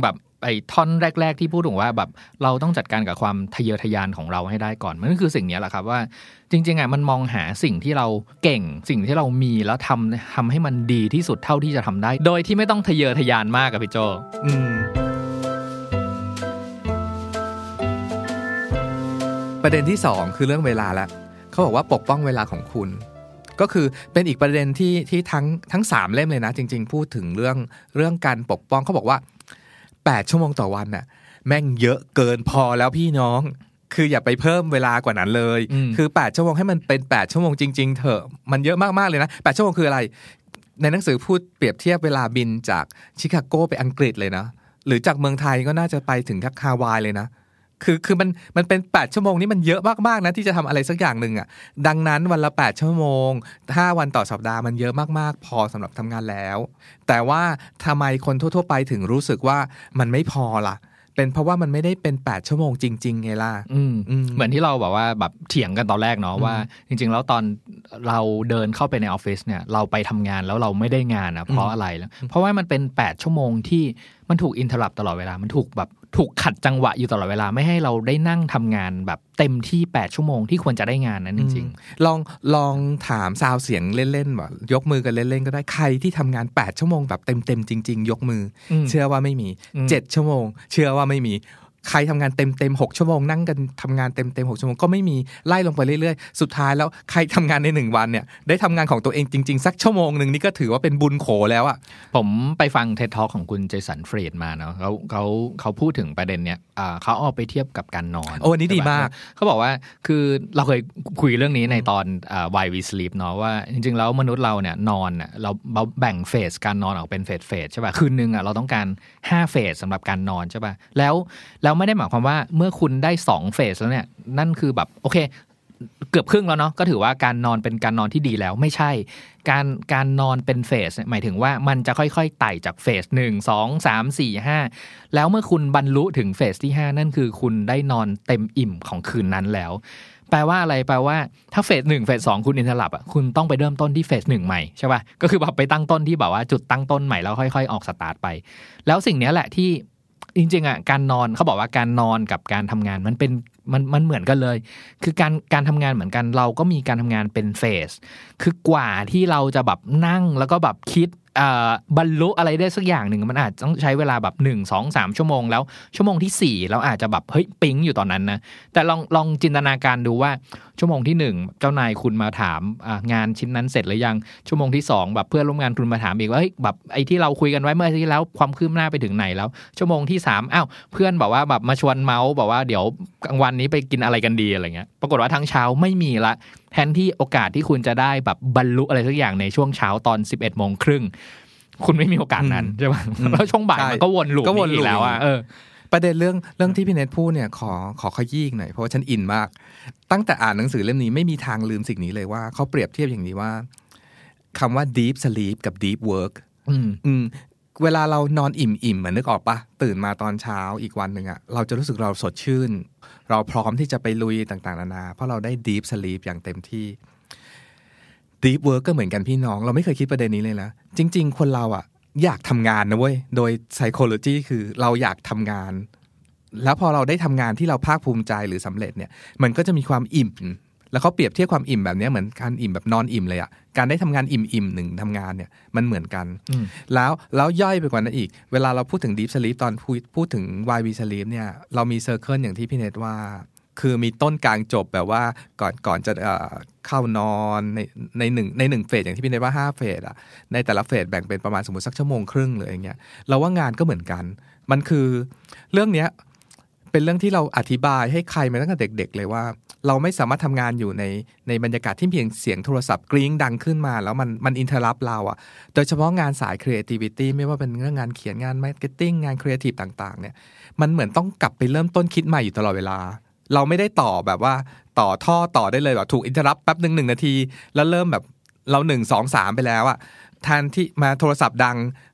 ไอ้ท่อนแรกๆที่พูดถึงว่าแบบเราต้องจัดการกับความทะเยอทะยานของเราให้ได้ก่อนมันก็คือสิ่งนี้แหละครับว่าจริงๆมันมองหาสิ่งที่เราเก่งสิ่งที่เรามีแล้วทำให้มันดีที่สุดเท่าที่จะทำได้โดยที่ไม่ต้องทะเยอทะยานมากกับพี่โจประเด็นที่2คือเรื่องเวลาแล้วเขาบอกว่าปกป้องเวลาของคุณก็คือเป็นอีกประเด็นที่ทั้ง3เล่มเลยนะจริงๆพูดถึงเรื่องการปกป้องเขาบอกว่า8ชั่วโมงต่อวันน่ะแม่งเยอะเกินพอแล้วพี่น้องคืออย่าไปเพิ่มเวลากว่านั้นเลยคือ8ชั่วโมงให้มันเป็น8ชั่วโมงจริงๆเถอะมันเยอะมากๆเลยนะ8ชั่วโมงคืออะไรในหนังสือพูดเปรียบเทียบเวลาบินจากชิคาโกไปอังกฤษเลยนะหรือจากเมืองไทยก็น่าจะไปถึงฮาวายเลยนะคือมันเป็น8ชั่วโมงนี่มันเยอะมากๆนะที่จะทำอะไรสักอย่างนึงอ่ะดังนั้นวันละ8ชั่วโมง5วันต่อสัปดาห์มันเยอะมากๆพอสำหรับทำงานแล้วแต่ว่าทำไมคนทั่วๆไปถึงรู้สึกว่ามันไม่พอล่ะเป็นเพราะว่ามันไม่ได้เป็น8ชั่วโมงจริงๆไงล่ะเหมือนที่เราบอกว่าแบบเถียงกันตอนแรกเนาะว่าจริงๆแล้วตอนเราเดินเข้าไปในออฟฟิศเนี่ยเราไปทำงานแล้วเราไม่ได้งานนะเพราะอะไรแล้วเพราะว่ามันเป็น8ชั่วโมงที่มันถูกอินเทอร์รัปตลอดเวลามันถูกขัดจังหวะอยู่ตลอดเวลาไม่ให้เราได้นั่งทำงานแบบเต็มที่8ชั่วโมงที่ควรจะได้งานนั้นจริงๆลองถามซาวเสียงเล่นๆว่ายกมือกันเล่นๆก็ได้ใครที่ทำงาน8ชั่วโมงแบบเต็มๆจริงๆยกมือเชื่อว่าไม่มี7ชั่วโมงเชื่อว่าไม่มีใครทำงานเต็ม6ชั่วโมงนั่งกันทำงานเต็ม6ชั่วโมงก็ไม่มีไล่ลงไปเรื่อยๆสุดท้ายแล้วใครทำงานใน1วันเนี่ยได้ทำงานของตัวเองจริงๆสักชั่วโมงนึงนี่ก็ถือว่าเป็นบุญโขแล้วอ่ะผมไปฟัง TED Talk ของคุณเจสันเฟรดมาเนาะเขาพูดถึงประเด็นเนี้ยเขาเอาไปเทียบกับการนอนโอ้นี่ดีมากเขาบอกว่าคือเราเคยคุยเรื่องนี้ในตอนWhy We Sleep เนาะว่าจริงๆแล้วมนุษย์เราเนี่ยนอนน่ะเราแบ่งเฟสการนอนออกเป็นเฟสใช่ป่ะคืนนึงอ่ะเราต้องการ5เฟสสำหรับการนอนใช่ป่ะแล้วไม่ได้หมายความว่าเมื่อคุณได้2เฟสแล้วเนี่ยนั่นคือแบบโอเคเกือบครึ่งแล้วเนาะก็ถือว่าการนอนเป็นการนอนที่ดีแล้วไม่ใช่การนอนเป็นเฟสหมายถึงว่ามันจะค่อยๆไต่จากเฟส1 2 3 4 5แล้วเมื่อคุณบรรลุถึงเฟสที่5นั่นคือคุณได้นอนเต็มอิ่มของคืนนั้นแล้วแปลว่าอะไรแปลว่าถ้าเฟส1เฟส2คุณอินเทอร์ลับอ่ะคุณต้องไปเริ่มต้นที่เฟส1ใหม่ใช่ป่ะก็คือแบบไปตั้งต้นที่แบบว่าจุดตั้งต้นใหม่แล้วค่อยๆออกสตาร์ทไปแล้วสิ่งนี้แหละที่จริงๆอ่ะการนอนเขาบอกว่าการนอนกับการทำงานมันเหมือนกันเลยคือการทำงานเหมือนกันเราก็มีการทำงานเป็นเฟสคือกว่าที่เราจะแบบนั่งแล้วก็แบบคิดบรรลุอะไรได้สักอย่างหนึ่งมันอาจต้องใช้เวลาแบบ1 2 3ชั่วโมงแล้วชั่วโมงที่4เราอาจจะแบบเฮ้ยปิ๊งอยู่ตอนนั้นนะแต่ลองจินตนาการดูว่าชั่วโมงที่1เจ้านายคุณมาถามงานชิ้นนั้นเสร็จหรือยังชั่วโมงที่2แบบเพื่อนร่วมงานคุณมาถามอีกว่าเฮ้ยแบบไอ้ที่เราคุยกันไว้เมื่อที่แล้วความคืบหน้าไปถึงไหนแล้วชั่วโมงที่3อ้าวเพื่อนบอกว่าแบบมาชวนเมาส์บอกว่าเดี๋ยวกลางวันนี้ไปกินอะไรกันดีอะไรเงี้ยปรากฏว่าทั้งเช้าไม่มีละแทนที่โอกาสที่คุณจะได้แบบบรรลุอะไรสักอย่างในช่วงเช้าตอน 11:30 น.คุณไม่มีโอกาสนั้นใช่ไหมแล้วช่วงบ่ายมันก็วนลูปอีกแล้วอ่ะประเด็นเรื่องที่พี่เนทพูดเนี่ยขอขยี้หน่อยเพราะว่าฉันอินมากตั้งแต่อ่านหนังสือเล่มนี้ไม่มีทางลืมสิ่งนี้เลยว่าเขาเปรียบเทียบอย่างนี้ว่าคำว่า deep sleep กับ deep work เวลาเรานอนอิ่มเหมือนนึกออกปะตื่นมาตอนเช้าอีกวันหนึ่งอะเราจะรู้สึกเราสดชื่นเราพร้อมที่จะไปลุยต่างๆนานาเพราะเราได้ deep sleep อย่างเต็มที่ deep work ก็เหมือนกันพี่น้องเราไม่เคยคิดประเด็นนี้เลยนะจริงๆคนเราอะอยากทำงานนะเว้ยโดย psychology คือเราอยากทำงานแล้วพอเราได้ทำงานที่เราภาคภูมิใจหรือสำเร็จเนี่ยมันก็จะมีความอิ่มแล้วเขาเปรียบเทียบความอิ่มแบบนี้เหมือนการอิ่มแบบนอนอิ่มเลยอะการได้ทำงานอิ่มๆหนึ่งทำงานเนี่ยมันเหมือนกันแล้วย่อยไปกว่านั้นอีกเวลาเราพูดถึง deep sleep ตอนพูดถึง why we sleep เนี่ยเรามี circle อย่างที่พี่เนทว่าคือมีต้นกลางจบแบบว่าก่อนจะเข้านอนในหนึ่งเฟสอย่างที่พี่เนทว่า5เฟสอะในแต่ละเฟสแบ่งเป็นประมาณสมมติสักชั่วโมงครึ่งเลยอย่างเงี้ยเราว่างานก็เหมือนกันมันคือเรื่องเนี้ยเป็นเรื่องที่เราอธิบายให้ใครมาตั้งแต่เด็กๆเลยว่าเราไม่สามารถทำงานอยู่ในบรรยากาศที่เพียงเสียงโทรศัพท์กริ้งดังขึ้นมาแล้วมันอินเทอร์รัปเราอะโดยเฉพาะงานสาย creativity ไม่ว่าเป็นเรื่องงานเขียนงาน marketing งาน creative ต่างๆเนี่ยมันเหมือนต้องกลับไปเริ่มต้นคิดใหม่อยู่ตลอดเวลาเราไม่ได้ต่อแบบว่าต่อท่อต่อได้เลยแบบถูกอินเทอร์รัปแป๊บนึง1 นาทีแล้วเริ่มแบบเรา1 2 3ไปแล้วอะแทนที่มาโทรศัพท์ดัง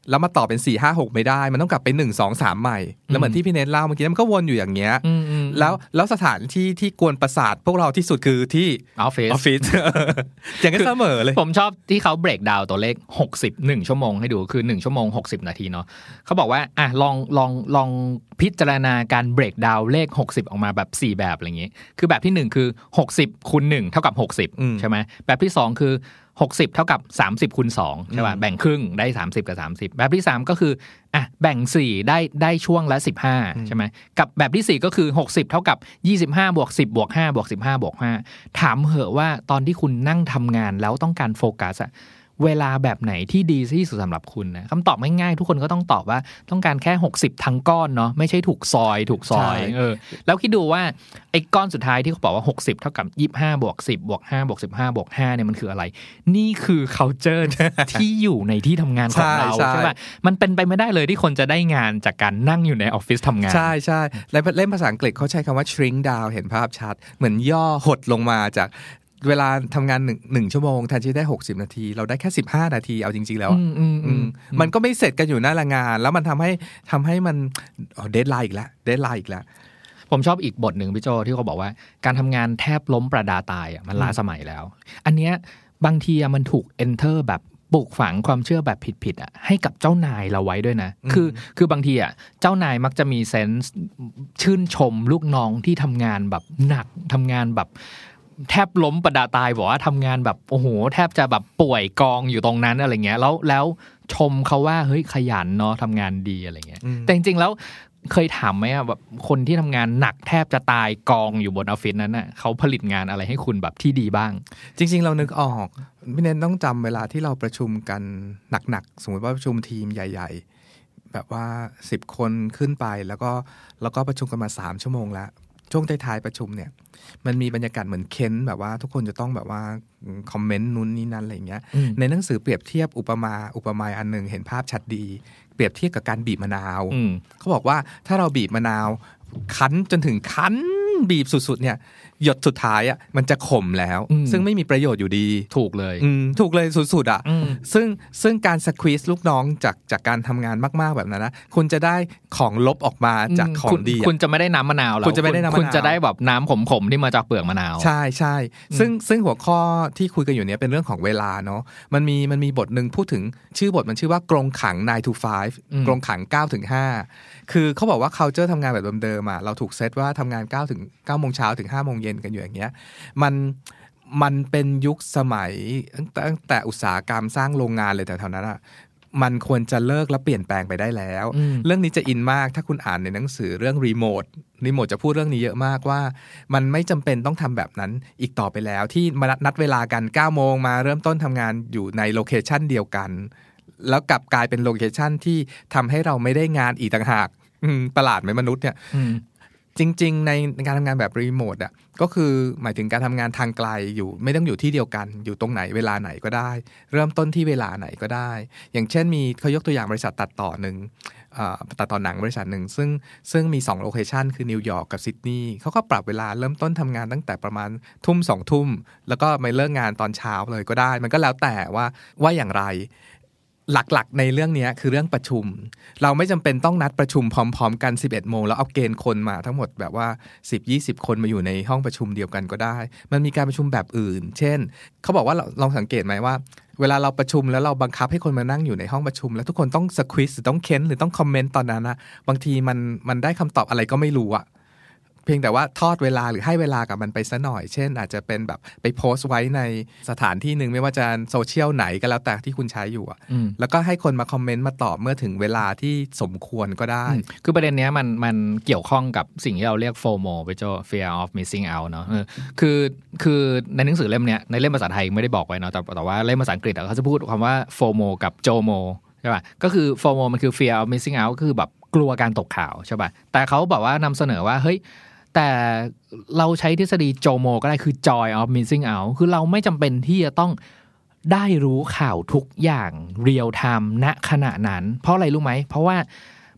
แล้วมาต่อเป็น4 5 6ไม่ได้มันต้องกลับไป1 2 3ใหม่แล้วเหมือนที่พี่เนทเล่าเมื่อกี้มันก็วนอยู่อย่างเงี้ยแล้วสถานที่ที่กวนประสาทพวกเราที่สุดคือที่ออฟฟิศ อย่างนั้นเสมอเลยผมชอบที่เขาเบรกดาวน์ตัวเลข61ชั่วโมงให้ดูคือ1ชั่วโมง60นาทีเนาะเขาบอกว่าอ่ะลองพิจารณาการเบรกดาวน์เลข60ออกมาแบบ4แบบอะไรอย่างงี้คือแบบที่1คือ60คูณ1เท่ากับ60ใช่ไหมแบบที่2คือ60เท่ากับ30คูณ2ใช่ป่ะแบ่งครึ่งได้30กับ30แบบที่3ก็คืออ่ะแบ่ง4ได้ช่วงละ15ใช่ไหมกับแบบที่4ก็คือ60เท่ากับ25บวก10บวก5บวก15บวก5ถามเหอะว่าตอนที่คุณนั่งทำงานแล้วต้องการโฟกัสอะเวลาแบบไหนที่ดีที่สุดสำหรับคุณนะคำตอบง่ายๆทุกคนก็ต้องตอบว่าต้องการแค่60ทั้งก้อนเนาะไม่ใช่ถูกซอยแล้วคิดดูว่าไอ้ก้อนสุดท้ายที่เขาบอกว่า60เท่ากับ25บวก10บวก5บวก15บวก5เนี่ยมันคืออะไรนี่คือ culture ที่อยู่ในที่ทำงานของเราใช่ป่ะมันเป็นไปไม่ได้เลยที่คนจะได้งานจากการนั่งอยู่ในออฟฟิศทำงานใช่แล้วเล่มภาษาอังกฤษเขาใช้คำว่า shrink down เห็นภาพชัดเหมือนย่อหดลงมาจากเวลาทำงาน1ชั่วโมงแทนที่ได้60นาทีเราได้แค่15นาทีเอาจริงๆแล้วมันก็ไม่เสร็จกันอยู่หน้าละงานแล้วมันทำให้มันเดดไลน์อีกแล้วผมชอบอีกบทหนึ่งพี่โจที่เขาบอกว่าการทำงานแทบล้มประดาตายมันล้าสมัยแล้วอันเนี้ยบางทีมันถูก enter แบบปลูกฝังความเชื่อแบบผิดๆให้กับเจ้านายเราไว้ด้วยนะคือบางทีเจ้านายมักจะมีเซนส์ชื่นชมลูกน้องที่ทำงานแบบหนักทำงานแบบแทบล้มประดาตายบอกว่าทำงานแบบโอ้โหแทบจะแบบป่วยกองอยู่ตรงนั้นอะไรเงี้ยแล้วชมเขาว่าเฮ้ยขยันเนาะทำงานดีอะไรเงี้ยแต่จริงๆแล้วเคยถามไหมแบบคนที่ทำงานหนักแทบจะตายกองอยู่บนออฟฟิศนั้นน่ะเขาผลิตงานอะไรให้คุณแบบที่ดีบ้างจริงๆเรานึกออกพี่เนนต้องจำเวลาที่เราประชุมกันหนักๆสมมติว่าประชุมทีมใหญ่ๆแบบว่า10คนขึ้นไปแล้วก็ประชุมกันมา3ชั่วโมงแล้วช่วงท้ายๆประชุมเนี่ยมันมีบรรยากาศเหมือนเค้นแบบว่าทุกคนจะต้องแบบว่าคอมเมนต์นู้นนี่นั่นอะไรอย่างเงี้ยในหนังสือเปรียบเทียบอุปมาอันนึงเห็นภาพชัดดีเปรียบเทียบกับการบีบมะนาวเขาบอกว่าถ้าเราบีบมะนาวคั้นจนถึงคั้นบีบสุดๆเนี่ยหยดสุดท้ายอ่ะมันจะขมแล้วซึ่งไม่มีประโยชน์อยู่ดีถูกเลยสุดๆอ่ะซึ่งการสควีซลูกน้องจากการทำงานมากๆแบบนั้นนะคุณจะได้ของลบออกมาจากของดีคุณจะไม่ได้น้ำมะนาวหรอกคุณจะได้แบบน้ำขมๆที่มาจากเปลือกมะนาวใช่ซึ่งหัวข้อที่คุยกันอยู่เนี้ยเป็นเรื่องของเวลาเนาะมันมีบทนึงพูดถึงชื่อบทมันชื่อว่ากรงขัง9 to 5กรงขัง9 ถึง 5คือเขาบอกว่า culture ทำงานแบบเดิมๆอ่ะเราถูกเซตว่าทำงาน9 โมงเช้าถึง5 โมงเย็นกันอยู่อย่างเงี้ยมันเป็นยุคสมัยตั้งแต่อุตสาหกรรมสร้างโรงงานเลยแต่เท่านั้นอ่ะมันควรจะเลิกและเปลี่ยนแปลงไปได้แล้วเรื่องนี้จะอินมากถ้าคุณอ่านในหนังสือเรื่องรีโมทจะพูดเรื่องนี้เยอะมากว่ามันไม่จำเป็นต้องทำแบบนั้นอีกต่อไปแล้วที่มานัดเวลากัน9 โมงมาเริ่มต้นทำงานอยู่ในโลเคชันเดียวกันแล้วกลับกลายเป็นโลเคชันที่ทำให้เราไม่ได้งานอีกต่างหากประหลาดไหมมนุษย์เนี่ยจริงๆในการทำงานแบบรีโมทอ่ะก็คือหมายถึงการทำงานทางไกลอยู่ไม่ต้องอยู่ที่เดียวกันอยู่ตรงไหนเวลาไหนก็ได้เริ่มต้นที่เวลาไหนก็ได้อย่างเช่นเขายกตัวอย่างบริษัทตัดต่อหนึ่งตัดต่อหนังบริษัทหนึ่งซึ่งมี2โลเคชันคือนิวยอร์กกับซิดนีย์เขาก็ปรับเวลาเริ่มต้นทำงานตั้งแต่ประมาณทุ่ม2 ทุ่มแล้วก็ไม่เลิกงานตอนเช้าเลยก็ได้มันก็แล้วแต่ว่าอย่างไรหลักๆในเรื่องนี้คือเรื่องประชุมเราไม่จำเป็นต้องนัดประชุมพร้อมๆกัน11 โมงแล้วเอาเกณฑ์คนมาทั้งหมดแบบว่า 10-20 คนมาอยู่ในห้องประชุมเดียวกันก็ได้มันมีการประชุมแบบอื่นเช่นเขาบอกว่าลองสังเกตไหมว่าเวลาเราประชุมแล้วเราบังคับให้คนมานั่งอยู่ในห้องประชุมแล้วทุกคนต้องสควิซหรือต้องเค้นหรือต้องคอมเมนต์ตอนนั้นนะบางทีมันได้คำตอบอะไรก็ไม่รู้อะเพียงแต่ว่าทอดเวลาหรือให้เวลากับมันไปซะหน่อยเช่นอาจจะเป็นแบบไปโพสต์ไว้ในสถานที่หนึ่งไม่ว่าจะโซเชียลไหนก็แล้วแต่ที่คุณใช้อยู่แล้วก็ให้คนมาคอมเมนต์มาตอบเมื่อถึงเวลาที่สมควรก็ได้คือประเด็นนี้มันเกี่ยวข้องกับสิ่งที่เราเรียก FOMO ไปโจ Fear of Missing Out เนาะคือในหนังสือเล่มเนี้ยในเล่มภาษาไทยไม่ได้บอกไว้เนาะแต่ว่าเล่มภาษาอังกฤษเขาจะพูดคำว่า FOMO กับ JOMO ใช่ป่ะก็คือ FOMO มันคือ Fear of Missing Out ก็คือแบบกลัวการตกข่าวใช่ป่ะแต่เขาบอกว่านำเสนอว่าเฮ้ยแต่เราใช้ทฤษฎีโจโมก็ได้คือ joy of missing out คือเราไม่จำเป็นที่จะต้องได้รู้ข่าวทุกอย่าง real time ณขณะนั้นเพราะอะไรรู้ไหมเพราะว่า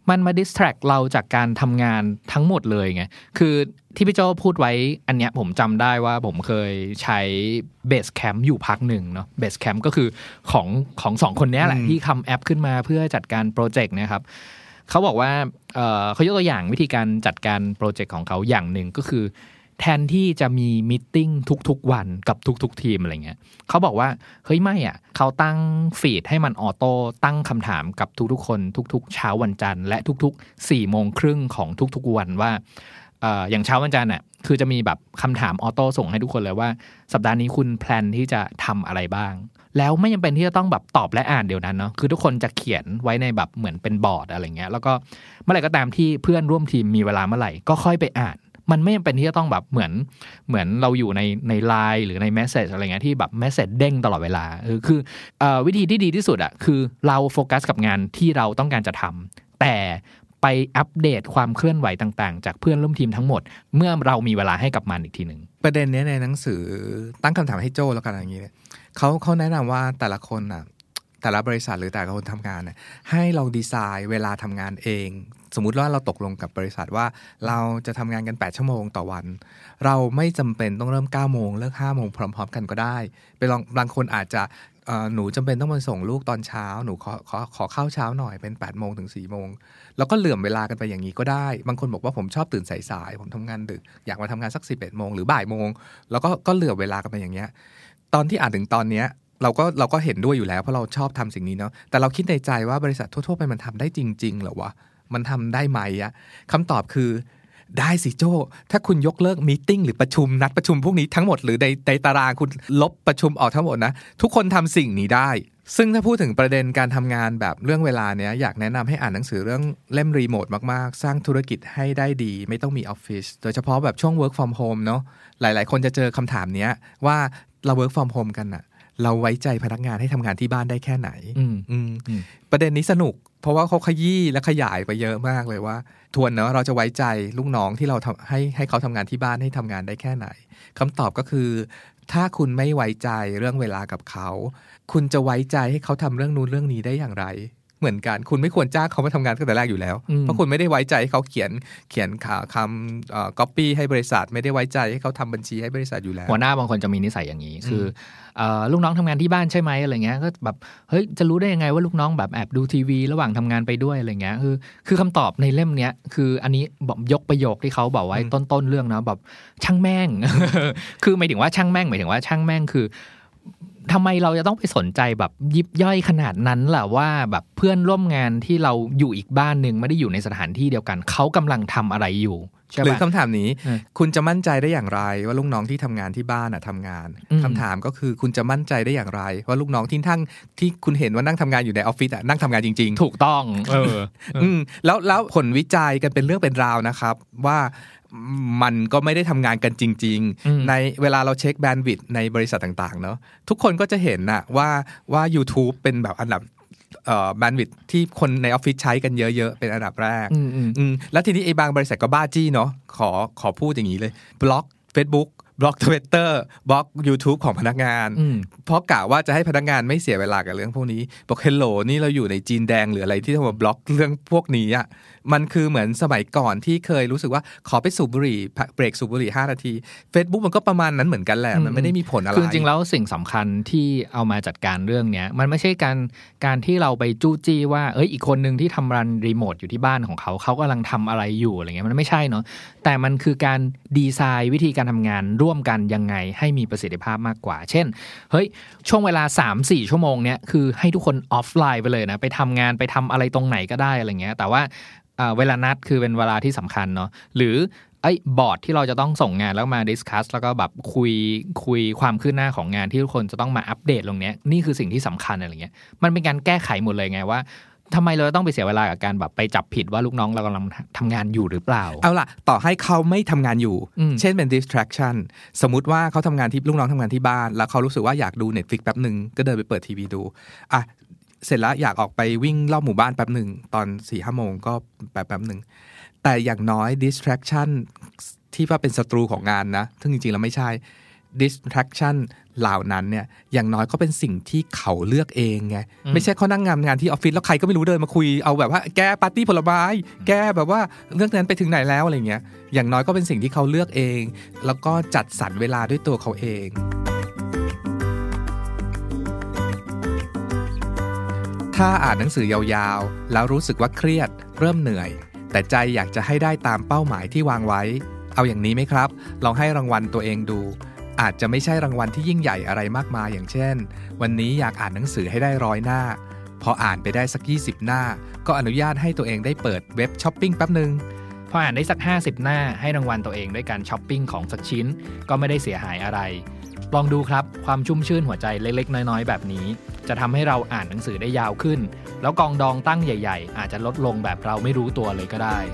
มันมา distract เราจากการทำงานทั้งหมดเลยไงคือที่พี่โจพูดไว้อันเนี้ยผมจำได้ว่าผมเคยใช้ Basecamp อยู่พักหนึ่งเนาะ Basecamp ก็คือของสองคนนี้แหละที่ทำแอปขึ้นมาเพื่อจัดการโปรเจกต์นะครับเขาบอกว่าเขายกตัวอย่างวิธีการจัดการโปรเจกต์ของเขาอย่างหนึ่งก็คือแทนที่จะมีมีตติ้งทุกๆวันกับทุกๆทีมอะไรเงี้ยเขาบอกว่าเฮ้ยไม่อ่ะเขาตั้งฟีดให้มันออโต้ตั้งคำถามกับทุกๆคนทุกๆเช้าวันจันทร์และทุกๆ4 โมงครึ่งของทุกๆวันว่าอย่างเช้าวันจันทร์น่ะคือจะมีแบบคำถามออโต้ส่งให้ทุกคนเลยว่าสัปดาห์นี้คุณแพลนที่จะทำอะไรบ้างแล้วไม่จำเป็นที่จะต้องแบบตอบและอ่านเดี๋ยวนั้นเนาะคือทุกคนจะเขียนไว้ในแบบเหมือนเป็นบอร์ดอะไรเงี้ยแล้วก็เมื่อไหร่ก็ตามที่เพื่อนร่วมทีมมีเวลาเมื่อไหร่ก็ค่อยไปอ่านมันไม่จำเป็นที่จะต้องแบบเหมือนเราอยู่ในไลน์หรือในเมสเซจอะไรเงี้ยที่แบบเมสเซจเด้งตลอดเวลาคือวิธีที่ดีที่สุดอ่ะคือเราโฟกัสกับงานที่เราต้องการจะทำแต่ไปอัปเดตความเคลื่อนไหวต่างๆจากเพื่อนร่วมทีมทั้งหมดเมื่อเรามีเวลาให้กับมันอีกทีนึงประเด็นนี้ในหนังสือตั้งคำถามให้โจ้แล้วกันอย่างนี้เขาแนะนำว่าแต่ละคนอ่ะแต่ละบริษัทหรือแต่ละคนทำงานเนี่ยให้เราดีไซน์เวลาทำงานเองสมมุติว่าเราตกลงกับบริษัทว่าเราจะทำงานกัน8 ชั่วโมงต่อวันเราไม่จำเป็นต้องเริ่ม9 โมงเลิก5 โมงพร้อมๆกันก็ได้ไปลองบางคนอาจจะหนูจำเป็นต้องมาส่งลูกตอนเช้าหนูขอเข้าเช้าหน่อยเป็น8 โมงถึง4 โมงแล้วก็เหลื่อมเวลากันไปอย่างนี้ก็ได้บางคนบอกว่าผมชอบตื่นสายๆผมทำงานดึกอยากมาทำงานสัก11 โมงหรือบ่ายโมงแล้วก็เหลื่อมเวลากันไปอย่างเงี้ยตอนที่อ่านถึงตอนเนี้ยเราก็เห็นด้วยอยู่แล้วเพราะเราชอบทำสิ่งนี้เนาะแต่เราคิดในใจว่าบริษัททั่วๆไปมันทำได้จริงๆเหรอวะมันทำได้ไหมอะคำตอบคือได้สิโจ้ถ้าคุณยกเลิกมีตติ้งหรือประชุมนัดประชุมพวกนี้ทั้งหมดหรือในตารางคุณลบประชุมออกทั้งหมดนะทุกคนทำสิ่งนี้ได้ซึ่งถ้าพูดถึงประเด็นการทำงานแบบเรื่องเวลาเนี้ยอยากแนะนำให้อ่านหนังสือเรื่องเล่มรีโมทมากๆสร้างธุรกิจให้ได้ดีไม่ต้องมีออฟฟิศโดยเฉพาะแบบช่วง work from home เนาะหลายๆคนจะเจอคำถามเนี้ยว่าเรา work from home กันอะเราไว้ใจพนักงานให้ทำงานที่บ้านได้แค่ไหนประเด็นนี้สนุกเพราะว่าเขาขยี้และขยายไปเยอะมากเลยว่าทวนเนาะเราจะไว้ใจลูกน้องที่เราให้เขาทำงานที่บ้านให้ทำงานได้แค่ไหนคำตอบก็คือถ้าคุณไม่ไว้ใจเรื่องเวลากับเขาคุณจะไว้ใจให้เขาทำเรื่องนู้นเรื่องนี้ได้อย่างไรเหมือนกันคุณไม่ควรจ้างเขามาทำงานตั้งแต่แรกอยู่แล้วเพราะคุณไม่ได้ไว้ใจให้เขาเขียนคำcopy ให้บริษัทไม่ได้ไว้ใจให้เขาทำบัญชีให้บริษัทอยู่แล้วหัวหน้าบางคนจะมีนิสัยอย่างนี้คือลูกน้องทำงานที่บ้านใช่ไหมอะไรเงี้ยก็แบบเฮ้ยจะรู้ได้ยังไงว่าลูกน้องแบบแอบดูทีวีระหว่างทำงานไปด้วยอะไรเงี้ยคือคำตอบในเล่มเนี้ยคืออันนี้บอกยกประโยคที่เขาบอกไว้ต้นเรื่องนะแบบช่างแม่ง คือหมายถึงว่าช่างแม่งหมายถึงว่าช่างแม่งคือทำไมเราจะต้องไปสนใจแบบยิบย่อยขนาดนั้นล่ะว่าแบบเพื่อนร่วมงานที่เราอยู่อีกบ้านนึงไม่ได้อยู่ในสถานที่เดียวกันเขากำลังทำอะไรอยู่หรือคำถามนี้คุณจะมั่นใจได้อย่างไรว่าลูกน้องที่ทำงานที่บ้านทำงานคำถามก็คือคุณจะมั่นใจได้อย่างไรว่าลูกน้องที่คุณเห็นว่านั่งทำงานอยู่ในออฟฟิศนั่งทำงานจริงๆถูกต้องแล้วผลวิจัยกันเป็นเรื่องเป็นราวนะครับว่ามันก็ไม่ได้ทำงานกันจริงๆในเวลาเราเช็คแบนด์วิดต์ในบริษัทต่างๆเนาะทุกคนก็จะเห็นนะว่า YouTube เป็นแบบอันดับแบนด์วิดต์ที่คนในออฟฟิศใช้กันเยอะๆเป็นอันดับแรกแล้วทีนี้ไอ้บางบริษัทก็บ้าจี้เนาะขอพูดอย่างนี้เลยบล็อก Facebook บล็อก Twitter บล็อก YouTube ของพนักงานเพราะกะว่าจะให้พนักงานไม่เสียเวลากับเรื่องพวกนี้บอกเฮลโหลนี่เราอยู่ในจีนแดงหรืออะไรที่ทำมาบล็อกเรื่องพวกนี้อ่ะมันคือเหมือนสมัยก่อนที่เคยรู้สึกว่าขอไปสูบบุหรี่เบรกสูบบุหรี่5 นาที Facebook มันก็ประมาณนั้นเหมือนกันแหละมันไม่ได้มีผลอะไรคือจริงๆแล้วสิ่งสำคัญที่เอามาจัดการเรื่องเนี้ยมันไม่ใช่การที่เราไปจู้จี้ว่าอีกคนนึงที่ทำรันรีโมทอยู่ที่บ้านของเขากำลังทำอะไรอยู่อะไรเงี้ยมันไม่ใช่เนาะแต่มันคือการดีไซน์วิธีการทำงานร่วมกันยังไงให้มีประสิทธิภาพมากกว่าเช่นเฮ้ยช่วงเวลา 3-4 ชั่วโมงเนี้ยคือให้ทุกคนออฟไลน์ไปเลยนะไปทำงานไปทำอะไรตรงไหนก็ได้อะไรเงี้ยแต่ว่าเวลานัดคือเป็นเวลาที่สำคัญเนาะหรือบอร์ดที่เราจะต้องส่งงานแล้วมาดิสคัสแล้วก็แบบคุยความคืบหน้าของงานที่ทุกคนจะต้องมาอัปเดตตรงนี้นี่คือสิ่งที่สำคัญอะไรเงี้ยมันเป็นการแก้ไขหมดเลยไงว่าทำไมเราต้องไปเสียเวลากับการแบบไปจับผิดว่าลูกน้องเรากำลังทำงานอยู่หรือเปล่าเอาล่ะต่อให้เขาไม่ทำงานอยู่เช่นเป็น distraction สมมุติว่าเขาทำงานที่ลูกน้องทำงานที่บ้านแล้วเขารู้สึกว่าอยากดู Netflix แป๊บนึงก็เดินไปเปิดทีวีดูเสร็จแล้วอยากออกไปวิ่งรอบหมู่บ้านแป๊บนึงตอน 4-5 โมงก็แป๊บนึงแต่อย่างน้อย distraction ที่ว่าเป็นศัตรูของงานนะซึ่งจริงๆแล้วไม่ใช่ distraction เหล่านั้นเนี่ยอย่างน้อยก็เป็นสิ่งที่เขาเลือกเองไงไม่ใช่เขานั่งงานที่ออฟฟิศแล้วใครก็ไม่รู้เดินมาคุยเอาแบบว่าแกปาร์ตี้ผลไม้แกแบบว่าเรื่องนั้นไปถึงไหนแล้วอะไรเงี้ยอย่างน้อยก็เป็นสิ่งที่เขาเลือกเองแล้วก็จัดสรรเวลาด้วยตัวเขาเองถ้าอ่านหนังสือยาวๆแล้วรู้สึกว่าเครียดเริ่มเหนื่อยแต่ใจอยากจะให้ได้ตามเป้าหมายที่วางไว้เอาอย่างนี้ไหมครับลองให้รางวัลตัวเองดูอาจจะไม่ใช่รางวัลที่ยิ่งใหญ่อะไรมากมายอย่างเช่นวันนี้อยากอ่านหนังสือให้ได้100 หน้าพออ่านไปได้สัก20 หน้าก็อนุญาตให้ตัวเองได้เปิดเว็บช้อปปิ้งแป๊บนึงพออ่านได้สัก50 หน้าให้รางวัลตัวเองด้วยการช้อปปิ้งของสักชิ้นก็ไม่ได้เสียหายอะไรลองดูครับความชุ่มชื่นหัวใจเล็กๆน้อยๆแบบนี้จะทำให้เราอ่านหนังสือได้ยาวขึ้นแล้วกองดองตั้งใหญ่ๆอาจจะลดลงแบบเราไม่รู้ตัวเลยก็ได้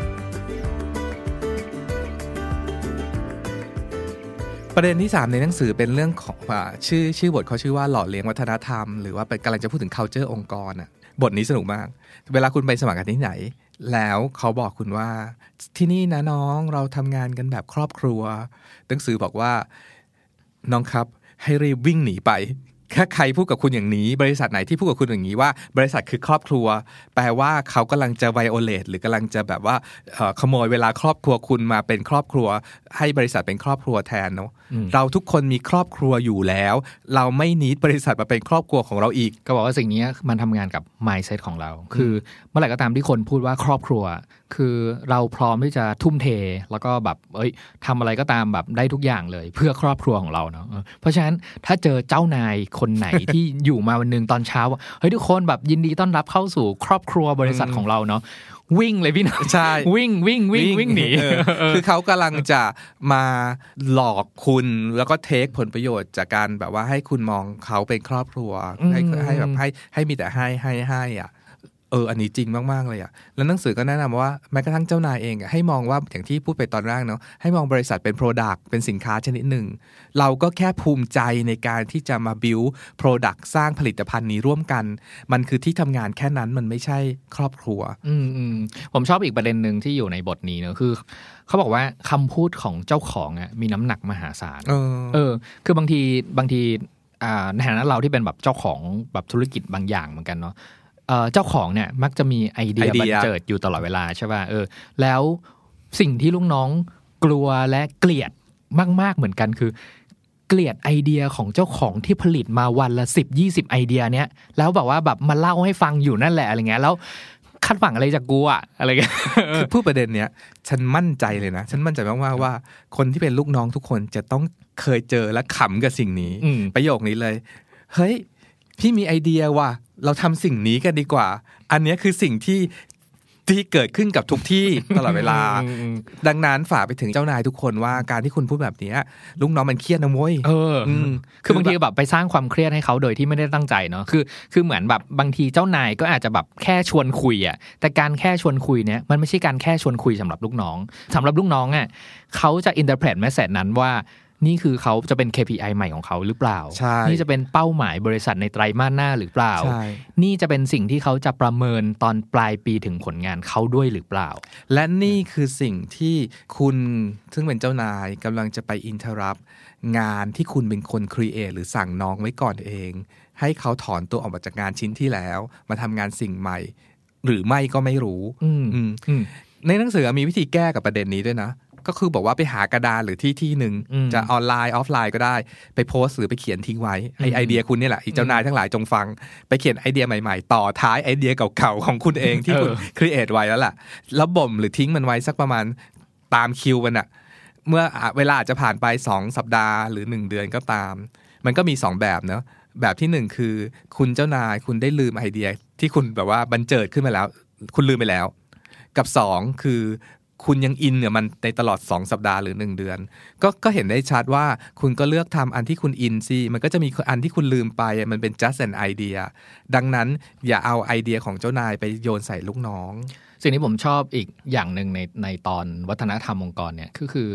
ประเด็นที่3ในหนังสือเป็นเรื่องของชื่อบทเขาชื่อว่าหล่อเลี้ยงวัฒนธรรมหรือว่าเป็นกำลังจะพูดถึง culture องค์กรบทนี้สนุกมากเวลาคุณไปสมัครงานที่ไหนแล้วเขาบอกคุณว่าที่นี่นะน้องเราทำงานกันแบบครอบครัวหนังสือบอกว่าน้องครับให้รีบวิ่งหนีไปถ้าใครพูดกับคุณอย่างนี้บริษัทไหนที่พูดกับคุณอย่างนี้ว่าบริษัทคือครอบครัวแปลว่าเขากำลังจะไวโอเลตหรือกำลังจะแบบว่าขโมยเวลาครอบครัวคุณมาเป็นครอบครัวให้บริษัทเป็นครอบครัวแทนเนาะเราทุกคนมีครอบครัวอยู่แล้วเราไม่นีดบริษัทมาเป็นครอบครัวของเราอีกก็บอกว่าสิ่งนี้มันทำงานกับ mindset ของเราคือเมื่อไหร่ก็ตามที่คนพูดว่าครอบครัวคือเราพร้อมที่จะทุ่มเทแล้วก็แบบทำอะไรก็ตามแบบได้ทุกอย่างเลยเพื่อครอบครัวของเราเนาะเพราะฉะนั้นถ้าเจอเจ้านายคนไหน ที่อยู่มาวันนึงตอนเช้าว่าเฮ้ยทุกคนแบบยินดีต้อนรับเข้าสู่ครอบครัวบริษัทของเราเนาะวิ่งเลยพี่น้องใช่วิ่งหนีคือเขากำลังจะมาหลอกคุณแล้วก็เทคผลประโยชน์จากการแบบว่าให้คุณมองเขาเป็นครอบครัวให้แบบให้มีแต่ให้อ่ะอันนี้จริงมากๆเลยอ่ะแล้วหนังสือก็แนะนำว่าแม้กระทั่งเจ้านายเองให้มองว่าอย่างที่พูดไปตอนแรกเนาะให้มองบริษัทเป็น product เป็นสินค้าชนิดหนึ่งเราก็แค่ภูมิใจในการที่จะมา build product สร้างผลิตภัณฑ์นี้ร่วมกันมันคือที่ทำงานแค่นั้นมันไม่ใช่ครอบครัวผมชอบอีกประเด็นหนึ่งที่อยู่ในบทนี้เนอะคือเขาบอกว่าคำพูดของเจ้าของมีน้ำหนักมหาศาลคือบางทีในฐานะเราที่เป็นแบบเจ้าของแบบธุรกิจบางอย่างเหมือนกันเนาะเจ้าของเนี่ยมักจะมีไอเดียบันเจิดอยู่ตลอดเวลาใช่ป่ะแล้วสิ่งที่ลูกน้องกลัวและเกลียดมากๆเหมือนกันคือเกลียดไอเดียของเจ้าของที่ผลิตมาวันละ 10-20 ไอเดียเนี้ยแล้วแบบว่าแบบมาเล่าให้ฟังอยู่นั่นแหละอะไรเงี้ยแล้วคาดหวังอะไรจากกูอะอะไรเงี้ยคือพูดประเด็นเนี้ยฉันมั่นใจเลยนะฉันมั่นใจมากๆว่าคนที่เป็นลูกน้องทุกคนจะต้องเคยเจอและขำกับสิ่งนี้ประโยคนี้เลยเฮ้ยพี่มีไอเดียว่ะเราทำสิ่งนี้กันดีกว่าอันนี้คือสิ่งที่เกิดขึ้นกับทุกที่ตลอดเวลาดังนั้นฝากไปถึงเจ้านายทุกคนว่าการที่คุณพูดแบบนี้ลูกน้องมันเครียดนะโว้ยคือบางทีแบบไปสร้างความเครียดให้เขาโดยที่ไม่ได้ตั้งใจเนาะคือเหมือนแบบบางทีเจ้านายก็อาจจะแบบแค่ชวนคุยแต่การแค่ชวนคุยเนี่ยมันไม่ใช่การแค่ชวนคุยสำหรับลูกน้องสำหรับลูกน้องเขาจะ interpret message นั้นว่านี่คือเขาจะเป็น KPI ใหม่ของเขาหรือเปล่านี่จะเป็นเป้าหมายบริษัทในไตรมาสหน้าหรือเปล่านี่จะเป็นสิ่งที่เขาจะประเมินตอนปลายปีถึงผลงานเขาด้วยหรือเปล่าและนี่คือสิ่งที่คุณซึ่งเป็นเจ้านายกำลังจะไป interrupt งานที่คุณเป็นคน create หรือสั่งน้องไว้ก่อนเองให้เขาถอนตัวออกมาจากงานชิ้นที่แล้วมาทำงานสิ่งใหม่หรือไม่ก็ไม่รู้ในหนังสือมีวิธีแก้กับประเด็นนี้ด้วยนะก็คือบอกว่าไปหากระดานหรือที่หนึ่งจะออนไลน์ออฟไลน์ก็ได้ไปโพสต์หรือไปเขียนทิ้งไว้ไอเดียคุณนี่แหละเจ้านายทั้งหลายจงฟังไปเขียนไอเดียใหม่ๆต่อท้ายไอเดียเก่าๆของคุณเองที่คุณครีเอทไว้แล้วล่ะแล้วบ่มหรือทิ้งมันไว้สักประมาณตามคิวมันเมื่อเวลาอาจจะผ่านไป2สัปดาห์หรือ1เดือนก็ตามมันก็มี2แบบเนาะแบบที่1คือคุณเจ้านายคุณได้ลืมไอเดียที่คุณแบบว่าบันเจิดขึ้นมาแล้วคุณลืมไปแล้วกับ2คือคุณยังอินเนี่ยมันในตลอด2สัปดาห์หรือ1เดือนก็เห็นได้ชัดว่าคุณก็เลือกทำอันที่คุณอินสิมันก็จะมีอันที่คุณลืมไปมันเป็น just an idea ดังนั้นอย่าเอาไอเดียของเจ้านายไปโยนใส่ลูกน้องสิ่งที่ผมชอบอีกอย่างหนึ่งในตอนวัฒนธรรมองค์กรเนี่ยคือ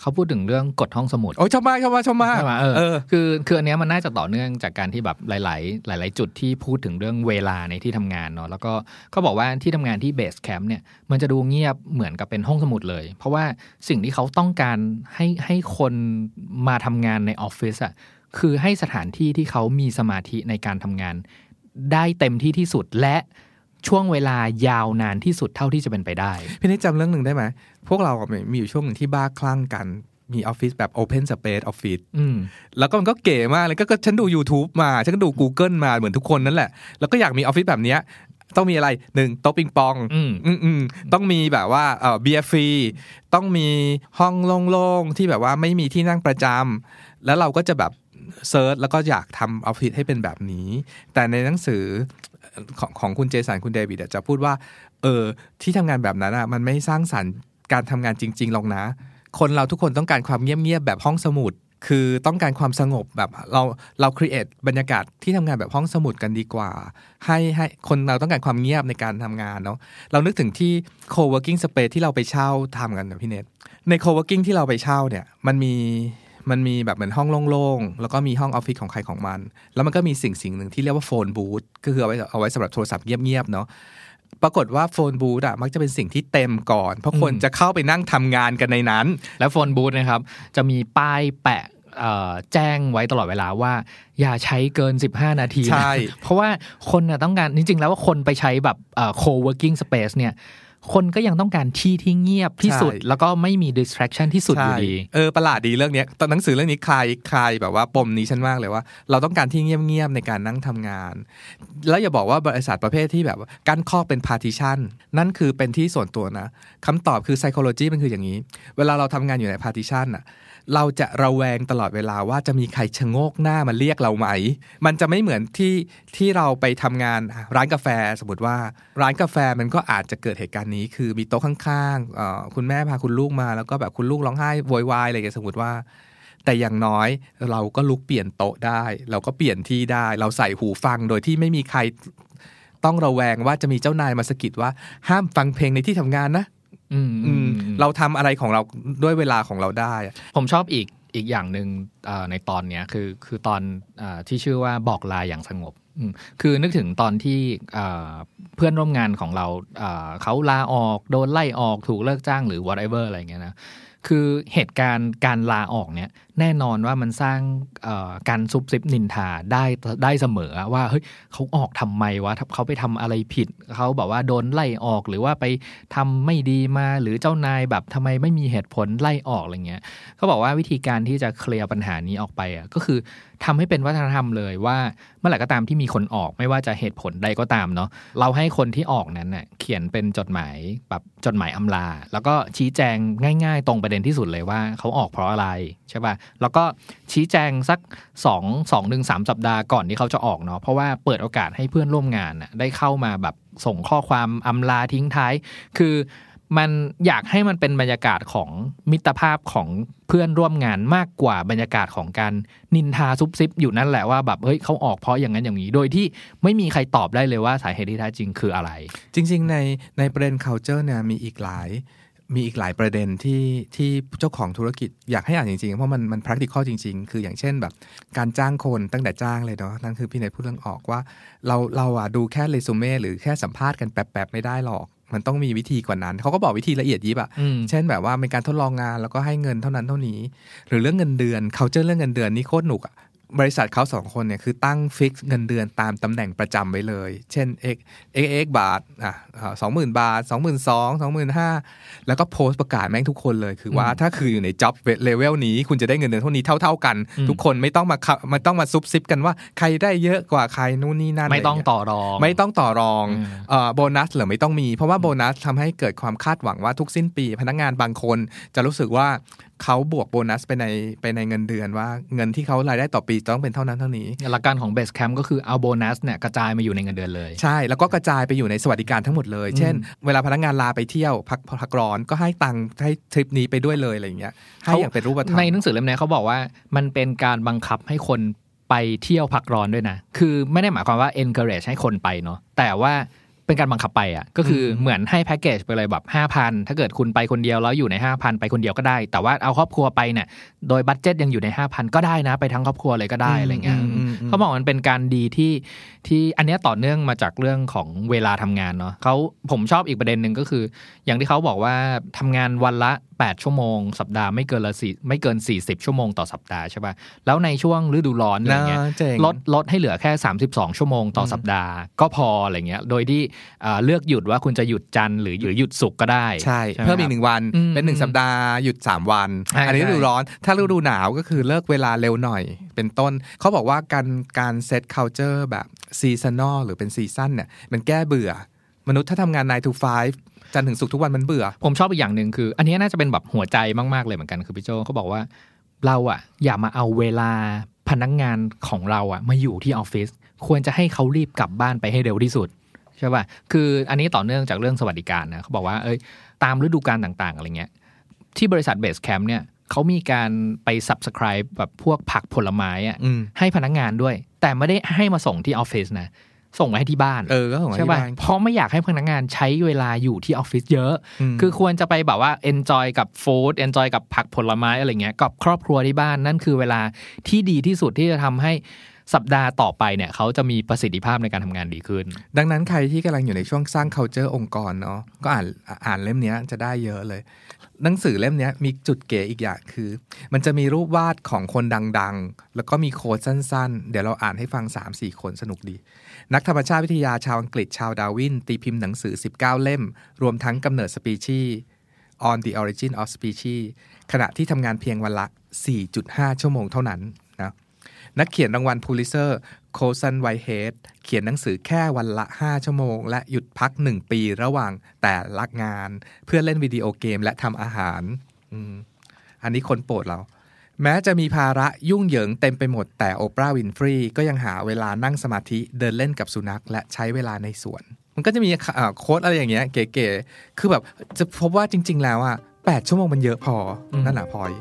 เขาพูดถึงเรื่องกฎห้องสมุดโอ้ชอบมากใช่ไหมคืออันเนี้ยมันน่าจะต่อเนื่องจากการที่แบบหลายจุดที่พูดถึงเรื่องเวลาในที่ทำงานเนาะแล้วก็เขาบอกว่าที่ทำงานที่เบสแคมป์เนี่ยมันจะดูเงียบเหมือนกับเป็นห้องสมุดเลยเพราะว่าสิ่งที่เขาต้องการให้คนมาทำงานในออฟฟิศอ่ะคือให้สถานที่ที่เขามีสมาธิในการทำงานได้เต็มที่ที่สุดและช่วงเวลายาวนานที่สุดเท่าที่จะเป็นไปได้พี่นิดจำเรื่องหนึ่งได้ไหมพวกเรามีอยู่ช่วงหนึ่งที่บ้าคลั่งกันมีออฟฟิศแบบ Open Space Office แล้วก็มันก็เก๋มากเลยก็ฉันดู YouTube มาฉันก็ดู Google มาเหมือนทุกคนนั่นแหละแล้วก็อยากมีออฟฟิศแบบนี้ต้องมีอะไร1โต๊ะปิงปองต้องมีแบบว่าเบียร์ฟรีต้องมีห้องโล่งๆที่แบบว่าไม่มีที่นั่งประจำแล้วเราก็จะแบบเซิร์ชแล้วก็อยากทำออฟฟิศให้เป็นแบบนี้แต่ในหนังสือของคุณเจสันคุณเดวิดจะพูดว่าที่ทำงานแบบนั้นอ่ะมันไม่สร้างสรรค์การทำงานจริงๆหรอกนะคนเราทุกคนต้องการความเงียบๆแบบห้องสมุดคือต้องการความสงบแบบเราครีเอทบรรยากาศที่ทำงานแบบห้องสมุดกันดีกว่าให้คนเราต้องการความเงียบในการทำงานเนาะเรานึกถึงที่ co-working space ที่เราไปเช่าทำกันนะพี่เนทใน co-working ที่เราไปเช่าเนี่ยมันมีแบบเหมือนห้องโล่งๆแล้วก็มีห้องออฟฟิศของใครของมันแล้วมันก็มีสิ่งหนึ่งที่เรียกว่าโฟนบูธก็คือเอาไว้สำหรับโทรศัพท์เงียบๆเนาะปรากฏว่าโฟนบูธมักจะเป็นสิ่งที่เต็มก่อนเพราะคนจะเข้าไปนั่งทำงานกันในนั้นแล้วโฟนบูธนะครับจะมีป้ายแปะแจ้งไว้ตลอดเวลาว่าอย่าใช้เกิน15นาทีใช่เพราะว่าคนต้องการจริงๆแล้วว่าคนไปใช้แบบco-working space เนี่ยคนก็ยังต้องการที่เงียบที่สุดแล้วก็ไม่มี distraction ที่สุดอยู่ดีประหลาดดีเรื่องนี้ตอนหนังสือเรื่องนี้คลายแบบว่าปมนี้ฉันมากเลยว่าเราต้องการที่เงียบๆในการนั่งทำงานแล้วอย่าบอกว่าบริษัทประเภทที่แบบกั้นข้อเป็น partition นั่นคือเป็นที่ส่วนตัวนะคำตอบคือ psychology มันคืออย่างนี้เวลาเราทำงานอยู่ใน partition น่ะเราจะระแวงตลอดเวลาว่าจะมีใครชะโงกหน้ามาเรียกเราไหมมันจะไม่เหมือนที่เราไปทำงานร้านกาแฟสมมติว่าร้านกาแฟมันก็อาจจะเกิดเหตุการณ์นี้คือมีโต๊ะข้างๆคุณแม่พาคุณลูกมาแล้วก็แบบคุณลูกร้องไห้โวยวายอะไรอย่างเงี้ยสมมติว่าแต่อย่างน้อยเราก็ลุกเปลี่ยนโต๊ะได้เราก็เปลี่ยนที่ได้เราใส่หูฟังโดยที่ไม่มีใครต้องระแวงว่าจะมีเจ้านายมาสะกิดว่าห้ามฟังเพลงในที่ทำงานนะเราทำอะไรของเราด้วยเวลาของเราได้ผมชอบอีกอย่างหนึ่งในตอนเนี้ยคือตอนที่ชื่อว่าบอกลาอย่างสงบคือนึกถึงตอนที่เพื่อนร่วมงานของเราเขาลาออกโดนไล่ออกถูกเลิกจ้างหรือ whatever อะไรเงี้ยนะคือเหตุการณ์การลาออกเนี่ยแน่นอนว่ามันสร้างการซุบซิบนินทาได้เสมอว่าเฮ้ยเขาออกทำไมวะเขาไปทำอะไรผิดเขาบอกว่าโดนไล่ออกหรือว่าไปทำไม่ดีมาหรือเจ้านายแบบทำไมไม่มีเหตุผลไล่ออกอะไรเงี้ยเขาบอกว่าวิธีการที่จะเคลียร์ปัญหานี้ออกไปก็คือทำให้เป็นวัฒนธรรมเลยว่าเมื่อไหร่ก็ตามที่มีคนออกไม่ว่าจะเหตุผลใดก็ตามเนาะเราให้คนที่ออกนั้นน่ะเขียนเป็นจดหมายแบบจดหมายอำลาแล้วก็ชี้แจงง่ายๆตรงประเด็นที่สุดเลยว่าเขาออกเพราะอะไรใช่ป่ะแล้วก็ชี้แจงสัก2-3 สัปดาห์ก่อนที่เขาจะออกเนาะเพราะว่าเปิดโอกาสให้เพื่อนร่วมงานน่ะได้เข้ามาแบบส่งข้อความอำลาทิ้งท้ายคือมันอยากให้มันเป็นบรรยากาศของมิตรภาพของเพื่อนร่วมงานมากกว่าบรรยากาศของการนินทาซุบซิบอยู่นั่นแหละว่าแบบเฮ้ยเขาออกเพราะอย่างนั้นอย่างนี้โดยที่ไม่มีใครตอบได้เลยว่าสาเหตุที่แท้จริงคืออะไรจริงๆในประเด็น culture เนี่ยมีอีกหลายประเด็นที่เจ้าของธุรกิจอยากให้อ่านจริงๆเพราะมัน practical จริงๆคืออย่างเช่นแบบการจ้างคนตั้งแต่จ้างเลยเนาะนั่นคือพี่เนทพูดเรื่องออกว่าเราดูแค่เรซูเม่หรือแค่สัมภาษณ์กันแป๊บๆไม่ได้หรอกมันต้องมีวิธีกว่านั้นเขาก็บอกวิธีละเอียดยิบเช่นแบบว่าเป็นการทดลองงานแล้วก็ให้เงินเท่านั้นเท่านี้หรือเรื่องเงินเดือนเขาเรื่องเงินเดือนนี่โคตรหนุกบริษัทเขา2คนเนี่ยคือตั้งฟิกเงินเดือนตามตำแหน่งประจำไว้เลยเช่น x บาท20,000 บาท 22,000 25,000 แล้วก็โพสต์ประกาศแม่งทุกคนเลยคือว่าถ้าคืออยู่ใน job level นี้คุณจะได้เงินเดือนเท่านี้เท่ากันทุกคนไม่ต้องมาซุบซิบกันว่าใครได้เยอะกว่าใครนู่นนี่นั่นไม่ต้องต่อรองโบนัสหรือไม่ต้องมีเพราะว่าโบนัสทำให้เกิดความคาดหวังว่าทุกสิ้นปีพนักงานบางคนจะรู้สึกว่าเขาบวกโบนัสไปในเงินเดือนว่าเงินที่เขารายได้ต่อปีต้องเป็นเท่านั้นเท่านี้หลักการของ Base Camp ก็คือเอาโบนัสเนี่ยกระจายมาอยู่ในเงินเดือนเลยใช่แล้วก็กระจายไปอยู่ในสวัสดิการทั้งหมดเลยเช่นเวลาพนักงานลาไปเที่ยวพักร้อนก็ให้ตังค์ให้ทริปนี้ไปด้วยเลยอะไรอย่างเงี้ยให้อย่างเป็นรูปธรรมในหนังสือเล่มนี้เขาบอกว่ามันเป็นการบังคับให้คนไปเที่ยวพักร้อนด้วยนะคือไม่ได้หมายความว่า encourage ให้คนไปเนาะแต่ว่าเป็นการบังคับไปอ่ะก็คือเหมือนให้แพ็กเกจไปเลยแบบ 5,000 ถ้าเกิดคุณไปคนเดียวแล้วอยู่ใน 5,000 ไปคนเดียวก็ได้แต่ว่าเอาครอบครัวไปเนี่ยโดยบัดเจ็ตยังอยู่ใน 5,000 ก็ได้นะไปทั้งครอบครัวเลยก็ได้อะไรเงี้ยเขาบอกมันเป็นการดีที่อันนี้ต่อเนื่องมาจากเรื่องของเวลาทำงานเนาะผมชอบอีกประเด็นนึงก็คืออย่างที่เขาบอกว่าทำงานวันละ8ชั่วโมงสัปดาห์ไม่เกิน40ชั่วโมงต่อสัปดาห์ใช่ป่ะแล้วในช่วงฤดูร้อนอะไรเงี้ยลดให้เหลือแค่32ชั่วโมงต่อสัปดาห์ก็พออะไรเงี้ยโดยที่เลือกหยุดว่าคุณจะหยุดจันทร์หรือหยุดศุกร์ก็ได้ใช่เพิ่มอีก1วันเป็น1สัปดาห์หยุด3วันอันนี้ฤดูร้อนถ้าฤดูหนาวก็คือเลิกเวลาเร็วหน่อยเป็นต้นเขาบอกว่าการเซต culture แบบซีซันนอลหรือเป็นซีซั่นเนี่ยมันแก้เบื่อมนุษย์ถ้าทำงาน 9 to 5จันทร์ถึงศุกร์ทุกวันมันเบื่อผมชอบอีกอย่างนึงคืออันนี้น่าจะเป็นแบบหัวใจมากๆเลยเหมือนกันคือพี่โจเขาบอกว่าเราอ่ะอย่ามาเอาเวลาพนักงานของเราอ่ะมาอยู่ที่ออฟฟิศควรจะให้เขารีบกลับบ้านไปให้เร็วที่สุดใช่ป่ะคืออันนี้ต่อเนื่องจากเรื่องสวัสดิการนะเขาบอกว่าตามฤดูกาลต่างๆอะไรเงี้ยที่บริษัทเบสแคมป์เนี่ยเขามีการไป subscribe แบบพวกผักผลไม้อ่ะให้พนักงานด้วยแต่ไม่ได้ให้มาส่งที่ออฟฟิศนะส่งมาให้ที่บ้านก็ส่งมาที่บ้านเพราะไม่อยากให้พนักงานใช้เวลาอยู่ที่ออฟฟิศเยอะคือควรจะไปแบบว่า enjoy กับฟู้ด enjoy กับผักผลไม้อะไรเงี้ยกับครอบครัวที่บ้านนั่นคือเวลาที่ดีที่สุดที่จะทำให้สัปดาห์ต่อไปเนี่ยเขาจะมีประสิทธิภาพในการทำงานดีขึ้นดังนั้นใครที่กำลังอยู่ในช่วงสร้าง culture องค์กรเนาะก็อ่านเล่มนี้จะได้เยอะเลยหนังสือเล่มนี้มีจุดเก๋อีกอย่างคือมันจะมีรูปวาดของคนดังๆแล้วก็มีโค้ดสั้นๆเดี๋ยวเราอ่านให้ฟัง 3-4 คนสนุกดีนักธรรมชาติวิทยาชาวอังกฤษชาวดาร์วินตีพิมพ์หนังสือ19เล่มรวมทั้งกำเนิดสปีชีส์ On the Origin of Species ขณะที่ทำงานเพียงวันละ 4.5 ชั่วโมงเท่านั้นนะนักเขียนรางวัลพูลิเซอร์โคซันไวท์เฮดเขียนหนังสือแค่วันละ5ชั่วโมงและหยุดพัก1ปีระหว่างแต่ละงานเพื่อเล่นวิดีโอเกมและทำอาหารอันนี้คนโปรดเราแม้จะมีภาระยุ่งเหยิงเต็มไปหมดแต่โอปราห์วินฟรีก็ยังหาเวลานั่งสมาธิเดินเล่นกับสุนัขและใช้เวลาในสวนมันก็จะมีโค้ดอะไรอย่างเงี้ยเก๋ๆคือแบบจะพบว่าจริงๆแล้วอ่ะ8ชั่วโมงมันเยอะพอนั่นแหละพอย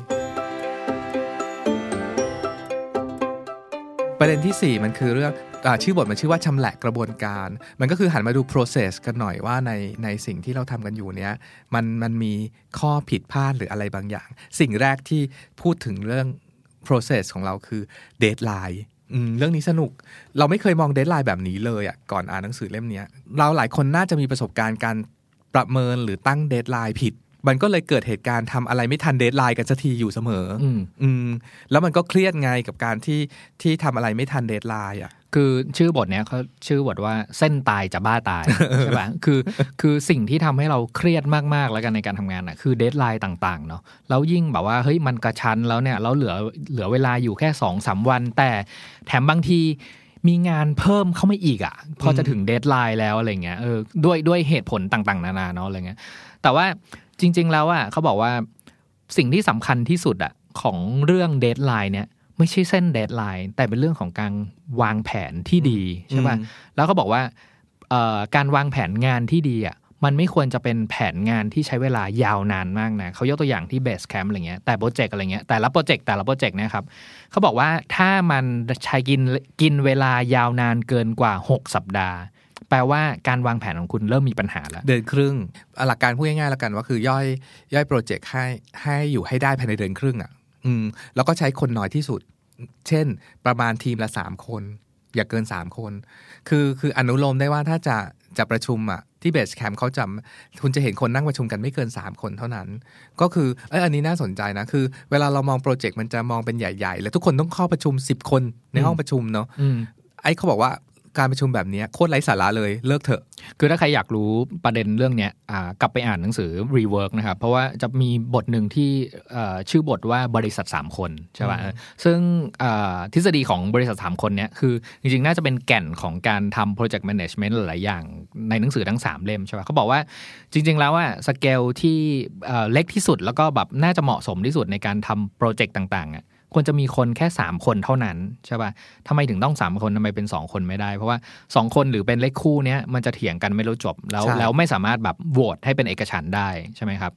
ประเด็นที่4มันคือเรื่องชื่อบทมันชื่อว่าชำแหละกระบวนการมันก็คือหันมาดู process กันหน่อยว่าในสิ่งที่เราทำกันอยู่เนี้ยมันมีข้อผิดพลาดหรืออะไรบางอย่างสิ่งแรกที่พูดถึงเรื่อง process ของเราคือ deadline เรื่องนี้สนุกเราไม่เคยมอง deadline แบบนี้เลยอ่ะก่อนอ่านหนังสือเล่มนี้เราหลายคนน่าจะมีประสบการณ์การประเมินหรือตั้ง deadline ผิดมันก็เลยเกิดเหตุการณ์ทำอะไรไม่ทันเดดไลน์กันสักทีอยู่เสมอแล้วมันก็เครียดไงกับการที่ทำอะไรไม่ทันเดดไลน์อ่ะคือชื่อบทเนี้ยเขาชื่อบทว่าเส้นตายจะบ้าตาย ใช่ป่ะคือสิ่งที่ทำให้เราเครียดมากๆแล้วกันในการทำงานอ่ะคือเดดไลน์ต่างๆเนาะแล้วยิ่งแบบว่าเฮ้ยมันกระชั้นแล้วเนี่ยแล้วเหลือเวลาอยู่แค่ 2-3 วันแต่แถมบางทีมีงานเพิ่มเข้ามาอีกอ่ะพอจะถึงเดดไลน์แล้วอะไรเงี้ยด้วยเหตุผลต่างๆนานาเนาะอะไรเงี้ยแต่ว่าจริงๆแล้วอ่ะเขาบอกว่าสิ่งที่สำคัญที่สุดอ่ะของเรื่องเดดไลน์เนี่ยไม่ใช่เส้นเดดไลน์แต่เป็นเรื่องของการวางแผนที่ดีใช่ป่ะแล้วเขาบอกว่าการวางแผนงานที่ดีอ่ะมันไม่ควรจะเป็นแผนงานที่ใช้เวลายาวนานมากนะเขายกตัวอย่างที่เบสแคมป์อะไรเงี้ยแต่โปรเจกต์อะไรเงี้ยแต่ละโปรเจกต์เนี่ยครับเขาบอกว่าถ้ามันใช้กินเวลายาวนานเกินกว่า6สัปดาห์แปลว่าการวางแผนของคุณเริ่มมีปัญหาแล้วเดือนครึ่งหลักการพูดง่ายๆแล้วกันว่าคือย่อยโปรเจกต์ให้อยู่ให้ได้ภายในเดือนครึ่งอ่ะแล้วก็ใช้คนน้อยที่สุดเช่นประมาณทีมละ3คนอย่าเกิน3คนคืออนุโลมได้ว่าถ้าจะประชุมอ่ะที่เบสแคมป์เขาคุณจะเห็นคนนั่งประชุมกันไม่เกิน3คนเท่านั้นก็คืออันนี้น่าสนใจนะคือเวลาเรามองโปรเจกต์มันจะมองเป็นใหญ่ๆแล้วทุกคนต้องเข้าประชุม10คนในห้องประชุมเนาะเขาบอกว่าการประชุมแบบนี้โคตรไร้สาระเลยเลิกเถอะคือถ้าใครอยากรู้ประเด็นเรื่องนี้กลับไปอ่านหนังสือ Rework นะครับเพราะว่าจะมีบทหนึ่งที่ชื่อบทว่าบริษัท3คนใช่ป่ะซึ่งทฤษฎีของบริษัท3คนเนี้ยคือจริงๆน่าจะเป็นแก่นของการทำ Project Management หลายอย่างในหนังสือทั้ง3เล่มใช่ป่ะเขาบอกว่าจริงๆแล้วว่าสเกลที่เล็กที่สุดแล้วก็แบบน่าจะเหมาะสมที่สุดในการทำโปรเจกต์ต่างๆควรจะมีคนแค่3คนเท่านั้นใช่ป่ะทำไมถึงต้อง3คนทำไมเป็น2คนไม่ได้เพราะว่า2คนหรือเป็นเลขคู่เนี้ยมันจะเถียงกันไม่รู้จบแล้วไม่สามารถแบบโหวตให้เป็นเอกฉันท์ได้ใช่ไหมครับ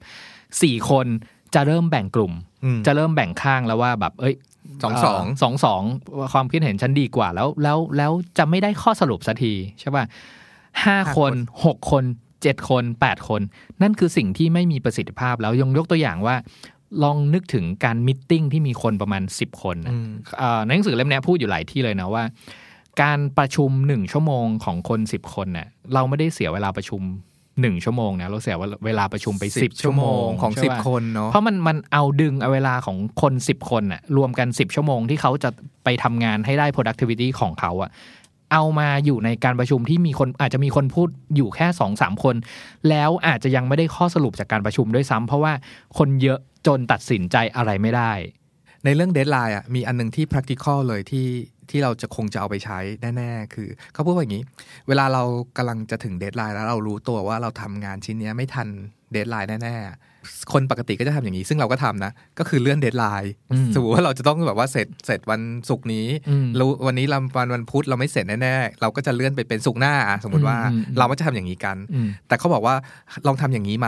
4คนจะเริ่มแบ่งกลุ่มจะเริ่มแบ่งข้างแล้วว่าแบบ2 ความคิดเห็นฉันดีกว่าแล้วจะไม่ได้ข้อสรุปสักทีใช่ป่ะ 5 คน6 คน7 คน8 คนนั่นคือสิ่งที่ไม่มีประสิทธิภาพแล้วยกตัวอย่างว่าลองนึกถึงการมิทติ้งที่มีคนประมาณ10 คนในหนังสือเล่มนี้พูดอยู่หลายที่เลยนะว่าการประชุม1 ชั่วโมงของคน10 คนเนี่ยเราไม่ได้เสียเวลาประชุม1 ชั่วโมงนะเราเสียเวลาประชุมไป10 ชั่วโมงของ10 คนเนาะเพราะมันเอาดึงเอาเวลาของคน10 คนน่ะรวมกัน10 ชั่วโมงที่เขาจะไปทำงานให้ได้ productivity ของเขาอะเอามาอยู่ในการประชุมที่มีคนอาจจะมีคนพูดอยู่แค่ 2-3 คนแล้วอาจจะยังไม่ได้ข้อสรุปจากการประชุมด้วยซ้ำเพราะว่าคนเยอะจนตัดสินใจอะไรไม่ได้ในเรื่อง deadline อ่ะมีอันนึงที่ practical เลยที่เราจะคงจะเอาไปใช้แน่ๆคือเขาพูดว่าอย่างนี้เวลาเรากำลังจะถึง deadline แล้วเรารู้ตัวว่าเราทำงานชิ้นนี้ไม่ทัน deadline แน่ๆคนปกติก็จะทำอย่างนี้ซึ่งเราก็ทำนะก็คือเลื่อน deadline สมมติว่าเราจะต้องแบบว่าเสร็จวันศุกร์นี้แล้ววันนี้วันพุธเราไม่เสร็จแน่ๆเราก็จะเลื่อนไปเป็นศุกร์หน้าสมมติว่าเราก็จะทำอย่างนี้กันแต่เขาบอกว่าลองทำอย่างนี้ไหม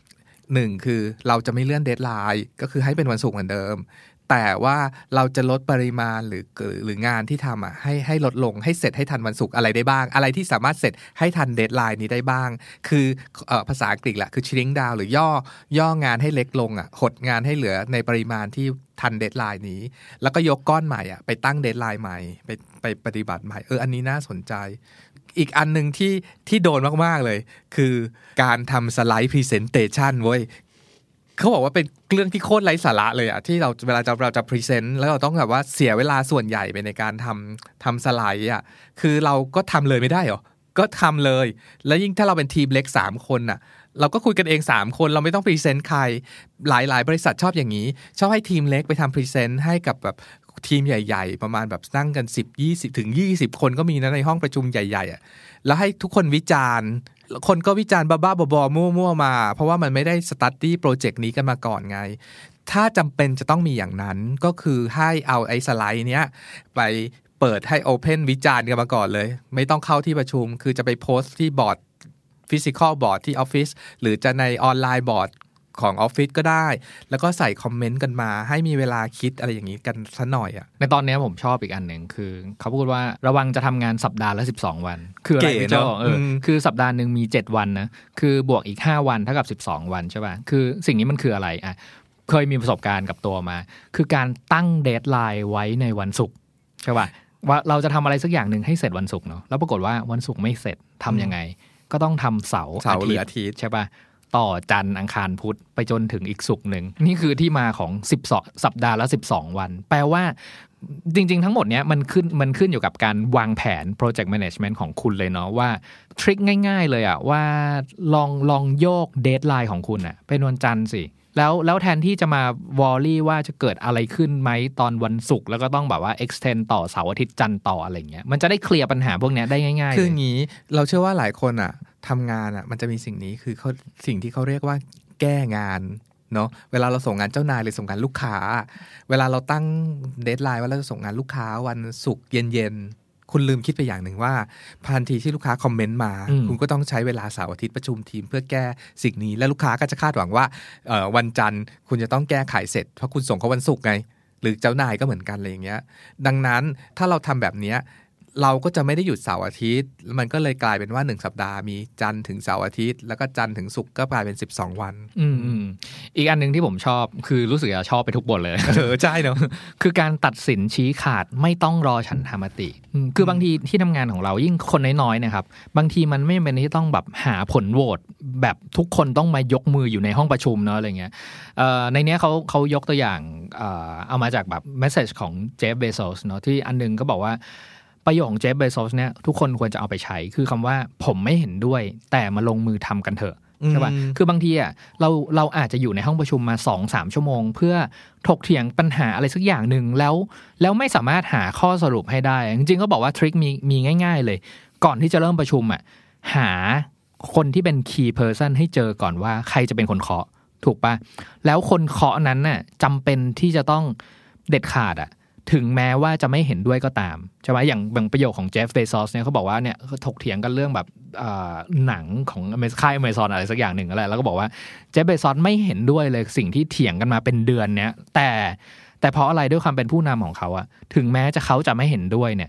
1คือเราจะไม่เลื่อน deadline ก็คือให้เป็นวันศุกร์เหมือนเดิมแต่ว่าเราจะลดปริมาณหรืองานที่ทำอ่ะให้ลดลงให้เสร็จให้ทันวันศุกร์อะไรได้บ้างอะไรที่สามารถเสร็จให้ทันเดดไลน์นี้ได้บ้างคือภาษาอังกฤษแหละคือ shrink down หรือย่องานให้เล็กลงอ่ะหดงานให้เหลือในปริมาณที่ทันเดดไลน์นี้แล้วก็ยกก้อนใหม่อ่ะไปตั้งเดดไลน์ใหม่ไปปฏิบัติใหม่อันนี้น่าสนใจอีกอันนึงที่โดนมากๆเลยคือการทำสไลด์พรีเซนเตชันเว้ยเขาบอกว่าเป็นเรื่องที่โคตรไร้สาระเลยอะที่เวลาเราจะพรีเซนต์แล้วเราต้องแบบว่าเสียเวลาส่วนใหญ่ไปในการทำสไลด์อะคือเราก็ทำเลยไม่ได้หรอก็ทำเลยแล้วยิ่งถ้าเราเป็นทีมเล็ก3 คนอะเราก็คุยกันเอง3 คนเราไม่ต้องพรีเซนต์ใครหลายบริษัทชอบอย่างนี้ชอบให้ทีมเล็กไปทำพรีเซนต์ให้กับแบบทีมใหญ่ๆประมาณแบบนั่งกัน10-20 ถึง 20 คนก็มีนะในห้องประชุมใหญ่ๆอะแล้วให้ทุกคนวิจารณ์คนก็วิจารณ์บ้าๆบอๆมั่วๆมาเพราะว่ามันไม่ได้สตั๊ดดี้โปรเจกต์นี้กันมาก่อนไงถ้าจำเป็นจะต้องมีอย่างนั้นก็คือให้เอาไอ้สไลด์เนี้ยไปเปิดให้โอเพนวิจารณ์กันมาก่อนเลยไม่ต้องเข้าที่ประชุมคือจะไปโพสต์ที่บอร์ดฟิสิคอลบอร์ดที่ออฟฟิศหรือจะในออนไลน์บอร์ดของออฟฟิศก็ได้แล้วก็ใส่คอมเมนต์กันมาให้มีเวลาคิดอะไรอย่างนี้กันสักหน่อยอ่ะในตอนนี้ผมชอบอีกอันหนึ่งคือเขาพูดว่าระวังจะทำงานสัปดาห์ละ12 วันคืออะไรพี่โจคือสัปดาห์นึงมี7 วันนะคือบวกอีก5 วันเท่ากับ12 วันใช่ป่ะคือสิ่งนี้มันคืออะไรอ่ะเคยมีประสบการณ์กับตัวมาคือการตั้งเดดไลน์ไว้ในวันศุกร์ใช่ป่ะว่าเราจะทำอะไรสักอย่างนึงให้เสร็จวันศุกร์เนาะแล้วปรากฏว่าวันศุกร์ไม่เสร็จทำยังไงก็ต้องทำเสาร์หรืออาทิตย์ใช่ป่ะต่อจันทร์อังคารพุธไปจนถึงอีกศุกร์นึงนี่คือที่มาของ12 สัปดาห์ละ12 วันแปลว่าจริงๆทั้งหมดเนี้ยมันขึ้นอยู่กับการวางแผน project management ของคุณเลยเนาะว่าทริคง่ายๆเลยอะว่าลองโยกเดดไลน์ของคุณอะเป็นวันจันทร์สิแล้วแทนที่จะมาวอรี่ว่าจะเกิดอะไรขึ้นไหมตอนวันศุกร์แล้วก็ต้องแบบว่า extend ต่อเสาร์อาทิตย์จันทร์ต่ออะไรเงี้ยมันจะได้เคลียร์ปัญหาพวกนี้ได้ง่ายๆคืออย่างนี้เราเชื่อว่าหลายคนอะทำงานอ่ะมันจะมีสิ่งนี้คือสิ่งที่เขาเรียกว่าแก้งานเนาะเวลาเราส่งงานเจ้านายหรือส่งงานลูกค้าเวลาเราตั้งเดดไลน์ว่าเราจะส่งงานลูกค้าวันศุกร์เย็นๆคุณลืมคิดไปอย่างหนึ่งว่าทันทีที่ลูกค้าคอมเมนต์มาคุณก็ต้องใช้เวลาเสาร์อาทิตย์ประชุมทีมเพื่อแก้สิ่งนี้และลูกค้าก็จะคาดหวังว่าวันจันทร์คุณจะต้องแก้ไขเสร็จเพราะคุณส่งเขาวันศุกร์ไงหรือเจ้านายก็เหมือนกันอะไรอย่างเงี้ยดังนั้นถ้าเราทำแบบเนี้ยเราก็จะไม่ได้หยุดเสาร์อาทิตย์มันก็เลยกลายเป็นว่า1 สัปดาห์มีจันทร์ถึงเสาร์อาทิตย์แล้วก็จันทร์ถึงศุกร์ก็กลายเป็น12 วันอีกอันนึงที่ผมชอบคือรู้สึกจะชอบไปทุกบทเลยใช่เนาะคือการตัดสินชี้ขาดไม่ต้องรอฉันทามติคือบางทีที่ทำงานของเรายิ่งคนน้อยๆนะครับบางทีมันไม่เป็นที่ต้องแบบหาผลโหวตแบบทุกคนต้องมายกมืออยู่ในห้องประชุมเนาะอะไรเงี้ยในเนี้ยเขายกตัวอย่างเอามาจากแบบเมสเสจของเจฟ เบโซสเนาะที่อันนึงก็บอกว่าประโยคของเจฟ เบโซสเนี่ยทุกคนควรจะเอาไปใช้คือคำว่าผมไม่เห็นด้วยแต่มาลงมือทำกันเถอะใช่ป่ะคือบางทีอ่ะเราอาจจะอยู่ในห้องประชุมมา 2-3 ชั่วโมงเพื่อถกเถียงปัญหาอะไรสักอย่างหนึ่งแล้วไม่สามารถหาข้อสรุปให้ได้จริงๆก็บอกว่าทริคมีง่ายๆเลยก่อนที่จะเริ่มประชุมอ่ะหาคนที่เป็น key person ให้เจอก่อนว่าใครจะเป็นคนเคาะถูกป่ะแล้วคนเคาะนั้นน่ะจำเป็นที่จะต้องเด็ดขาดอ่ะถึงแม้ว่าจะไม่เห็นด้วยก็ตามใช่ไหมอย่างบางประโยคของเจฟ เบโซสเนี่ยเขาบอกว่าเนี่ยถกเถียงกันเรื่องแบบหนังของค่ายAmazonอะไรสักอย่างหนึ่งอะไรแล้วก็บอกว่าเจฟ เบโซสไม่เห็นด้วยเลยสิ่งที่เถียงกันมาเป็นเดือนเนี้ยแต่เพราะอะไรด้วยความเป็นผู้นำของเขาอะถึงแม้เขาจะไม่เห็นด้วยเนี่ย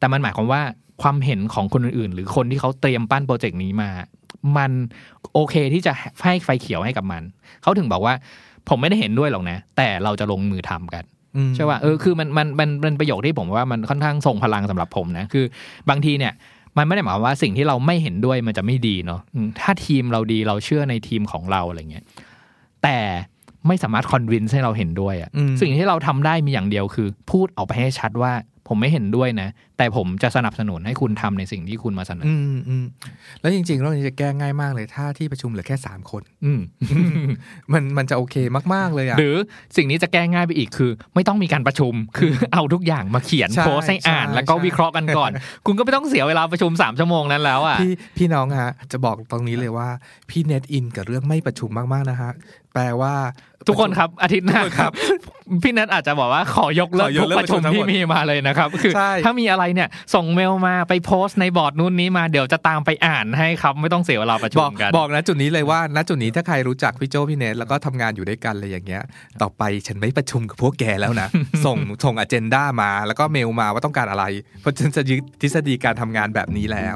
แต่มันหมายความว่าความเห็นของคนอื่นๆหรือคนที่เขาเตรียมปั้นโปรเจกต์นี้มามันโอเคที่จะให้ไฟเขียวให้กับมันเขาถึงบอกว่าผมไม่ได้เห็นด้วยหรอกนะแต่เราจะลงมือทำกันใช่ป่ะคือมันประโยคที่ผมว่ามันค่อนข้างทรงพลังสำหรับผมนะคือบางทีเนี่ยมันไม่ได้หมายความว่าสิ่งที่เราไม่เห็นด้วยมันจะไม่ดีเนาะถ้าทีมเราดีเราเชื่อในทีมของเราอะไรเงี้ยแต่ไม่สามารถคอนวินส์ให้เราเห็นด้วยอ่ะสิ่งที่เราทำได้มีอย่างเดียวคือพูดออกไปให้ชัดว่าผมไม่เห็นด้วยนะแต่ผมจะสนับสนุนให้คุณทำในสิ่งที่คุณมาเสนอแล้วจริงๆเรื่องนี้จะแก้ง่ายมากเลยถ้าที่ประชุมเหลือแค่3คนมันจะโอเคมากๆเลยอ่ะหรือสิ่งนี้จะแก้ง่ายไปอีกคือไม่ต้องมีการประชุมคือเอาทุกอย่างมาเขียนโพสให้อ่านแล้วก็วิเคราะห์กันก่อนคุณก็ไม่ต้องเสียเวลาประชุม3ชั่วโมงนั้นแล้วอ่ะพี่น้องฮะจะบอกตรงนี้เลยว่าพี่เน็ตอินกับเรื่องไม่ประชุมมากๆนะฮะแปลว่าทุกคนครับอาทิตย์หน้าครับพี่เน็ตอาจจะบอกว่าขอยกเลิกทุกประชุมที่มีมาเลยนะครับคือถ้ามีอะไรเนี่ยส่งเมลมาไปโพสในบอร์ดนู้นนี้มาเดี๋ยวจะตามไปอ่านให้ครับไม่ต้องเสียเวลาประชุมกันบอกนะจุดนี้เลยว่าณจุดนี้ถ้าใครรู้จักพี่โจพี่เน็ตแล้วก็ทำงานอยู่ด้วยกันอะไรอย่างเงี้ยต่อไปฉันไม่ประชุมกับพวกแกแล้วนะ ส่งอเจนดามาแล้วก็เมลมาว่าต้องการอะไรเพราะฉันจะยึดทฤษฎีการทำงานแบบนี้แล้ว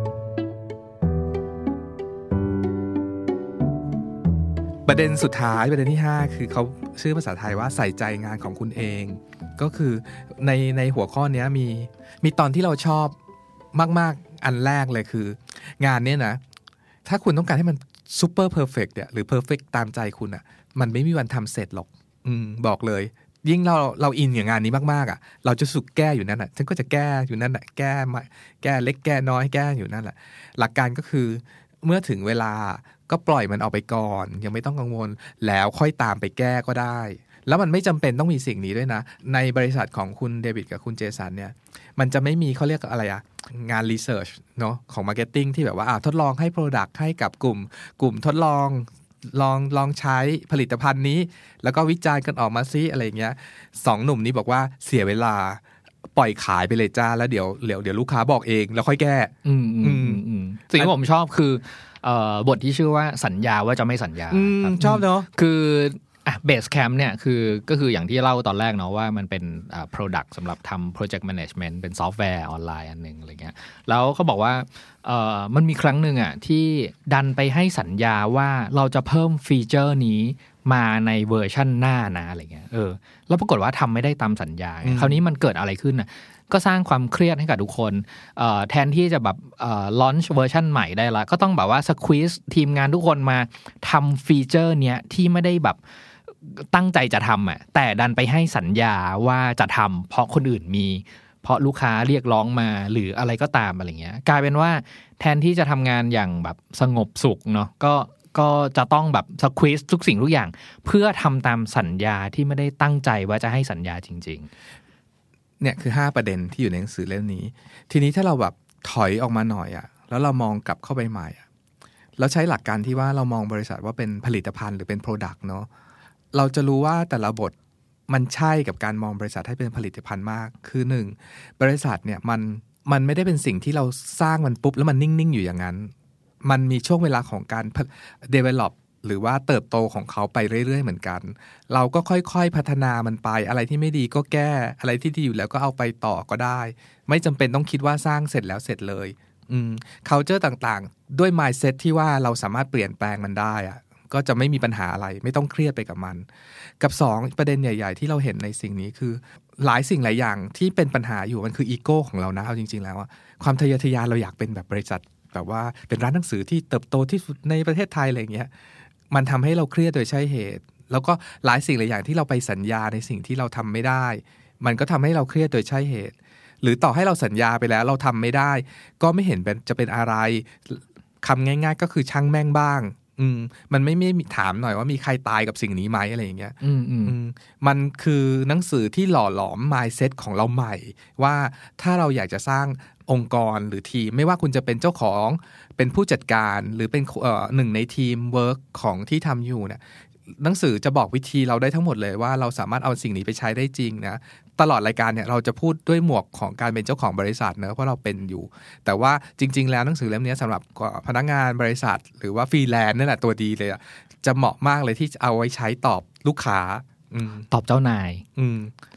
ประเด็นสุดท้ายประเด็นที่5คือเขาชื่อภาษาไทยว่าใส่ใจงานของคุณเองก็คือในหัวข้อนี้มีตอนที่เราชอบมากๆอันแรกเลยคืองานเนี้ยนะถ้าคุณต้องการให้มันซูเปอร์เพอร์เฟกต์เนี่ยหรือเพอร์เฟกต์ตามใจคุณอ่ะมันไม่มีวันทำเสร็จหรอกบอกเลยยิ่งเราอินอย่างงานนี้มากๆอ่ะเราจะสุกแก้อยู่นั่นแหละฉันก็จะแก้อยู่นั่นแหละแก้เล็กแก้น้อยแก้อยู่นั่นแหละหลักการก็คือเมื่อถึงเวลาก็ปล่อยมันออกไปก่อนยังไม่ต้องกังวลแล้วค่อยตามไปแก้ก็ได้แล้วมันไม่จำเป็นต้องมีสิ่งนี้ด้วยนะในบริษัทของคุณเดวิดกับคุณเจสันเนี่ยมันจะไม่มีเขาเรียกอะไรอะงานรีเสิร์ชเนาะของมาร์เก็ตติ้งที่แบบว่าทดลองให้ Product ให้กับกลุ่มทดลองใช้ผลิตภัณฑ์นี้แล้วก็วิจัยกันออกมาซิอะไรเงี้ย2หนุ่มนี้บอกว่าเสียเวลาปล่อยขายไปเลยจ้าแล้วเดี๋ยวลูกค้าบอกเองแล้วค่อยแก้สิ่งที่ผมชอบคือบทที่ชื่อว่าสัญญาว่าจะไม่สัญญาชอบเนาะคือเบสแคมป์เนี่ยก็คืออย่างที่เล่าตอนแรกเนาะว่ามันเป็นproduct สำหรับทำ project management เป็นซอฟต์แวร์ออนไลน์อันนึงอะไรเงี้ยแล้วเขาบอกว่ามันมีครั้งหนึ่งที่ดันไปให้สัญญาว่าเราจะเพิ่มฟีเจอร์นี้มาในเวอร์ชั่นหน้านะอะไรเงี้ยแล้วปรากฏว่าทำไม่ได้ตามสัญญาคราวนี้มันเกิดอะไรขึ้นนะก็สร้างความเครียดให้กับทุกคนแทนที่จะแบบลอนช์เวอร์ชันใหม่ได้ละก็ต้องแบบว่าสควีซทีมงานทุกคนมาทำฟีเจอร์เนี้ยที่ไม่ได้แบบตั้งใจจะทำแต่ดันไปให้สัญญาว่าจะทำเพราะคนอื่นมีเพราะลูกค้าเรียกร้องมาหรืออะไรก็ตามอะไรเงี้ยกลายเป็นว่าแทนที่จะทำงานอย่างแบบสงบสุขเนาะก็จะต้องแบบสควีซทุกสิ่งทุกอย่างเพื่อทำตามสัญญาที่ไม่ได้ตั้งใจว่าจะให้สัญญาจริงๆเนี่ยคือ5ประเด็นที่อยู่ในหนังสือเล่มนี้ทีนี้ถ้าเราแบบถอยออกมาหน่อยแล้วเรามองกลับเข้าไปใหม่แล้วใช้หลักการที่ว่าเรามองบริษัทว่าเป็นผลิตภัณฑ์หรือเป็น product เนาะเราจะรู้ว่าแต่ละบทมันใช่กับการมองบริษัทให้เป็นผลิตภัณฑ์มากคือ1บริษัทเนี่ยมันไม่ได้เป็นสิ่งที่เราสร้างมันปุ๊บแล้วมันนิ่งๆอยู่อย่างนั้นมันมีช่วงเวลาของการ develop หรือว่าเติบโตของเขาไปเรื่อยๆเหมือนกันเราก็ค่อยๆพัฒนามันไปอะไรที่ไม่ดีก็แก้อะไรที่ดีอยู่แล้วก็เอาไปต่อก็ได้ไม่จำเป็นต้องคิดว่าสร้างเสร็จแล้วเสร็จเลยculture ต่างๆด้วย mindset ที่ว่าเราสามารถเปลี่ยนแปลงมันได้ก็จะไม่มีปัญหาอะไรไม่ต้องเครียดไปกับมันกับ2ประเด็นใหญ่ๆที่เราเห็นในสิ่งนี้คือหลายสิ่งหลายอย่างที่เป็นปัญหาอยู่มันคืออีโก้ของเรานะเอาจริงๆแล้วความทะเยอทะยานเราอยากเป็นแบบบริษัทแบบว่าเป็นร้านหนังสือที่เติบโตที่สุดในประเทศไทยอะไรอย่างเงี้ยมันทำให้เราเครียดโดยใช่เหตุแล้วก็หลายสิ่งหลายอย่างที่เราไปสัญญาในสิ่งที่เราทำไม่ได้มันก็ทำให้เราเครียดโดยใช่เหตุหรือต่อให้เราสัญญาไปแล้วเราทำไม่ได้ก็ไม่เห็นจะเป็นอะไรคำง่ายๆก็คือช่างแม่งบ้างมันไม่ถามหน่อยว่ามีใครตายกับสิ่งนี้ไหมอะไรอย่างเงี้ยมันคือหนังสือที่หล่อหลอม mindset ของเราใหม่ว่าถ้าเราอยากจะสร้างองค์กรหรือทีมไม่ว่าคุณจะเป็นเจ้าของเป็นผู้จัดการหรือเป็นหนึ่งในทีมเวิร์กของที่ทำอยู่เนี่ยหนังสือจะบอกวิธีเราได้ทั้งหมดเลยว่าเราสามารถเอาสิ่งนี้ไปใช้ได้จริงนะตลอดรายการเนี่ยเราจะพูดด้วยหมวกของการเป็นเจ้าของบริษัทเนอะเพราะเราเป็นอยู่แต่ว่าจริงๆแล้วหนังสือเล่มนี้สำหรับพนักงานบริษัทหรือว่าฟรีแลนซ์นั่นแหละตัวดีเลยจะเหมาะมากเลยที่เอาไว้ใช้ตอบลูกค้าตอบเจ้านาย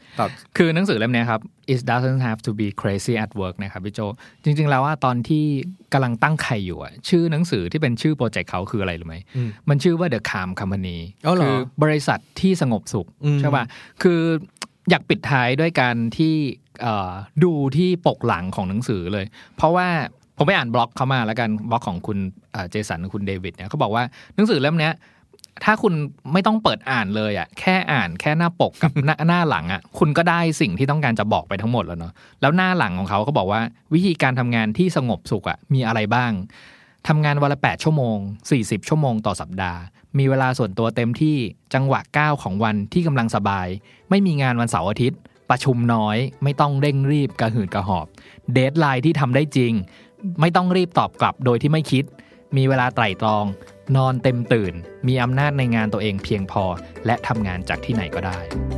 คือหนังสือเล่มนี้ครับ It doesn't have to be crazy at work นะครับพี่โจจริงๆแล้วว่าตอนที่กำลังตั้งไข่อยู่ชื่อหนังสือที่เป็นชื่อโปรเจกต์เขาคืออะไรรู้ไหมมันชื่อว่า The Calm Company คือบริษัทที่สงบสุขใช่ป่ะคืออยากปิดท้ายด้วยการที่ดูที่ปกหลังของหนังสือเลยเพราะว่าผมไปอ่านบล็อกเขามาแล้วกันบล็อกของคุณเจสันคุณเดวิดเนี่ยเขาบอกว่าหนังสือเล่มนี้ถ้าคุณไม่ต้องเปิดอ่านเลยแค่อ่านแค่หน้าปกกับ หน้าหลังคุณก็ได้สิ่งที่ต้องการจะบอกไปทั้งหมดแล้วเนาะแล้วหน้าหลังของเขาก็บอกว่าวิธีการทำงานที่สงบสุขมีอะไรบ้างทำงานวันละ8 ชั่วโมง40 ชั่วโมงต่อสัปดาห์มีเวลาส่วนตัวเต็มที่จังหวะก้าวของวันที่กำลังสบายไม่มีงานวันเสาร์อาทิตย์ประชุมน้อยไม่ต้องเร่งรีบกระหืดกระหอบเดดไลน์ที่ทำได้จริงไม่ต้องรีบตอบกลับโดยที่ไม่คิดมีเวลาไตร่ตรองนอนเต็มตื่นมีอำนาจในงานตัวเองเพียงพอและทำงานจากที่ไหนก็ได้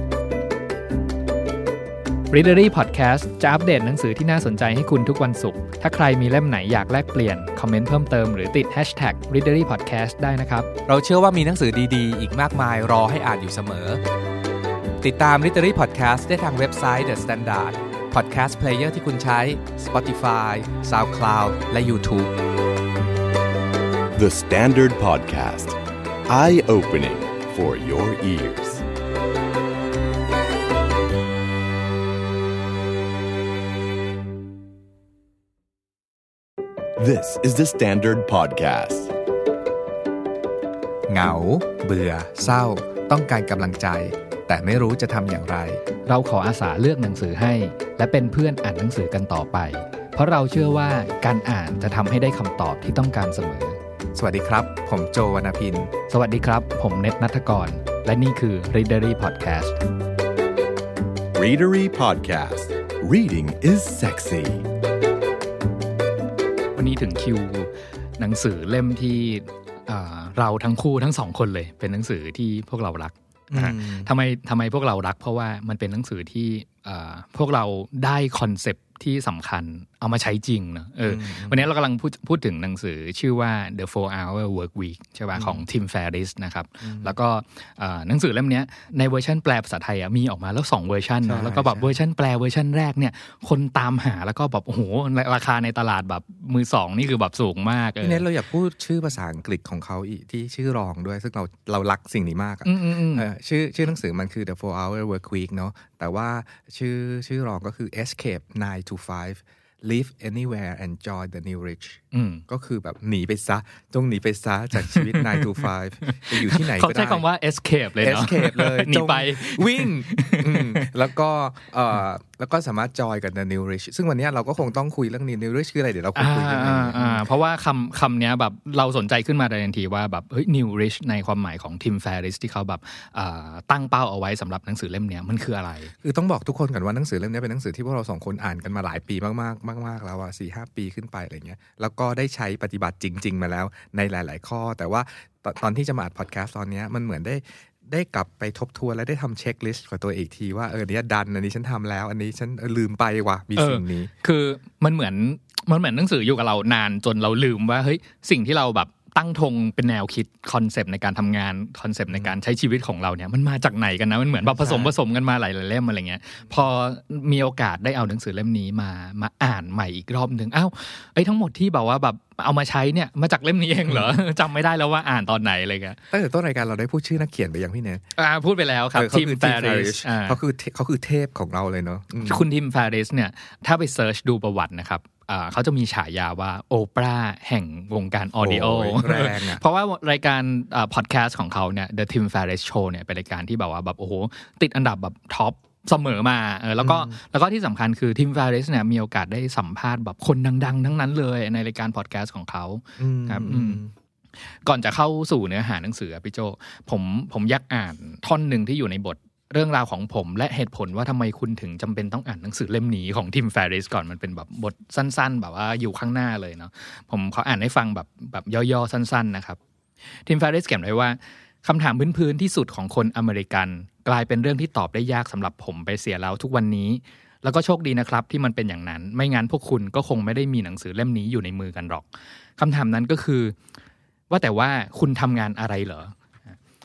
Readery Podcast จะอัปเดตหนังสือที่น่าสนใจให้คุณทุกวันศุกร์ถ้าใครมีเล่มไหนอยากแลกเปลี่ยนคอมเมนต์เพิ่มเติมหรือติด Hashtag Readery Podcast ได้นะครับเราเชื่อว่ามีหนังสือดีๆอีกมากมายรอให้อ่านอยู่เสมอติดตาม Readery Podcast ได้ทางเว็บไซต์ The Standard Podcast Player ที่คุณใช้ Spotify, SoundCloud และ YouTube The Standard Podcast Eye-opening for your ears This is the Standard Podcast เหงาเบื่อเศร้าต้องการกำลังใจแต่ไม่รู้จะทำอย่างไรเราขออาสาเลือกหนังสือให้และเป็นเพื่อนอ่านหนังสือกันต่อไปเพราะเราเชื่อว่าการอ่านจะทำให้ได้คำตอบที่ต้องการเสมอสวัสดีครับผมโจวรรณพินสวัสดีครับผมเนตณัฐกรและนี่คือ Readery Podcast Readery Podcast Reading is sexy วันนี้ถึงคิวหนังสือเล่มที่เราทั้งคู่ทั้งสองคนเลยเป็นหนังสือที่พวกเรารักทำไมพวกเรารักเพราะว่ามันเป็นหนังสือที่พวกเราได้คอนเซปต์ที่สำคัญเอามาใช้จริงเนอะวันนี้เรากำลังพูดถึงหนังสือชื่อว่า The 4-Hour Work Week ใช่ป่ะของ Tim Ferriss นะครับแล้วก็หนังสือเล่มนี้ในเวอร์ชันแปลภาษาไทยมีออกมาแล้ว2เวอร์ชันเนอะแล้วก็แบบเวอร์ชันแปลเวอร์ชันแรกเนี่ยคนตามหาแล้วก็แบบโอ้โหราคาในตลาดแบบมือสองนี่คือแบบสูงมากพี่เนทเราอยากพูดชื่อภาษาอังกฤษของเขาอีกที่ชื่อรองด้วยซึ่งเรารักสิ่งนี้มากชื่อหนังสือมันคือ The 4-Hour Work Week เนาะแต่ว่าชื่อรองก็คือ Escape 9 to 5 Live anywhere and join the new rich ก็คือแบบหนีไปซะจงหนีไปซะจากชีวิต 9 to 5 ไปอยู่ที่ไหนก็ได้เขาใช้คำว่า escape เลยเนาะ escape เลยหนีไปวิ่งแล้วก็สามารถจอยกับ the new rich ซึ่งวันนี้เราก็คงต้องคุยเรื่อง new rich คืออะไรเดี๋ยวเราคุยกันเพราะว่าคำนี้แบบเราสนใจขึ้นมาทันทีว่าแบบเฮ้ย new rich ในความหมายของ Tim Ferriss ที่เขาแบบตั้งเป้าเอาไว้สำหรับหนังสือเล่มนี้มันคืออะไรคือต้องบอกทุกคนก่อนว่าหนังสือเล่มนี้เป็นหนังสือที่พวกเรา2คนอ่านกันมาหลายปีมากๆแล้ว4-5 ปีขึ้นไปอะไรเงี้ยแล้วก็ได้ใช้ปฏิบัติจริงๆมาแล้วในหลายๆข้อแต่ว่าตอนที่จะมาอัดพอดแคสต์ตอนนี้มันเหมือนได้กลับไปทบทวนและได้ทำเช็คลิสต์ของตัวเองทีว่าเนี่ยดันอันนี้ฉันทำแล้วอันนี้ฉันลืมไปว่ะมีสิ่งนี้คือมันเหมือนหนังสืออยู่กับเรานานจนเราลืมว่าเฮ้ยสิ่งที่เราแบบตั้งธงเป็นแนวคิดคอนเซปต์ในการทำงานคอนเซปต์ในการใช้ชีวิตของเราเนี่ยมันมาจากไหนกันนะมันเหมือนแบบผสมกันมาหลายๆเล่มอะไรเงี้ยพอมีโอกาสได้เอาหนังสือเล่มนี้มาอ่านใหม่อีกรอบนึงอ้าวทั้งหมดที่แบบว่าแบบเอามาใช้เนี่ยมาจากเล่มนี้เองเหรอจำไม่ได้แล้วว่าอ่านตอนไหนอะไรเงี้ยตั้งแต่ต้นรายการเราได้พูดชื่อนักเขียนไปยังพี่เนทพูดไปแล้วครับTim Ferriss เขาคือเทพของเราเลยเนาะคุณ Tim Ferriss เนี่ยถ้าไปเสิร์ชดูประวัตินะครับเขาจะมีฉายาว่าโอปราแห่งวงการออดิโอเพราะว่ารายการพอดแคสต์ของเขาเนี่ย The Tim Ferriss Show เนี่ยเป็นรายการที่แบบว่าแบบโอ้โหติดอันดับแบบท็อปเสมอมาแล้วก็ที่สำคัญคือ Tim Ferriss เนี่ยมีโอกาสได้สัมภาษณ์แบบคนดังๆทั้งนั้นเลยในรายการพอดแคสต์ของเขาครับก่อนจะเข้าสู่เนื้อหาหนังสือพี่โจผมอยากอ่านท่อนนึงที่อยู่ในบทเรื่องราวของผมและเหตุผลว่าทำไมคุณถึงจำเป็นต้องอ่านหนังสือเล่มนี้ของ Tim Ferriss ก่อนมันเป็นแบบบทสั้นๆแบบว่าอยู่ข้างหน้าเลยเนาะผมขออ่านให้ฟังแบบย่อๆสั้นๆนะครับ Tim Ferriss เขียนไว้ว่าคำถามพื้นๆที่สุดของคนอเมริกันกลายเป็นเรื่องที่ตอบได้ยากสำหรับผมไปเสียแล้วทุกวันนี้แล้วก็โชคดีนะครับที่มันเป็นอย่างนั้นไม่งั้นพวกคุณก็คงไม่ได้มีหนังสือเล่มนี้อยู่ในมือกันหรอกคำถามนั้นก็คือว่าแต่ว่าคุณทำงานอะไรเหรอ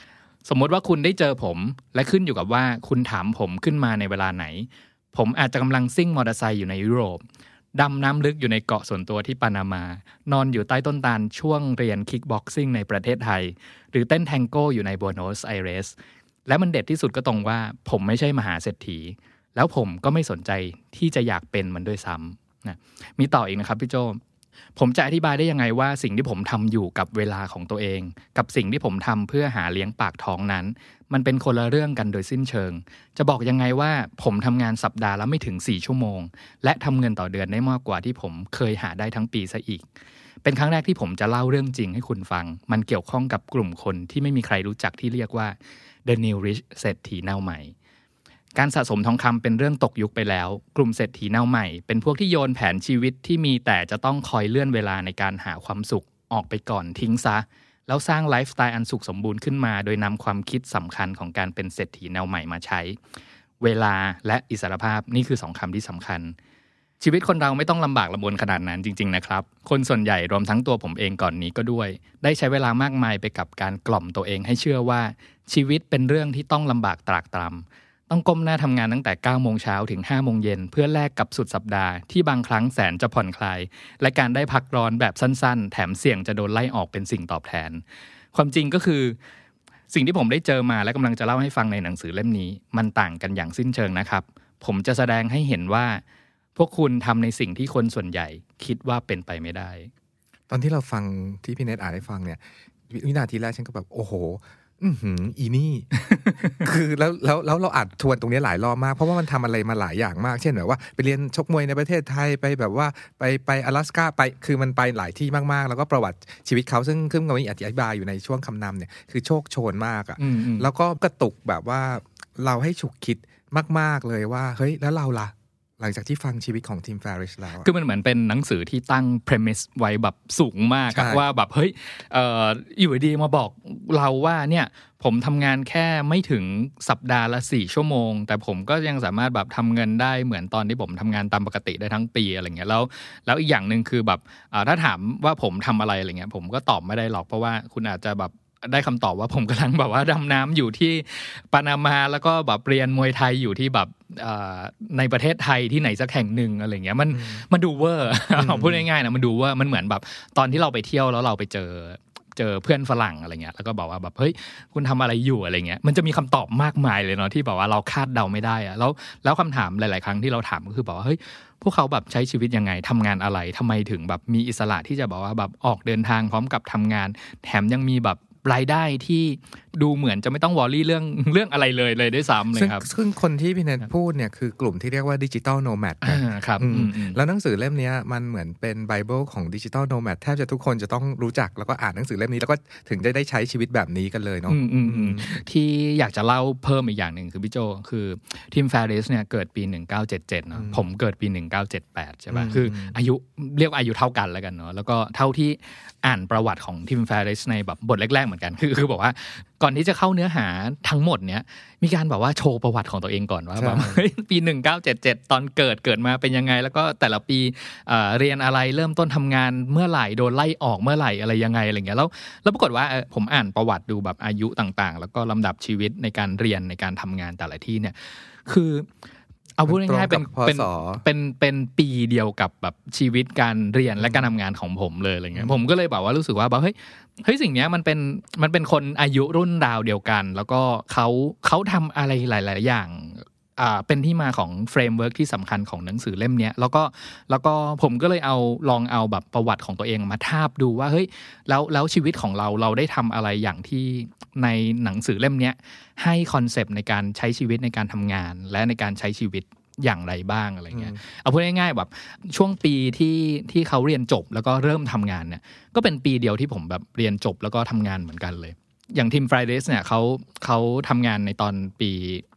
สมมติว่าคุณได้เจอผมและขึ้นอยู่กับว่าคุณถามผมขึ้นมาในเวลาไหนผมอาจจะกำลังซิ่งมอเตอร์ไซค์อยู่ในยุโรปดำน้ำลึกอยู่ในเกาะส่วนตัวที่ปานามานอนอยู่ใต้ต้นตาลช่วงเรียนคิกบ็อกซิ่งในประเทศไทยหรือเต้นแทงโก้อยู่ในบัวโนสไอเรสและมันเด็ดที่สุดก็ตรงว่าผมไม่ใช่มหาเศรษฐีแล้วผมก็ไม่สนใจที่จะอยากเป็นมันด้วยซ้ำนะมีต่ออีกนะครับพี่โจผมจะอธิบายได้ยังไงว่าสิ่งที่ผมทำอยู่กับเวลาของตัวเองกับสิ่งที่ผมทำเพื่อหาเลี้ยงปากท้องนั้นมันเป็นคนละเรื่องกันโดยสิ้นเชิงจะบอกยังไงว่าผมทำงานสัปดาห์ละไม่ถึง4ชั่วโมงและทำเงินต่อเดือนได้มากกว่าที่ผมเคยหาได้ทั้งปีซะอีกเป็นครั้งแรกที่ผมจะเล่าเรื่องจริงให้คุณฟังมันเกี่ยวข้องกับกลุ่มคนที่ไม่มีใครรู้จักที่เรียกว่า The New Rich เศรษฐีแนวใหม่การสะสมทองคำเป็นเรื่องตกยุคไปแล้วกลุ่มเศรษฐีแนวใหม่เป็นพวกที่โยนแผนชีวิตที่มีแต่จะต้องคอยเลื่อนเวลาในการหาความสุขออกไปก่อนทิ้งซะแล้วสร้างไลฟ์สไตล์อันสุขสมบูรณ์ขึ้นมาโดยนำความคิดสำคัญของการเป็นเศรษฐีแนวใหม่มาใช้เวลาและอิสรภาพนี่คือ2คำที่สำคัญชีวิตคนเราไม่ต้องลำบากลำบนขนาดนั้นจริงๆนะครับคนส่วนใหญ่รวมทั้งตัวผมเองก่อนนี้ก็ด้วยได้ใช้เวลามากมายไปกับการกล่อมตัวเองให้เชื่อว่าชีวิตเป็นเรื่องที่ต้องลำบากตรากตรำต้องก้มหน้าทำงานตั้งแต่ 9 โมงเช้าถึง 5 โมงเย็นเพื่อแลกกับสุดสัปดาห์ที่บางครั้งแสนจะผ่อนคลายและการได้พักร้อนแบบสั้นๆแถมเสี่ยงจะโดนไล่ออกเป็นสิ่งตอบแทนความจริงก็คือสิ่งที่ผมได้เจอมาและกำลังจะเล่าให้ฟังในหนังสือเล่มนี้มันต่างกันอย่างสิ้นเชิงนะครับผมจะแสดงให้เห็นว่าพวกคุณทำในสิ่งที่คนส่วนใหญ่คิดว่าเป็นไปไม่ได้ตอนที่เราฟังที่พี่เนทอ่านให้ฟังเนี่ยวินาทีแรกฉันก็แบบโอ้โหอีนี่ คือแล้วเราอ่านทวนตรงนี้หลายรอบมากเพราะว่ามันทำอะไรมาหลายอย่างมากเช่นแบบว่าไปเรียนชกมวยในประเทศไทยไปแบบว่าไป阿拉斯ก้าไปคือมันไปหลายที่มากๆแล้วก็ประวัติชีวิตเขาซึ่งเรามีอธิบายอยู่ในช่วงคำนำเนี่ยคือโชคโชนมากอ่ะแล้วก็กระตุกแบบว่าเราให้ฉุกคิดมากๆเลยว่าเฮ้ยแล้วเราล่ะหลังจากที่ฟังชีวิตของทีม Ferriss แล้วคือมันเหมือนเป็นหนังสือที่ตั้ง premise ไว้แบบสูงมากว่าแบบเฮ้ยอยู่ดีมาบอกเราว่าเนี่ยผมทำงานแค่ไม่ถึงสัปดาห์ละ4ชั่วโมงแต่ผมก็ยังสามารถแบบทำเงินได้เหมือนตอนที่ผมทำงานตามปกติได้ทั้งปีอะไรเงี้ยแล้วอีกอย่างนึงคือแบบถ้าถามว่าผมทำอะไรอะไรเงี้ยผมก็ตอบไม่ได้หรอกเพราะว่าคุณอาจจะแบบได้คำตอบว่าผมกำลังแบบว่าดำน้ำอยู่ที่ปานามาแล้วก็แบบเรียนมวยไทยอยู่ที่แบบในประเทศไทยที่ไหนสักแห่งหนึ่งอะไรเงี้ยมันดูเวอร์พูดง่ายๆนะมันดูว่ามันเหมือนแบบตอนที่เราไปเที่ยวแล้วเราไปเจอเพื่อนฝรั่งอะไรเงี้ยแล้วก็บอกว่าแบบเฮ้ยคุณทำอะไรอยู่อะไรเงี้ยมันจะมีคำตอบมากมายเลยเนาะที่แบบว่าเราคาดเดาไม่ได้อะแล้วคำถามหลายๆครั้งที่เราถามก็คือบอกว่าเฮ้ยพวกเขาแบบใช้ชีวิตยังไงทำงานอะไรทำไมถึงแบบมีอิสระที่จะบอกว่าแบบออกเดินทางพร้อมกับทำงานแถมยังมีแบบรายได้ที่ดูเหมือนจะไม่ต้องวอรี่เรื่องอะไรเลยด้วยซ้ำเลยครับซึ่งคนที่พี่เนทพูดเนี่ยคือกลุ่มที่เรียกว่าดิจิตอลโนแมดครับแล้วหนังสือเล่มนี้มันเหมือนเป็นไบเบิลของดิจิตอลโนแมดแทบจะทุกคนจะต้องรู้จักแล้วก็อ่านหนังสือเล่มนี้แล้วก็ถึงได้ใช้ชีวิตแบบนี้กันเลยเนาะที่อยากจะเล่าเพิ่มอีกอย่างหนึ่งคือพี่โจคือทีม Ferriss เนี่ยเกิดปี1977เนาะผมเกิดปี1978ใช่ป่ะคืออายุเรียกว่าอายุเท่ากันแล้วกันเนาะแล้วก็เท่าที่อ่านประวัติของทีม Ferriss ในแบบบทแรกๆเหมือนกันคือบอกว่าก่อนที่จะเข้าเนื้อหาทั้งหมดเนี้ยมีการแบบว่าโชว์ประวัติของตัวเองก่อนว่าแบบปี1977ตอนเกิดมาเป็นยังไงแล้วก็แต่ละปีเรียนอะไรเริ่มต้นทำงานเมื่อไหร่โดนไล่ออกเมื่อไหร่อะไรยังไงอะไรเงี้ยแล้วปรากฏว่าผมอ่านประวัติดูแบบอายุต่างๆแล้วก็ลำดับชีวิตในการเรียนในการทำงานแต่ละที่เนี่ยคือเอาพูดง่ายๆเป็นปีเดียวกับแบบชีวิตการเรียนและการทำงานของผมเลยอะไรเงี้ยผมก็เลยแบบว่ารู้สึกว่าแบบเฮ้ยสิ่งนี้มันเป็นคนอายุรุ่นราวเดียวกันแล้วก็เขาทำอะไรหลายๆอย่างเป็นที่มาของเฟรมเวิร์กที่สำคัญของหนังสือเล่มนี้แล้วก็ผมก็เลยลองเอาแบบประวัติของตัวเองมาทาบดูว่าเฮ้ยแล้วชีวิตของเราได้ทำอะไรอย่างที่ในหนังสือเล่มนี้ให้คอนเซปต์ในการใช้ชีวิตในการทำงานและในการใช้ชีวิตอย่างไรบ้างอะไรเงี้ยเอาพูดง่ายๆแบบช่วงปีที่เขาเรียนจบแล้วก็เริ่มทำงานเนี่ยก็เป็นปีเดียวที่ผมแบบเรียนจบแล้วก็ทำงานเหมือนกันเลยอย่างทีม Fridays เนี่ยเขาทำงานในตอนปี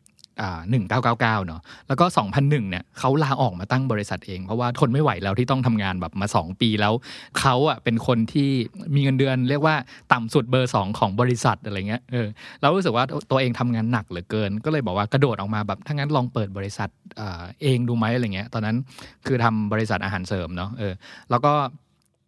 1999เนาะแล้วก็2001เนี่ยเขาลาออกมาตั้งบริษัทเองเพราะว่าทนไม่ไหวแล้วที่ต้องทำงานแบบมา2ปีแล้วเขาเป็นคนที่มีเงินเดือนเรียกว่าต่ำสุดเบอร์2ของบริษัทอะไรเงี้ยเรารู้สึกว่าตัวเองทำงานหนักเหลือเกินก็เลยบอกว่ากระโดดออกมาแบบถ้างั้นลองเปิดบริษัทเองดูไหมอะไรเงี้ยตอนนั้นคือทำบริษัทอาหารเสริมเนาะแล้วก็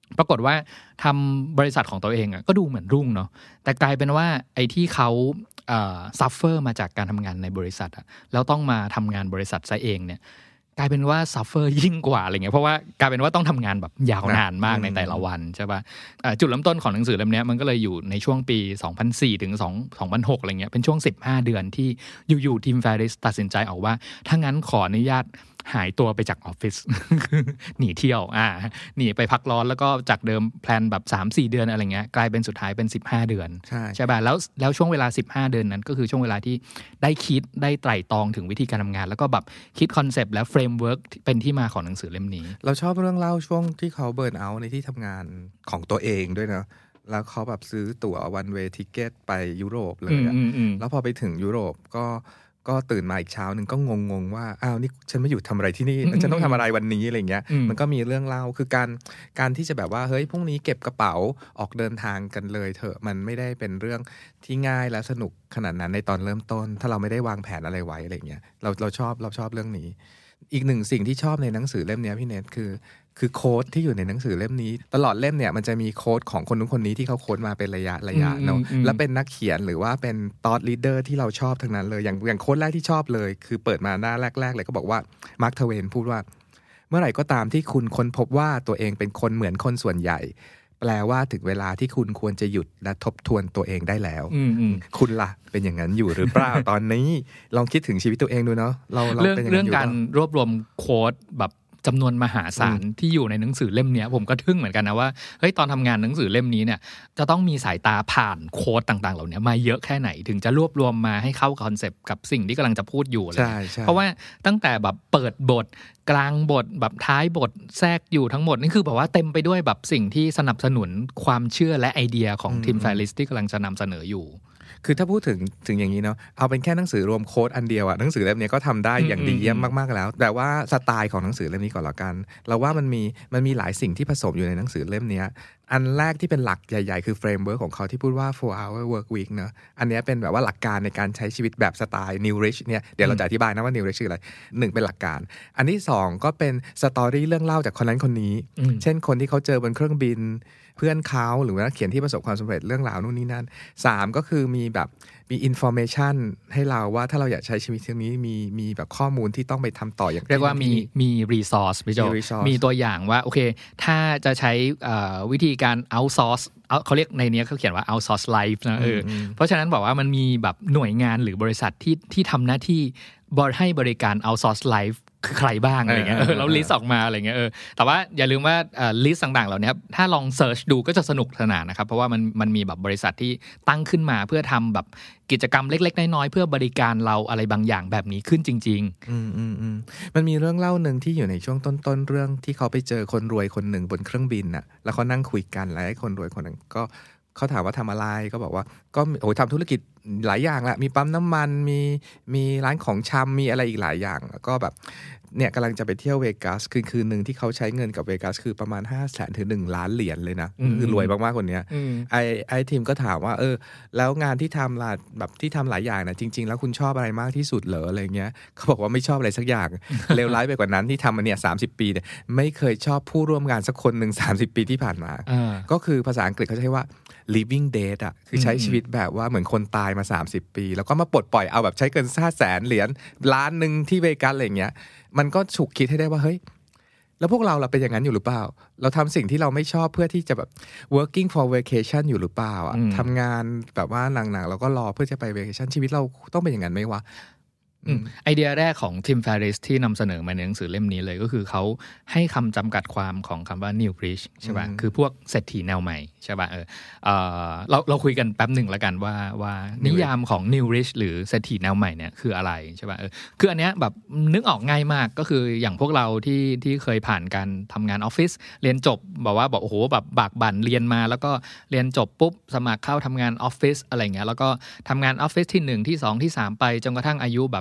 ปรากฏว่าทำบริษัทของตัวเองอ่ะก็ดูเหมือนรุ่งเนาะแต่กลายเป็นว่าไอ้ที่เขาซัฟเฟอร์มาจากการทำงานในบริษัทอ่ะแล้วต้องมาทำงานบริษัทซะเองเนี่ยกลายเป็นว่าซัฟเฟอร์ยิ่งกว่าอะไรเงี้ยเพราะว่ากลายเป็นว่าต้องทำงานแบบยาวนานมากในแต่ละวันใช่ป่ะจุดเริ่มต้นของหนังสือเล่มนี้มันก็เลยอยู่ในช่วงปี 2004 ถึง 2006 อะไรเงี้ยเป็นช่วง15 เดือนที่อยู่ๆทีมแฟริสตัดสินใจออกว่าถ้างั้นขออนุญาตหายตัวไปจากออฟฟิศ หนีเที่ยวหนีไปพักร้อนแล้วก็จากเดิมแพลนแบบ 3-4 เดือนอะไรเงี้ยกลายเป็นสุดท้ายเป็น15 เดือนใช่ป่ะแล้วช่วงเวลา15 เดือนนั้นก็คือช่วงเวลาที่ได้คิดได้ไตร่ตรองถึงวิธีการทำงานแล้วก็แบบคิดคอนเซปต์และเฟรมเวิร์กเป็นที่มาของหนังสือเล่มนี้เราชอบเรื่องเล่าช่วงที่เขาเบิร์นเอาท์ในที่ทำงานของตัวเองด้วยนะแล้วเขาแบบซื้อตั๋ว one way ticket ไปยุโรปเลยแล้วพอไปถึงยุโรปก็ตื่นมาอีกเช้านึงก็งงว่าอ้าวนี่ฉันมาอยู่ทำอะไรที่นี่ฉันต้องทำอะไรวันนี้อะไรเงี้ยมันก็มีเรื่องเล่าคือการที่จะแบบว่าเฮ้ยพรุ่งนี้เก็บกระเป๋าออกเดินทางกันเลยเถอะมันไม่ได้เป็นเรื่องที่ง่ายและสนุกขนาดนั้นในตอนเริ่มต้นถ้าเราไม่ได้วางแผนอะไรไว้อะไรเงี้ยเราชอบเรื่องนี้อีกหนึ่งสิ่งที่ชอบในหนังสือเล่มนี้พี่เนทคือโค้ดที่อยู่ในหนังสือเล่มนี้ตลอดเล่มเนี่ยมันจะมีโค้ดของคนนู้นคนนี้ที่เขาโค้ดมาเป็นระยะเนาะแล้วเป็นนักเขียนหรือว่าเป็น thought leader ที่เราชอบทั้งนั้นเลยอย่างโค้ดแรกที่ชอบเลยคือเปิดมาหน้าแรกๆเลยก็บอกว่ามาร์ค ทเวนพูดว่าเมื่อไหร่ก็ตามที่คุณค้นพบว่าตัวเองเป็นคนเหมือนคนส่วนใหญ่แปลว่าถึงเวลาที่คุณควรจะหยุดและทบทวนตัวเองได้แล้วคุณล่ะเป็นอย่างนั้นอยู่หรือเปล่า ตอนนี้ลองคิดถึงชีวิตตัวเองดูเนาะเราเป็นอย่างนั้นอยู่เรื่องการรวบรวมโค้ดแบบจำนวนมหาศาลที่อยู่ในหนังสือเล่มนี้ผมก็ทึ่งเหมือนกันนะว่าเฮ้ยตอนทำงานหนังสือเล่มนี้เนี่ยจะต้องมีสายตาผ่านโค้ดต่างๆเหล่านี้มาเยอะแค่ไหนถึงจะรวบรวมมาให้เข้าคอนเซปต์กับสิ่งที่กำลังจะพูดอยู่เลยเพราะว่าตั้งแต่แบบเปิดบทกลางบทแบบท้ายบทแทรกอยู่ทั้งหมดนี่คือแบบว่าเต็มไปด้วยแบบสิ่งที่สนับสนุนความเชื่อและไอเดียของทีมแฟริสที่กำลังจะนำเสนออยู่คือถ้าพูดถึงอย่างนี้เนาะเอาเป็นแค่หนังสือรวมโค้ดอันเดียวอะหนังสือเล่มนี้ก็ทำได้อย่างดีเยี่ยมมากๆแล้วแต่ว่าสไตล์ของหนังสือเล่มนี้ก่อนละกันเราว่ามันมีหลายสิ่งที่ผสมอยู่ในหนังสือเล่มนี้อันแรกที่เป็นหลักใหญ่ๆคือเฟรมเวิร์กของเขาที่พูดว่า 4-hour work week เนอะอันนี้เป็นแบบว่าหลักการในการใช้ชีวิตแบบสไตล์ New Rich เนี่ยเดี๋ยวเราจะอธิบายนะว่า New Rich คืออะไร1เป็นหลักการอันที่2ก็เป็นสตอรี่เรื่องเล่าจากคนนั้นคนนี้เช่นคนที่เขาเจอบนเครื่องบินเพื่อนเขาหรือว่านักเขียนที่ประสบความสำเร็จเรื่องราวนู่นนี่นั่น3ก็คือมีแบบมี information ให้เราว่าถ้าเราอยากใช้ชีวิตตรงนี้มีแบบข้อมูลที่ต้องไปทำต่ออย่างเรียกว่ามี resource พี่โจมีตัวอย่างว่าโอเคถ้าจะใช้วิธีการ outsource เขาเรียกในนี้เขาเขียนว่า outsource life นะเพราะฉะนั้นบอกว่ามันมีแบบหน่วยงานหรือบริษัทที่ทำหน้าที่ให้บริการ outsource life คือใครบ้างอะไรเงี้ยเราลิสต์ออกมาอะไรเงี้ยแต่ว่าอย่าลืมว่าลิสต์ต่างๆเหล่านี้ถ้าลองเสิร์ชดูก็จะสนุกสนานนะครับเพราะว่ามันมีแบบบริษัทที่ตั้งขึ้นมาเพื่อทำแบบกิจกรรมเล็กๆน้อยๆเพื่อบริการเราอะไรบางอย่างแบบนี้ขึ้นจริงๆมันมีเรื่องเล่านึงที่อยู่ในช่วงต้นๆเรื่องที่เขาไปเจอคนรวยคนหนึ่งบนเครื่องบินน่ะแล้วเขานั่งคุยกันแล้วไอ้คนรวยคนนั้นก็เขาถามว่าทำอะไรก็บอกว่าก็โอ้ทำธุรกิจหลายอย่างแหละมีปั๊มน้ำมันมีร้านของชำมีอะไรอีกหลายอย่างแล้วก็แบบเนี่ยกำลังจะไปเที่ยวเวกัสคืนหนึ่งที่เขาใช้เงินกับเวกัสคือประมาณ 500,000 ถึง 1 ล้านเหรียญเลยนะคือรวยมากๆคนนี้ไอทีมก็ถามว่าแล้วงานที่ทำล่ะแบบที่ทำหลายอย่างนะจริงๆแล้วคุณชอบอะไรมากที่สุดเหรออะไรเงี้ยเขาบอกว่าไม่ชอบอะไรสักอย่าง เลวร้ายไปกว่านั้นที่ทำมาเนี่ย30 ปีเนี่ยไม่เคยชอบผู้ร่วมงานสักคนหนึ่ง30 ปีที่ผ่านมาก็คือภาษาอังกฤษเขาใช้ว่า living dead อ่ะคือใช้ชีวิตแบบว่าเหมือนคนตายมา30 ปีแล้วก็มาปลดปล่อยเอาแบบใช้เกิน500,000 เหรียญล้านนึงที่เวกัสอะไรเงี้ยมันก็ฉุกคิดให้ได้ว่าเฮ้ยแล้วพวกเราเป็นอย่างนั้นอยู่หรือเปล่าเราทำสิ่งที่เราไม่ชอบเพื่อที่จะแบบ working for vacation อยู่หรือเปล่าอ่ะทำงานแบบว่าหนักๆแล้วก็รอเพื่อจะไป vacation ชีวิตเราต้องเป็นอย่างนั้นไหมวะไอเดียแรกของทีมแฟริสที่นำเสนอมาในหนังสือเล่มนี้เลยก็คือเขาให้คำจำกัดความของคำว่า New Rich ใช่ป่ะคือพวกเศรษฐีแนวใหม่ใช่ป่ะเราคุยกันแป๊บหนึ่งแล้วกันว่านิยามของ New Rich หรือเศรษฐีแนวใหม่เนี่ยคืออะไรใช่ป่ะคืออันเนี้ยแบบนึกออกง่ายมากก็คืออย่างพวกเราที่เคยผ่านการทำงานออฟฟิศเรียนจบบอกโอ้โหแบบบากบั่นเรียนมาแล้วก็เรียนจบปุ๊บสมัครเข้าทำงานออฟฟิศอะไรเงี้ยแล้วก็ทำงานออฟฟิศที่1ที่2ที่3ไปจนกระทั่งอายุแบบ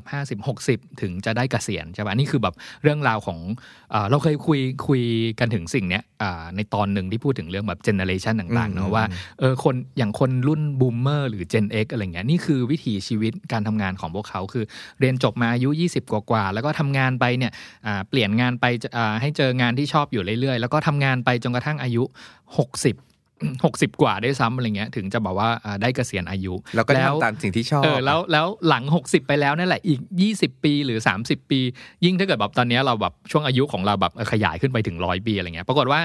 40 50 60ถึงจะได้เกษียณใช่ป่ะนี่คือแบบเรื่องราวของเราเคยคุยกันถึงสิ่งเนี้ยในตอนหนึ่งที่พูดถึงเรื่องแบบเจเนอเรชันต่างๆเนาะว่าคนอย่างคนรุ่นบูมเมอร์หรือ Gen X อะไรเงี้ยนี่คือวิถีชีวิตการทำงานของพวกเขาคือเรียนจบมาอายุ20กว่าแล้วก็ทำงานไปเนี่ยเปลี่ยนงานไปให้เจองานที่ชอบอยู่เรื่อยๆแล้วก็ทำงานไปจนกระทั่งอายุ60กว่าได้ซ้ำอะไรเงี้ยถึงจะบอกว่าได้เกษียณอายุแล้วก็ทำตามสิ่งที่ชอบแล้วหลัง60ไปแล้วนั่นแหละอีก20ปีหรือ30ปียิ่งถ้าเกิดแบบตอนนี้เราแบบช่วงอายุของเราแบบขยายขึ้นไปถึง100ปีอะไรเงี้ยปรากฏว่า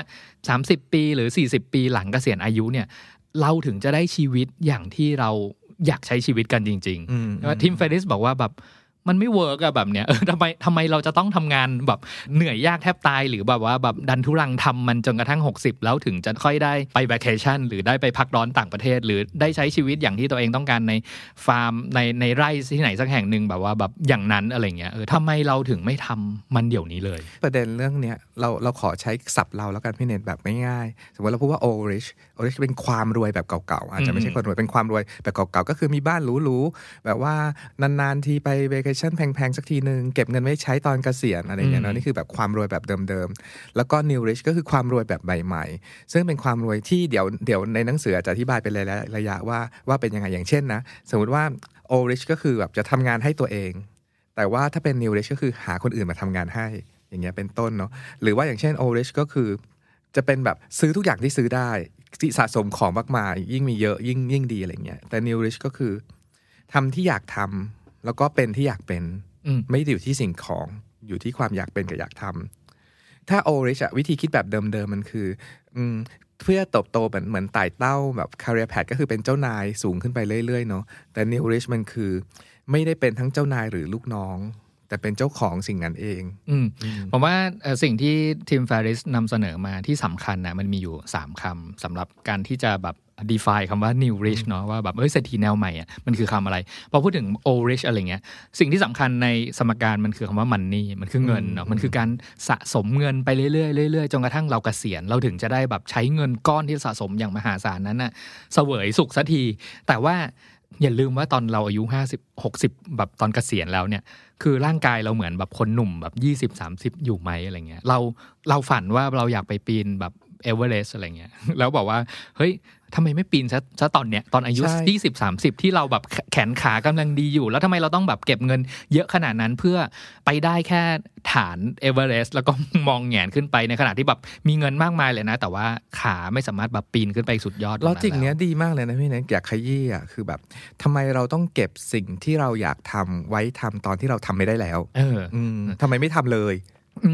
30ปีหรือ40ปีหลังเกษียณอายุเนี่ยเราถึงจะได้ชีวิตอย่างที่เราอยากใช้ชีวิตกันจริงๆทิมเฟรริสบอกว่าแบบมันไม่เวิร์กอะแบบเนี้ยทำไมเราจะต้องทำงานแบบเหนื่อยยากแทบตายหรือแบบว่าแบบดันทุรังทำมันจนกระทั่ง60แล้วถึงจะค่อยได้ไปแวเคชั่นหรือได้ไปพักร้อนต่างประเทศหรือได้ใช้ชีวิตอย่างที่ตัวเองต้องการในฟาร์มในไร่ที่ไหนสักแห่งหนึ่งแบบว่าแบบอย่างนั้นอะไรเงี้ยทำไมเราถึงไม่ทำมันเดี๋ยวนี้เลยประเด็นเรื่องเนี้ยเราขอใช้ศัพท์เราแล้วกันพี่เนตแบบง่ายๆสมมติเราพูดว่า old rich เป็นความรวยแบบเก่าๆอาจจะไม่ใช่คนรวยเป็นความรวยแบบเก่าๆก็คือมีบ้านหรูๆแบบว่านานๆทีไปเวเคชั่นแพงๆสักทีนึงเก็บเงินไว้ใช้ตอนเกษียณอะไรอย่างเงี้ยเนาะนี่คือแบบความรวยแบบเดิมๆแล้วก็ new rich ก็คือความรวยแบบใหม่ๆซึ่งเป็นความรวยที่เดี๋ยวในหนังสือจะอธิบายเป็นระยะว่าเป็นยังไงอย่างเช่นนะสมมติว่า old rich ก็คือแบบจะทำงานให้ตัวเองแต่ว่าถ้าเป็น new rich ก็คือหาคนอื่นมาทำงานให้อย่างเงี้ยเป็นต้นเนาะหรือว่าอย่างเช่น old rich ก็คือจะเป็นแบบซื้อทุกอย่างที่ซื้อได้สะสมของมากมายยิ่งมีเยอะยิ่งดีอะไรเงี้ยแต่ new rich ก็คือทำที่อยากทำแล้วก็เป็นที่อยากเป็นไม่ได้อยู่ที่สิ่งของอยู่ที่ความอยากเป็นกับอยากทำถ้า old rich วิธีคิดแบบเดิมๆมันคือเพื่อเติบโตเหมือนไต่เต้าแบบ career path ก็คือเป็นเจ้านายสูงขึ้นไปเรื่อยๆเนาะแต่ new rich มันคือไม่ได้เป็นทั้งเจ้านายหรือลูกน้องแต่เป็นเจ้าของสิ่งนั้นเองผมว่าสิ่งที่ทีมแฟริสนำเสนอมาที่สำคัญนะมันมีอยู่3คำสำหรับการที่จะแบบ define คำว่า new rich เนาะว่าแบบเศรษฐีแนวใหม่อ่ะมันคือคำอะไรพอพูดถึง old rich อะไรเงี้ยสิ่งที่สำคัญในสมการมันคือคำว่า money มันคือเงินเนาะมันคือการสะสมเงินไปเรื่อยๆจนกระทั่งเราเกษียณเราถึงจะได้แบบใช้เงินก้อนที่สะสมอย่างมหาศาลนั้นน่ะเสวยสุขสักทีแต่ว่าอย่าลืมว่าตอนเราอายุ50 60แบบตอนเกษียณแล้วเนี่ยคือร่างกายเราเหมือนแบบคนหนุ่มแบบ20-30อยู่ไหมอะไรเงี้ยเราฝันว่าเราอยากไปปีนแบบเอเวอเรสต์อะไรเงี้ยแล้วบอกว่าเฮ้ยทำไมไม่ปีนซะตอนเนี้ยตอนอายุ20-30ที่เราแบบแขนขากำลังดีอยู่แล้วทำไมเราต้องแบบเก็บเงินเยอะขนาดนั้นเพื่อไปได้แค่ฐานเอเวอเรสต์แล้วก็มองแหงนขึ้นไปในขณะที่แบบมีเงินมากมายเลยนะแต่ว่าขาไม่สามารถแบบปีนขึ้นไปสุดยอดลอจิกเนี้ยดีมากเลยนะพี่เนทอยากขยี้อ่ะคือแบบทำไมเราต้องเก็บสิ่งที่เราอยากทำไว้ทำตอนที่เราทำไม่ได้แล้วทำไมไม่ทำเลย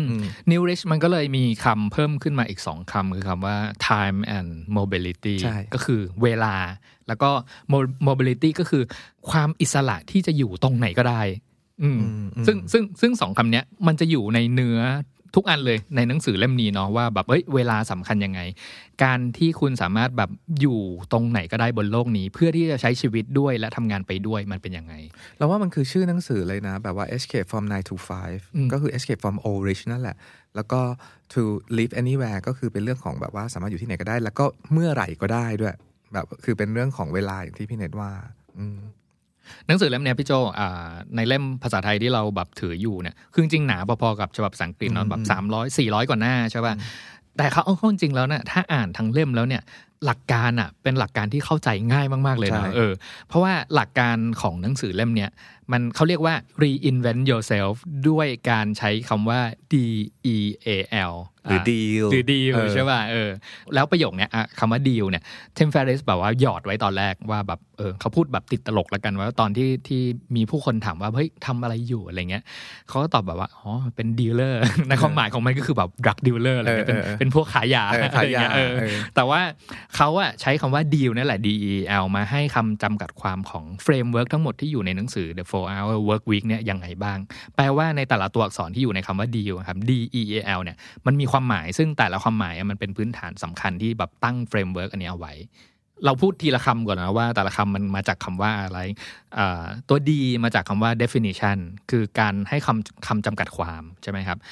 New Rich มันก็เลยมีคำเพิ่มขึ้นมาอีก2คำคือคำว่า time and mobility ก็คือเวลาแล้วก็ mobility ก็คือความอิสระที่จะอยู่ตรงไหนก็ได้ซึ่ง2คำนี้มันจะอยู่ในเนื้อทุกอันเลยในหนังสือเล่มนี้เนาะว่าแบบเวลาสำคัญยังไงการที่คุณสามารถแบบอยู่ตรงไหนก็ได้บนโลกนี้เพื่อที่จะใช้ชีวิตด้วยและทำงานไปด้วยมันเป็นยังไงเราว่ามันคือชื่อหนังสือเลยนะแบบว่า Escape from 9 to 5 ก็คือ Escape from old rich นั่นแหละแล้วก็ to live anywhere ก็คือเป็นเรื่องของแบบว่าสามารถอยู่ที่ไหนก็ได้แล้วก็เมื่อไหร่ก็ได้ด้วยแบบคือเป็นเรื่องของเวลาอย่างที่พี่เนทว่าหนังสือเล่มนี้พี่โจในเล่มภาษาไทยที่เราแบบถืออยู่เนี่ยคือจริงหนาพอๆกับฉบับภาษาอังกฤษเนาะแบบ300-400 กว่าหน้าใช่ป่ะแต่เขาเอาจริงแล้วเนี่ยถ้าอ่านทั้งเล่มแล้วเนี่ยหลักการอ่ะเป็นหลักการที่เข้าใจง่ายมากๆเลยนะเพราะว่าหลักการของหนังสือเล่มเนี้ยมันเขาเรียกว่า reinvent yourself ด้วยการใช้คำว่า DEAL หรือ deal ใช่ป่ะแล้วประโยคเนี้ยคำว่า deal เนี่ยทิมเฟรริสแบบว่าหยอดไว้ตอนแรกว่าแบบเขาพูดแบบติดตลกแล้วกันว่าตอนที่มีผู้คนถามว่าเฮ้ยทำอะไรอยู่อะไรเงี้ยเขาก็ตอบแบบว่าอ๋อเป็นดีลเลอร์ในความหมายของมันก็คือแบบ drug dealer อะไรเงี้ยเป็นพวกขายยาอะไรเงี้ยแต่ว่าเขาอะใช้คำว่า deal นั่นแหละ DEAL มาให้คำจำกัดความของเฟรมเวิร์กทั้งหมดที่อยู่ในหนังสือ The 4-Hour Work Week เนี่ยยังไงบ้างแปลว่าในแต่ละตัวอักษรที่อยู่ในคำว่า deal ครับ DEAL เนี่ยมันมีความหมายซึ่งแต่ละความหมายมันเป็นพื้นฐานสำคัญที่แบบตั้งเฟรมเวิร์กอันนี้เอาไว้เราพูดทีละคำก่อนนะว่าแต่ละคำมันมาจากคำว่าอะไรตัว D มาจากคำว่า definition คือการให้คำจำกัดความใช่ไหมครับ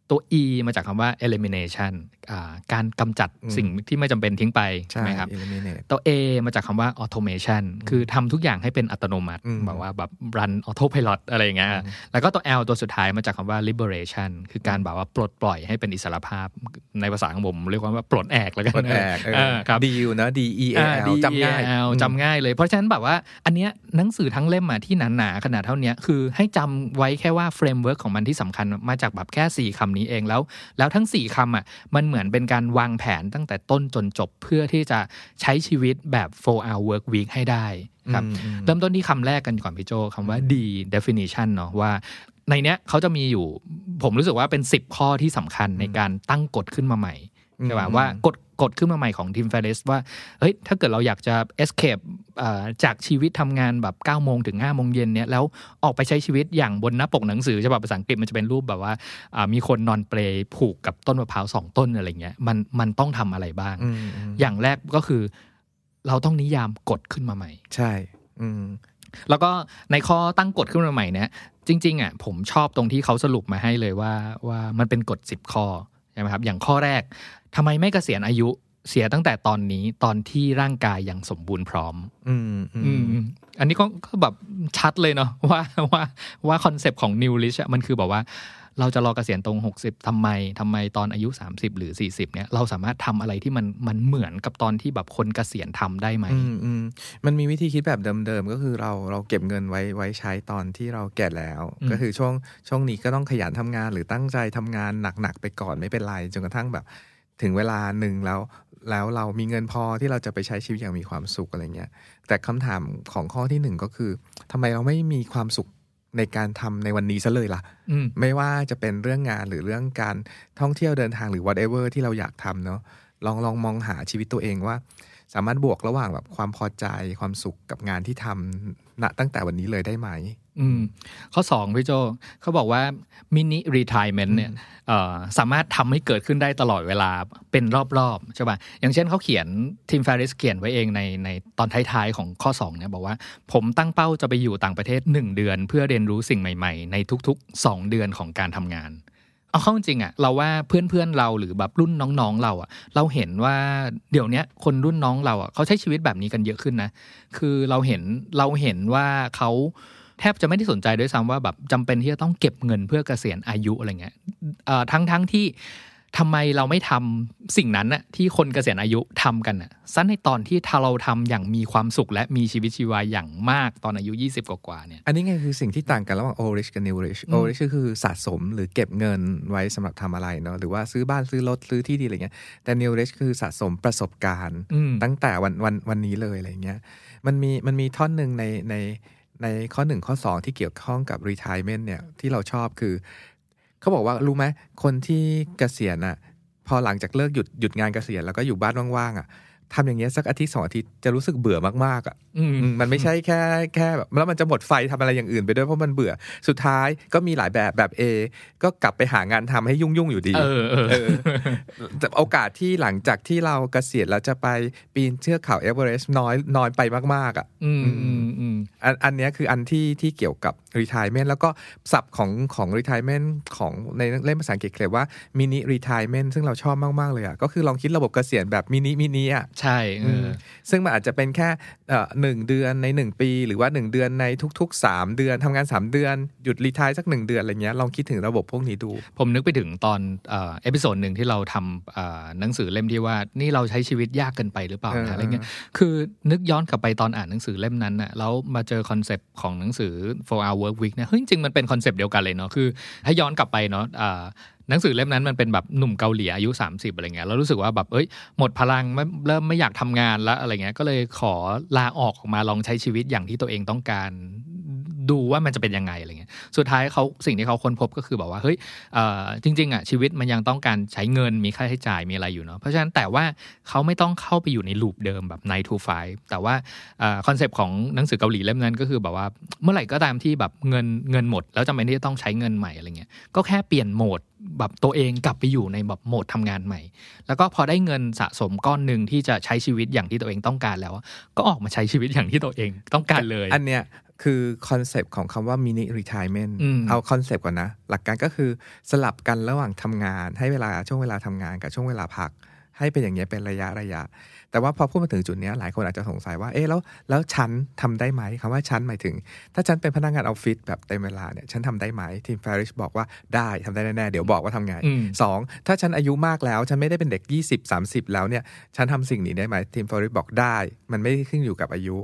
ตัว E มาจากคำว่า elimination การกำจัดสิ่งที่ไม่จำเป็นทิ้งไปใช่ไหมครับ ตัว A มาจากคำว่า automation คือทำทุกอย่างให้เป็นอัตโนมัติแบบว่าแบบ run autopilot อะไรอย่างเงี้ยแล้วก็ตัว L ตัวสุดท้ายมาจากคำว่า liberation คือการแบบว่าปลดปล่อยให้เป็นอิสรภาพในภาษาของผมเรียกว่าปลดแอกแล้วกันปลดแอกครับ deal นะ DEAL จำง่ายเลยเพราะฉะนั้นแบบว่าอันเนี้ยหนังสือทั้งเล่มที่หนาๆขนาดเท่านี้คือให้จำไว้แค่ว่าเฟรมเวิร์กของมันที่สำคัญมาจากแบบแค่4คำนี้เองแล้วทั้ง4คำมันเหมือนเป็นการวางแผนตั้งแต่ต้นจนจบเพื่อที่จะใช้ชีวิตแบบ4-hour work week ให้ได้ครับเริ่มต้นที่คำแรกกันก่อนพี่โจคำว่า D definition เนาะว่าในเนี้ยเขาจะมีอยู่ผมรู้สึกว่าเป็น10ข้อที่สำคัญในการตั้งกฎขึ้นมาใหม่ใช่ป่ะว่ากฎขึ้นมาใหม่ของทีมเฟเรสว่าเฮ้ยถ้าเกิดเราอยากจะ escape จากชีวิตทำงานแบบ9โมงถึง5โมงเย็นเนี่ยแล้วออกไปใช้ชีวิตอย่างบนหน้าปกหนังสือฉบับภาษาอังกฤษมันจะเป็นรูปแบบว่ามีคนนอนเปลผูกกับต้นมะพร้าว2ต้นอะไรเงี้ยมันต้องทำอะไรบ้างอย่างแรกก็คือเราต้องนิยามกฎขึ้นมาใหม่ใช่แล้วก็ในข้อตั้งกฎขึ้นมาใหม่เนี่ยจริงๆผมชอบตรงที่เขาสรุปมาให้เลยว่ามันเป็นกฎ10ข้อใช่ไหมครับอย่างข้อแรกทำไมไม่เกษียณอายุเสียตั้งแต่ตอนนี้ตอนที่ร่างกายยังสมบูรณ์พร้อมอันนี้ก็แบบชัดเลยเนาะว่าคอนเซปต์ของ New Rich มันคือแบบว่าเราจะรอเกษียณตรง60ทำไมตอนอายุ30หรือ40เนี่ยเราสามารถทำอะไรที่มันเหมือนกับตอนที่แบบคนเกษียณทำได้ไหมมันมีวิธีคิดแบบเดิมๆก็คือเราเก็บเงินไว้ใช้ตอนที่เราแก่แล้วก็คือช่วงนี้ก็ต้องขยันทำงานหรือตั้งใจทำงานหนักๆไปก่อนไม่เป็นไรจนกระทั่งแบบถึงเวลาหนึ่งแล้วเรามีเงินพอที่เราจะไปใช้ชีวิตอย่างมีความสุขอะไรเงี้ยแต่คำถามของข้อที่1ก็คือทำไมเราไม่มีความสุขในการทำในวันนี้ซะเลยล่ะไม่ว่าจะเป็นเรื่องงานหรือเรื่องการท่องเที่ยวเดินทางหรือ whatever ที่เราอยากทำเนาะลองมองหาชีวิตตัวเองว่าสามารถบวกระหว่างแบบความพอใจความสุขกับงานที่ทำณตั้งแต่วันนี้เลยได้ไหมข้อ2พี่โจเขาบอกว่ามินิรีไทร์เมนต์เนี่ยสามารถทำให้เกิดขึ้นได้ตลอดเวลาเป็นรอบๆใช่ป่ะอย่างเช่นเขาเขียนทีมแฟริสเขียนไว้เองในตอนท้ายๆของข้อ2เนี่ยบอกว่าผมตั้งเป้าจะไปอยู่ต่างประเทศ1เดือนเพื่อเรียนรู้สิ่งใหม่ๆในทุกๆ2เดือนของการทำงานเอาเข้าจริงเราว่าเพื่อนๆเราหรือแบบรุ่นน้องๆเราเราเห็นว่าเดี๋ยวนี้คนรุ่นน้องเราเขาใช้ชีวิตแบบนี้กันเยอะขึ้นนะคือเราเห็นว่าเขาแทบจะไม่ได้สนใจด้วยซ้ำว่าแบบจำเป็นที่จะต้องเก็บเงินเพื่อเกษียณอายุอะไรเงี้ยทั้งที่ทำไมเราไม่ทำสิ่งนั้นที่คนเกษียณอายุทำกันซะในตอนที่เราทำอย่างมีความสุขและมีชีวิตชีวาอย่างมากตอนอายุ20กว่าเนี่ยอันนี้ไงคือสิ่งที่ต่างกันระหว่าง old rich กับ new rich old rich ก็คือสะสมหรือเก็บเงินไว้สำหรับทำอะไรเนาะหรือว่าซื้อบ้านซื้อรถซื้อที่ดินอะไรเงี้ยแต่ new rich คือสะสมประสบการณ์ตั้งแต่วันนี้เลยอะไรเงี้ยมันมีท่อนหนึ่งในข้อ1ข้อ2ที่เกี่ยวข้องกับ retirement เนี่ยที่เราชอบคือเขาบอกว่ารู้ไหมคนที่เกษียณพอหลังจากเลิกหยุดงานเกษียณแล้วก็อยู่บ้านว่างๆทำอย่างเงี้ยสักอาทิตย์2อาทิตย์จะรู้สึกเบื่อมากๆมันไม่ใช่แค่แบบแล้วมันจะหมดไฟทำอะไรอย่างอื่นไปด้วยเพราะมันเบื่อสุดท้ายก็มีหลายแบบ A ก็กลับไปหางานทำให้ยุ่งอยู่ดีโอกาสที่หลังจากที่เราเกษียณแล้วจะไปปีนเทือกเขาเอเวอเรสต์น้อยไปมากๆอันนี้คืออันที่เกี่ยวกับ retirement แล้วก็ศัพท์ของ retirement ของในเล่มภาษาอังกฤษเรียกว่า mini retirement ซึ่งเราชอบมากๆเลยก็คือลองคิดระบบเกษียณแบบมินิใช่ซึ่งมันอาจจะเป็นแค่1เดือนใน1ปีหรือว่า1เดือนในทุกๆ3เดือนทำงาน3เดือนหยุดรีไทร์สัก1เดือนอะไรเงี้ยลองคิดถึงระบบพวกนี้ดูผมนึกไปถึงตอนเอพิโซดนึงที่เราทำหนังสือเล่มที่ว่านี่เราใช้ชีวิตยากเกินไปหรือเปล่าอะไรเงี้ยคือนึกย้อนกลับไปตอนอ่านหนังสือเล่มนั้นแล้วมาเจอคอนเซปต์ของหนังสือ 4-hour work week เนี่ยเฮ้ยจริงๆมันเป็นคอนเซปต์เดียวกันเลยเนาะคือถ้าย้อนกลับไปเนาะหนังสือเล่มนั้นมันเป็นแบบหนุ่มเกาหลีอายุ30อะไรเงี้ยแล้วรู้สึกว่าแบบหมดพลังเริ่มไม่อยากทำงานแล้วอะไรเงี้ยก็เลยขอลาออกมาลองใช้ชีวิตอย่างที่ตัวเองต้องการดูว่ามันจะเป็นยังไงอะไรเงี้ยสุดท้ายสิ่งที่เขาค้นพบก็คือบอกว่าเฮ้ยจริงๆชีวิตมันยังต้องการใช้เงินมีค่าใช้จ่ายมีอะไรอยู่เนาะเพราะฉะนั้นแต่ว่าเขาไม่ต้องเข้าไปอยู่ในลูปเดิมแบบ 9 to 5แต่ว่าคอนเซปต์ของหนังสือเกาหลีเล่มนั้นก็คือแบบว่าเมื่อไหร่ก็ตามที่แบบเงินหมดแล้วจำเป็นที่จะต้องใช้เงินใหม่อะไรเงี้ยก็แค่เปลี่ยนโหมดแบบตัวเองกลับไปอยู่ในแบบโหมดทำงานใหม่แล้วก็พอได้เงินสะสมก้อนนึงที่จะใช้ชีวิตอย่างที่ตัวเองต้องการแล้วก็ออกมาใช้ชีวิตอย่างที่ตัวเองต้องการเลยอันเนี้ยคือคอนเซปต์ของคำว่า mini retirement เอาคอนเซปต์ก่อนนะหลักการก็คือสลับกันระหว่างทำงานให้เวลาช่วงเวลาทำงานกับช่วงเวลาพักให้เป็นอย่างเงี้ยเป็นระยะแต่ว่าพอพูดมาถึงจุดนี้หลายคนอาจจะสงสัยว่าแล้วฉันทำได้ไหมคำว่าฉันหมายถึงถ้าฉันเป็นพนักงานออฟฟิศแบบเต็มเวลาเนี่ยฉันทำได้ไหมทีม Ferriss บอกว่าได้ทำได้แน่ๆเดี๋ยวบอกว่าทำไง2ถ้าฉันอายุมากแล้วฉันไม่ได้เป็นเด็ก20-30แล้วเนี่ยฉันทำสิ่งนี้ได้ไหมทีม Ferriss บอกได้มันไม่ได้ขึ้นอยู่กับอายุ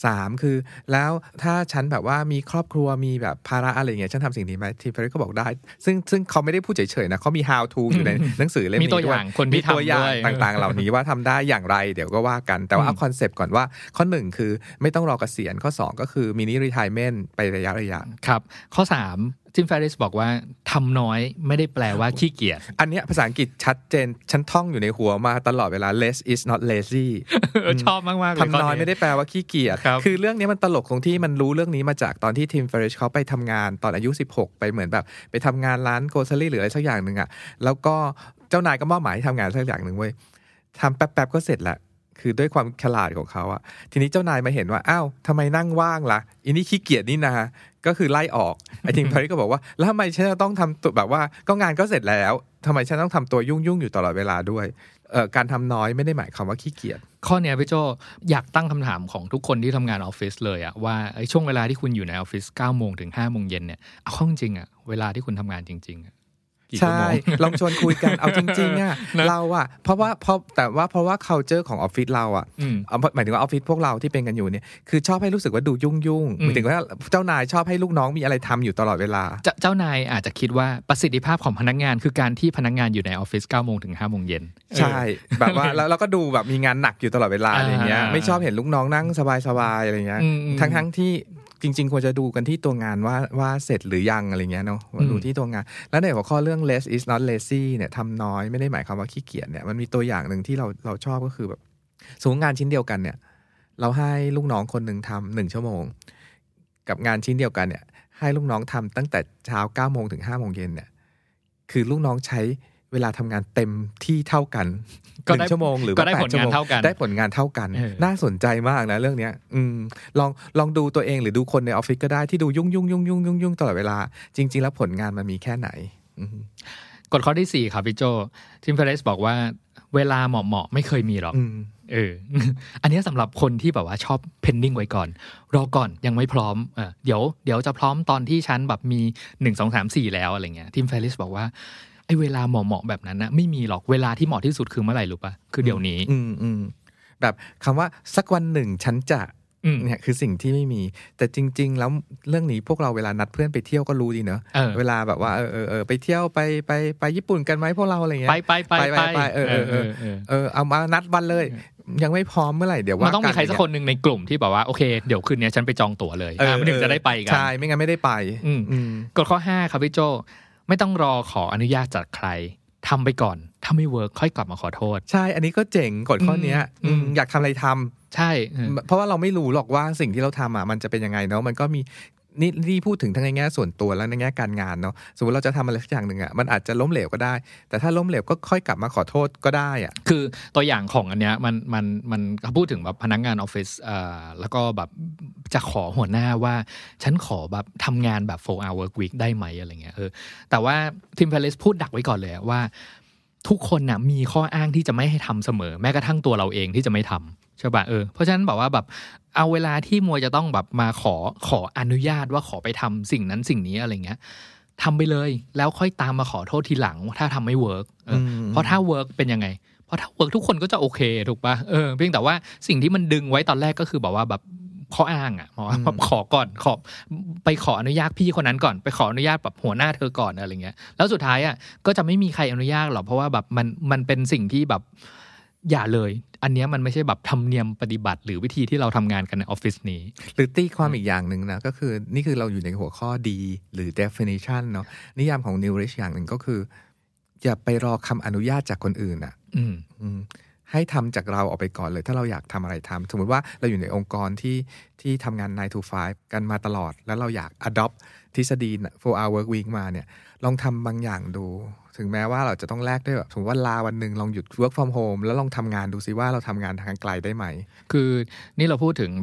3คือแล้วถ้าฉันแบบว่ามีครอบครัวมีแบบภาระอะไรอย่างเงี้ยฉันทำสิ่งนี้ไหมทีม Ferriss ก็บอกได้ซึ่งเขาไม่ได้พูดเฉยๆนะเขามี how to อยู่ในหนังสือเล่มนี้มีตัวอย่างคนที่ทำด้วยต่างๆเหล่านี้ว่าทำได้อย่างไรเดี๋ยวก็ว่ากันแต่ว่าเอาคอนเซปต์ก่อนว่าข้อ1คือไม่ต้องรอเกษียณข้อ2ก็คือมินิรีไทร์เมนต์ไประยะครับข้อ3จิม Ferriss บอกว่าทำน้อยไม่ได้แปลว่าขี้เกียจอันเนี้ยภาษาอังกฤษชัดเจนฉันท่องอยู่ในหัวมาตลอดเวลา less is not lazy ชอบมากๆเลยทำน้อยไม่ได้แปลว่าขี้เกียจคือเรื่องนี้มันตลกตรงที่มันรู้เรื่องนี้มาจากตอนที่ทีม Ferriss เขาไปทำงานตอนอายุ16ไปเหมือนแบบไปทำงานร้านโกลเซอรี่หรืออะไรสักอย่างนึงอ่ะแล้วก็เจ้านายก็มอบหมายให้ทำงานสักอย่างนึงเว้ยทำแป๊บๆก็เสร็จละคือด้วยความฉลาดของเขาอะทีนี้เจ้านายมาเห็นว่าอ้าวทำไมนั่งว่างล่ะอันนี้ขี้เกียจนี่นาก็คือไล่ออกไอ้ทีมพาริสก็บอกว่าแล้วทำไมฉันจะต้องทำตัวแบบว่าก็งานก็เสร็จแล้วทำไมฉันต้องทำตัวยุ่งอยู่ตลอดเวลาด้วยการทำน้อยไม่ได้หมายความว่าขี้เกียจข้อเนี้ยพี่โจอยากตั้งคำถามของทุกคนที่ทำงานออฟฟิศเลยอะว่าช่วงเวลาที่คุณอยู่ในออฟฟิศ 9 โมงถึง 5 โมงเย็นเนี่ยเอาเข้าจริงอะเวลาที่คุณทำงานจริงๆใช่ลองชวนคุยกันเอาจริงๆอ่ะเราอ่ะเพราะว่า culture ของออฟฟิศเราอ่ะหมายถึงว่าออฟฟิศพวกเราที่เป็นกันอยู่เนี่ยคือชอบให้รู้สึกว่าดูยุ่งหมายถึงว่าเจ้านายชอบให้ลูกน้องมีอะไรทำอยู่ตลอดเวลาเจ้านายอาจจะคิดว่าประสิทธิภาพของพนักงานคือการที่พนักงานอยู่ในออฟฟิศ 9 โมงถึง 5 โมงเย็นใช่แบบว่าแล้วก็ดูแบบมีงานหนักอยู่ตลอดเวลาอะไรเงี้ยไม่ชอบเห็นลูกน้องนั่งสบายๆอะไรเงี้ยทั้งที่จริงๆควรจะดูกันที่ตัวงานว่าเสร็จหรือยังอะไรเงี้ยเนาะดูที่ตัวงานแล้วในหัวข้อเรื่อง less is not lazy เนี่ยทำน้อยไม่ได้หมายความว่าขี้เกียจเนี่ยมันมีตัวอย่างหนึ่งที่เราชอบก็คือแบบสมมติงานชิ้นเดียวกันเนี่ยเราให้ลูกน้องคนหนึ่งทำ1 ชั่วโมงกับงานชิ้นเดียวกันเนี่ยให้ลูกน้องทำตั้งแต่เช้า 9 โมงถึง 5 โมงเย็นเนี่ยคือลูกน้องใช้เวลาทำงานเต็มที่เท่ากัน1 ชั่วโมงหรือว่า8 ชั่วโมงได้ผลงานเท่ากันน่าสนใจมากนะเรื่องนี้ลองดูตัวเองหรือดูคนในออฟฟิศก็ได้ที่ดูยุ่งตลอดเวลาจริงๆแล้วผลงานมันมีแค่ไหนกฎข้อที่4ครับพี่โจทีม Ferriss บอกว่าเวลาเหมาะไม่เคยมีหรอกอันนี้สำหรับคนที่แบบว่าชอบ pending ไว้ก่อนรอก่อนยังไม่พร้อมเดี๋ยวจะพร้อมตอนที่ฉันแบบมี1 2 3 4แล้วอะไรเงี้ยทีม Ferriss บอกว่าเวลาเหมาะแบบนั้นนะไม่มีหรอกเวลาที่เหมาะที่สุดคือเมื่อไหร่รู้ป่ะคือเดี๋ยวนี้แบบคำว่าสักวันหนึ่งฉันจะเนี่ยคือสิ่งที่ไม่มีแต่จริงๆแล้วเรื่องนี้พวกเราเวลานัดเพื่อนไปเที่ยวก็รู้ดีเนอะเวลาแบบว่าไปเที่ยวไปญี่ปุ่นกันไหมพวกเราอะไรเงี้ยไปเอามานัดวันเลยยังไม่พร้อมเมื่อไหร่เดี๋ยวว่ามันต้องมีใครสักคนหนึ่งในกลุ่มที่บอกว่าโอเคเดี๋ยวคืนนี้ฉันไปจองตั๋วเลยมันถึงจะได้ไปกันใช่ไม่งั้นไม่ได้ไปกฎข้อ5ครับพี่โจไม่ต้องรอขออนุญาตจากใครทำไปก่อนถ้าไม่เวิร์กค่อยกลับมาขอโทษใช่อันนี้ก็เจ๋งกฎข้อนี้อยากทำอะไรทำใช่เพราะว่าเราไม่รู้หรอกว่าสิ่งที่เราทำมันจะเป็นยังไงเนาะมันก็มีนี่พูดถึงทั้งในแง่ส่วนตัวและในแง่การงานเนาะสมมติเราจะทำอะไรสักอย่างหนึ่งมันอาจจะล้มเหลวก็ได้แต่ถ้าล้มเหลวก็ค่อยกลับมาขอโทษก็ได้คือตัวอย่างของอันเนี้ยมันพูดถึงแบบพนักงานออฟฟิศแล้วก็แบบจะขอหัวหน้าว่าฉันขอแบบทำงานแบบ 4 hour work week ได้ไหมอะไรเงี้ยแต่ว่าทีม Ferriss พูดดักไว้ก่อนเลยว่าทุกคนน่ะมีข้ออ้างที่จะไม่ให้ทำเสมอแม้กระทั่งตัวเราเองที่จะไม่ทำใช่ป่ะเพราะฉะนั้นบอกว่าแบบเอาเวลาที่มัวจะต้องแบบมาขออนุญาตว่าขอไปทำสิ่งนั้นสิ่งนี้อะไรเงี้ยทำไปเลยแล้วค่อยตามมาขอโทษทีหลังถ้าทำไม่เวิร์กเพราะถ้าเวิร์กเป็นยังไงเพราะถ้าเวิร์กทุกคนก็จะโอเคถูกป่ะเพียงแต่ว่าสิ่งที่มันดึงไว้ตอนแรกก็คือบอกว่าแบบข้ออ้างบอกว่าขอก่อนไปขออนุญาตพี่คนนั้นก่อนไปขออนุญาตแบบหัวหน้าเธอก่อนอะไรเงี้ยแล้วสุดท้ายก็จะไม่มีใครอนุญาตหรอกเพราะว่าแบบมันเป็นสิ่งที่แบบอย่าเลยอันนี้มันไม่ใช่แบบธรรมเนียมปฏิบัติหรือวิธีที่เราทำงานกันในออฟฟิศนี้หรือตีความอีกอย่างหนึ่งนะก็คือนี่คือเราอยู่ในหัวข้อดีหรือ definition เนาะนิยามของ New Rich อย่างหนึ่งก็คืออย่าไปรอคำอนุญาตจากคนอื่นให้ทำจากเราออกไปก่อนเลยถ้าเราอยากทำอะไรทำสมมติว่าเราอยู่ในองค์กรที่ทำงาน 9 to 5 กันมาตลอดแล้วเราอยาก adopt ทฤษฎี 4 hour work week มาเนี่ยลองทำบางอย่างดูถึงแม้ว่าเราจะต้องแลกด้วยแบบสมมติว่าลาวันหนึ่งลองหยุด work from home แล้วลองทำงานดูซิว่าเราทำงานทางไกลได้ไหมคือนี่เราพูดถึงแบบ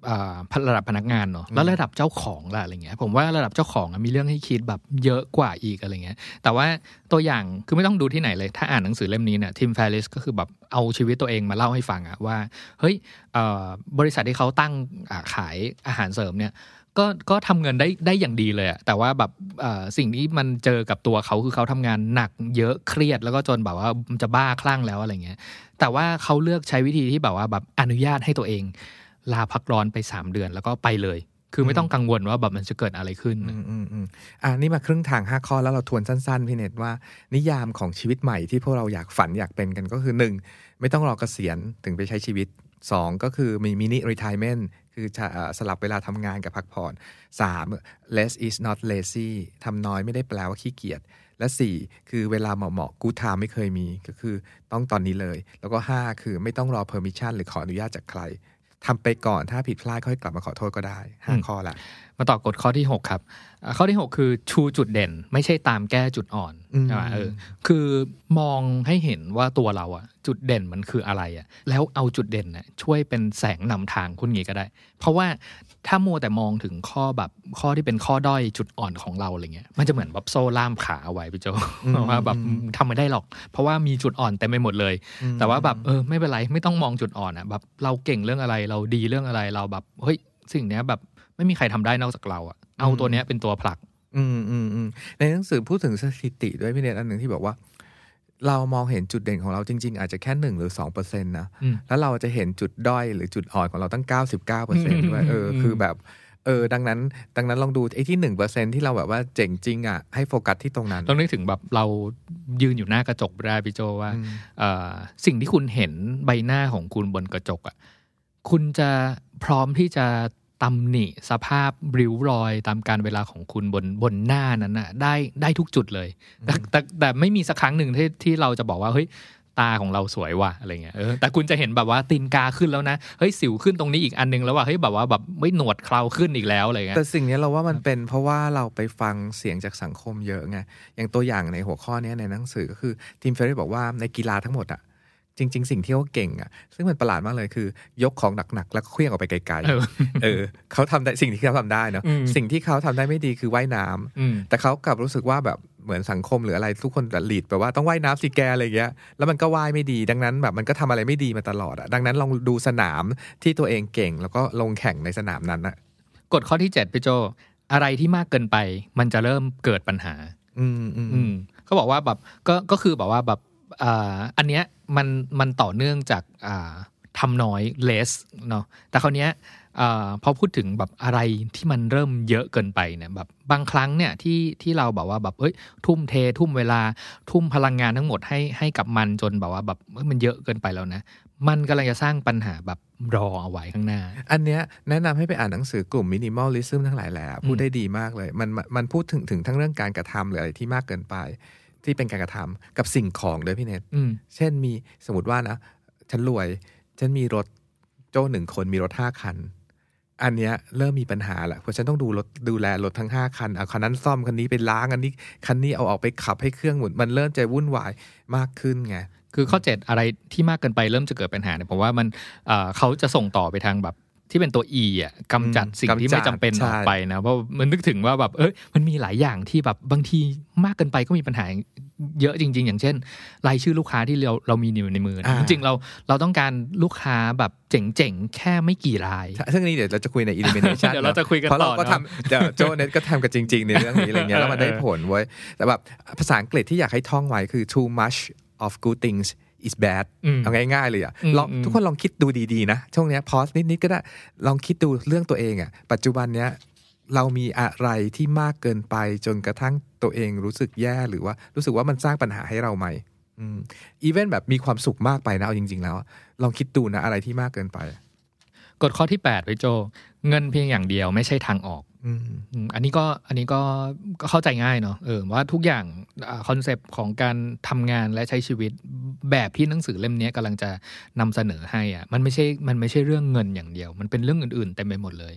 ระดับพนักงานเนาะแล้วระดับเจ้าของล่ะอะไรเงี้ยผมว่าระดับเจ้าของมีเรื่องให้คิดแบบเยอะกว่าอีกอะไรเงี้ยแต่ว่าตัวอย่างคือไม่ต้องดูที่ไหนเลยถ้าอ่านหนังสือเล่มนี้เนี่ยทิม เฟรริสก็คือแบบเอาชีวิตตัวเองมาเล่าให้ฟังอะว่าเฮ้ยบริษัทที่เขาตั้งขายอาหารเสริมเนี่ยก็ทำเงินได้อย่างดีเลยอะแต่ว่าแบบสิ่งที่มันเจอกับตัวเขาคือเขาทำงานหนักเยอะเครียดแล้วก็จนแบบว่าจะบ้าคลั่งแล้วอะไรเงี้ยแต่ว่าเขาเลือกใช้วิธีที่แบบว่าแบบอนุญาตให้ตัวเองลาพักร้อนไป3 เดือนแล้วก็ไปเลยคือไม่ต้องกังวลว่าแบบมันจะเกิดอะไรขึ้นนี่มาครึ่งทาง5 ข้อแล้วเราทวนสั้นๆพี่เนตว่านิยามของชีวิตใหม่ที่พวกเราอยากฝันอยากเป็นกันก็คือ1ไม่ต้องรอเกษียณถึงไปใช้ชีวิต2ก็คือมีมินิรีไทร์เมนต์คือสลับเวลาทำงานกับพักผ่อน3 less is not lazy ทำน้อยไม่ได้แปลว่าขี้เกียจและ4คือเวลาเหมาะgood time ไม่เคยมีก็คือต้องตอนนี้เลยแล้วก็5คือไม่ต้องรอ permission หรือขออนุญาตจากใครทำไปก่อนถ้าผิดพลาดค่อยกลับมาขอโทษก็ได้5 ข้อละมาต่อกฎข้อที่6ครับข้อที่6คือชูจุดเด่นไม่ใช่ตามแก้จุดอ่อนใช่ไหมคือมองให้เห็นว่าตัวเราอะจุดเด่นมันคืออะไรอะแล้วเอาจุดเด่นน่ะช่วยเป็นแสงนำทางคุณงี้ก็ได้เพราะว่าถ้ามัวแต่มองถึงข้อที่เป็นข้อด้อยจุดอ่อนของเราอะไรเงี้ยมันจะเหมือนแบบโซ่ล่ามขาเอาไว้พี่โจว่าแบบทำไม่ได้หรอกเพราะว่ามีจุดอ่อนเต็มไปหมดเลยแต่ว่าแบบไม่เป็นไรไม่ต้องมองจุดอ่อนอะแบบเราเก่งเรื่องอะไรเราดีเรื่องอะไรเราแบบเฮ้ยสิ่งเนี้ยแบบไม่มีใครทำได้นอกจากเราอะเอาตัวเนี้ยเป็นตัวผลักในหนังสือพูดถึงสถิติด้วยพี่เนตอันหนึ่งที่บอกว่าเรามองเห็นจุดเด่นของเราจริงๆอาจจะแค่1 หรือ 2% นะแล้วเราจะเห็นจุดด้อยหรือจุดอ่อนของเราตั้ง 99% ด้วยคือแบบดังนั้นลองดูไอ้ที่ 1% ที่เราแบบว่าเจ๋งจริงอ่ะให้โฟกัสที่ตรงนั้นต้องนึกถึงแบบเรายืนอยู่หน้ากระจกได้พี่โจว่าสิ่งที่คุณเห็นใบหน้าของคุณบนกระจกอ่ะคุณจะพร้อมที่จะตำหนิสภาพริ้วรอยตามการเวลาของคุณบนหน้านั้นน่ะได้ทุกจุดเลยแต่ไม่มีสักครั้งหนึ่งที่เราจะบอกว่าเฮ้ยตาของเราสวยว่ะอะไรเงี้ยแต่คุณจะเห็นแบบว่าตีนกาขึ้นแล้วนะเฮ้ยสิวขึ้นตรงนี้อีกอันนึงแล้วว่าเฮ้ยแบบว่าแบบไม่หนวดเคราขึ้นอีกแล้วอะไรเงี้ยแต่สิ่งนี้เราว่ามันเป็นเพราะว่าเราไปฟังเสียงจากสังคมเยอะไงอย่างตัวอย่างในหัวข้อนี้ในหนังสือก็คือทีมเฟรรี่บอกว่าในกีฬาทั้งหมดอ่ะจริงๆสิ่งที่เขาเก่งอ่ะซึ่งมันประหลาดมากเลยคือยกของหนักๆแล้วเคลื่อนออกไปไกลๆเขาทำได้สิ่งที่เขาทำได้เนาะสิ่งที่เขาทำได้ไม่ดีคือว่ายน้ำแต่เขากลับรู้สึกว่าแบบเหมือนสังคมหรืออะไรทุกคนจะหลีดแบบว่าต้องว่ายน้ำสิแกอะไรเงี้ยแล้วมันก็ว่ายไม่ดีดังนั้นแบบมันก็ทำอะไรไม่ดีมาตลอดอ่ะดังนั้นลองดูสนามที่ตัวเองเก่งแล้วก็ลงแข่งในสนามนั้นนะกฎข้อที่7พี่โจอะไรที่มากเกินไปมันจะเริ่มเกิดปัญหาเขาบอกว่าแบบก็คือแบบว่าแบบอันเนี้ยมันต่อเนื่องจากทำน้อย less เนาะแต่คราวเนี้ยพอพูดถึงแบบอะไรที่มันเริ่มเยอะเกินไปเนี่ยแบบบางครั้งเนี่ยที่เราแบบว่าแบบทุ่มเวลาทุ่มพลังงานทั้งหมดให้กับมันจนแบบว่าแบบมันเยอะเกินไปแล้วนะมันกำลังจะสร้างปัญหาแบบรอเอาไว้ข้างหน้าอันเนี้ยแนะนำให้ไปอ่านหนังสือกลุ่ม minimalism ทั้งหลายแหละพูดได้ดีมากเลยมันพูดถึงทั้งเรื่องการกระทำหรืออะไรที่มากเกินไปที่เป็นการกระทำกับสิ่งของด้วยพี่เนตเช่นมีสมมติว่านะฉันรวยฉันมีรถโจ้1 คนมีรถ5 คันอันเนี้ยเริ่มมีปัญหาแหละเพราะฉันต้องดูแลรถทั้ง5 คันเอาคันนั้นซ่อมคันนี้ไปล้างอันนี้คันนี้เอาออกไปขับให้เครื่องหมุนมันเริ่มจะวุ่นวายมากขึ้นไงคือข้อ7อะไรที่มากเกินไปเริ่มจะเกิดปัญหาเนี่ยผมว่ามันเขาจะส่งต่อไปทางแบบที่เป็นตัว E อ่ะกำจัดสิ่งที่ไม่จำเป็นออกไปนะเพราะมันนึกถึงว่าแบบมันมีหลายอย่างที่แบบบางทีมากเกินไปก็มีปัญหาเยอะจริงๆอย่างเช่นรายชื่อลูกค้าที่เรามีอยู่ในมือจริงๆเราต้องการลูกค้าแบบเจ๋งๆแค่ไม่กี่รายซึ่งนี้เดี๋ยวเราจะคุยใน elimination เดี๋ยวเราจะคุยกันต่อเพราะเราก็ทำโจเน็ตก็ทำกันจริงๆในเรื่องนี้อะไรเงี้ยแล้วมันได้ผลเว้ยแต่แบบภาษาอังกฤษที่อยากให้ท่องไว้คือ too much of good things is bad เอาง่ายๆเลยอ่ะทุกคนลองคิดดูดีๆนะช่วงนี้พอสนิดๆก็ได้ลองคิดดูเรื่องตัวเองอ่ะปัจจุบันเนี้ยเรามีอะไรที่มากเกินไปจนกระทั่งตัวเองรู้สึกแย่หรือว่ารู้สึกว่ามันสร้างปัญหาให้เราไหมอีเวนต์แบบมีความสุขมากไปนะเอาจริงๆแล้วลองคิดดูนะอะไรที่มากเกินไปกฎข้อที่8พี่โจเงินเพียงอย่างเดียวไม่ใช่ทางออกอันนี้ก็เข้าใจง่ายเนาะว่าทุกอย่างคอนเซปต์ของการทำงานและใช้ชีวิตแบบที่หนังสือเล่มนี้กำลังจะนำเสนอให้อ่ะมันไม่ใช่เรื่องเงินอย่างเดียวมันเป็นเรื่องอื่นๆเต็มไปหมดเลย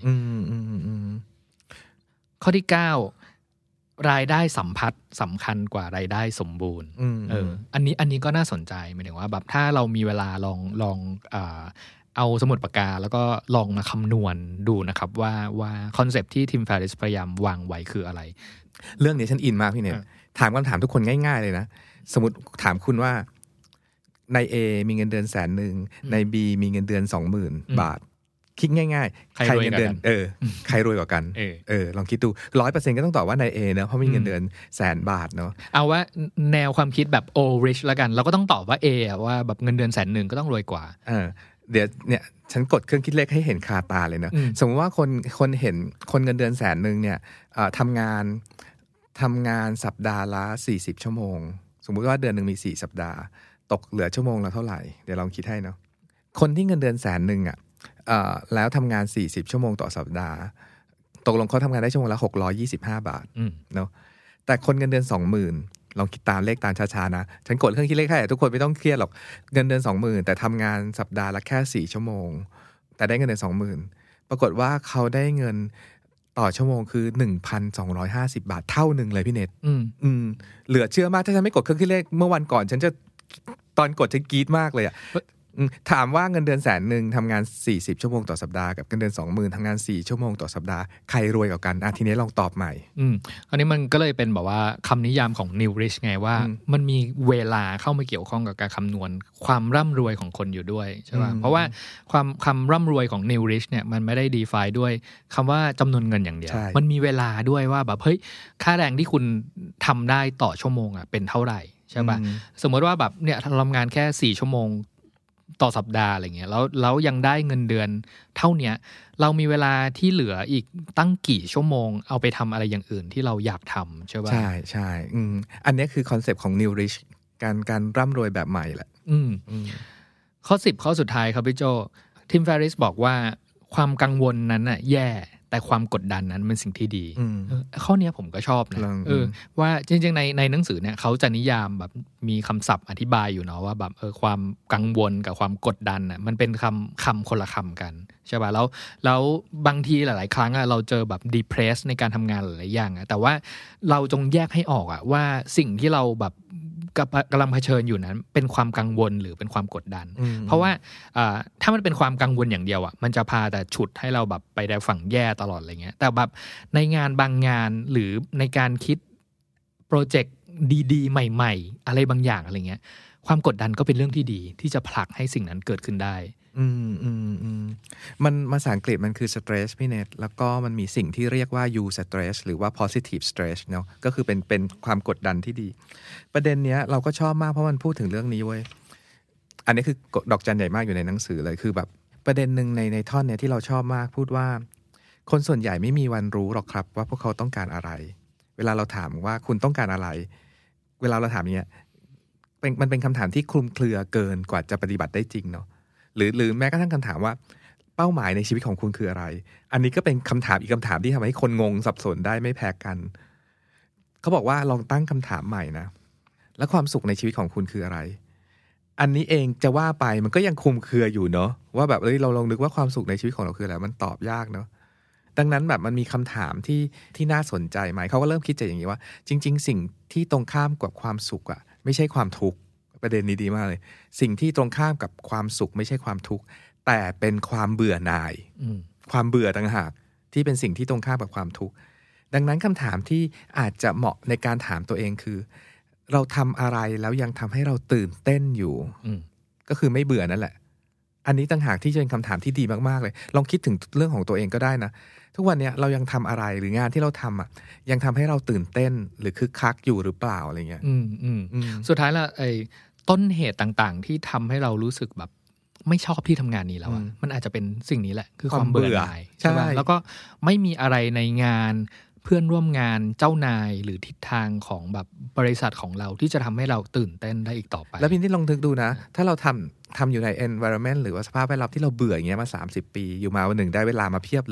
ข้อที่9รายได้สัมพัทธ์สำคัญกว่ารายได้สมบูรณ์อันนี้ก็น่าสนใจหมายถึงว่าแบบถ้าเรามีเวลาลองเอาสมุดปากกาแล้วก็ลองมาคำนวณดูนะครับว่าคอนเซปต์ที่ทีมแฟริสพยายามวางไว้คืออะไรเรื่องนี้ฉันอินมากพี่เนี่ยถามคำถามทุกคนง่ายๆเลยนะสมมติถามคุณว่านาย A มีเงินเดือน100,000นาย B มีเงินเดือน 20,000 บาทคิดง่ายๆใครเงินเดือนใครรวยกว่ากันลองคิดดู 100% ก็ต้องตอบว่านาย A เนอะเพราะมีเงินเดือน100,000 บาทเนอะเอาว่าแนวความคิดแบบ all rich ละกันเราก็ต้องตอบว่า A ว่าแบบเงินเดือน100,000ก็ต้องรวยกว่าเดี๋ยวเนี่ยฉันกดเครื่องคิดเลขให้เห็นคาตาเลยนะสมมติว่าคนเห็นคนเงินเดือน100,000เนี่ยทำงานสัปดาห์ละ40ชั่วโมงสมมุติว่าเดือนนึงมี4สัปดาห์ตกเหลือชั่วโมงละเท่าไหร่เดี๋ยวลองคิดให้เนาะคนที่เงินเดือน100,000แล้วทำงาน40ชั่วโมงต่อสัปดาห์ตกลงเขาทำงานได้ชั่วโมงละ625 บาทเนาะแต่คนเงินเดือน 20,000 ลองคิดตามเลขตามช้าๆนะฉันกดเครื่องคิดเลขให้ทุกคนไม่ต้องเครียดหรอกเงินเดือน 20,000 แต่ทำงานสัปดาห์ละแค่4ชั่วโมงแต่ได้เงินเดือน 20,000 ปรากฏว่าเขาได้เงินต่อชั่วโมงคือ 1,250 บาทเท่านึงเลยพี่เน็ตเหลือเชื่อมากถ้าฉันไม่กดเครื่องคิดเลขเมื่อวันก่อนฉันจะตอนกดฉันกรี๊ดมากเลยอ่ะถามว่าเงินเดือน100,000ทำงาน40ชั่วโมงต่อสัปดาห์กับเงินเดือน 20,000ทำงาน4ชั่วโมงต่อสัปดาห์ใครรวยกว่ากันทีนี้ลองตอบใหม่อันนี้มันก็เลยเป็นแบบว่าคำนิยามของ New Rich ไงว่ามันมีเวลาเข้ามาเกี่ยวข้องกับการคำนวณความร่ำรวยของคนอยู่ด้วยใช่ป่ะเพราะว่าคำร่ำรวยของ New Rich เนี่ยมันไม่ได้ define ด้วยคำว่าจำนวนเงินอย่างเดียวมันมีเวลาด้วยว่าแบบเฮ้ยค่าแรงที่คุณทำได้ต่อชั่วโมงเป็นเท่าไหร่ใช่ป่ะสมมติว่าแบบเนี่ยทำงานแค่4ชั่วโมงต่อสัปดาห์อะไรเงี้ยแล้วยังได้เงินเดือนเท่าเนี้ยเรามีเวลาที่เหลืออีกตั้งกี่ชั่วโมงเอาไปทำอะไรอย่างอื่นที่เราอยากทำใช่ป่ะใช่อันนี้คือคอนเซปต์ของ New Rich การร่ำรวยแบบใหม่แหละข้อ10ข้อสุดท้ายครับพี่โจทีมแฟริสบอกว่าความกังวลนั้นน่ะแย่แต่ความกดดันนั้นเป็นสิ่งที่ดีข้อนี้ผมก็ชอบนะว่าจริงๆในหนังสือเนี่ยเขาจะนิยามแบบมีคำศัพท์อธิบายอยู่เนาะว่าแบบความกังวลกับความกดดันน่ะมันเป็นคำคนละคำกันใช่ป่ะแล้วบางทีหลายๆครั้งเราเจอแบบ depress ในการทำงานหลายๆอย่างแต่ว่าเราจงแยกให้ออกว่าสิ่งที่เราแบบกำลังเผชิญอยู่นั้นเป็นความกังวลหรือเป็นความกดดันเพราะว่าถ้ามันเป็นความกังวลอย่างเดียวมันจะพาแต่ฉุดให้เราแบบไปในฝั่งแย่ตลอดอะไรเงี้ยแต่แบบในงานบางงานหรือในการคิดโปรเจกต์ดีๆใหม่ๆอะไรบางอย่างอะไรเงี้ยความกดดันก็เป็นเรื่องที่ดีที่จะผลักให้สิ่งนั้นเกิดขึ้นได้มันภาษาอังกฤษมันคือ stress พี่เนทแล้วก็มันมีสิ่งที่เรียกว่า U stress หรือว่า positive stress เนาะก็คือเป็นความกดดันที่ดีประเด็นเนี้ยเราก็ชอบมากเพราะมันพูดถึงเรื่องนี้เว้ยอันนี้คือดอกจันใหญ่มากอยู่ในหนังสือเลยคือแบบประเด็นหนึ่งในท่อนเนี้ยที่เราชอบมากพูดว่าคนส่วนใหญ่ไม่มีวันรู้หรอกครับว่าพวกเขาต้องการอะไรเวลาเราถามว่าคุณต้องการอะไรเวลาเราถามเนี้ยมันเป็นคำถามที่คลุมเครือเกินกว่าจะปฏิบัติได้จริงเนาะหรือแม้กระทั่งคำถามว่าเป้าหมายในชีวิตของคุณคืออะไรอันนี้ก็เป็นคำถามอีกคำถามที่ทำให้คนงงสับสนได้ไม่แพ้กันเขาบอกว่าลองตั้งคำถามใหม่นะแล้วความสุขในชีวิตของคุณคืออะไรอันนี้เองจะว่าไปมันก็ยังคลุมเครืออยู่เนาะว่าแบบเราลองนึกว่าความสุขในชีวิตของเราคืออะไรมันตอบยากเนาะดังนั้นแบบมันมีคำถามที่น่าสนใจไหมเขาก็เริ่มคิดจากอย่างนี้ว่าจริงๆสิ่งที่ตรงข้ามกับความสุขไม่ใช่ความทุกข์ประเด็นนี้ดีมากเลยสิ่งที่ตรงข้ามกับความสุขไม่ใช่ความทุกข์แต่เป็นความเบื่อหน่ายความเบื่อต่างหากที่เป็นสิ่งที่ตรงข้ามกับความทุกข์ดังนั้นคำถามที่อาจจะเหมาะในการถามตัวเองคือเราทำอะไรแล้วยังทำให้เราตื่นเต้นอยู่ก็คือไม่เบื่อนั่นแหละอันนี้ต่างหากที่จะเป็นคำถามที่ดีมากๆเลยลองคิดถึงเรื่องของตัวเองก็ได้นะทุกวันนี้เรายังทำอะไรหรืองานที่เราทำยังทำให้เราตื่นเต้นหรือคึกคักอยู่หรือเปล่าอะไรเงี้ยสุดท้ายแล้วต้นเหตุต่างๆที่ทำให้เรารู้สึกแบบไม่ชอบที่ทำงานนี้แล้วมันอาจจะเป็นสิ่งนี้แหละคือความเบื่อหน่ายใช่ไหมแล้วก็ไม่มีอะไรในงานเพื่อนร่วมงานเจ้านายหรือทิศทางของแบบบริษัทของเราที่จะทำให้เราตื่นเต้นได้อีกต่อไปแล้วพี่ที่ลองนึกดูนะถ้าเราทำอยู่ใน environment หรือว่าสภาพแวดล้อมที่เราเบื่ออย่างเงี้ยมา30 ปีอยู่มาวันหนึ่งได้เวลามาเพียบเลย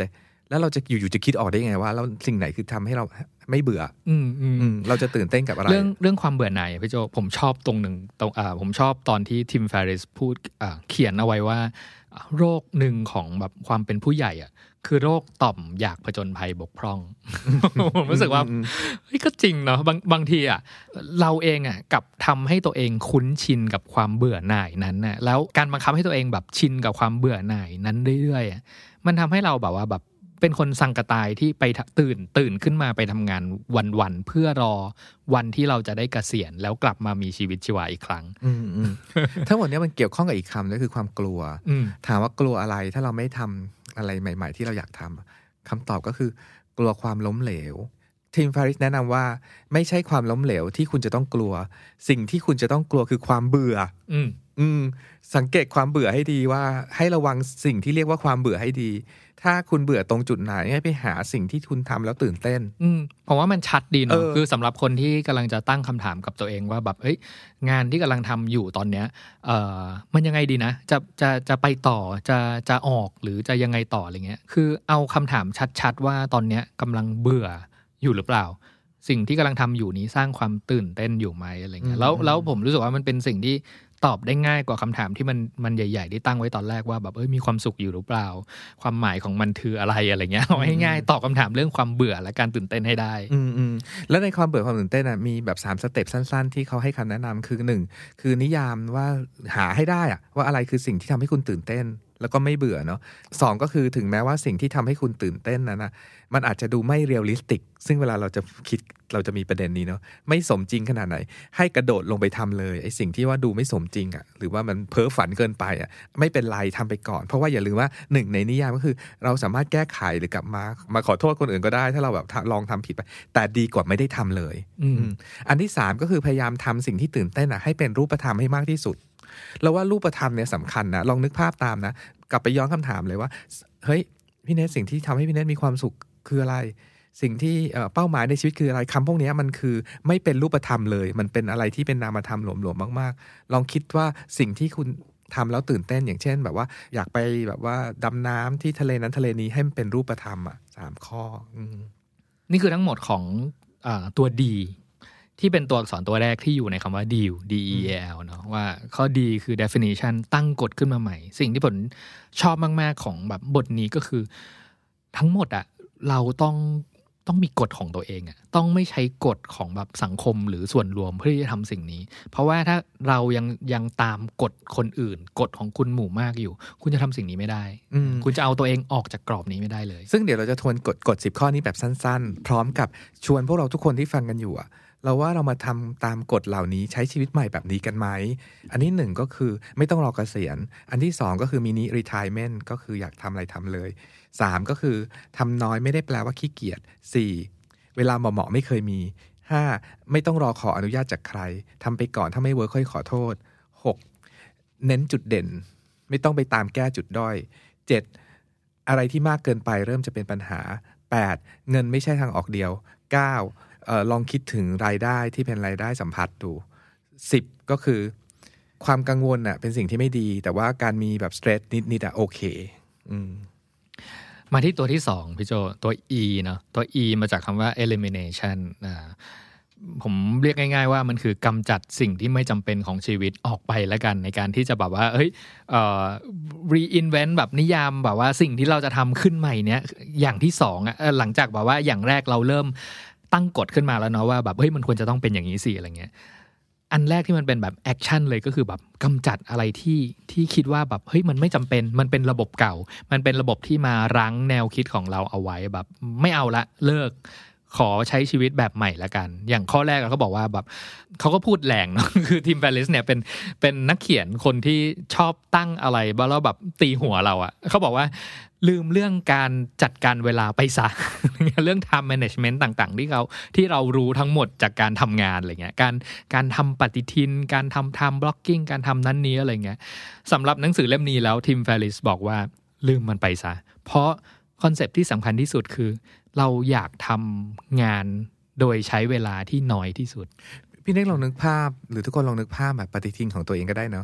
แล้วเราจะอยู่ๆจะคิดออกได้ไงว่าแล้วสิ่งไหนคือทำให้เราไม่เบื่อเราจะตื่นเต้นกับอะไรเรื่องความเบื่อหน่ายพี่โจผมชอบตรงหนึ่งผมชอบตอนที่ทิม เฟรริสพูดเขียนเอาไว้ว่าโรคหนึ่งของแบบความเป็นผู้ใหญ่อ่ะคือโรคต่อมอยากผจญภัยบกพร่อง ผมรู้สึกว่าเฮ้ยก็จริงเนาะบางทีอ่ะเราเองอ่ะกับทำให้ตัวเองคุ้นชินกับความเบื่อหน่ายนั้นน่ะแล้วการบังคับให้ตัวเองแบบชินกับความเบื่อหน่ายนั้นเรื่อยๆมันทำให้เราแบบว่าแบบเป็นคนสังกะตายที่ไปตื่นขึ้นมาไปทำงานวันๆเพื่อรอวันที่เราจะได้เกษียณแล้วกลับมามีชีวิตชีวาอีกครั้งทั้งหมดนี้มันเกี่ยวข้องกับอีกคำก็คือความกลัวถามว่ากลัวอะไรถ้าเราไม่ทำอะไรใหม่ๆที่เราอยากทำคำตอบก็คือกลัวความล้มเหลวทิม เฟรริสแนะนำว่าไม่ใช่ความล้มเหลวที่คุณจะต้องกลัวสิ่งที่คุณจะต้องกลัวคือความเบื่อสังเกตความเบื่อให้ดีว่าให้ระวังสิ่งที่เรียกว่าความเบื่อให้ดีถ้าคุณเบื่อตรงจุดไหนให้ไปหาสิ่งที่คุณทำแล้วตื่นเต้นผมว่ามันชัดดีเนาะคือสำหรับคนที่กำลังจะตั้งคำถามกับตัวเองว่าแบบเฮ้ยงานที่กำลังทำอยู่ตอนเนี้ยมันยังไงดีนะจะไปต่อจะออกหรือจะยังไงต่ออะไรเงี้ยคือเอาคำถามชัดๆว่าตอนเนี้ยกำลังเบื่ออยู่หรือเปล่าสิ่งที่กำลังทำอยู่นี้สร้างความตื่นเต้นอยู่ไหมอะไรเงี้ยแล้วผมรู้สึกว่ามันเป็นสิ่งที่ตอบได้ง่ายกว่าคำถามที่มันใหญ่ๆที่ตั้งไว้ตอนแรกว่าแบบมีความสุขอยู่หรือเปล่าความหมายของมันคืออะไรเงี้ยเอาให้ง่ายตอบคำถามเรื่องความเบื่อและการตื่นเต้นให้ได้แล้วในความเบื่อความตื่นเต้นมีแบบ3สเต็ปสั้นๆที่เขาให้คำแนะนำคือ1คือนิยามว่าหาให้ได้ว่าอะไรคือสิ่งที่ทำให้คุณตื่นเต้นแล้วก็ไม่เบื่อเนาะ2ก็คือถึงแม้ว่าสิ่งที่ทำให้คุณตื่นเต้นนั้นนะมันอาจจะดูไม่เรียลลิสติกซึ่งเวลาเราจะคิดเราจะมีประเด็นนี้เนาะไม่สมจริงขนาดไหนให้กระโดดลงไปทำเลยไอ้สิ่งที่ว่าดูไม่สมจริงหรือว่ามันเพ้อฝันเกินไปไม่เป็นไรทำไปก่อนเพราะว่าอย่าลืมว่า1ในนิยามก็คือเราสามารถแก้ไขหรือกลับมาขอโทษคนอื่นก็ได้ถ้าเราแบบลองทำผิดไปแต่ดีกว่าไม่ได้ทำเลยอันที่3ก็คือพยายามทำสิ่งที่ตื่นเต้นให้เป็นรูปธรรมให้มากที่สุดแล้วว่ารูปธรรมเนี่ยสำคัญนะลองนึกภาพตามนะกลับไปย้อนคำถามเลยว่าเฮ้ยพี่เนทสิ่งที่ทำให้พี่เนทมีความสุขคืออะไรสิ่งที่เป้าหมายในชีวิตคืออะไรคำพวกนี้มันคือไม่เป็นรูปธรรมเลยมันเป็นอะไรที่เป็นนามธรรมหลวมๆมากๆลองคิดว่าสิ่งที่คุณทำแล้วตื่นเต้นอย่างเช่นแบบว่าอยากไปแบบว่าดำน้ำที่ทะเลนั้นทะเลนี้ให้มันเป็นรูปธรรม3ข้อนี่คือทั้งหมดของตัวดีที่เป็นตัวอักษรตัวแรกที่อยู่ในคำว่า deal DEAL เนาะว่าข้อดีคือ definition ตั้งกฎขึ้นมาใหม่สิ่งที่ผมชอบมากๆของแบบบทนี้ก็คือทั้งหมดเราต้องมีกฎของตัวเองต้องไม่ใช้กฎของแบบสังคมหรือส่วนรวมเพื่อที่จะทำสิ่งนี้เพราะว่าถ้าเรายังตามกฎคนอื่นกฎของคุณหมู่มากอยู่คุณจะทำสิ่งนี้ไม่ได้คุณจะเอาตัวเองออกจากกรอบนี้ไม่ได้เลยซึ่งเดี๋ยวเราจะทวนกฎ10ข้อนี้แบบสั้นๆพร้อมกับชวนพวกเราทุกคนที่ฟังกันอยู่เราว่าเรามาทำตามกฎเหล่านี้ใช้ชีวิตใหม่แบบนี้กันไหมอันที่1ก็คือไม่ต้องรอเกษียณอันที่2ก็คือมินิรีไทร์เมนต์ก็คืออยากทำอะไรทำเลย3ก็คือทำน้อยไม่ได้แปลว่าขี้เกียจ4เวลาเหมาะไม่เคยมี5ไม่ต้องรอขออนุญาตจากใครทำไปก่อนถ้าไม่เวิร์คค่อยขอโทษ6เน้นจุดเด่นไม่ต้องไปตามแก้จุดด้อย7อะไรที่มากเกินไปเริ่มจะเป็นปัญหา8เงินไม่ใช่ทางออกเดียว9ลองคิดถึงรายได้ที่เป็นรายได้สัมผัสดู10ก็คือความกังวลเป็นสิ่งที่ไม่ดีแต่ว่าการมีแบบสเตรสนิดโอเคมาที่ตัวที่2พี่โจตัว E เนาะตัว E มาจากคำว่า elimination ผมเรียกง่ายๆว่ามันคือกำจัดสิ่งที่ไม่จำเป็นของชีวิตออกไปแล้วกันในการที่จะแบบว่าreinvent แบบนิยามแบบว่าสิ่งที่เราจะทำขึ้นใหม่เนี้ยอย่างที่2หลังจากแบบว่าอย่างแรกเราเริ่มตั้งกฎขึ้นมาแล้วเนาะว่าแบบมันควรจะต้องเป็นอย่างนี้สิอะไรเงี้ยอันแรกที่มันเป็นแบบแอคชั่นเลยก็คือแบบกำจัดอะไรที่คิดว่าแบบมันไม่จำเป็นมันเป็นระบบเก่ามันเป็นระบบที่มารั้งแนวคิดของเราเอาไว้แบบไม่เอาละเลิกขอใช้ชีวิตแบบใหม่ละกันอย่างข้อแรกเขาบอกว่าแบบเขาก็พูดแหลงเนาะ คือทิม เฟรริสเนี่ยเป็นนักเขียนคนที่ชอบตั้งอะไรแล้วแบบตีหัวเราเขาบอกว่าลืมเรื่องการจัดการเวลาไปซะ เรื่อง time management ต่างๆที่เรารู้ทั้งหมดจากการทำงานอะไรเงี้ยการทำปฏิทินการทำ time blocking การทำนั้นนี้อะไรเงี้ยสำหรับหนังสือเล่มนี้แล้วทิม เฟรริสบอกว่าลืมมันไปซะเพราะคอนเซปต์ที่สำคัญที่สุดคือเราอยากทำงานโดยใช้เวลาที่น้อยที่สุดพี่เน็กลองนึกภาพหรือทุกคนลองนึกภาพแบบปฏิทินของตัวเองก็ได้เนาะ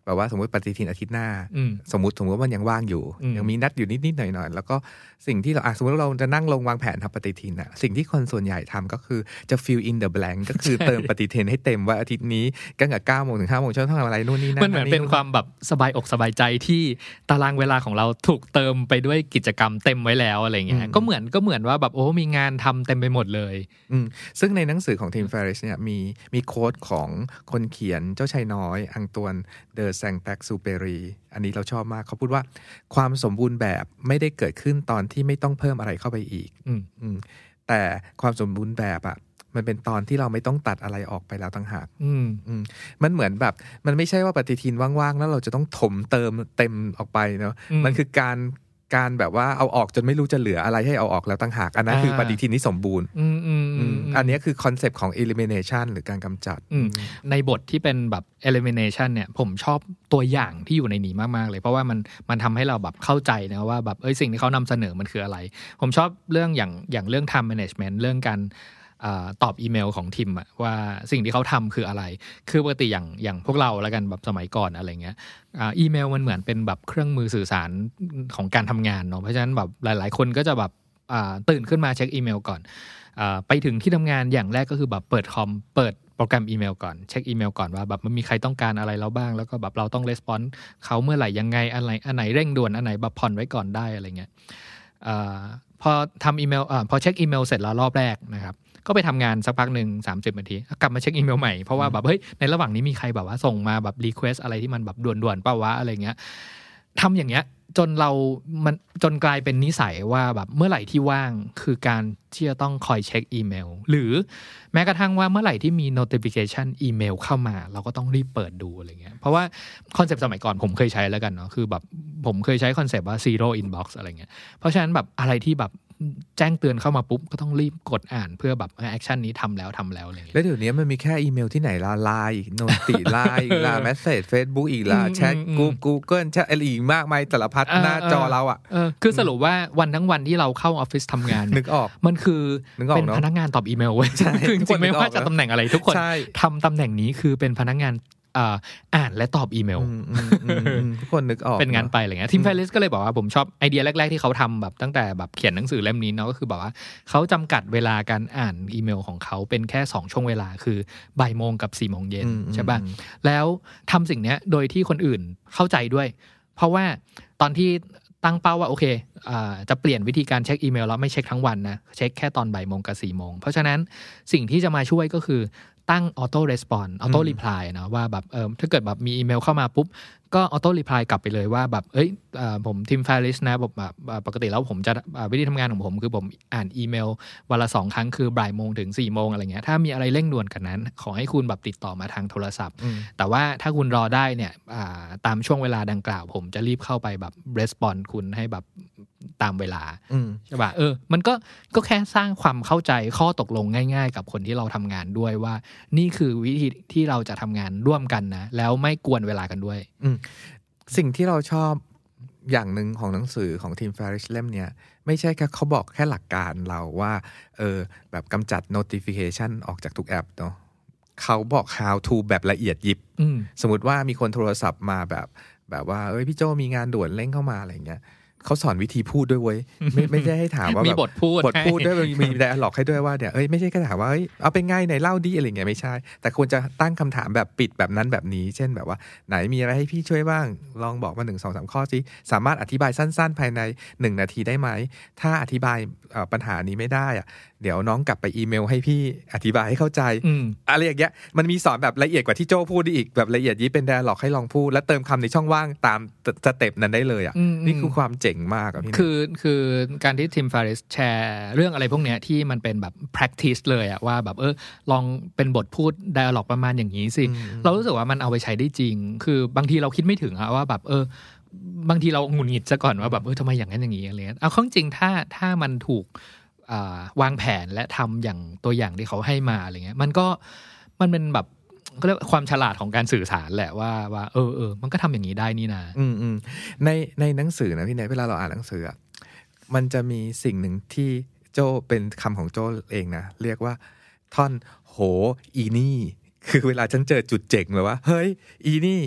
แบบว่าสมมติปฏิทินอาทิตย์หน้าสมมติว่ามันยังว่างอยู่ยังมีนัดอยู่นิดๆหน่อยๆแล้วก็สิ่งที่เราสมมติเราจะนั่งลงวางแผนทำปฏิทินอะสิ่งที่คนส่วนใหญ่ทำก็คือจะ fill in the blank ก็คือเติมปฏิทินให้เต็มว่าอาทิตย์นี้ตั้งแต่ 9 โมงถึง 5 โมงฉันต้องทำอะไรนู่นนี่นั่นมันเหมือนเป็นความแบบสบายอกสบายใจที่ตารางเวลาของเราถูกเติมไปด้วยกิจกรรมเต็มไว้แล้วอะไรเงี้ยก็เหมือนว่าแบบโอ้มีงานทำเต็มไปหมดเลยซึ่งในหนังสือของทีม Ferriss เนี่ยมีโค้ดของคนเขียนเจ้าชายน้อยอังตวนเดอ Saint-Exupéry อันนี้เราชอบมากเขาพูดว่าความสมบูรณ์แบบไม่ได้เกิดขึ้นตอนที่ไม่ต้องเพิ่มอะไรเข้าไปอีกแต่ความสมบูรณ์แบบอะมันเป็นตอนที่เราไม่ต้องตัดอะไรออกไปแล้วต่างหากมันเหมือนแบบมันไม่ใช่ว่าปฏิทินว่างๆแล้วเราจะต้องถมเติมเต็มออกไปเนาะมันคือการแบบว่าเอาออกจนไม่รู้จะเหลืออะไรให้เอาออกแล้วต่างหากอันนั้นคือปฏิทินที่สมบูรณ์อันนี้คือคอนเซปต์ของ elimination หรือการกำจัดในบทที่เป็นแบบ elimination เนี่ยผมชอบตัวอย่างที่อยู่ในนี้มากๆเลยเพราะว่ามันทำให้เราแบบเข้าใจนะว่าแบบสิ่งที่เขานำเสนอมันคืออะไรผมชอบเรื่องอย่างเรื่อง time management เรื่องการตอบอีเมลของทีมอะว่าสิ่งที่เขาทำคืออะไรคือปกติอย่างพวกเราแล้วกันแบบสมัยก่อนอะไรเงี้ยอีเมลมันเหมือนเป็นแบบเครื่องมือสื่อสารของการทำงานเนาะเพราะฉะนั้นแบบหลายๆคนก็จะแบบตื่นขึ้นมาเช็คอีเมลก่อนไปถึงที่ทำงานอย่างแรกก็คือแบบเปิดโปรแกรมอีเมลก่อนเช็คอีเมลก่อนว่าแบบมันมีใครต้องการอะไรเราบ้างแล้วก็แบบเราต้องレスปอนส์เขาเมื่อไหร่ยังไงอันไหนเร่งด่วนอันไหนแบบผ่อนไว้ก่อนได้อะไรเงี้ยพอทำอีเมลพอเช็คอีเมลเสร็จแล้วรอบแรกนะครับก็ไปทำงานสักพักหนึ่ง30 นาทีกลับมาเช็คอีเมลใหม่เพราะว่าแบบเฮ้ยในระหว่างนี้มีใครแบบว่าส่งมาแบบรีเควสอะไรที่มันแบบด่วนๆเปล่าวะอะไรเงี้ยทำอย่างเงี้ยจนกลายเป็นนิสัยว่าแบบเมื่อไหร่ที่ว่างคือการที่จะต้องคอยเช็คอีเมลหรือแม้กระทั่งว่าเมื่อไหร่ที่มี notification อีเมลเข้ามาเราก็ต้องรีบเปิดดูอะไรเงี้ยเพราะว่าคอนเซปต์สมัยก่อนผมเคยใช้แล้วกันเนาะคือแบบผมเคยใช้คอนเซปต์ว่า zero inbox อะไรเงี้ยเพราะฉะนั้นแบบอะไรที่แบบแจ้งเตือนเข้ามาปุ๊บก็ต้องรีบกดอ่านเพื่อแบบแอคชั่นนี้ทำแล้วอะไรอย่างเงี้ยแล้วเดี๋ยวนี้มันมีแค่อีเมลที่ไหนละไลน์อีกโนติไลน์อีกละเมสเสจ Facebook อีกละแชทGoogle แชทอะไรอีกมากมายสารพัดหน้าจอเราอ่ะคือสรุปว่าวันทั้งวันที่เราเข้าออฟฟิศทำงานนึกออกมันคือเป็นพนักงานตอบอีเมลเว้ยคือจริงๆไม่ว่าจะตำแหน่งอะไรทุกคนทำตำแหน่งนี้คือเป็นพนักงานอ่านและตอบอีเมลทุกคนนึกออกเป็นงานไปอะไรเงี้ยทีมFerrissก็เลยบอกว่าผมชอบไอเดียแรกๆที่เขาทำแบบตั้งแต่แบบเขียนหนังสือเล่มนี้เนาะก็คือบอกว่าเขาจำกัดเวลาการอ่านอีเมลของเขาเป็นแค่2ช่วงเวลาคือบ่ายโมงกับ4โมงเย็นใช่ป่ะแล้วทำสิ่งนี้โดยที่คนอื่นเข้าใจด้วยเพราะว่าตอนที่ตั้งเป้าว่าโอเคจะเปลี่ยนวิธีการเช็คอีเมลแล้วไม่เช็คทั้งวันนะเช็คแค่ตอนบ่ายโมงกับ4โมงเพราะฉะนั้นสิ่งที่จะมาช่วยก็คือตั้ง auto response auto reply นะว่าแบบถ้าเกิดแบบมีอีเมลเข้ามาปุ๊บก็ auto reply กลับไปเลยว่าแบบผมทีม Ferriss นะแบบปกติแล้วผมจะวิธีทำงานของผมคือผมอ่านอีเมลวันละ2ครั้งคือบ่ายโมงถึง4โมงอะไรเงี้ยถ้ามีอะไรเร่งด่วนกันนั้นขอให้คุณแบบติดต่อมาทางโทรศัพท์แต่ว่าถ้าคุณรอได้เนี่ยตามช่วงเวลาดังกล่าวผมจะรีบเข้าไปแบบ response คุณให้แบบตามเวลาใช่ป่ะมันก็แค่สร้างความเข้าใจข้อตกลงง่ายๆกับคนที่เราทำงานด้วยว่านี่คือวิธีที่เราจะทำงานร่วมกันนะแล้วไม่กวนเวลากันด้วยสิ่งที่เราชอบอย่างหนึ่งของหนังสือของทีม Ferriss เล่มเนี้ยไม่ใช่แค่เขาบอกแค่หลักการเราว่าแบบกำจัด notification ออกจากทุกแอปเนาะเขาบอก how to แบบละเอียดยิบสมมติว่ามีคนโทรศัพท์มาแบบว่าพี่โจมีงานด่วนเร่งเข้ามาอะไรเงี้ยเขาสอนวิธีพูดด้วยเว้ยไม่ได้ให้ถามว่ามีบทพูดด้วยมีไดอะล็อกให้ด้วยว่าเนี่ยไม่ใช่แค่ถามว่าเอาเป็นไงไหนเล่าดิอะไรเงี้ยไม่ใช่แต่ควรจะตั้งคำถามแบบปิดแบบนั้นแบบนี้เช่นแบบว่าไหนมีอะไรให้พี่ช่วยบ้างลองบอกมา1 2 3ข้อสิสามารถอธิบายสั้นๆภายใน1นาทีได้ไหมถ้าอธิบายปัญหานี้ไม่ได้อะเดี๋ยวน้องกลับไปอีเมลให้พี่อธิบายให้เข้าใจอะไรอย่างเงี้ยมันมีสอนแบบละเอียดกว่าที่โจ้พูดอีกแบบละเอียดยิบเป็นไดอะล็อกให้ลองพูดและเติมคำในช่องว่างตามสเต็ปนั้นได้เลยอ่ะนี่คือความเจ๋งมากอ่ะพี่คือการที่ทีม Ferriss แชร์เรื่องอะไรพวกเนี้ยที่มันเป็นแบบ practice เลยอ่ะว่าแบบลองเป็นบทพูด dialogue ประมาณอย่างนี้สิเรารู้สึกว่ามันเอาไปใช้ได้จริงคือบางทีเราคิดไม่ถึงอะว่าแบบบางทีเราหงุดหงิดซะก่อนว่าแบบทำไมอย่างนั้นอย่างนี้อะไรเงี้ยเอาข้อจริงถ้ามันถูกวางแผนและทำอย่างตัวอย่างที่เขาให้มาอะไรเงี้ยมันเป็นแบบก็เรียกความฉลาดของการสื่อสารแหละว่ามันก็ทำอย่างนี้ได้นี่นะในหนังสือนะพี่เนยเวลาเราอ่านหนังสือมันจะมีสิ่งหนึ่งที่โจเป็นคำของโจเองนะเรียกว่าท่อนโหอีนี่คือเวลาฉันเจอจุดเจ๋งแบบว่าเฮ้ยอีนี่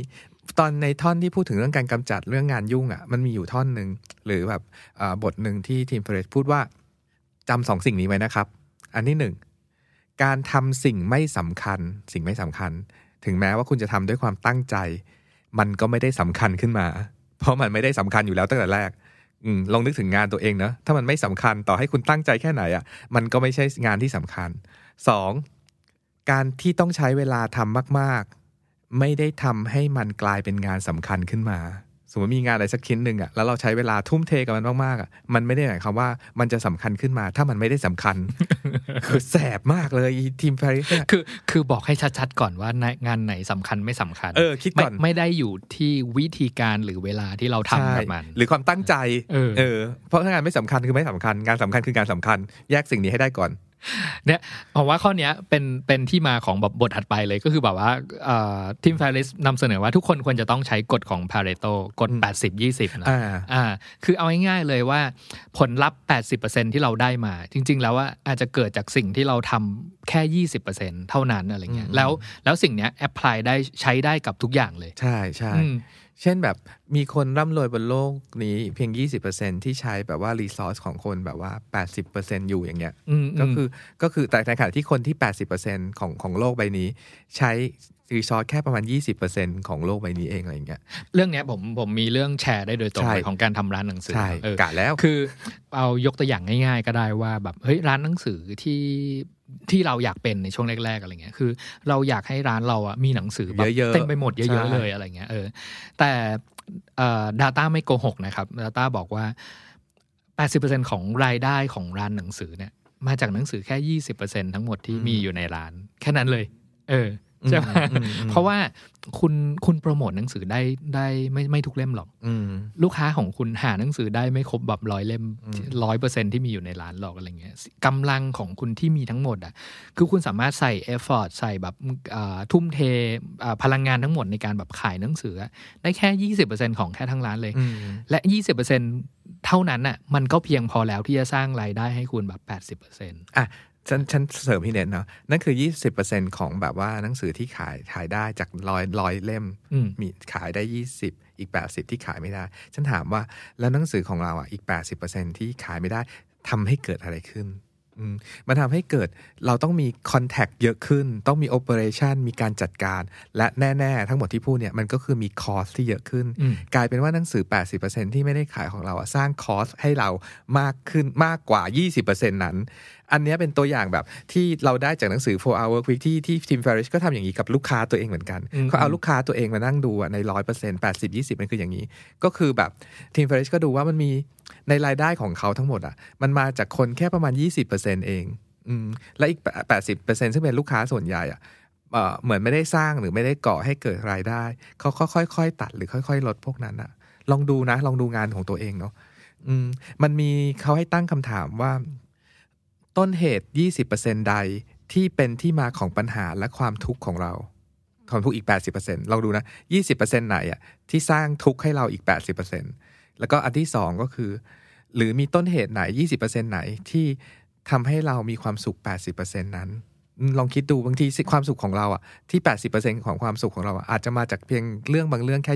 ตอนในท่อนที่พูดถึงเรื่องการกำจัดเรื่องงานยุ่งอ่ะมันมีอยู่ท่อนหนึ่งหรือแบบบทหนึ่งที่ทีมเฟรชพูดว่าจำ2 สิ่งนี้ไว้นะครับอันที่1การทำสิ่งไม่สำคัญถึงแม้ว่าคุณจะทำด้วยความตั้งใจมันก็ไม่ได้สำคัญขึ้นมาเพราะมันไม่ได้สำคัญอยู่แล้วตั้งแต่แรกลองนึกถึงงานตัวเองนะถ้ามันไม่สำคัญต่อให้คุณตั้งใจแค่ไหนอ่ะมันก็ไม่ใช่งานที่สำคัญ2การที่ต้องใช้เวลาทำมากๆไม่ได้ทำให้มันกลายเป็นงานสำคัญขึ้นมาสมมติมีงานอะไรสักชิ้นหนึ่งอ่ะแล้วเราใช้เวลาทุ่มเทกับมันมากๆอ่ะมันไม่ได้หมายความว่ามันจะสำคัญขึ้นมาถ้ามันไม่ได้สำคัญ คือแสบมากเลยทีมแพริสเนี่ยคือบอกให้ชัดๆก่อนว่างานไหนสำคัญไม่สำคัญคิดก่อนไม่ได้อยู่ที่วิธีการหรือเวลาที่เราทำกับมันหรือความตั้งใจเพราะถ้างานไม่สำคัญคือไม่สำคัญงานสำคัญคืองานสำคัญแยกสิ่งนี้ให้ได้ก่อนเนี่ยผมว่าข้อนี้เป็นที่มาของแบบบทถัดไปเลยก็คือแบบว่าทีมแฟริสนำเสนอว่าทุกคนควรจะต้องใช้กฎของ Pareto กฎ 80-20 นะคือเอาง่ายๆเลยว่าผลลัพธ์ 80% ที่เราได้มาจริงๆแล้วว่าอาจจะเกิดจากสิ่งที่เราทำแค่ 20% เท่านั้นอะไรเงี้ยแล้วสิ่งเนี้ยแอพพลายได้ใช้ได้กับทุกอย่างเลยใช่ใช่เช่นแบบมีคนร่ำรวยบนโลกนี้เพียง 20% ที่ใช้แบบว่ารีซอสของคนแบบว่า 80% อยู่อย่างเงี้ยก็คือแต่ในขณะที่คนที่ 80% ของโลกใบนี้ใช้รีซอสแค่ประมาณ 20% ของโลกใบนี้เองอะไรอย่างเงี้ยเรื่องเนี้ยผมมีเรื่องแชร์ได้โดยตรงเลยของการทำร้านหนังสือกะแล้วคือเอายกตัวอย่างง่ายๆก็ได้ว่าแบบเฮ้ยร้านหนังสือที่เราอยากเป็นในช่วงแรกๆอะไรเงี้ยคือเราอยากให้ร้านเราอ่ะมีหนังสือแบบเต็มไปหมดเยอะๆเลยอะไรเงี้ยแต่data ไม่โกหกนะครับ data บอกว่า 80% ของรายได้ของร้านหนังสือเนี่ยมาจากหนังสือแค่ 20% ทั้งหมดที่มีอยู่ในร้านแค่นั้นเลยใช่ไหมเพราะว่าคุณโปรโมทหนังสือได้ไม่ทุกเล่มหรอกลูกค้าของคุณหาหนังสือได้ไม่ครบแบบ100 เล่ม 100% ที่มีอยู่ในร้านหรอกอะไรเงี้ยกำลังของคุณที่มีทั้งหมดอ่ะคือคุณสามารถใส่ effort ใส่แบบทุ่มเทพลังงานทั้งหมดในการแบบขายหนังสือได้แค่ 20% ของแค่ทั้งร้านเลยและ 20% เท่านั้นอ่ะมันก็เพียงพอแล้วที่จะสร้างรายได้ให้คุณแบบ 80% ฉันเสริมพี่เน็ตเนาะนั่นคือ 20% ของแบบว่าหนังสือที่ขายได้จาก100เล่มมีขายได้20อีก80ที่ขายไม่ได้ฉันถามว่าแล้วหนังสือของเราอ่ะอีก 80% ที่ขายไม่ได้ทำให้เกิดอะไรขึ้นมันทำให้เกิดเราต้องมีคอนแทคเยอะขึ้นต้องมีโอเปอเรชันมีการจัดการและแน่ๆทั้งหมดที่พูดเนี่ยมันก็คือมีคอสที่เยอะขึ้นกลายเป็นว่าหนังสือ 80% ที่ไม่ได้ขายของเราสร้างคอสให้เรามากขึ้นมากกว่า 20% นั้นอันนี้เป็นตัวอย่างแบบที่เราได้จากหนังสือ 4 Hour Work Week ที่ทีม Farish ก็ทำอย่างนี้กับลูกค้าตัวเองเหมือนกันเขาเอาลูกค้าตัวเองมานั่งดูใน 100% 80-20 มันคืออย่างนี้ก็คือแบบทีม Farish ก็ดูว่ามันมีในรายได้ของเขาทั้งหมดมันมาจากคนแค่ประมาณ 20% เองและอีก 80% ซึ่งเป็นลูกค้าส่วนใหญ่เหมือนไม่ได้สร้างหรือไม่ได้ก่อให้เกิดรายได้เขาค่อยๆตัดหรือค่อยๆลดพวกนั้นลองดูงานของตัวเองเนาะมันมีเขาให้ตั้งคำถามว่าต้นเหตุ 20% ใดที่เป็นที่มาของปัญหาและความทุกข์ของเราความทุกข์อีก 80% ลองดูนะ 20% ไหนที่สร้างทุกข์ให้เราอีก 80% แล้วก็อันที่2ก็คือหรือมีต้นเหตุไหน 20% ไหนที่ทำให้เรามีความสุข 80% นั้นลองคิดดูบางทีความสุขของเราที่ 80% ของความสุขของเราอาจจะมาจากเพียงเรื่องบางเรื่องแค่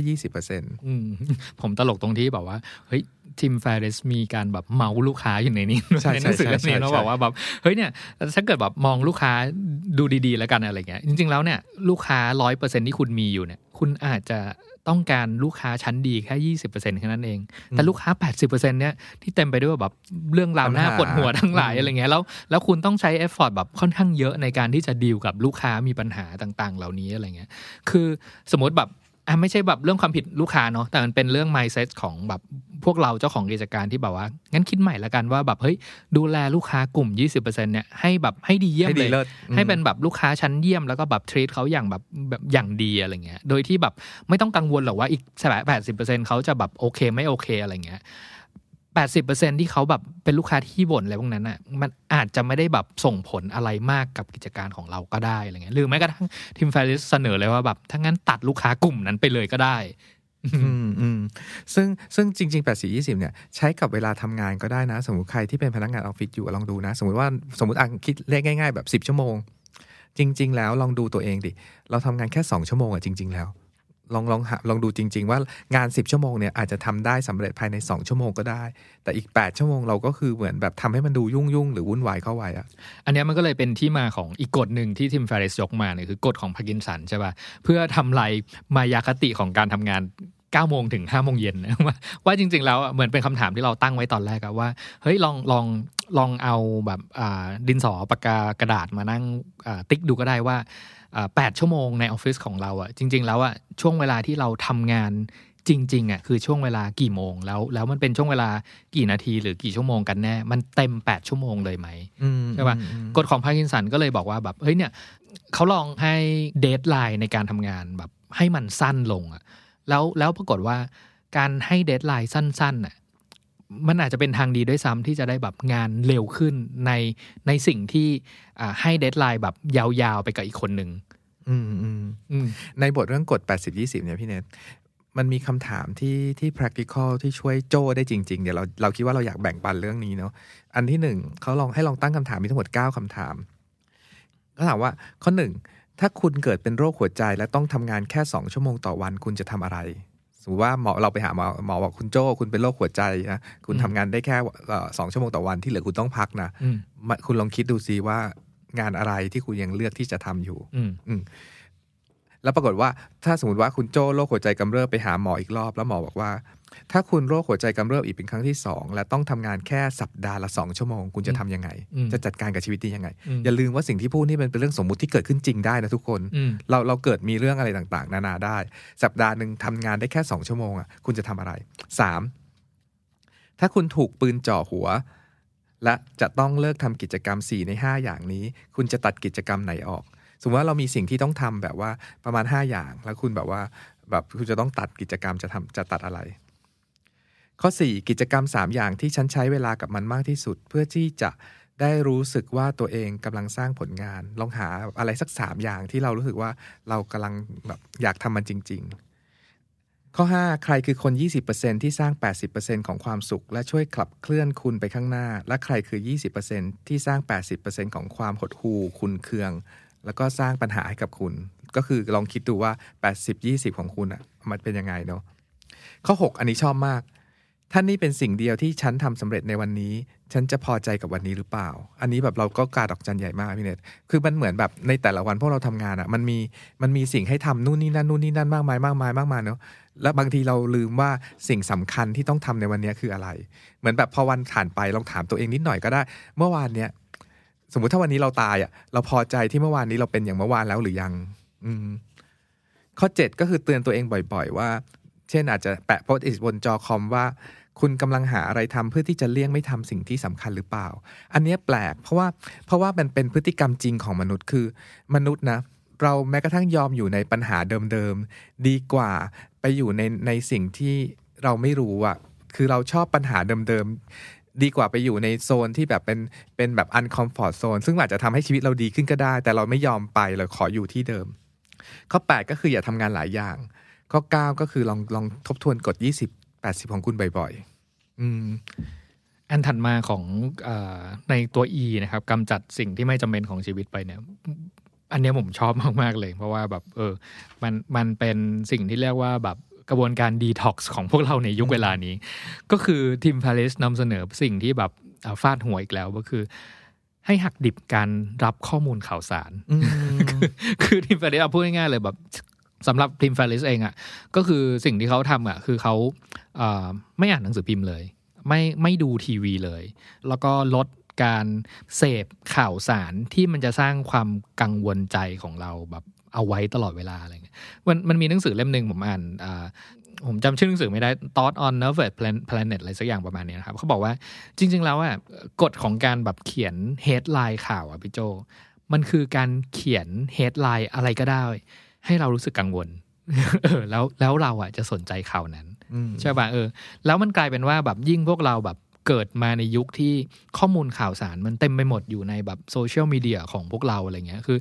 20% ผมตลกตรงที่แบบว่าเฮ้ยทีม Farish มีการแบบเมาลูกค้าอยู่ในนี้ในหนังสือเล่มนี้แล้วบอกว่าแบบเฮ้ยเนี่ยถ้าเกิดแบบมองลูกค้าดูดีๆแล้วกันอะไรเงี้ยจริงๆแล้วเนี่ยลูกค้า 100% ที่คุณมีอยู่เนี่ยคุณอาจจะต้องการลูกค้าชั้นดีแค่ 20% แค่นั้นเองแต่ลูกค้า 80% เนี่ยที่เต็มไปด้วยแบบเรื่องราวหน้าปวดหัวทั้งหลายอะไรเงี้ยแล้วคุณต้องใช้ effort แบบค่อนข้างเยอะในการที่จะดีลกับลูกค้ามีปัญหาต่างๆเหล่านี้อะไรเงี้ยคือสมมติแบบไม่ใช่แบบเรื่องความผิดลูกค้าเนาะแต่มันเป็นเรื่อง mindset ของแบบพวกเราเจ้าของกิจการที่แบบว่างั้นคิดใหม่ละกันว่าแบบเฮ้ยดูแลลูกค้ากลุ่ม 20% เนี่ยให้แบบให้ดีเยี่ยมเลยให้เป็นแบบลูกค้าชั้นเยี่ยมแล้วก็แบบ treat เขาอย่างแบบอย่างดีอะไรเงี้ยโดยที่แบบไม่ต้องกังวลหรอกว่าอีก 80% เขาจะแบบโอเคไม่โอเคอะไรเงี้ย80% ที่เขาแบบเป็นลูกค้าที่บ่นอะไรพวกนั้นน่ะมันอาจจะไม่ได้แบบส่งผลอะไรมากกับกิจการของเราก็ได้อะไรเงี้ยหรือแม้กระทั่งทีม Farish เสนอเลยว่าแบบถ้างั้นตัดลูกค้ากลุ่มนั้นไปเลยก็ได้ซึ่งจริงๆ 80-20 เนี่ยใช้กับเวลาทำงานก็ได้นะสมมุติใครที่เป็นพนักงานออฟฟิศอยู่ลองดูนะสมมุติคิดเลขง่ายๆแบบ10 ชั่วโมงจริงๆแล้วลองดูตัวเองดิเราทำงานแค่2 ชั่วโมงจริงๆแล้วลองดูจริงๆว่างาน10ชั่วโมงเนี่ยอาจจะทำได้สำเร็จภายใน2ชั่วโมงก็ได้แต่อีก8ชั่วโมงเราก็คือเหมือนแบบทำให้มันดูยุ่งหรือวุ่นวายเข้าไว้อะอันนี้มันก็เลยเป็นที่มาของอีกกฎหนึ่งที่ทิม เฟรริสยกมาเนี่ยคือกฎของพาร์กินสันใช่ป่ะเพื่อทำลายมายาคติของการทำงาน9โมงถึง5โมงเย็นว่าจริงๆแล้วเหมือนเป็นคำถามที่เราตั้งไว้ตอนแรกอะว่าเฮ้ยลองเอาแบบดินสอปากกากระดาษมานั่งติ๊กดูก็ได้ว่า8ชั่วโมงในออฟฟิศของเราอะจริงๆแล้วอะช่วงเวลาที่เราทำงานจริงๆอะคือช่วงเวลากี่โมงแล้วมันเป็นช่วงเวลากี่นาทีหรือกี่ชั่วโมงกันแน่มันเต็ม8ชั่วโมงเลยไหมใช่ป่ะกฎของพาร์กินสันก็เลยบอกว่าแบบเฮ้ยเนี่ยเขาลองให้เดดไลน์ในการทำงานแบบให้มันสั้นลงอะแล้วปรากฏว่าการให้เดดไลน์สั้นๆน่ะมันอาจจะเป็นทางดีด้วยซ้ำที่จะได้แบบงานเร็วขึ้นในสิ่งที่ให้เดดไลน์แบบยาวๆไปกับอีกคนหนึ่งในบทเรื่องกฎ 80-20 เนี่ยพี่เนทมันมีคำถามที่ practical ที่ช่วยโจ้ได้จริงๆเดี๋ยวเราคิดว่าเราอยากแบ่งปันเรื่องนี้เนาะอันที่1เขาลองตั้งคำถามมีทั้งหมด9คำถามก็ถามว่าข้อ1ถ้าคุณเกิดเป็นโรคหัวใจและต้องทำงานแค่2ชั่วโมงต่อวันคุณจะทำอะไรสมมติว่าเราไปหาหมอบอกคุณโจ้คุณเป็นโรคหัวใจนะคุณทำงานได้แค่2ชั่วโมงต่อวันที่เหลือคุณต้องพักนะคุณลองคิดดูซิว่างานอะไรที่คุณยังเลือกที่จะทำอยู่แล้วปรากฏว่าถ้าสมมติว่าคุณโจ้โรคหัวใจกำเริบไปหาหมออีกรอบแล้วหมอบอกว่าถ้าคุณโรคหัวใจกำเริบอีกเป็นครั้งที่2และต้องทำงานแค่สัปดาห์ละ2ชั่วโมงคุณจะทำยังไงจะจัดการกับชีวิตนี้ยังไงอย่าลืมว่าสิ่งที่พูดนี่เป็นเรื่องสมมุติที่เกิดขึ้นจริงได้นะทุกคนเราเกิดมีเรื่องอะไรต่างๆนานาได้สัปดาห์นึงทำงานได้แค่2ชั่วโมงอ่ะคุณจะทำอะไร3ถ้าคุณถูกปืนจ่อหัวและจะต้องเลิกทำกิจกรรม4ใน5อย่างนี้คุณจะตัดกิจกรรมไหนออกสมมติว่าเรามีสิ่งที่ต้องทำแบบว่าประมาณ5อย่างแล้วคุณแบบว่าแบบคุณจะต้องตัดกิจกรรมจะตัดอะไรข้อ4กิจกรรม3อย่างที่ฉันใช้เวลากับมันมากที่สุดเพื่อที่จะได้รู้สึกว่าตัวเองกำลังสร้างผลงานลองหาอะไรสัก3อย่างที่เรารู้สึกว่าเรากำลังแบบอยากทำมันจริงๆข้อ5ใครคือคน 20% ที่สร้าง 80% ของความสุขและช่วยขับเคลื่อนคุณไปข้างหน้าและใครคือ 20% ที่สร้าง 80% ของความหดหู่ขุ่นเคืองแล้วก็สร้างปัญหาให้กับคุณก็คือลองคิดดูว่า 80-20 ของคุณอ่ะมันเป็นยังไงเนาะข้อ6อันนี้ชอบมากท่านนี่เป็นสิ่งเดียวที่ฉันทำสำเร็จในวันนี้ฉันจะพอใจกับวันนี้หรือเปล่าอันนี้แบบเราก็กาดอกจันใหญ่มากพี่เนทคือมันเหมือนแบบในแต่ละวันพวกเราทำงานอ่ะมันมีสิ่งให้ทำนู่นนี่นั่นมากมายเนาะแล้วบางทีเราลืมว่าสิ่งสำคัญที่ต้องทำในวันนี้คืออะไรเหมือนแบบพอวันผ่านไปลองถามตัวเองนิดหน่อยก็ได้เมื่อวานเนี้ยสมมุติถ้าวันนี้เราตายอ่ะเราพอใจที่เมื่อวานนี้เราเป็นอย่างเมื่อวานแล้วหรือยังข้อ7ก็คือเตือนตัวเองบ่อยๆว่าเช่นอาจจะแปะโพสต์บนจอคอมว่าคุณกำลังหาอะไรทำเพื่อที่จะเลี่ยงไม่ทำสิ่งที่สำคัญหรือเปล่าอันนี้แปลกเพราะว่ามันเป็นพฤติกรรมจริงของมนุษย์คือมนุษย์นะเราแม้กระทั่งยอมอยู่ในปัญหาเดิมๆดีกว่าไปอยู่ในสิ่งที่เราไม่รู้อ่ะคือเราชอบปัญหาเดิมๆดีกว่าไปอยู่ในโซนที่แบบเป็นแบบ uncomfort zone ซึ่งอาจจะทำให้ชีวิตเราดีขึ้นก็ได้แต่เราไม่ยอมไปเราขออยู่ที่เดิมข้อ8ก็คืออย่าทำงานหลายอย่างข้อ9ก็คือลองทบทวนกฎ20-80ของคุณบ่อยๆอันถัดมาของในตัว E นะครับกำจัดสิ่งที่ไม่จำเป็นของชีวิตไปเนี่ยอันนี้ผมชอบมากๆเลยเพราะว่าแบบมันเป็นสิ่งที่เรียกว่าแบบกระบวนการดีท็อกซ์ของพวกเราในยุคเวลานี้ก็คือทีม Paris นำเสนอสิ่งที่แบบฟาดหัวอีกแล้วก็คือให้หักดิบการรับข้อมูลข่าวสารคือทีม Paris พูดง่ายๆเลยแบบสำหรับทีม Paris เองอ่ะก็คือสิ่งที่เขาทำอ่ะคือเขาไม่อ่านหนังสือพิมพ์เลยไม่ดูทีวีเลยแล้วก็ลดการเสพข่าวสารที่มันจะสร้างความกังวลใจของเราแบบเอาไว้ตลอดเวลาอะไรเงี้ยมันมีหนังสือเล่มนึงผมอ่านผมจำชื่อหนังสือไม่ได้ Thought on Nervous Planet อะไรสักอย่างประมาณนี้นะครับเขาบอกว่าจริงๆแล้วอ่ะกฎของการแบบเขียน headline ข่าวอ่ะพี่โจมันคือการเขียน headline อะไรก็ได้ให้เรารู้สึกกังวลแล้วเราอ่ะจะสนใจข่าวนั้นใช่ป่ะแล้วมันกลายเป็นว่าแบบยิ่งพวกเราแบบเกิดมาในยุคที่ข้อมูลข่าวสารมันเต็มไปหมดอยู่ในแบบโซเชียลมีเดียของพวกเราอะไรเงี้ยคือ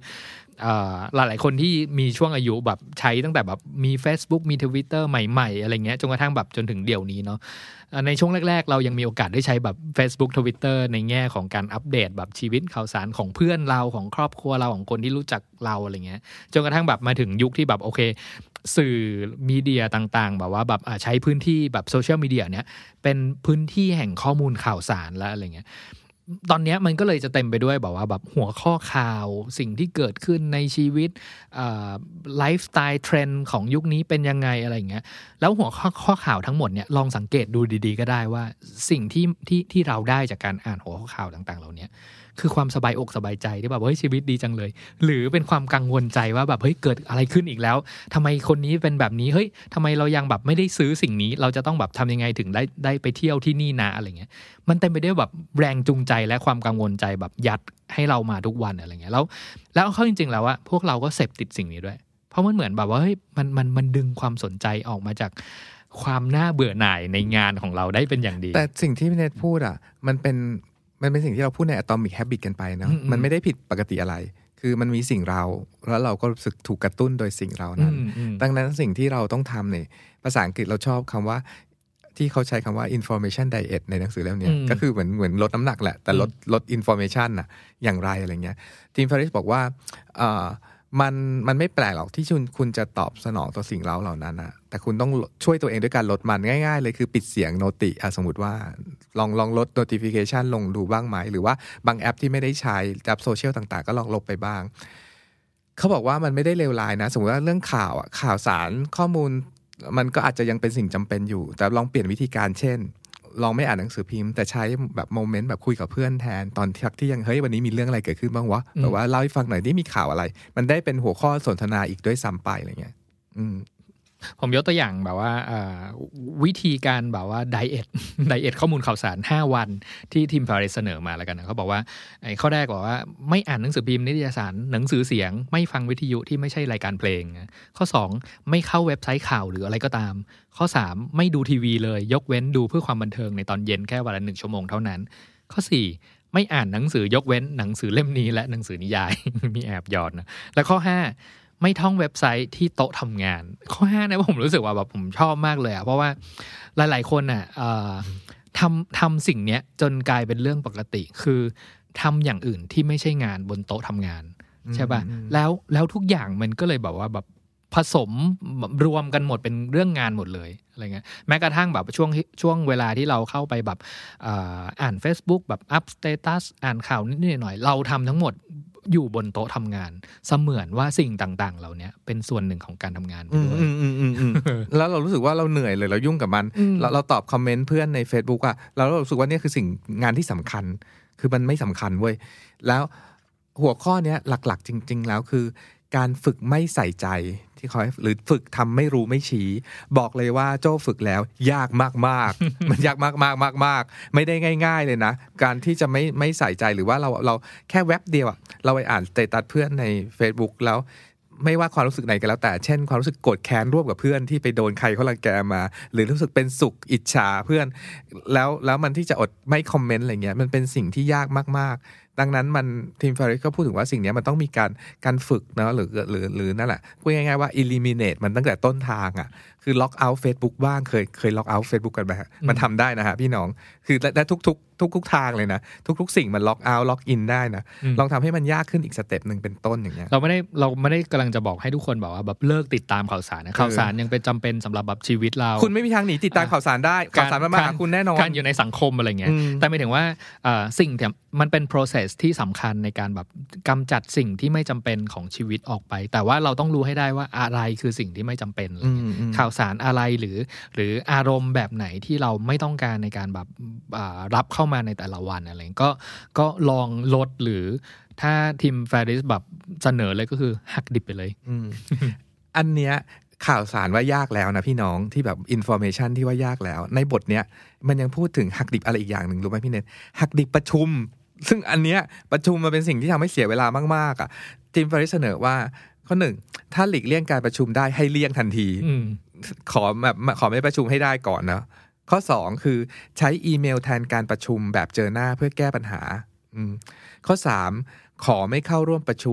หลายๆคนที่มีช่วงอายุแบบใช้ตั้งแต่แบบมี Facebook มี Twitter ใหม่ๆอะไรเงี้ยจนกระทั่งแบบจนถึงเดี๋ยวนี้เนาะในช่วงแรกๆเรายังมีโอกาสได้ใช้แบบ Facebook Twitter ในแง่ของการอัปเดตแบบชีวิตข่าวสารของเพื่อนเราของครอบครัวเราของคนที่รู้จักเราอะไรเงี้ยจนกระทั่งแบบมาถึงยุคที่แบบโอเคสื่อมีเดียต่างๆแบบว่าแบบใช้พื้นที่แบบโซเชียลมีเดียเนี้ยเป็นพื้นที่แห่งข้อมูลข่าวสารแล้วอะไรเงี้ยตอนนี้มันก็เลยจะเต็มไปด้วยแบบว่าแบบหัวข้อข่าวสิ่งที่เกิดขึ้นในชีวิตไลฟ์สไตล์เทรนด์ของยุคนี้เป็นยังไงอะไรอย่างเงี้ยแล้วหัวข้อข่าวทั้งหมดเนี่ยลองสังเกตดูดีๆก็ได้ว่าสิ่งที่เราได้จากการอ่านหัวข้อข่าวต่างๆเหล่านี้คือความสบายอกสบายใจที่แบบเฮ้ยชีวิตดีจังเลยหรือเป็นความกังวลใจว่าแบบเฮ้ยเกิดอะไรขึ้นอีกแล้วทำไมคนนี้เป็นแบบนี้เฮ้ยทำไมเรายังแบบไม่ได้ซื้อสิ่งนี้เราจะต้องแบบทำยังไงถึงได้ไปเที่ยวที่นี่นะอะไรเงี้ยมันเต็มไปด้วยแบบแรงจูงใจและความกังวลใจแบบยัดให้เรามาทุกวันอะไรเงี้ยแล้วเข้าจริงๆแล้วอะพวกเราก็เสพติดสิ่งนี้ด้วยเพราะมันเหมือนแบบว่าเฮ้ยมันดึงความสนใจออกมาจากความน่าเบื่อหน่ายในงานของเราได้เป็นอย่างดีแต่สิ่งที่พี่เนทพูดอ่ะมันเป็นสิ่งที่เราพูดใน Atomic Habit กันไปเนาะมันไม่ได้ผิดปกติอะไรคือมันมีสิ่งเราแล้วเราก็รู้สึกถูกกระตุ้นโดยสิ่งเรานั้นดังนั้นสิ่งที่เราต้องทำเนี่ยภาษาอังกฤษเราชอบคำว่าที่เขาใช้คำว่า information diet ในหนังสือเล่มนี้ก็คือเหมือนลดน้ำหนักแหละแต่ลด information น่ะอย่างไรอะไรเงี้ยทีมฟาริสบอกว่ามันไม่แปลกหรอกที่คุณจะตอบสนองต่อสิ่งเร้าเหล่านั้นนะแต่คุณต้องช่วยตัวเองด้วยการลดมันง่ายๆเลยคือปิดเสียงโนติสมมติว่าลองลด notification ลงดูบ้างไหมหรือว่าบางแอปที่ไม่ได้ใช้แอปโซเชียลต่างๆก็ลองลบไปบ้างเขาบอกว่ามันไม่ได้เลวร้ายนะสมมติว่าเรื่องข่าวสารข้อมูลมันก็อาจจะยังเป็นสิ่งจำเป็นอยู่แต่ลองเปลี่ยนวิธีการเช่นลองไม่อ่านหนังสือพิมพ์แต่ใช้แบบโมเมนต์แบบคุยกับเพื่อนแทนตอนที่ยังเฮ้ยวันนี้มีเรื่องอะไรเกิดขึ้นบ้างวะแบบว่าเล่าให้ฟังหน่อยที่มีข่าวอะไรมันได้เป็นหัวข้อสนทนาอีกด้วยซ้ำไปอะไรเงี้ยผมยกตัวอย่างแบบว่าวิธีการแบบว่าไดเอทข้อมูลข่าวสาร5วันที่ทีมฟาริสเสนอมาแล้วกันนะเขาบอกว่าข้อแรกบอกว่าไม่อ่านหนังสือพิมพ์นิตยสารหนังสือเสียงไม่ฟังวิทยุที่ไม่ใช่รายการเพลงข้อ2ไม่เข้าเว็บไซต์ข่าวหรืออะไรก็ตามข้อ3ไม่ดูทีวีเลยยกเว้นดูเพื่อความบันเทิงในตอนเย็นแค่วันละ1 ชั่วโมงเท่านั้นข้อ4ไม่อ่านหนังสือยกเว้นหนังสือเล่มนี้และหนังสือนิยาย มีแอบหยอดนะและข้อ5ไม่ท่องเว็บไซต์ที่โต๊ะทำงานข้อ5นะผมรู้สึกว่าแบบผมชอบมากเลยเพราะว่าหลายๆคนทำสิ่งนี้จนกลายเป็นเรื่องปกติคือทำอย่างอื่นที่ไม่ใช่งานบนโต๊ะทำงานใช่ป่ะแล้วทุกอย่างมันก็เลยแบบว่าแบบผสมรวมกันหมดเป็นเรื่องงานหมดเลยอะไรเงี้ยแม้กระทั่งแบบช่วงเวลาที่เราเข้าไปแบบอ่าน Facebook แบบอัพสเตตัสอ่านข่าวนิดหน่อยเราทำทั้งหมดอยู่บนโต๊ะทำงานเสมือนว่าสิ่งต่างๆเหล่านี้เป็นส่วนหนึ่งของการทำงานไปด้วยแล้วเรารู้สึกว่าเราเหนื่อยเลยเรายุ่งกับมันเราตอบคอมเมนต์เพื่อนใน Facebook อะเรารู้สึกว่านี่คือสิ่งงานที่สำคัญคือมันไม่สำคัญเว้ยแล้วหัวข้อนี้หลักๆจริงๆแล้วคือการฝึกไม่ใส่ใจที่เขาหรือฝึกทำไม่รู้ไม่ชี้บอกเลยว่าโจ้ฝึกแล้วยากมากๆ มันยากมากๆไม่ได้ง่ายๆเลยนะการที่จะไม่ใส่ใจหรือว่าเราแค่แว็บเดียวเราไปอ่านสเตตัสเพื่อนใน Facebook แล้วไม่ว่าความรู้สึกไหนก็แล้วแต่เช่นความรู้สึกโกรธแค้นร่วมกับเพื่อนที่ไปโดนใครเขารังแกมาหรือรู้สึกเป็นสุขอิจฉาเพื่อนแล้วมันที่จะอดไม่คอมเมนต์อะไรเงี้ยมันเป็นสิ่งที่ยากมากๆดังนั้นมันทีมฟาริสก็พูดถึงว่าสิ่งนี้มันต้องมีการฝึกเนาะหรือนั่นแหละพูดง่ายๆว่า eliminate มันตั้งแต่ต้นทางอ่ะคือล็อกเอาท์ Facebook บ้างเคยล็อกเอาท์ Facebook กันไหมมันทำได้นะฮะพี่น้องคือและทุกทางเลยนะทุกสิ่งมันล็อกเอาท์ล็อกอินได้นะลองทำให้มันยากขึ้นอีกสเต็ปนึงเป็นต้นอย่างเงี้ยเราไม่ได้กำลังจะบอกให้ทุกคนบอกว่าแบบเลิกติดตามข่าวสารนะข่าวสารยังเป็นจำเป็นสำหรับแบบชีวิตเราคุณไม่มีทางหนีติดตามข่าวสารได้ข่าวสารมาหาคุณแน่นอนการอยู่ในสังคมอะไรเงี้ยแต่หมายถึงว่าสิ่งที่มันเป็น process ที่สำคัญในการแบบกำจัดสิ่งที่ไม่จำเป็นของชีวิตออกไปแต่ว่าเราต้องรู้ให้ได้ว่าอะไรคือสิ่งที่ไม่จำเป็นอะไรเงี้ยข่าวสารอะไรหรืออารมณ์แบบไหนที่เราไม่ต้องการในการแบบรับเข้ามาในแต่ละวันอะไรก็ลองลดหรือถ้าทีมฟาริสแบบเสนอเลยก็คือหักดิบไปเลยอันเนี้ยข่าวสารว่ายากแล้วนะพี่น้องที่แบบอินฟอร์เมชันที่ว่ายากแล้วในบทเนี้ยมันยังพูดถึงหักดิบอะไรอีกอย่างหนึ่งรู้ไหมพี่เนทหักดิบประชุมซึ่งอันเนี้ยประชุมมันเป็นสิ่งที่ทำให้เสียเวลามากๆอ่ะทีมฟาริสเสนอว่าข้อหนึ่งถ้าหลีกเลี่ยงการประชุมได้ให้เลี่ยงทันทีขอไม่ประชุมให้ได้ก่อนนะข้อ2คือใช้อีเมลแทนการประชุมแบบเจอหน้าเพื่อแก้ปัญหาข้อ3ขอไม่เข้าร่วมประชุม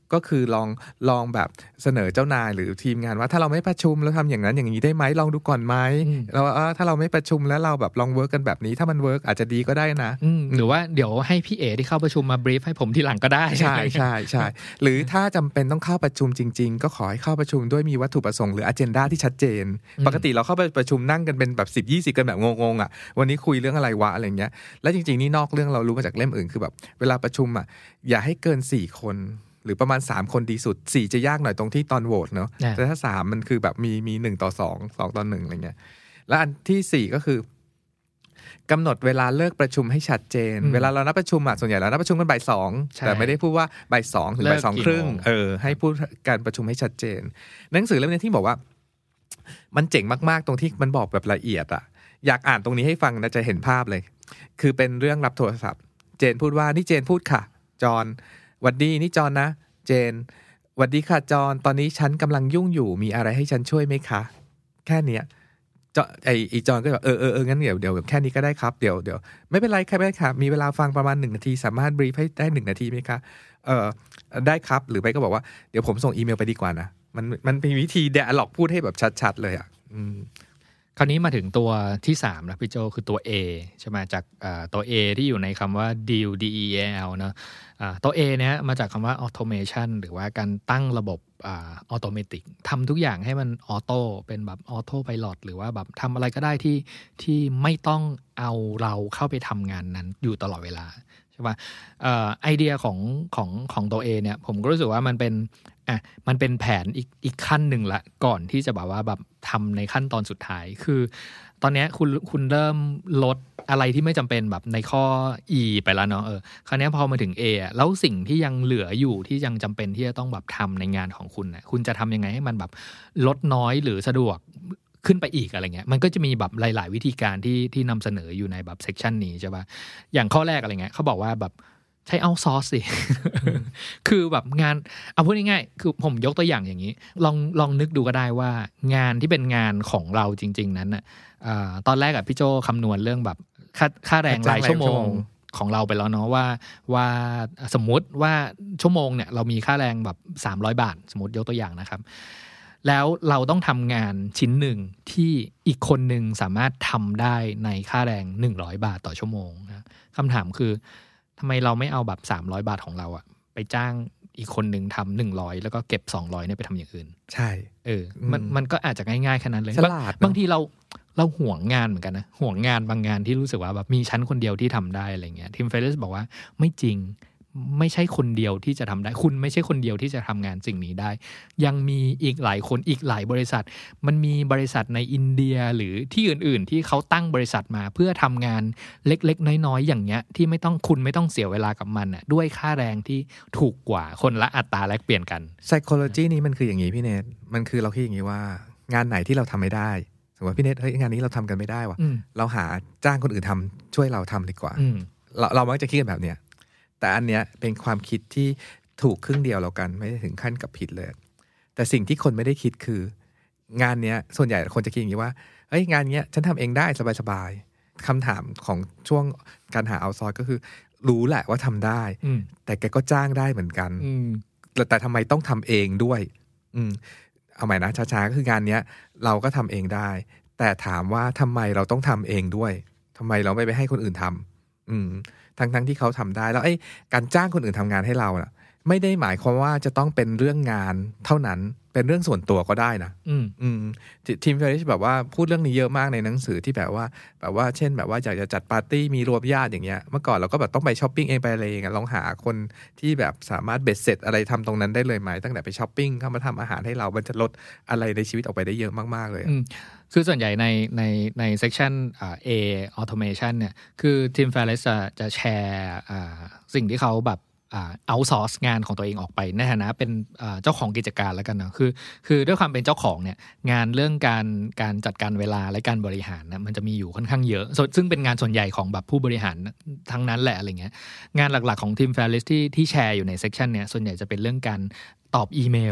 ก็คือลองแบบเสนอเจ้านายหรือทีมงานว่าถ้าเราไม่ประชุมแล้วทำอย่างนั้นอย่างนี้ได้ไหมลองดูก่อนไหมแล้วถ้าเราไม่ประชุมแล้วเราแบบลองเวิร์กกันแบบนี้ถ้ามันเวิร์กอาจจะดีก็ได้นะหรือว่าเดี๋ยวให้พี่เอที่เข้าประชุมมาบรีฟให้ผมทีหลังก็ได้ใช่ใช่ใช่หรือถ้าจำเป็นต้องเข้าประชุมจริงๆก็ขอให้เข้าประชุมด้วยมีวัตถุประสงค์หรืออเจนดาที่ชัดเจนปกติเราเข้าไปประชุมนั่งกันเป็นแบบ10-20กันแบบงงๆอ่ะวันนี้คุยเรื่องอะไรวะอะไรเงี้ยแล้วจริงๆนี่นอกเรื่องเรารู้มาจากเล่มอื่นคือแบบเวลาประชุมอ่ะอย่าให้เกิน4คนหรือประมาณ3คนดีสุด4จะยากหน่อยตรงที่ตอนโหวตเนาะแต่ถ้า3มันคือแบบมี1ต่อ2 2ต่อ1อะไรเงี้ยแล้วอันที่4ก็คือกำหนดเวลาเลิกประชุมให้ชัดเจนเวลาเรานัดประชุมอ่ะส่วนใหญ่เรานัดประชุมกันบ่าย2แต่ไม่ได้พูดว่าบ่าย2ถึงบ่าย2ครึ่งให้พูดการประชุมให้ชัดเจนหนังสือเล่มนี้ที่บอกว่ามันเจ๋งมากๆตรงที่มันบอกแบบละเอียดอ่ะอยากอ่านตรงนี้ให้ฟังนะจะเห็นภาพเลยคือเป็นเรื่องรับโทรศัพท์เจนพูดว่านี่เจนพูดค่ะจอนหวัดดีนี่จอนนะเจนหวัดดีค่ะจอนตอนนี้ฉันกำลังยุ่งอยู่มีอะไรให้ฉันช่วยไหมคะแค่เนี้ยไอจอนก็แบบงั้นเดี๋ยวแค่นี้ก็ได้ครับเดี๋ยวไม่เป็นไรครับไม่ค่ะมีเวลาฟังประมาณ1นาทีสามารถบรีฟให้ได้1นาทีไหมคะได้ครับหรือไปก็บอกว่าเดี๋ยวผมส่งอีเมลไปดีกว่านะมันเป็นวิธีไดอะล็อกพูดให้แบบชัดๆเลยอ่ะคราวนี้มาถึงตัวที่3นะพี่โจคือตัว A ใช่ไหมจากตัว A ที่อยู่ในคำว่า deal DEAL เนอะตัว A เนี้ยมาจากคำว่า automation หรือว่าการตั้งระบบautomatic ทำทุกอย่างให้มันออโต้เป็นแบบออโต้ไพลอตหรือว่าแบบทำอะไรก็ได้ที่ไม่ต้องเอาเราเข้าไปทำงานนั้นอยู่ตลอดเวลาใช่ป่ะไอเดียของตัว A เนี่ยผมก็รู้สึกว่ามันเป็นแผนอีกขั้นหนึ่งละก่อนที่จะแบบว่าแบบทำในขั้นตอนสุดท้ายคือตอนนี้คุณเริ่มลดอะไรที่ไม่จำเป็นแบบในข้อ E ไปแล้วเนาะคราวนี้พอมาถึง A แล้วสิ่งที่ยังเหลืออยู่ที่ยังจำเป็นที่จะต้องแบบทำในงานของคุณนะคุณจะทำยังไงให้มันแบบลดน้อยหรือสะดวกขึ้นไปอีกอะไรเงี้ยมันก็จะมีแบบหลายๆวิธีการที่นำเสนออยู่ในแบบเซกชันนี้ใช่ป่ะอย่างข้อแรกอะไรเงี้ยเขาบอกว่าแบบใช้เอาซอร์สสิ คือแบบงานเอาพูดง่ายๆคือผมยกตัวอย่างอย่างนี้ลองนึกดูก็ได้ว่างานที่เป็นงานของเราจริงๆนั้นน่ะตอนแรกอะพี่โจคำนวณเรื่องแบบค่าแรงรายชั่วโมงของเราไปแล้วเนาะว่าสมมุติว่าชั่วโมงเนี่ยเรามีค่าแรงแบบ300 บาทสมมติยกตัวอย่างนะครับแล้วเราต้องทำงานชิ้นหนึ่งที่อีกคนหนึ่งสามารถทำได้ในค่าแรง100 บาทต่อชั่วโมงนะคำถามคือทำไมเราไม่เอาแบบ300 บาทของเราอะไปจ้างอีกคนหนึ่งทำ100แล้วก็เก็บ200เนี่ยไปทำอย่างอื่นใช่มันก็อาจจะง่ายๆแค่นั้นเลยบางทีเราห่วงงานเหมือนกันนะห่วงงานบางงานที่รู้สึกว่าแบบมีชั้นคนเดียวที่ทำได้อะไรเงี้ยทีมเฟรชบอกว่าไม่จริงไม่ใช่คนเดียวที่จะทำได้คุณไม่ใช่คนเดียวที่จะทำงานสิ่งนี้ได้ยังมีอีกหลายคนอีกหลายบริษัทมันมีบริษัทในอินเดียหรือที่อื่นๆที่เขาตั้งบริษัทมาเพื่อทำงานเล็กๆน้อยๆอย่างเงี้ยที่คุณไม่ต้องเสียเวลากับมันน่ะด้วยค่าแรงที่ถูกกว่าคนละอัตราแลกเปลี่ยนกัน psychology นี้มันคืออย่างนี้พี่เนทมันคือเราคิดอย่างนี้ว่างานไหนที่เราทำไม่ได้สมมติพี่เนทเฮ้ยงานนี้เราทำกันไม่ได้ว่ะเราหาจ้างคนอื่นทำช่วยเราทำดีกว่าเรามักจะคิดกันแบบเนี้ยแต่อันเนี้ยเป็นความคิดที่ถูกครึ่งเดียวแล้วกันไม่ได้ถึงขั้นกับผิดเลยแต่สิ่งที่คนไม่ได้คิดคืองานเนี้ยส่วนใหญ่คนจะคิดอย่างนี้ว่าเฮ้ยงานเนี้ยฉันทำเองได้สบายๆคำถามของช่วงการหาเอาซอร์สก็คือรู้แหละว่าทำได้แต่แกก็จ้างได้เหมือนกันแต่ทำไมต้องทำเองด้วยเอาใหม่นะช้าๆก็คืองานเนี้ยเราก็ทำเองได้แต่ถามว่าทำไมเราต้องทำเองด้วยทำไมเราไม่ไปให้คนอื่นทำทั้งที่เขาทำได้แล้วไอ้การจ้างคนอื่นทำงานให้เราน่ะไม่ได้หมายความว่าจะต้องเป็นเรื่องงานเท่านั้นเป็นเรื่องส่วนตัวก็ได้นะทีมเฟรชแบบว่าพูดเรื่องนี้เยอะมากในหนังสือที่แบบว่าเช่นแบบว่าอยากจะจัดปาร์ตี้มีรวมญาติอย่างเงี้ยเมื่อก่อนเราก็แบบต้องไปช้อปปิ้งเองไปอะไรเองลองหาคนที่แบบสามารถเบ็ดเสร็จอะไรทำตรงนั้นได้เลยไหมตั้งแต่ไปช้อปปิ้งเข้ามาทำอาหารให้เรามันจะลดอะไรในชีวิตออกไปได้เยอะมากๆเลยคือส่วนใหญ่ในเซกชันA automation เนี่ยคือทีม Ferris จะแชร์สิ่งที่เขาแบบเอาซอร์สงานของตัวเองออกไปในฐานะเป็นเจ้าของกิจการแล้วกันเนาะคือด้วยความเป็นเจ้าของเนี่ยงานเรื่องการจัดการเวลาและการบริหารนะมันจะมีอยู่ค่อนข้างเยอะซึ่งเป็นงานส่วนใหญ่ของแบบผู้บริหารทั้งนั้นแหละอะไรเงี้ยงานหลักๆของทีม Ferris ที่แชร์อยู่ในเซกชันเนี่ยส่วนใหญ่จะเป็นเรื่องการตอบอีเมล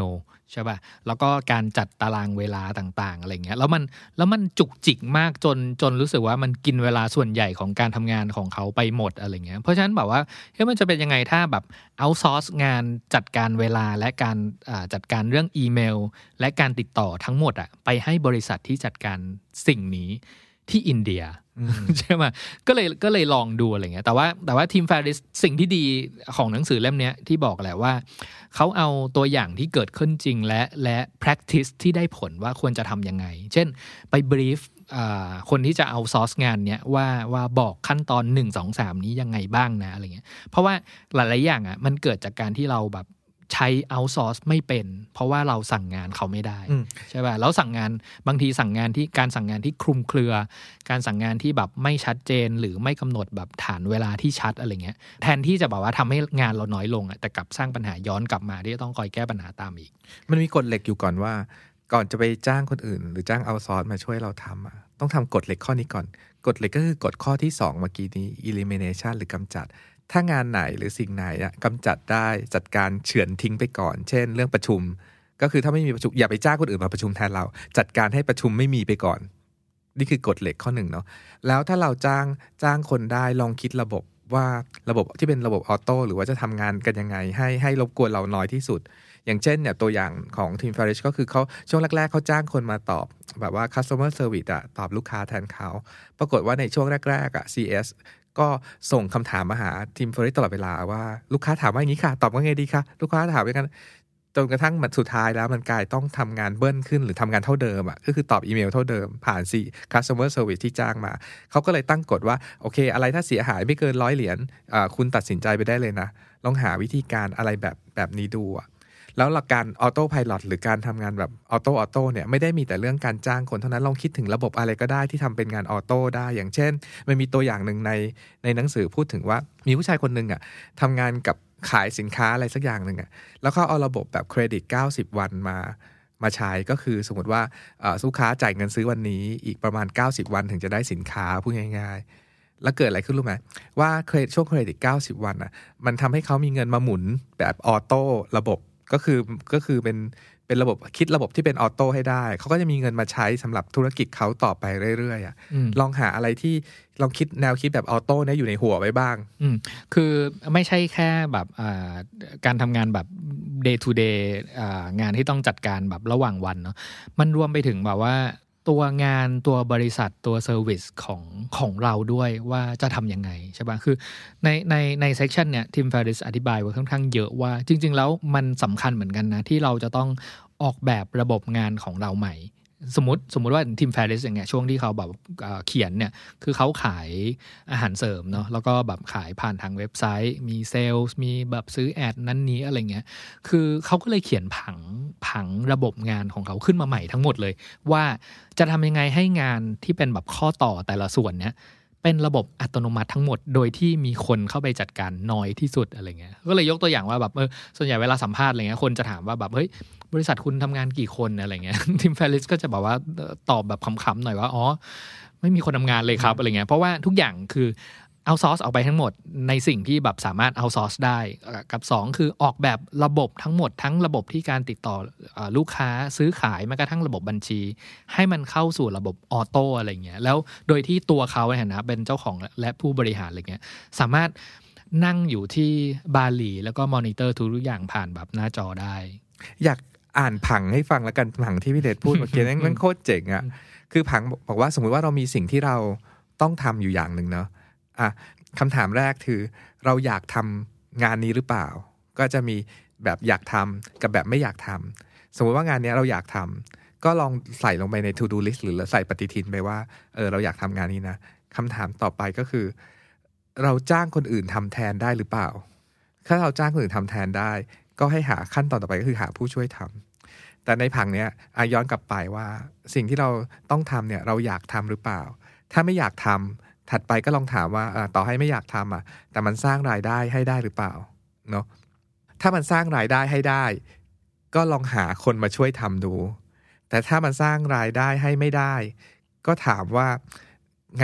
ใช่ป่ะแล้วก็การจัดตารางเวลาต่างๆอะไรเงี้ยแล้วมันจุกจิกมากจนรู้สึกว่ามันกินเวลาส่วนใหญ่ของการทำงานของเขาไปหมดอะไรเงี้ยเพราะฉะนั้นแบบว่ามันจะเป็นยังไงถ้าแบบเอาซอร์สงานจัดการเวลาและการจัดการเรื่องอีเมลและการติดต่อทั้งหมดอะไปให้บริษัทที่จัดการสิ่งนี้ที่อินเดียใช่ไหมก็เลยลองดูอะไรเงี้ยแต่ว่าทีม Ferris สิ่งที่ดีของหนังสือเล่มนี้ที่บอกแหละว่าเขาเอาตัวอย่างที่เกิดขึ้นจริงและ practice ที่ได้ผลว่าควรจะทำยังไงเช่นไป brief คนที่จะเอาซอร์สงานเนี้ยว่าบอกขั้นตอน1 2 3นี้ยังไงบ้างนะอะไรเงี้ยเพราะว่าหลายๆอย่างอ่ะมันเกิดจากการที่เราแบบใช้เอาซอร์สไม่เป็นเพราะว่าเราสั่งงานเขาไม่ได้ใช่ป่ะแล้วสั่งงานบางทีสั่งงานที่การสั่งงานที่คลุมเครือการสั่งงานที่แบบไม่ชัดเจนหรือไม่กำหนดแบบฐานเวลาที่ชัดอะไรเงี้ยแทนที่จะแบบว่าทำให้งานเราน้อยลงอ่ะแต่กลับสร้างปัญหาย้อนกลับมาที่จะต้องคอยแก้ปัญหาตามอีกมันมีกฎเหล็กอยู่ก่อนว่าก่อนจะไปจ้างคนอื่นหรือจ้างเอาซอร์สมาช่วยเราทำต้องทำกฎเหล็กข้อนี้ก่อนกฎเหล็กก็คือกฎข้อที่2เมื่อกี้นี้ elimination หรือกำจัดถ้างานไหนหรือสิ่งไหนกำจัดได้จัดการเฉือนทิ้งไปก่อนเช่นเรื่องประชุมก็คือถ้าไม่มีประชุมอย่าไปจ้างคนอื่นมาประชุมแทนเราจัดการให้ประชุมไม่มีไปก่อนนี่คือกฎเหล็กข้อ1เนาะแล้วถ้าเราจ้างคนได้ลองคิดระบบว่าระบบที่เป็นระบบออโต้หรือว่าจะทำงานกันยังไงให้รบกวนเราน้อยที่สุดอย่างเช่นเนี่ยตัวอย่างของทีม Ferris ก็คือเขาช่วงแรกๆเขาจ้างคนมาตอบแบบว่า customer service ตอบลูกค้าแทนเขาปรากฏว่าในช่วงแรกๆCSก็ส่งคำถามมาหาทีม Ferris ตลอดเวลาว่าลูกค้าถามว่าอย่างนี้ค่ะตอบว่าไงดีคะลูกค้าถามอย่างนั้นจนกระทั่งมันสุดท้ายแล้วมันกลายต้องทำงานเบิ้ลขึ้นหรือทำงานเท่าเดิมก็คือตอบอีเมลเท่าเดิมผ่านcustomer service ที่จ้างมาเขาก็เลยตั้งกฎว่าโอเคอะไรถ้าเสียหายไม่เกิน100 เหรียญคุณตัดสินใจไปได้เลยนะลองหาวิธีการอะไรแบบนี้ดูแล้วหลักการออโต้ไพลอตหรือการทำงานแบบออโต้เนี่ยไม่ได้มีแต่เรื่องการจ้างคนเท่านั้นลองคิดถึงระบบอะไรก็ได้ที่ทำเป็นงานออโต้ได้อย่างเช่นมันมีตัวอย่างหนึ่งในหนังสือพูดถึงว่ามีผู้ชายคนหนึ่งทำงานกับขายสินค้าอะไรสักอย่างหนึ่งแล้วเขาเอาระบบแบบเครดิต90 วันมาใช้ก็คือสมมติว่าลูกค้าจ่ายเงินซื้อวันนี้อีกประมาณ90 วันถึงจะได้สินค้าพูดง่ายๆแล้วเกิดอะไรขึ้นรู้ไหมว่าช่วงเครดิต90 วันมันทำให้เขามีเงินมาหมุนแบบออโต้ระบบก็คือเป็นระบบคิดระบบที่เป็นออโต้ให้ได้เขาก็จะมีเงินมาใช้สำหรับธุรกิจเขาต่อไปเรื่อยๆลองหาอะไรที่ลองคิดแนวคิดแบบออโต้เนี่ยอยู่ในหัวไว้บ้างคือไม่ใช่แค่แบบการทำงานแบบ day to day งานที่ต้องจัดการแบบระหว่างวันเนาะมันรวมไปถึงแบบว่าตัวงานตัวบริษัทตัวเซอร์วิสของเราด้วยว่าจะทำยังไงใช่ป่ะคือในเซกชันเนี่ยทีม Ferris อธิบายไว้ค่อนข้างเยอะว่าจริงๆแล้วมันสำคัญเหมือนกันนะที่เราจะต้องออกแบบระบบงานของเราใหม่สมมติว่าทีม Ferris อย่างเงี้ยช่วงที่เขาแบบเขียนเนี่ยคือเขาขายอาหารเสริมเนาะแล้วก็แบบขายผ่านทางเว็บไซต์มีเซลล์มีแบบซื้อแอดนั้นนี้อะไรเงี้ยคือเขาก็เลยเขียนผังระบบงานของเขาขึ้นมาใหม่ทั้งหมดเลยว่าจะทำยังไงให้งานที่เป็นแบบข้อต่อแต่ละส่วนเนี้ยเป็นระบบอัตโนมัติทั้งหมดโดยที่มีคนเข้าไปจัดการน้อยที่สุดอะไรเงี้ยก็เลยยกตัวอย่างว่าแบบส่วนใหญ่เวลาสัมภาษณ์อะไรเงี้ยคนจะถามว่าแบบเฮ้ยบริษัทคุณทำงานกี่คนอะไรเงี้ยทีม Ferris ก็จะบอกว่าตอบแบบขำๆหน่อยว่าอ๋อไม่มีคนทำงานเลยครับอะไรเงี้ยเพราะว่าทุกอย่างคือเอาซอร์สออกไปทั้งหมดในสิ่งที่แบบสามารถเอาซอร์สได้กับ2คือออกแบบระบบทั้งหมดทั้งระบบที่การติดต่อลูกค้าซื้อขายแม้กระทั่งระบบบัญชีให้มันเข้าสู่ระบบออโต้อะไรเงี้ยแล้วโดยที่ตัวเขานะเป็นเจ้าของและผู้บริหารอะไรเงี้ยสามารถนั่งอยู่ที่บาหลีแล้วก็มอนิเตอร์ทุกอย่างผ่านแบบหน้าจอได้อยากอ่านผังให้ฟังแล้วกันผังที่พี่เดชพูดเมื่อกี้มันโคตรเจ๋งคือผังบอกว่าสมมุติว่าเรามีสิ่งที่เราต้องทำอยู่อย่างหนึ่งเนาะคำถามแรกคือเราอยากทำงานนี้หรือเปล่าก็จะมีแบบอยากทำกับแบบไม่อยากทำสมมติว่างานนี้เราอยากทำก็ลองใส่ลงไปใน to do list หรือใส่ปฏิทินไปว่าเราอยากทำงานนี้นะคำถามต่อไปก็คือเราจ้างคนอื่นทำแทนได้หรือเปล่าถ้าเราจ้างคนอื่นทำแทนได้ก็ให้หาขั้นตอนต่อไปก็คือหาผู้ช่วยทำแต่ในผังเนี้ยย้อนกลับไปว่าสิ่งที่เราต้องทำเนี่ยเราอยากทำหรือเปล่าถ้าไม่อยากทำถัดไปก็ลองถามว่าต่อให้ไม่อยากทำแต่มันสร้างรายได้ให้ได้หรือเปล่าเนาะถ้ามันสร้างรายได้ให้ได้ก็ลองหาคนมาช่วยทำดูแต่ถ้ามันสร้างรายได้ให้ไม่ได้ก็ถามว่างานเนี้ย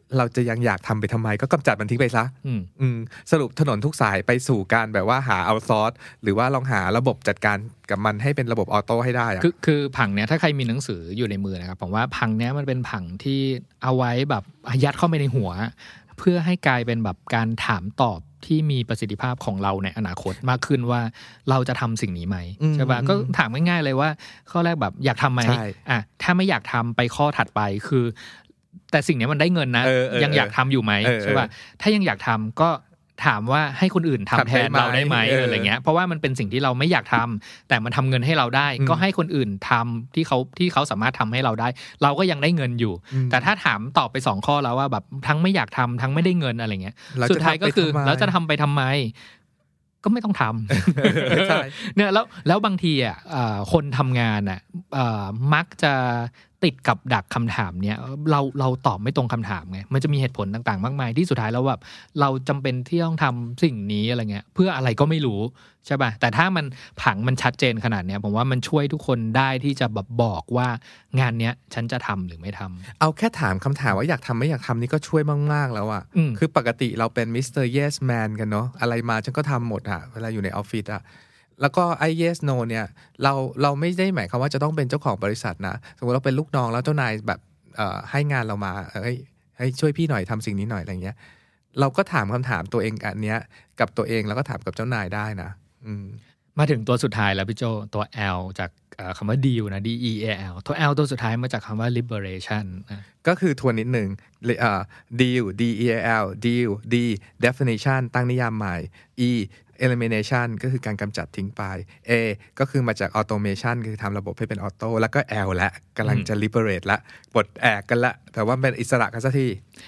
เราจะยังอยากทำไปทำไมก็กำจัดมันทิ้งไปซะสรุปถนนทุกสายไปสู่การแบบว่าหาเอาซอร์สหรือว่าลองหาระบบจัดการกับมันให้เป็นระบบออโต้ให้ได้คือผังเนี้ยถ้าใครมีหนังสืออยู่ในมือนะครับผมว่าผังเนี้ยมันเป็นผังที่เอาไว้แบบยัดเข้าไปในหัวเพื่อให้กลายเป็นแบบการถามตอบที่มีประสิทธิภาพของเราในอนาคตมากขึ้นว่าเราจะทำสิ่งนี้ไหมใช่ป่ะก็ถามง่ายๆเลยว่าข้อแรกแบบอยากทำไหมถ้าไม่อยากทำไปข้อถัดไปคือแต่สิ่งนี้มันได้เงินนะยังอยากทำอยู่ไหมใช่ป่ะถ้ายังอยากทำก็ถามว่าให้คนอื่นทำแทนเราได้ไหมอะไรเงี้ยเพราะว่ามันเป็นสิ่งที่เราไม่อยากทำแต่มันทำเงินให้เราได้ก็ให้คนอื่นทำที่เขาสามารถทำให้เราได้เราก็ยังได้เงินอยู่แต่ถ้าถามตอบไป2ข้อแล้วว่าแบบทั้งไม่อยากทำทั้งไม่ได้เงินอะไรเงี้ยสุดท้ายก็คือแล้วจะทำไปทำไมก็ไม่ต้องทำเนี่ยแล้วบางทีอ่ะคนทำงานอ่ะมักจะติดกับดักคำถามเนี้ยเราตอบไม่ตรงคำถามไงมันจะมีเหตุผลต่างๆมากมายที่สุดท้ายแล้วแบบเราจำเป็นที่ต้องทำสิ่งนี้อะไรเงี้ยเพื่ออะไรก็ไม่รู้ใช่ป่ะแต่ถ้ามันผังมันชัดเจนขนาดเนี้ยผมว่ามันช่วยทุกคนได้ที่จะแบบบอกว่างานเนี้ยฉันจะทำหรือไม่ทำเอาแค่ถามคำถามว่าอยากทำไม่อยากทำนี่ก็ช่วยมากๆแล้วอ่ะคือปกติเราเป็นมิสเตอร์ yes man กันเนาะอะไรมาฉันก็ทำหมดอะเวลาอยู่ในออฟฟิศอะแล้วก็ไอ้ yes no เนี่ยเราไม่ได้หมายความว่าจะต้องเป็นเจ้าของบริษัทนะสมมติเราเป็นลูกน้องแล้วเจ้านายแบบให้งานเรามาให้ช่วยพี่หน่อยทำสิ่งนี้หน่อยอะไรเงี้ยเราก็ถามคำถามตัวเองอันเนี้ยกับตัวเองแล้วก็ถามกับเจ้านายได้นะมาถึงตัวสุดท้ายแล้วพี่โจตัว L จากคำว่า deal นะ DEAL ตัว L ตัวสุดท้ายมาจากคำว่า liberation ก็คือทวนนิดหนึ่งdeal DEAL deal D definition ตั้งนิยามใหม่ E elimination ก็คือการกำจัดทิ้งไป A ก็คือมาจาก automation คือทำระบบให้เป็นออโต้แล้วก็ L และกำลังจะ liberate ละปลดแอกกันละแต่ว่าเป็นอิสระกันซะที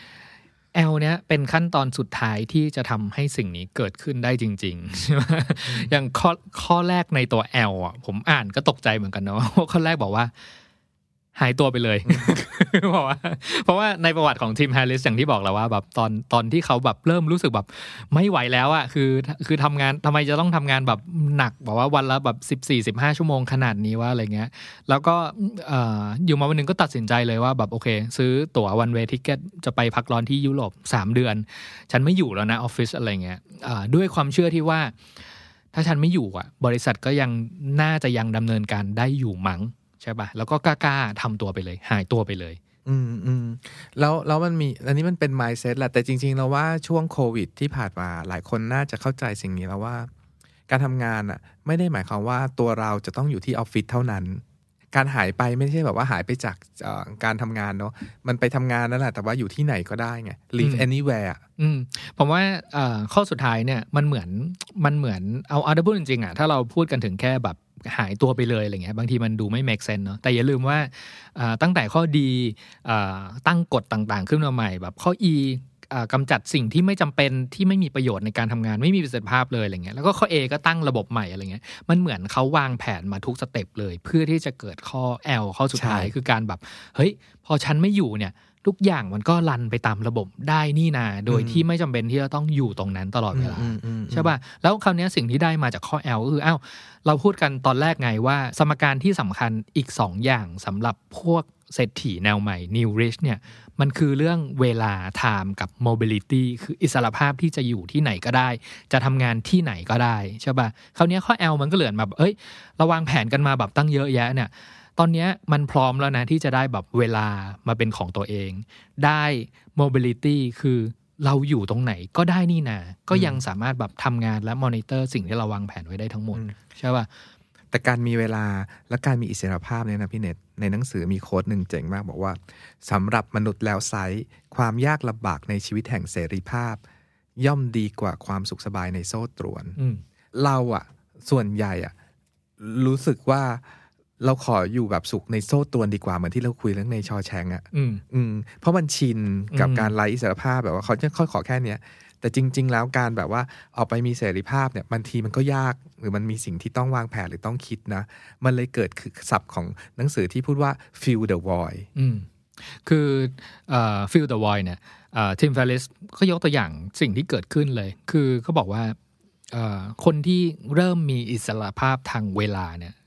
L เนี้ยเป็นขั้นตอนสุดท้ายที่จะทำให้สิ่งนี้เกิดขึ้นได้จริงๆใช่ไหมอย่างข้อแรกในตัว L อ่ะผมอ่านก็ตกใจเหมือนกันนะว่าข้อแรกบอกว่าหายตัวไปเลย เพราะว่าในประวัติของทีมแฮร์ริสอย่างที่บอกแล้วว่าแบบตอนที่เขาแบบเริ่มรู้สึกแบบไม่ไหวแล้วอ่ะคือทำงานทำไมจะต้องทำงานแบบหนักบอกว่าวันละแบบ14-15 ชั่วโมงขนาดนี้ว่าอะไรเงี้ยแล้วก็อยู่มาวันนึงก็ตัดสินใจเลยว่าแบบโอเคซื้อตั๋ววันเวย์ทิกเก็ตจะไปพักร้อนที่ยุโรป3 เดือนฉันไม่อยู่แล้วนะออฟฟิศอะไรเงี้ยด้วยความเชื่อที่ว่าถ้าฉันไม่อยู่อ่ะบริษัทก็ยังน่าจะยังดำเนินการได้อยู่มั้งใช่ป่ะแล้วก็กล้าทำตัวไปเลยหายตัวไปเลยแล้วมันมีอันนี้มันเป็น mindset แหละแต่จริงๆแล้วว่าช่วงโควิดที่ผ่านมาหลายคนน่าจะเข้าใจสิ่งนี้แล้วว่าการทำงานอ่ะไม่ได้หมายความว่าตัวเราจะต้องอยู่ที่ออฟฟิศเท่านั้นการหายไปไม่ใช่แบบว่าหายไปจากการทำงานเนาะมันไปทำงานนั่นแหละแต่ว่าอยู่ที่ไหนก็ได้ไง live anywhere ผมว่าข้อสุดท้ายเนี่ยมันเหมือนเอาได้พูดจริงๆอ่ะถ้าเราพูดกันถึงแค่แบบหายตัวไปเลยอะไรเงี้ยบางทีมันดูไม่ make sense เนาะแต่อย่าลืมว่าตั้งแต่ข้อดีตั้งกฎต่างๆขึ้นมาใหม่แบบข้อ E กำจัดสิ่งที่ไม่จำเป็นที่ไม่มีประโยชน์ในการทำงานไม่มีประสิทธิภาพเลยอะไรเงี้ยแล้วก็ข้อ A ก็ตั้งระบบใหม่อะไรเงี้ยมันเหมือนเขาวางแผนมาทุกสเต็ปเลยเพื่อที่จะเกิดข้อ L ข้อสุดท้ายคือการแบบเฮ้ยพอฉันไม่อยู่เนี่ยทุกอย่างมันก็รันไปตามระบบได้นี่นาโดยที่ไม่จำเป็นที่จะต้องอยู่ตรงนั้นตลอดเวลาใช่ป่ะแล้วคราวนี้สิ่งที่ได้มาจากข้อ L ก็คือเราพูดกันตอนแรกไงว่าสมการที่สำคัญอีก2อย่างสำหรับพวกเศรษฐีแนวใหม่ New Rich เนี่ยมันคือเรื่องเวลา time กับ mobility คืออิสรภาพที่จะอยู่ที่ไหนก็ได้จะทำงานที่ไหนก็ได้ใช่ป่ะคราวนี้ข้อ L มันก็เหลือแบบเราวางแผนกันมาแบบตั้งเยอะแยะเนี่ยตอนนี้มันพร้อมแล้วนะที่จะได้แบบเวลามาเป็นของตัวเองได้ mobility คือเราอยู่ตรงไหนก็ได้นี่นาก็ยังสามารถแบบทำงานและมอนิเตอร์สิ่งที่เราวางแผนไว้ได้ทั้งหมดใช่ป่ะแต่การมีเวลาและการมีอิสรภาพเนี่ยนะพี่เน็ตในหนังสือมีโค้ดหนึ่งเจ๋งมากบอกว่าสำหรับมนุษย์แล้วไซส์ความยากลำบากในชีวิตแห่งเสรีภาพย่อมดีกว่าความสุขสบายในโซ่ตรวนเราอะส่วนใหญ่อะรู้สึกว่าเราขออยู่แบบสุขในโซ่ตรวนดีกว่าเหมือนที่เราคุยเรื่องในชอแชงอ่ะเพราะมันชินกับการไร้อิสรภาพแบบว่าเขาจะค่อยขอแค่เนี้ยแต่จริงๆแล้วการแบบว่าออกไปมีเสรีภาพเนี่ยบางทีมันก็ยากหรือมันมีสิ่งที่ต้องวางแผนหรือต้องคิดนะมันเลยเกิดคือศัพท์ของหนังสือที่พูดว่า fill the void คือ fill the void เนี่ยทีมเฟลิสก็ยกตัวอย่างสิ่งที่เกิดขึ้นเลยคือเขาบอกว่าคนที่เริ่มมีอิสรภาพทางเวลาเนี่ย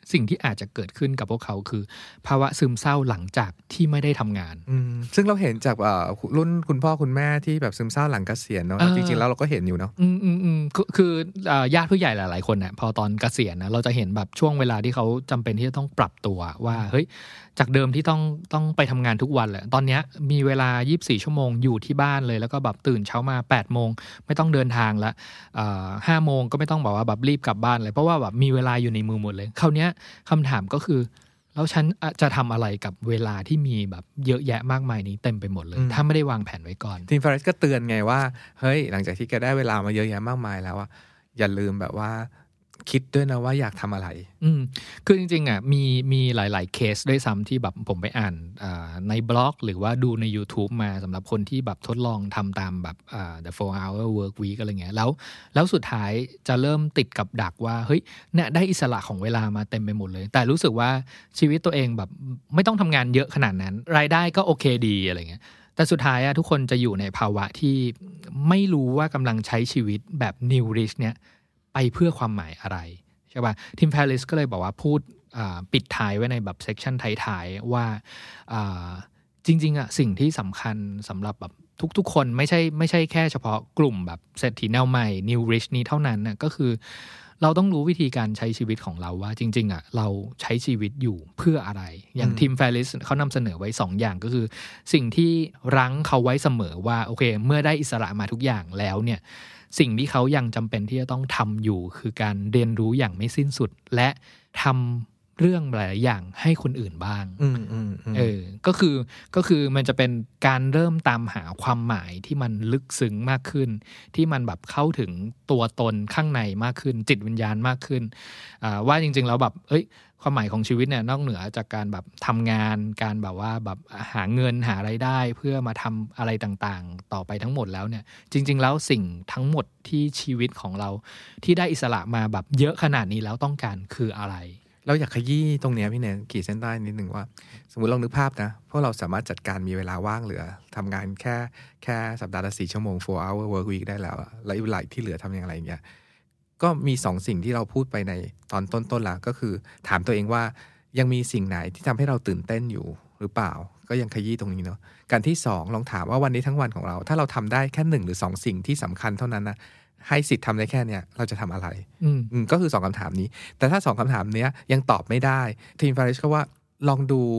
สิ่งที่อาจจะเกิดขึ้นกับพวกเขาคือภาวะซึมเศร้าหลังจากที่ไม่ได้ทำงานซึ่งเราเห็นจากรุ่นคุณพ่อคุณแม่ที่แบบซึมเศร้าหลังเกษียณเนาะจริงๆแล้วเราก็เห็นอยู่เนาะคือญาติผู้ใหญ่หลายๆคนเนี่ยพอตอนเกษียณนะเราจะเห็นแบบช่วงเวลาที่เขาจำเป็นที่จะต้องปรับตัวว่าเฮ้ยจากเดิมที่ต้องไปทำงานทุกวันแหละตอนนี้มีเวลา24ชั่วโมงอยู่ที่บ้านเลยแล้วก็แบบตื่นเช้ามา8โมงไม่ต้องเดินทางละ5โมงก็ไม่ต้องบอกว่าแบบรีบกลับบ้านเลยเพราะว่าแบบมีเวลาอยู่ในมือหมดเลยคราวนี้คำถามก็คือแล้วฉันจะทำอะไรกับเวลาที่มีแบบเยอะแยะมากมายนี้เต็มไปหมดเลยถ้าไม่ได้วางแผนไว้ก่อนทีมฟาริสก็เตือนไงว่าเฮ้ยหลังจากที่แกได้เวลามาเยอะแยะมากมายแล้วอย่าลืมแบบว่าคิดด้วยนะว่าอยากทำอะไรคือจริงๆอ่ะมีหลายๆเคสด้วยซ้ำที่แบบผมไปอ่านในบล็อกหรือว่าดูใน YouTube มาสำหรับคนที่แบบทดลองทำตามแบบthe 4-hour work week อะไรเงี้ยแล้วสุดท้ายจะเริ่มติดกับดักว่าเฮ้ยเนี่ยได้อิสระของเวลามาเต็มไปหมดเลยแต่รู้สึกว่าชีวิตตัวเองแบบไม่ต้องทำงานเยอะขนาดนั้นรายได้ก็โอเคดีอะไรเงี้ยแต่สุดท้ายทุกคนจะอยู่ในภาวะที่ไม่รู้ว่ากำลังใช้ชีวิตแบบ new rich เนี่ยไปเพื่อความหมายอะไรใช่ป่ะทีมแพริสก็เลยบอกว่าพูดปิดท้ายไว้ในแบบเซกชันท้ายๆว่าจริงๆสิ่งที่สำคัญสำหรับแบบทุกๆคนไม่ใช่แค่เฉพาะกลุ่มแบบเศรษฐีแนวใหม่ New Rich นี้เท่านั้นก็คือเราต้องรู้วิธีการใช้ชีวิตของเราว่าจริงๆเราใช้ชีวิตอยู่เพื่ออะไรอย่างทีมแฟริสเขานำเสนอไว้2อย่างก็คือสิ่งที่รั้งเขาไว้เสมอว่าโอเคเมื่อได้อิสระมาทุกอย่างแล้วเนี่ยสิ่งที่เขายังจำเป็นที่จะต้องทำอยู่คือการเรียนรู้อย่างไม่สิ้นสุดและทำเรื่องหลายอย่างให้คนอื่นบ้างก็คือมันจะเป็นการเริ่มตามหาความหมายที่มันลึกซึ้งมากขึ้นที่มันแบบเข้าถึงตัวตนข้างในมากขึ้นจิตวิญญาณมากขึ้นว่าจริงๆแล้วแบบความหมายของชีวิตเนี่ยนอกเหนือจากการแบบทำงานการแบบว่าแบบหาเงินหารายได้เพื่อมาทำอะไรต่างๆต่อไปทั้งหมดแล้วเนี่ยจริงๆแล้วสิ่งทั้งหมดที่ชีวิตของเราที่ได้อิสระมาแบบเยอะขนาดนี้แล้วต้องการคืออะไรเราอยากขยี้ตรงนี้พี่แนนขีดเส้นใต้นิดหนึ่งว่าสมมุติลองนึกภาพนะพวกเราสามารถจัดการมีเวลาว่างเหลือทำงานแค่สัปดาห์ละ4 ชั่วโมง 4-hour work week ได้แล้วแล้วอีกหลายที่เหลือทำอย่างไรอย่างเงี้ยก็มี2สิ่งที่เราพูดไปในตอนต้นๆแล้วก็คือถามตัวเองว่ายังมีสิ่งไหนที่ทำให้เราตื่นเต้นอยู่หรือเปล่าก็ยังขยี้ตรงนี้เนาะการที่2ลองถามว่าวันนี้ทั้งวันของเราถ้าเราทำได้แค่1หรือ2สิ่งที่สำคัญเท่านั้นนะให้สิทธิ์ทำได้แค่เนี้ยเราจะทำอะไรก็คือ2คำถามนี้แต่ถ้า2คำถามเนี้ยยังตอบไม่ได้ทีมฟาริชก็ว่าลองดู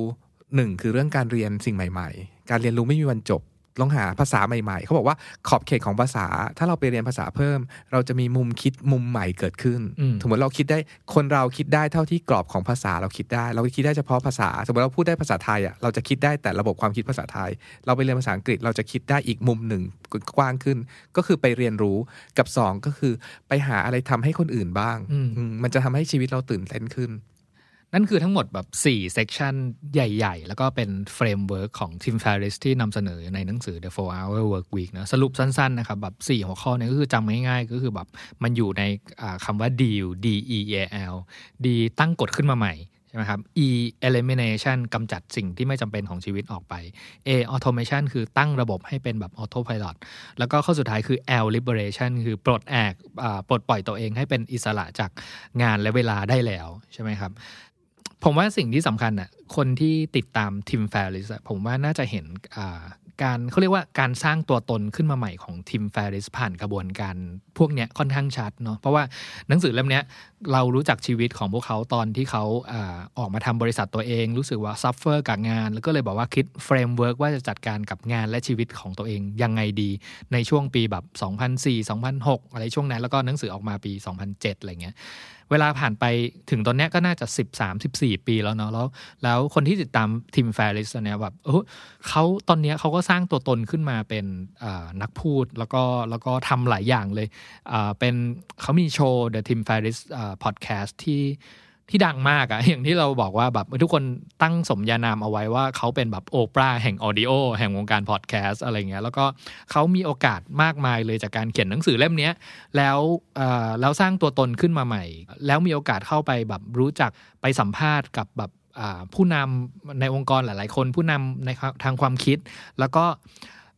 1คือเรื่องการเรียนสิ่งใหม่ๆการเรียนรู้ไม่มีวันจบลองหาภาษาใหม่ๆเขาบอกว่าขอบเขตของภาษาถ้าเราไปเรียนภาษาเพิ่มเราจะมีมุมคิดมุมใหม่เกิดขึ้นสมมติเราคิดได้คนเราคิดได้เท่าที่กรอบของภาษาเราคิดได้เราคิดได้เฉพาะภาษาสมมติเราพูดได้ภาษาไทยเราจะคิดได้แต่ระบบความคิดภาษาไทยเราไปเรียนภาษาอังกฤษเราจะคิดได้อีกมุมหนึ่งกว้างขึ้นก็คือไปเรียนรู้กับ2ก็คือไปหาอะไรทำให้คนอื่นบ้างมันจะทำให้ชีวิตเราตื่นเต้นขึ้นนั่นคือทั้งหมดแบบ4 section ใหญ่ๆแล้วก็เป็นเฟรมเวิร์กของ Tim Ferriss ที่นำเสนอในหนังสือ The 4-hour work week นะสรุปสั้นๆนะครับแบบ4หัวข้อนี้ก็คือจำง่ายๆก็คือแบบมันอยู่ในคำว่า deal DEAL D ตั้งกฎขึ้นมาใหม่ใช่ไหมครับ E elimination กำจัดสิ่งที่ไม่จำเป็นของชีวิตออกไป A automation คือตั้งระบบให้เป็นแบบ auto pilot แล้วก็ข้อสุดท้ายคือ L liberation คือปลดปล่อยตัวเองให้เป็นอิสระจากงานและเวลาได้แล้วใช่ไหมครับผมว่าสิ่งที่สำคัญคนที่ติดตามทีมแฟริสผมว่าน่าจะเห็นการเขาเรียกว่าการสร้างตัวตนขึ้นมาใหม่ของทีมแฟริสผ่านกระบวนการพวกเนี้ยค่อนข้างชัดเนาะเพราะว่าหนังสือเล่มนี้เรารู้จักชีวิตของพวกเขาตอนที่เขาออกมาทำบริษัทตัวเองรู้สึกว่าซัฟเฟอร์กับงานแล้วก็เลยบอกว่าคิดเฟรมเวิร์กว่าจะจัดการกับงานและชีวิตของตัวเองยังไงดีในช่วงปีแบบ2004 2006อะไรช่วงนั้นแล้วก็หนังสือออกมาปี2007อะไรเงี้ยเวลาผ่านไปถึงตอนนี้ก็น่าจะ13-14 ปีแล้วเนาะแล้วคนที่ติดตามทีมแฟริสเนี่ยแบบเขาตอนนี้เขาก็สร้างตัวตนขึ้นมาเป็นนักพูดแล้วก็ทำหลายอย่างเลยเป็นเขามีโชว์ The Tim Ferriss Podcast ที่ดังมากอย่างที่เราบอกว่าแบบทุกคนตั้งสมญานามเอาไว้ว่าเขาเป็นแบบโอปราแห่งออดิโอแห่งวงการพอดแคสต์อะไรเงี้ยแล้วก็เขามีโอกาสมากมายเลยจากการเขียนหนังสือเล่มนี้แล้วสร้างตัวตนขึ้นมาใหม่แล้วมีโอกาสเข้าไปแบบรู้จักไปสัมภาษณ์กับแบบผู้นำในองค์กรหลายๆคนผู้นำในทางความคิดแล้วก็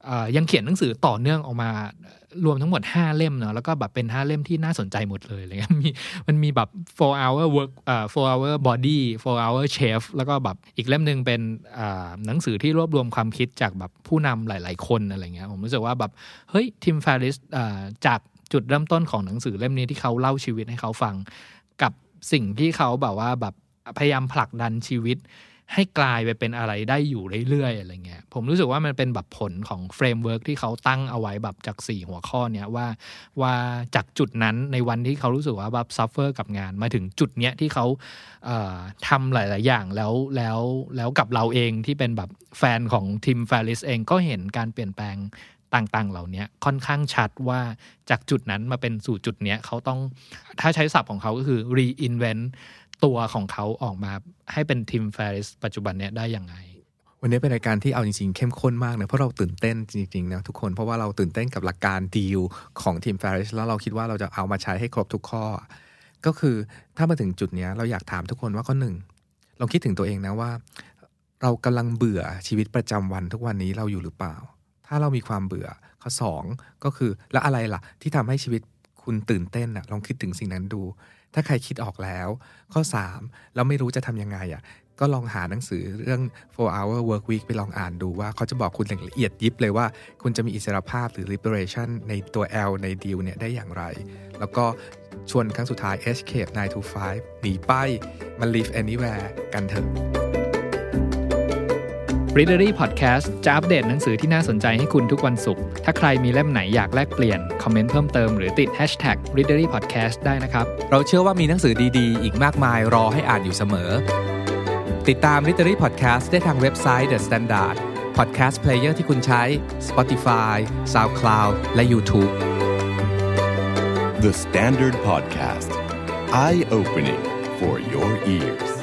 ยังเขียนหนังสือต่อเนื่องออกมารวมทั้งหมด5เล่มเนาะแล้วก็แบบเป็น5เล่มที่น่าสนใจหมดเลยอะไรเงี้ยมันมีแบบ4 hour work 4 hour body 4 hour chef แล้วก็แบบอีกเล่มนึงเป็นหนังสือที่รวบรวมความคิดจากแบบผู้นำหลายๆคนอะไรเงี้ยผมรู้สึกว่าแบบเฮ้ยทิมแฟริสจากจุดเริ่มต้นของหนังสือเล่มนี้ที่เขาเล่าชีวิตให้เขาฟังกับสิ่งที่เขาแบบว่าแบบพยายามผลักดันชีวิตให้กลายไปเป็นอะไรได้อยู่เรื่อยๆอะไรเงี้ยผมรู้สึกว่ามันเป็นแบบผลของเฟรมเวิร์กที่เขาตั้งเอาไว้แบบจาก4หัวข้อเนี้ยว่าจากจุดนั้นในวันที่เขารู้สึกว่าแบบซัฟเฟอร์กับงานมาถึงจุดเนี้ยที่เขาทำหลายๆอย่างแล้วกับเราเองที่เป็นแบบแฟนของทิมแฟริสเองก็เห็นการเปลี่ยนแปลงต่างๆเหล่านี้ค่อนข้างชัดว่าจากจุดนั้นมาเป็นสู่จุดเนี้ยเขาต้องถ้าใช้ศัพท์ของเขาก็คือ reinvent ตัวของเขาออกมาให้เป็นทิมแฟริสปัจจุบันเนี้ยได้ยังไงวันนี้เป็นรายการที่เอาจริงๆเข้มข้นมากนะเพราะเราตื่นเต้นจริงๆนะทุกคนเพราะว่าเราตื่นเต้นกับหลักการดีลของทิมแฟริสแล้วเราคิดว่าเราจะเอามาใช้ให้ครบทุกข้อก็คือถ้ามาถึงจุดนี้เราอยากถามทุกคนว่าข้อหนึ่งลองคิดถึงตัวเองนะว่าเรากำลังเบื่อชีวิตประจำวันทุกวันนี้เราอยู่หรือเปล่าถ้าเรามีความเบื่อข้อ2ก็คือแล้วอะไรล่ะที่ทำให้ชีวิตคุณตื่นเต้นลองคิดถึงสิ่งนั้นดูถ้าใครคิดออกแล้วข้อ3แล้วไม่รู้จะทำยังไงก็ลองหาหนังสือเรื่อง4 hour work week ไปลองอ่านดูว่าเขาจะบอกคุณอย่างละเอียดยิบเลยว่าคุณจะมีอิสรภาพหรือ liberation ในตัว L ใน deal เนี่ยได้อย่างไรแล้วก็ชวนครั้งสุดท้าย escape 9 to 5 หนีไปมัน live anywhere กันเถอะ Readery Podcast จะอัปเดตหนังสือที่น่าสนใจให้คุณทุกวันศุกร์ถ้าใครมีเล่มไหนอยากแลกเปลี่ยนคอมเมนต์เพิ่มเติมหรือติด Hashtag Readery Podcast ได้นะครับเราเชื่อว่ามีหนังสือดีๆอีกมากมายรอให้อ่านอยู่เสมอติดตาม Readery Podcast ได้ทางเว็บไซต์ The Standard Podcast Player ที่คุณใช้ Spotify SoundCloud และ YouTube The Standard Podcast Eye Opening for your ears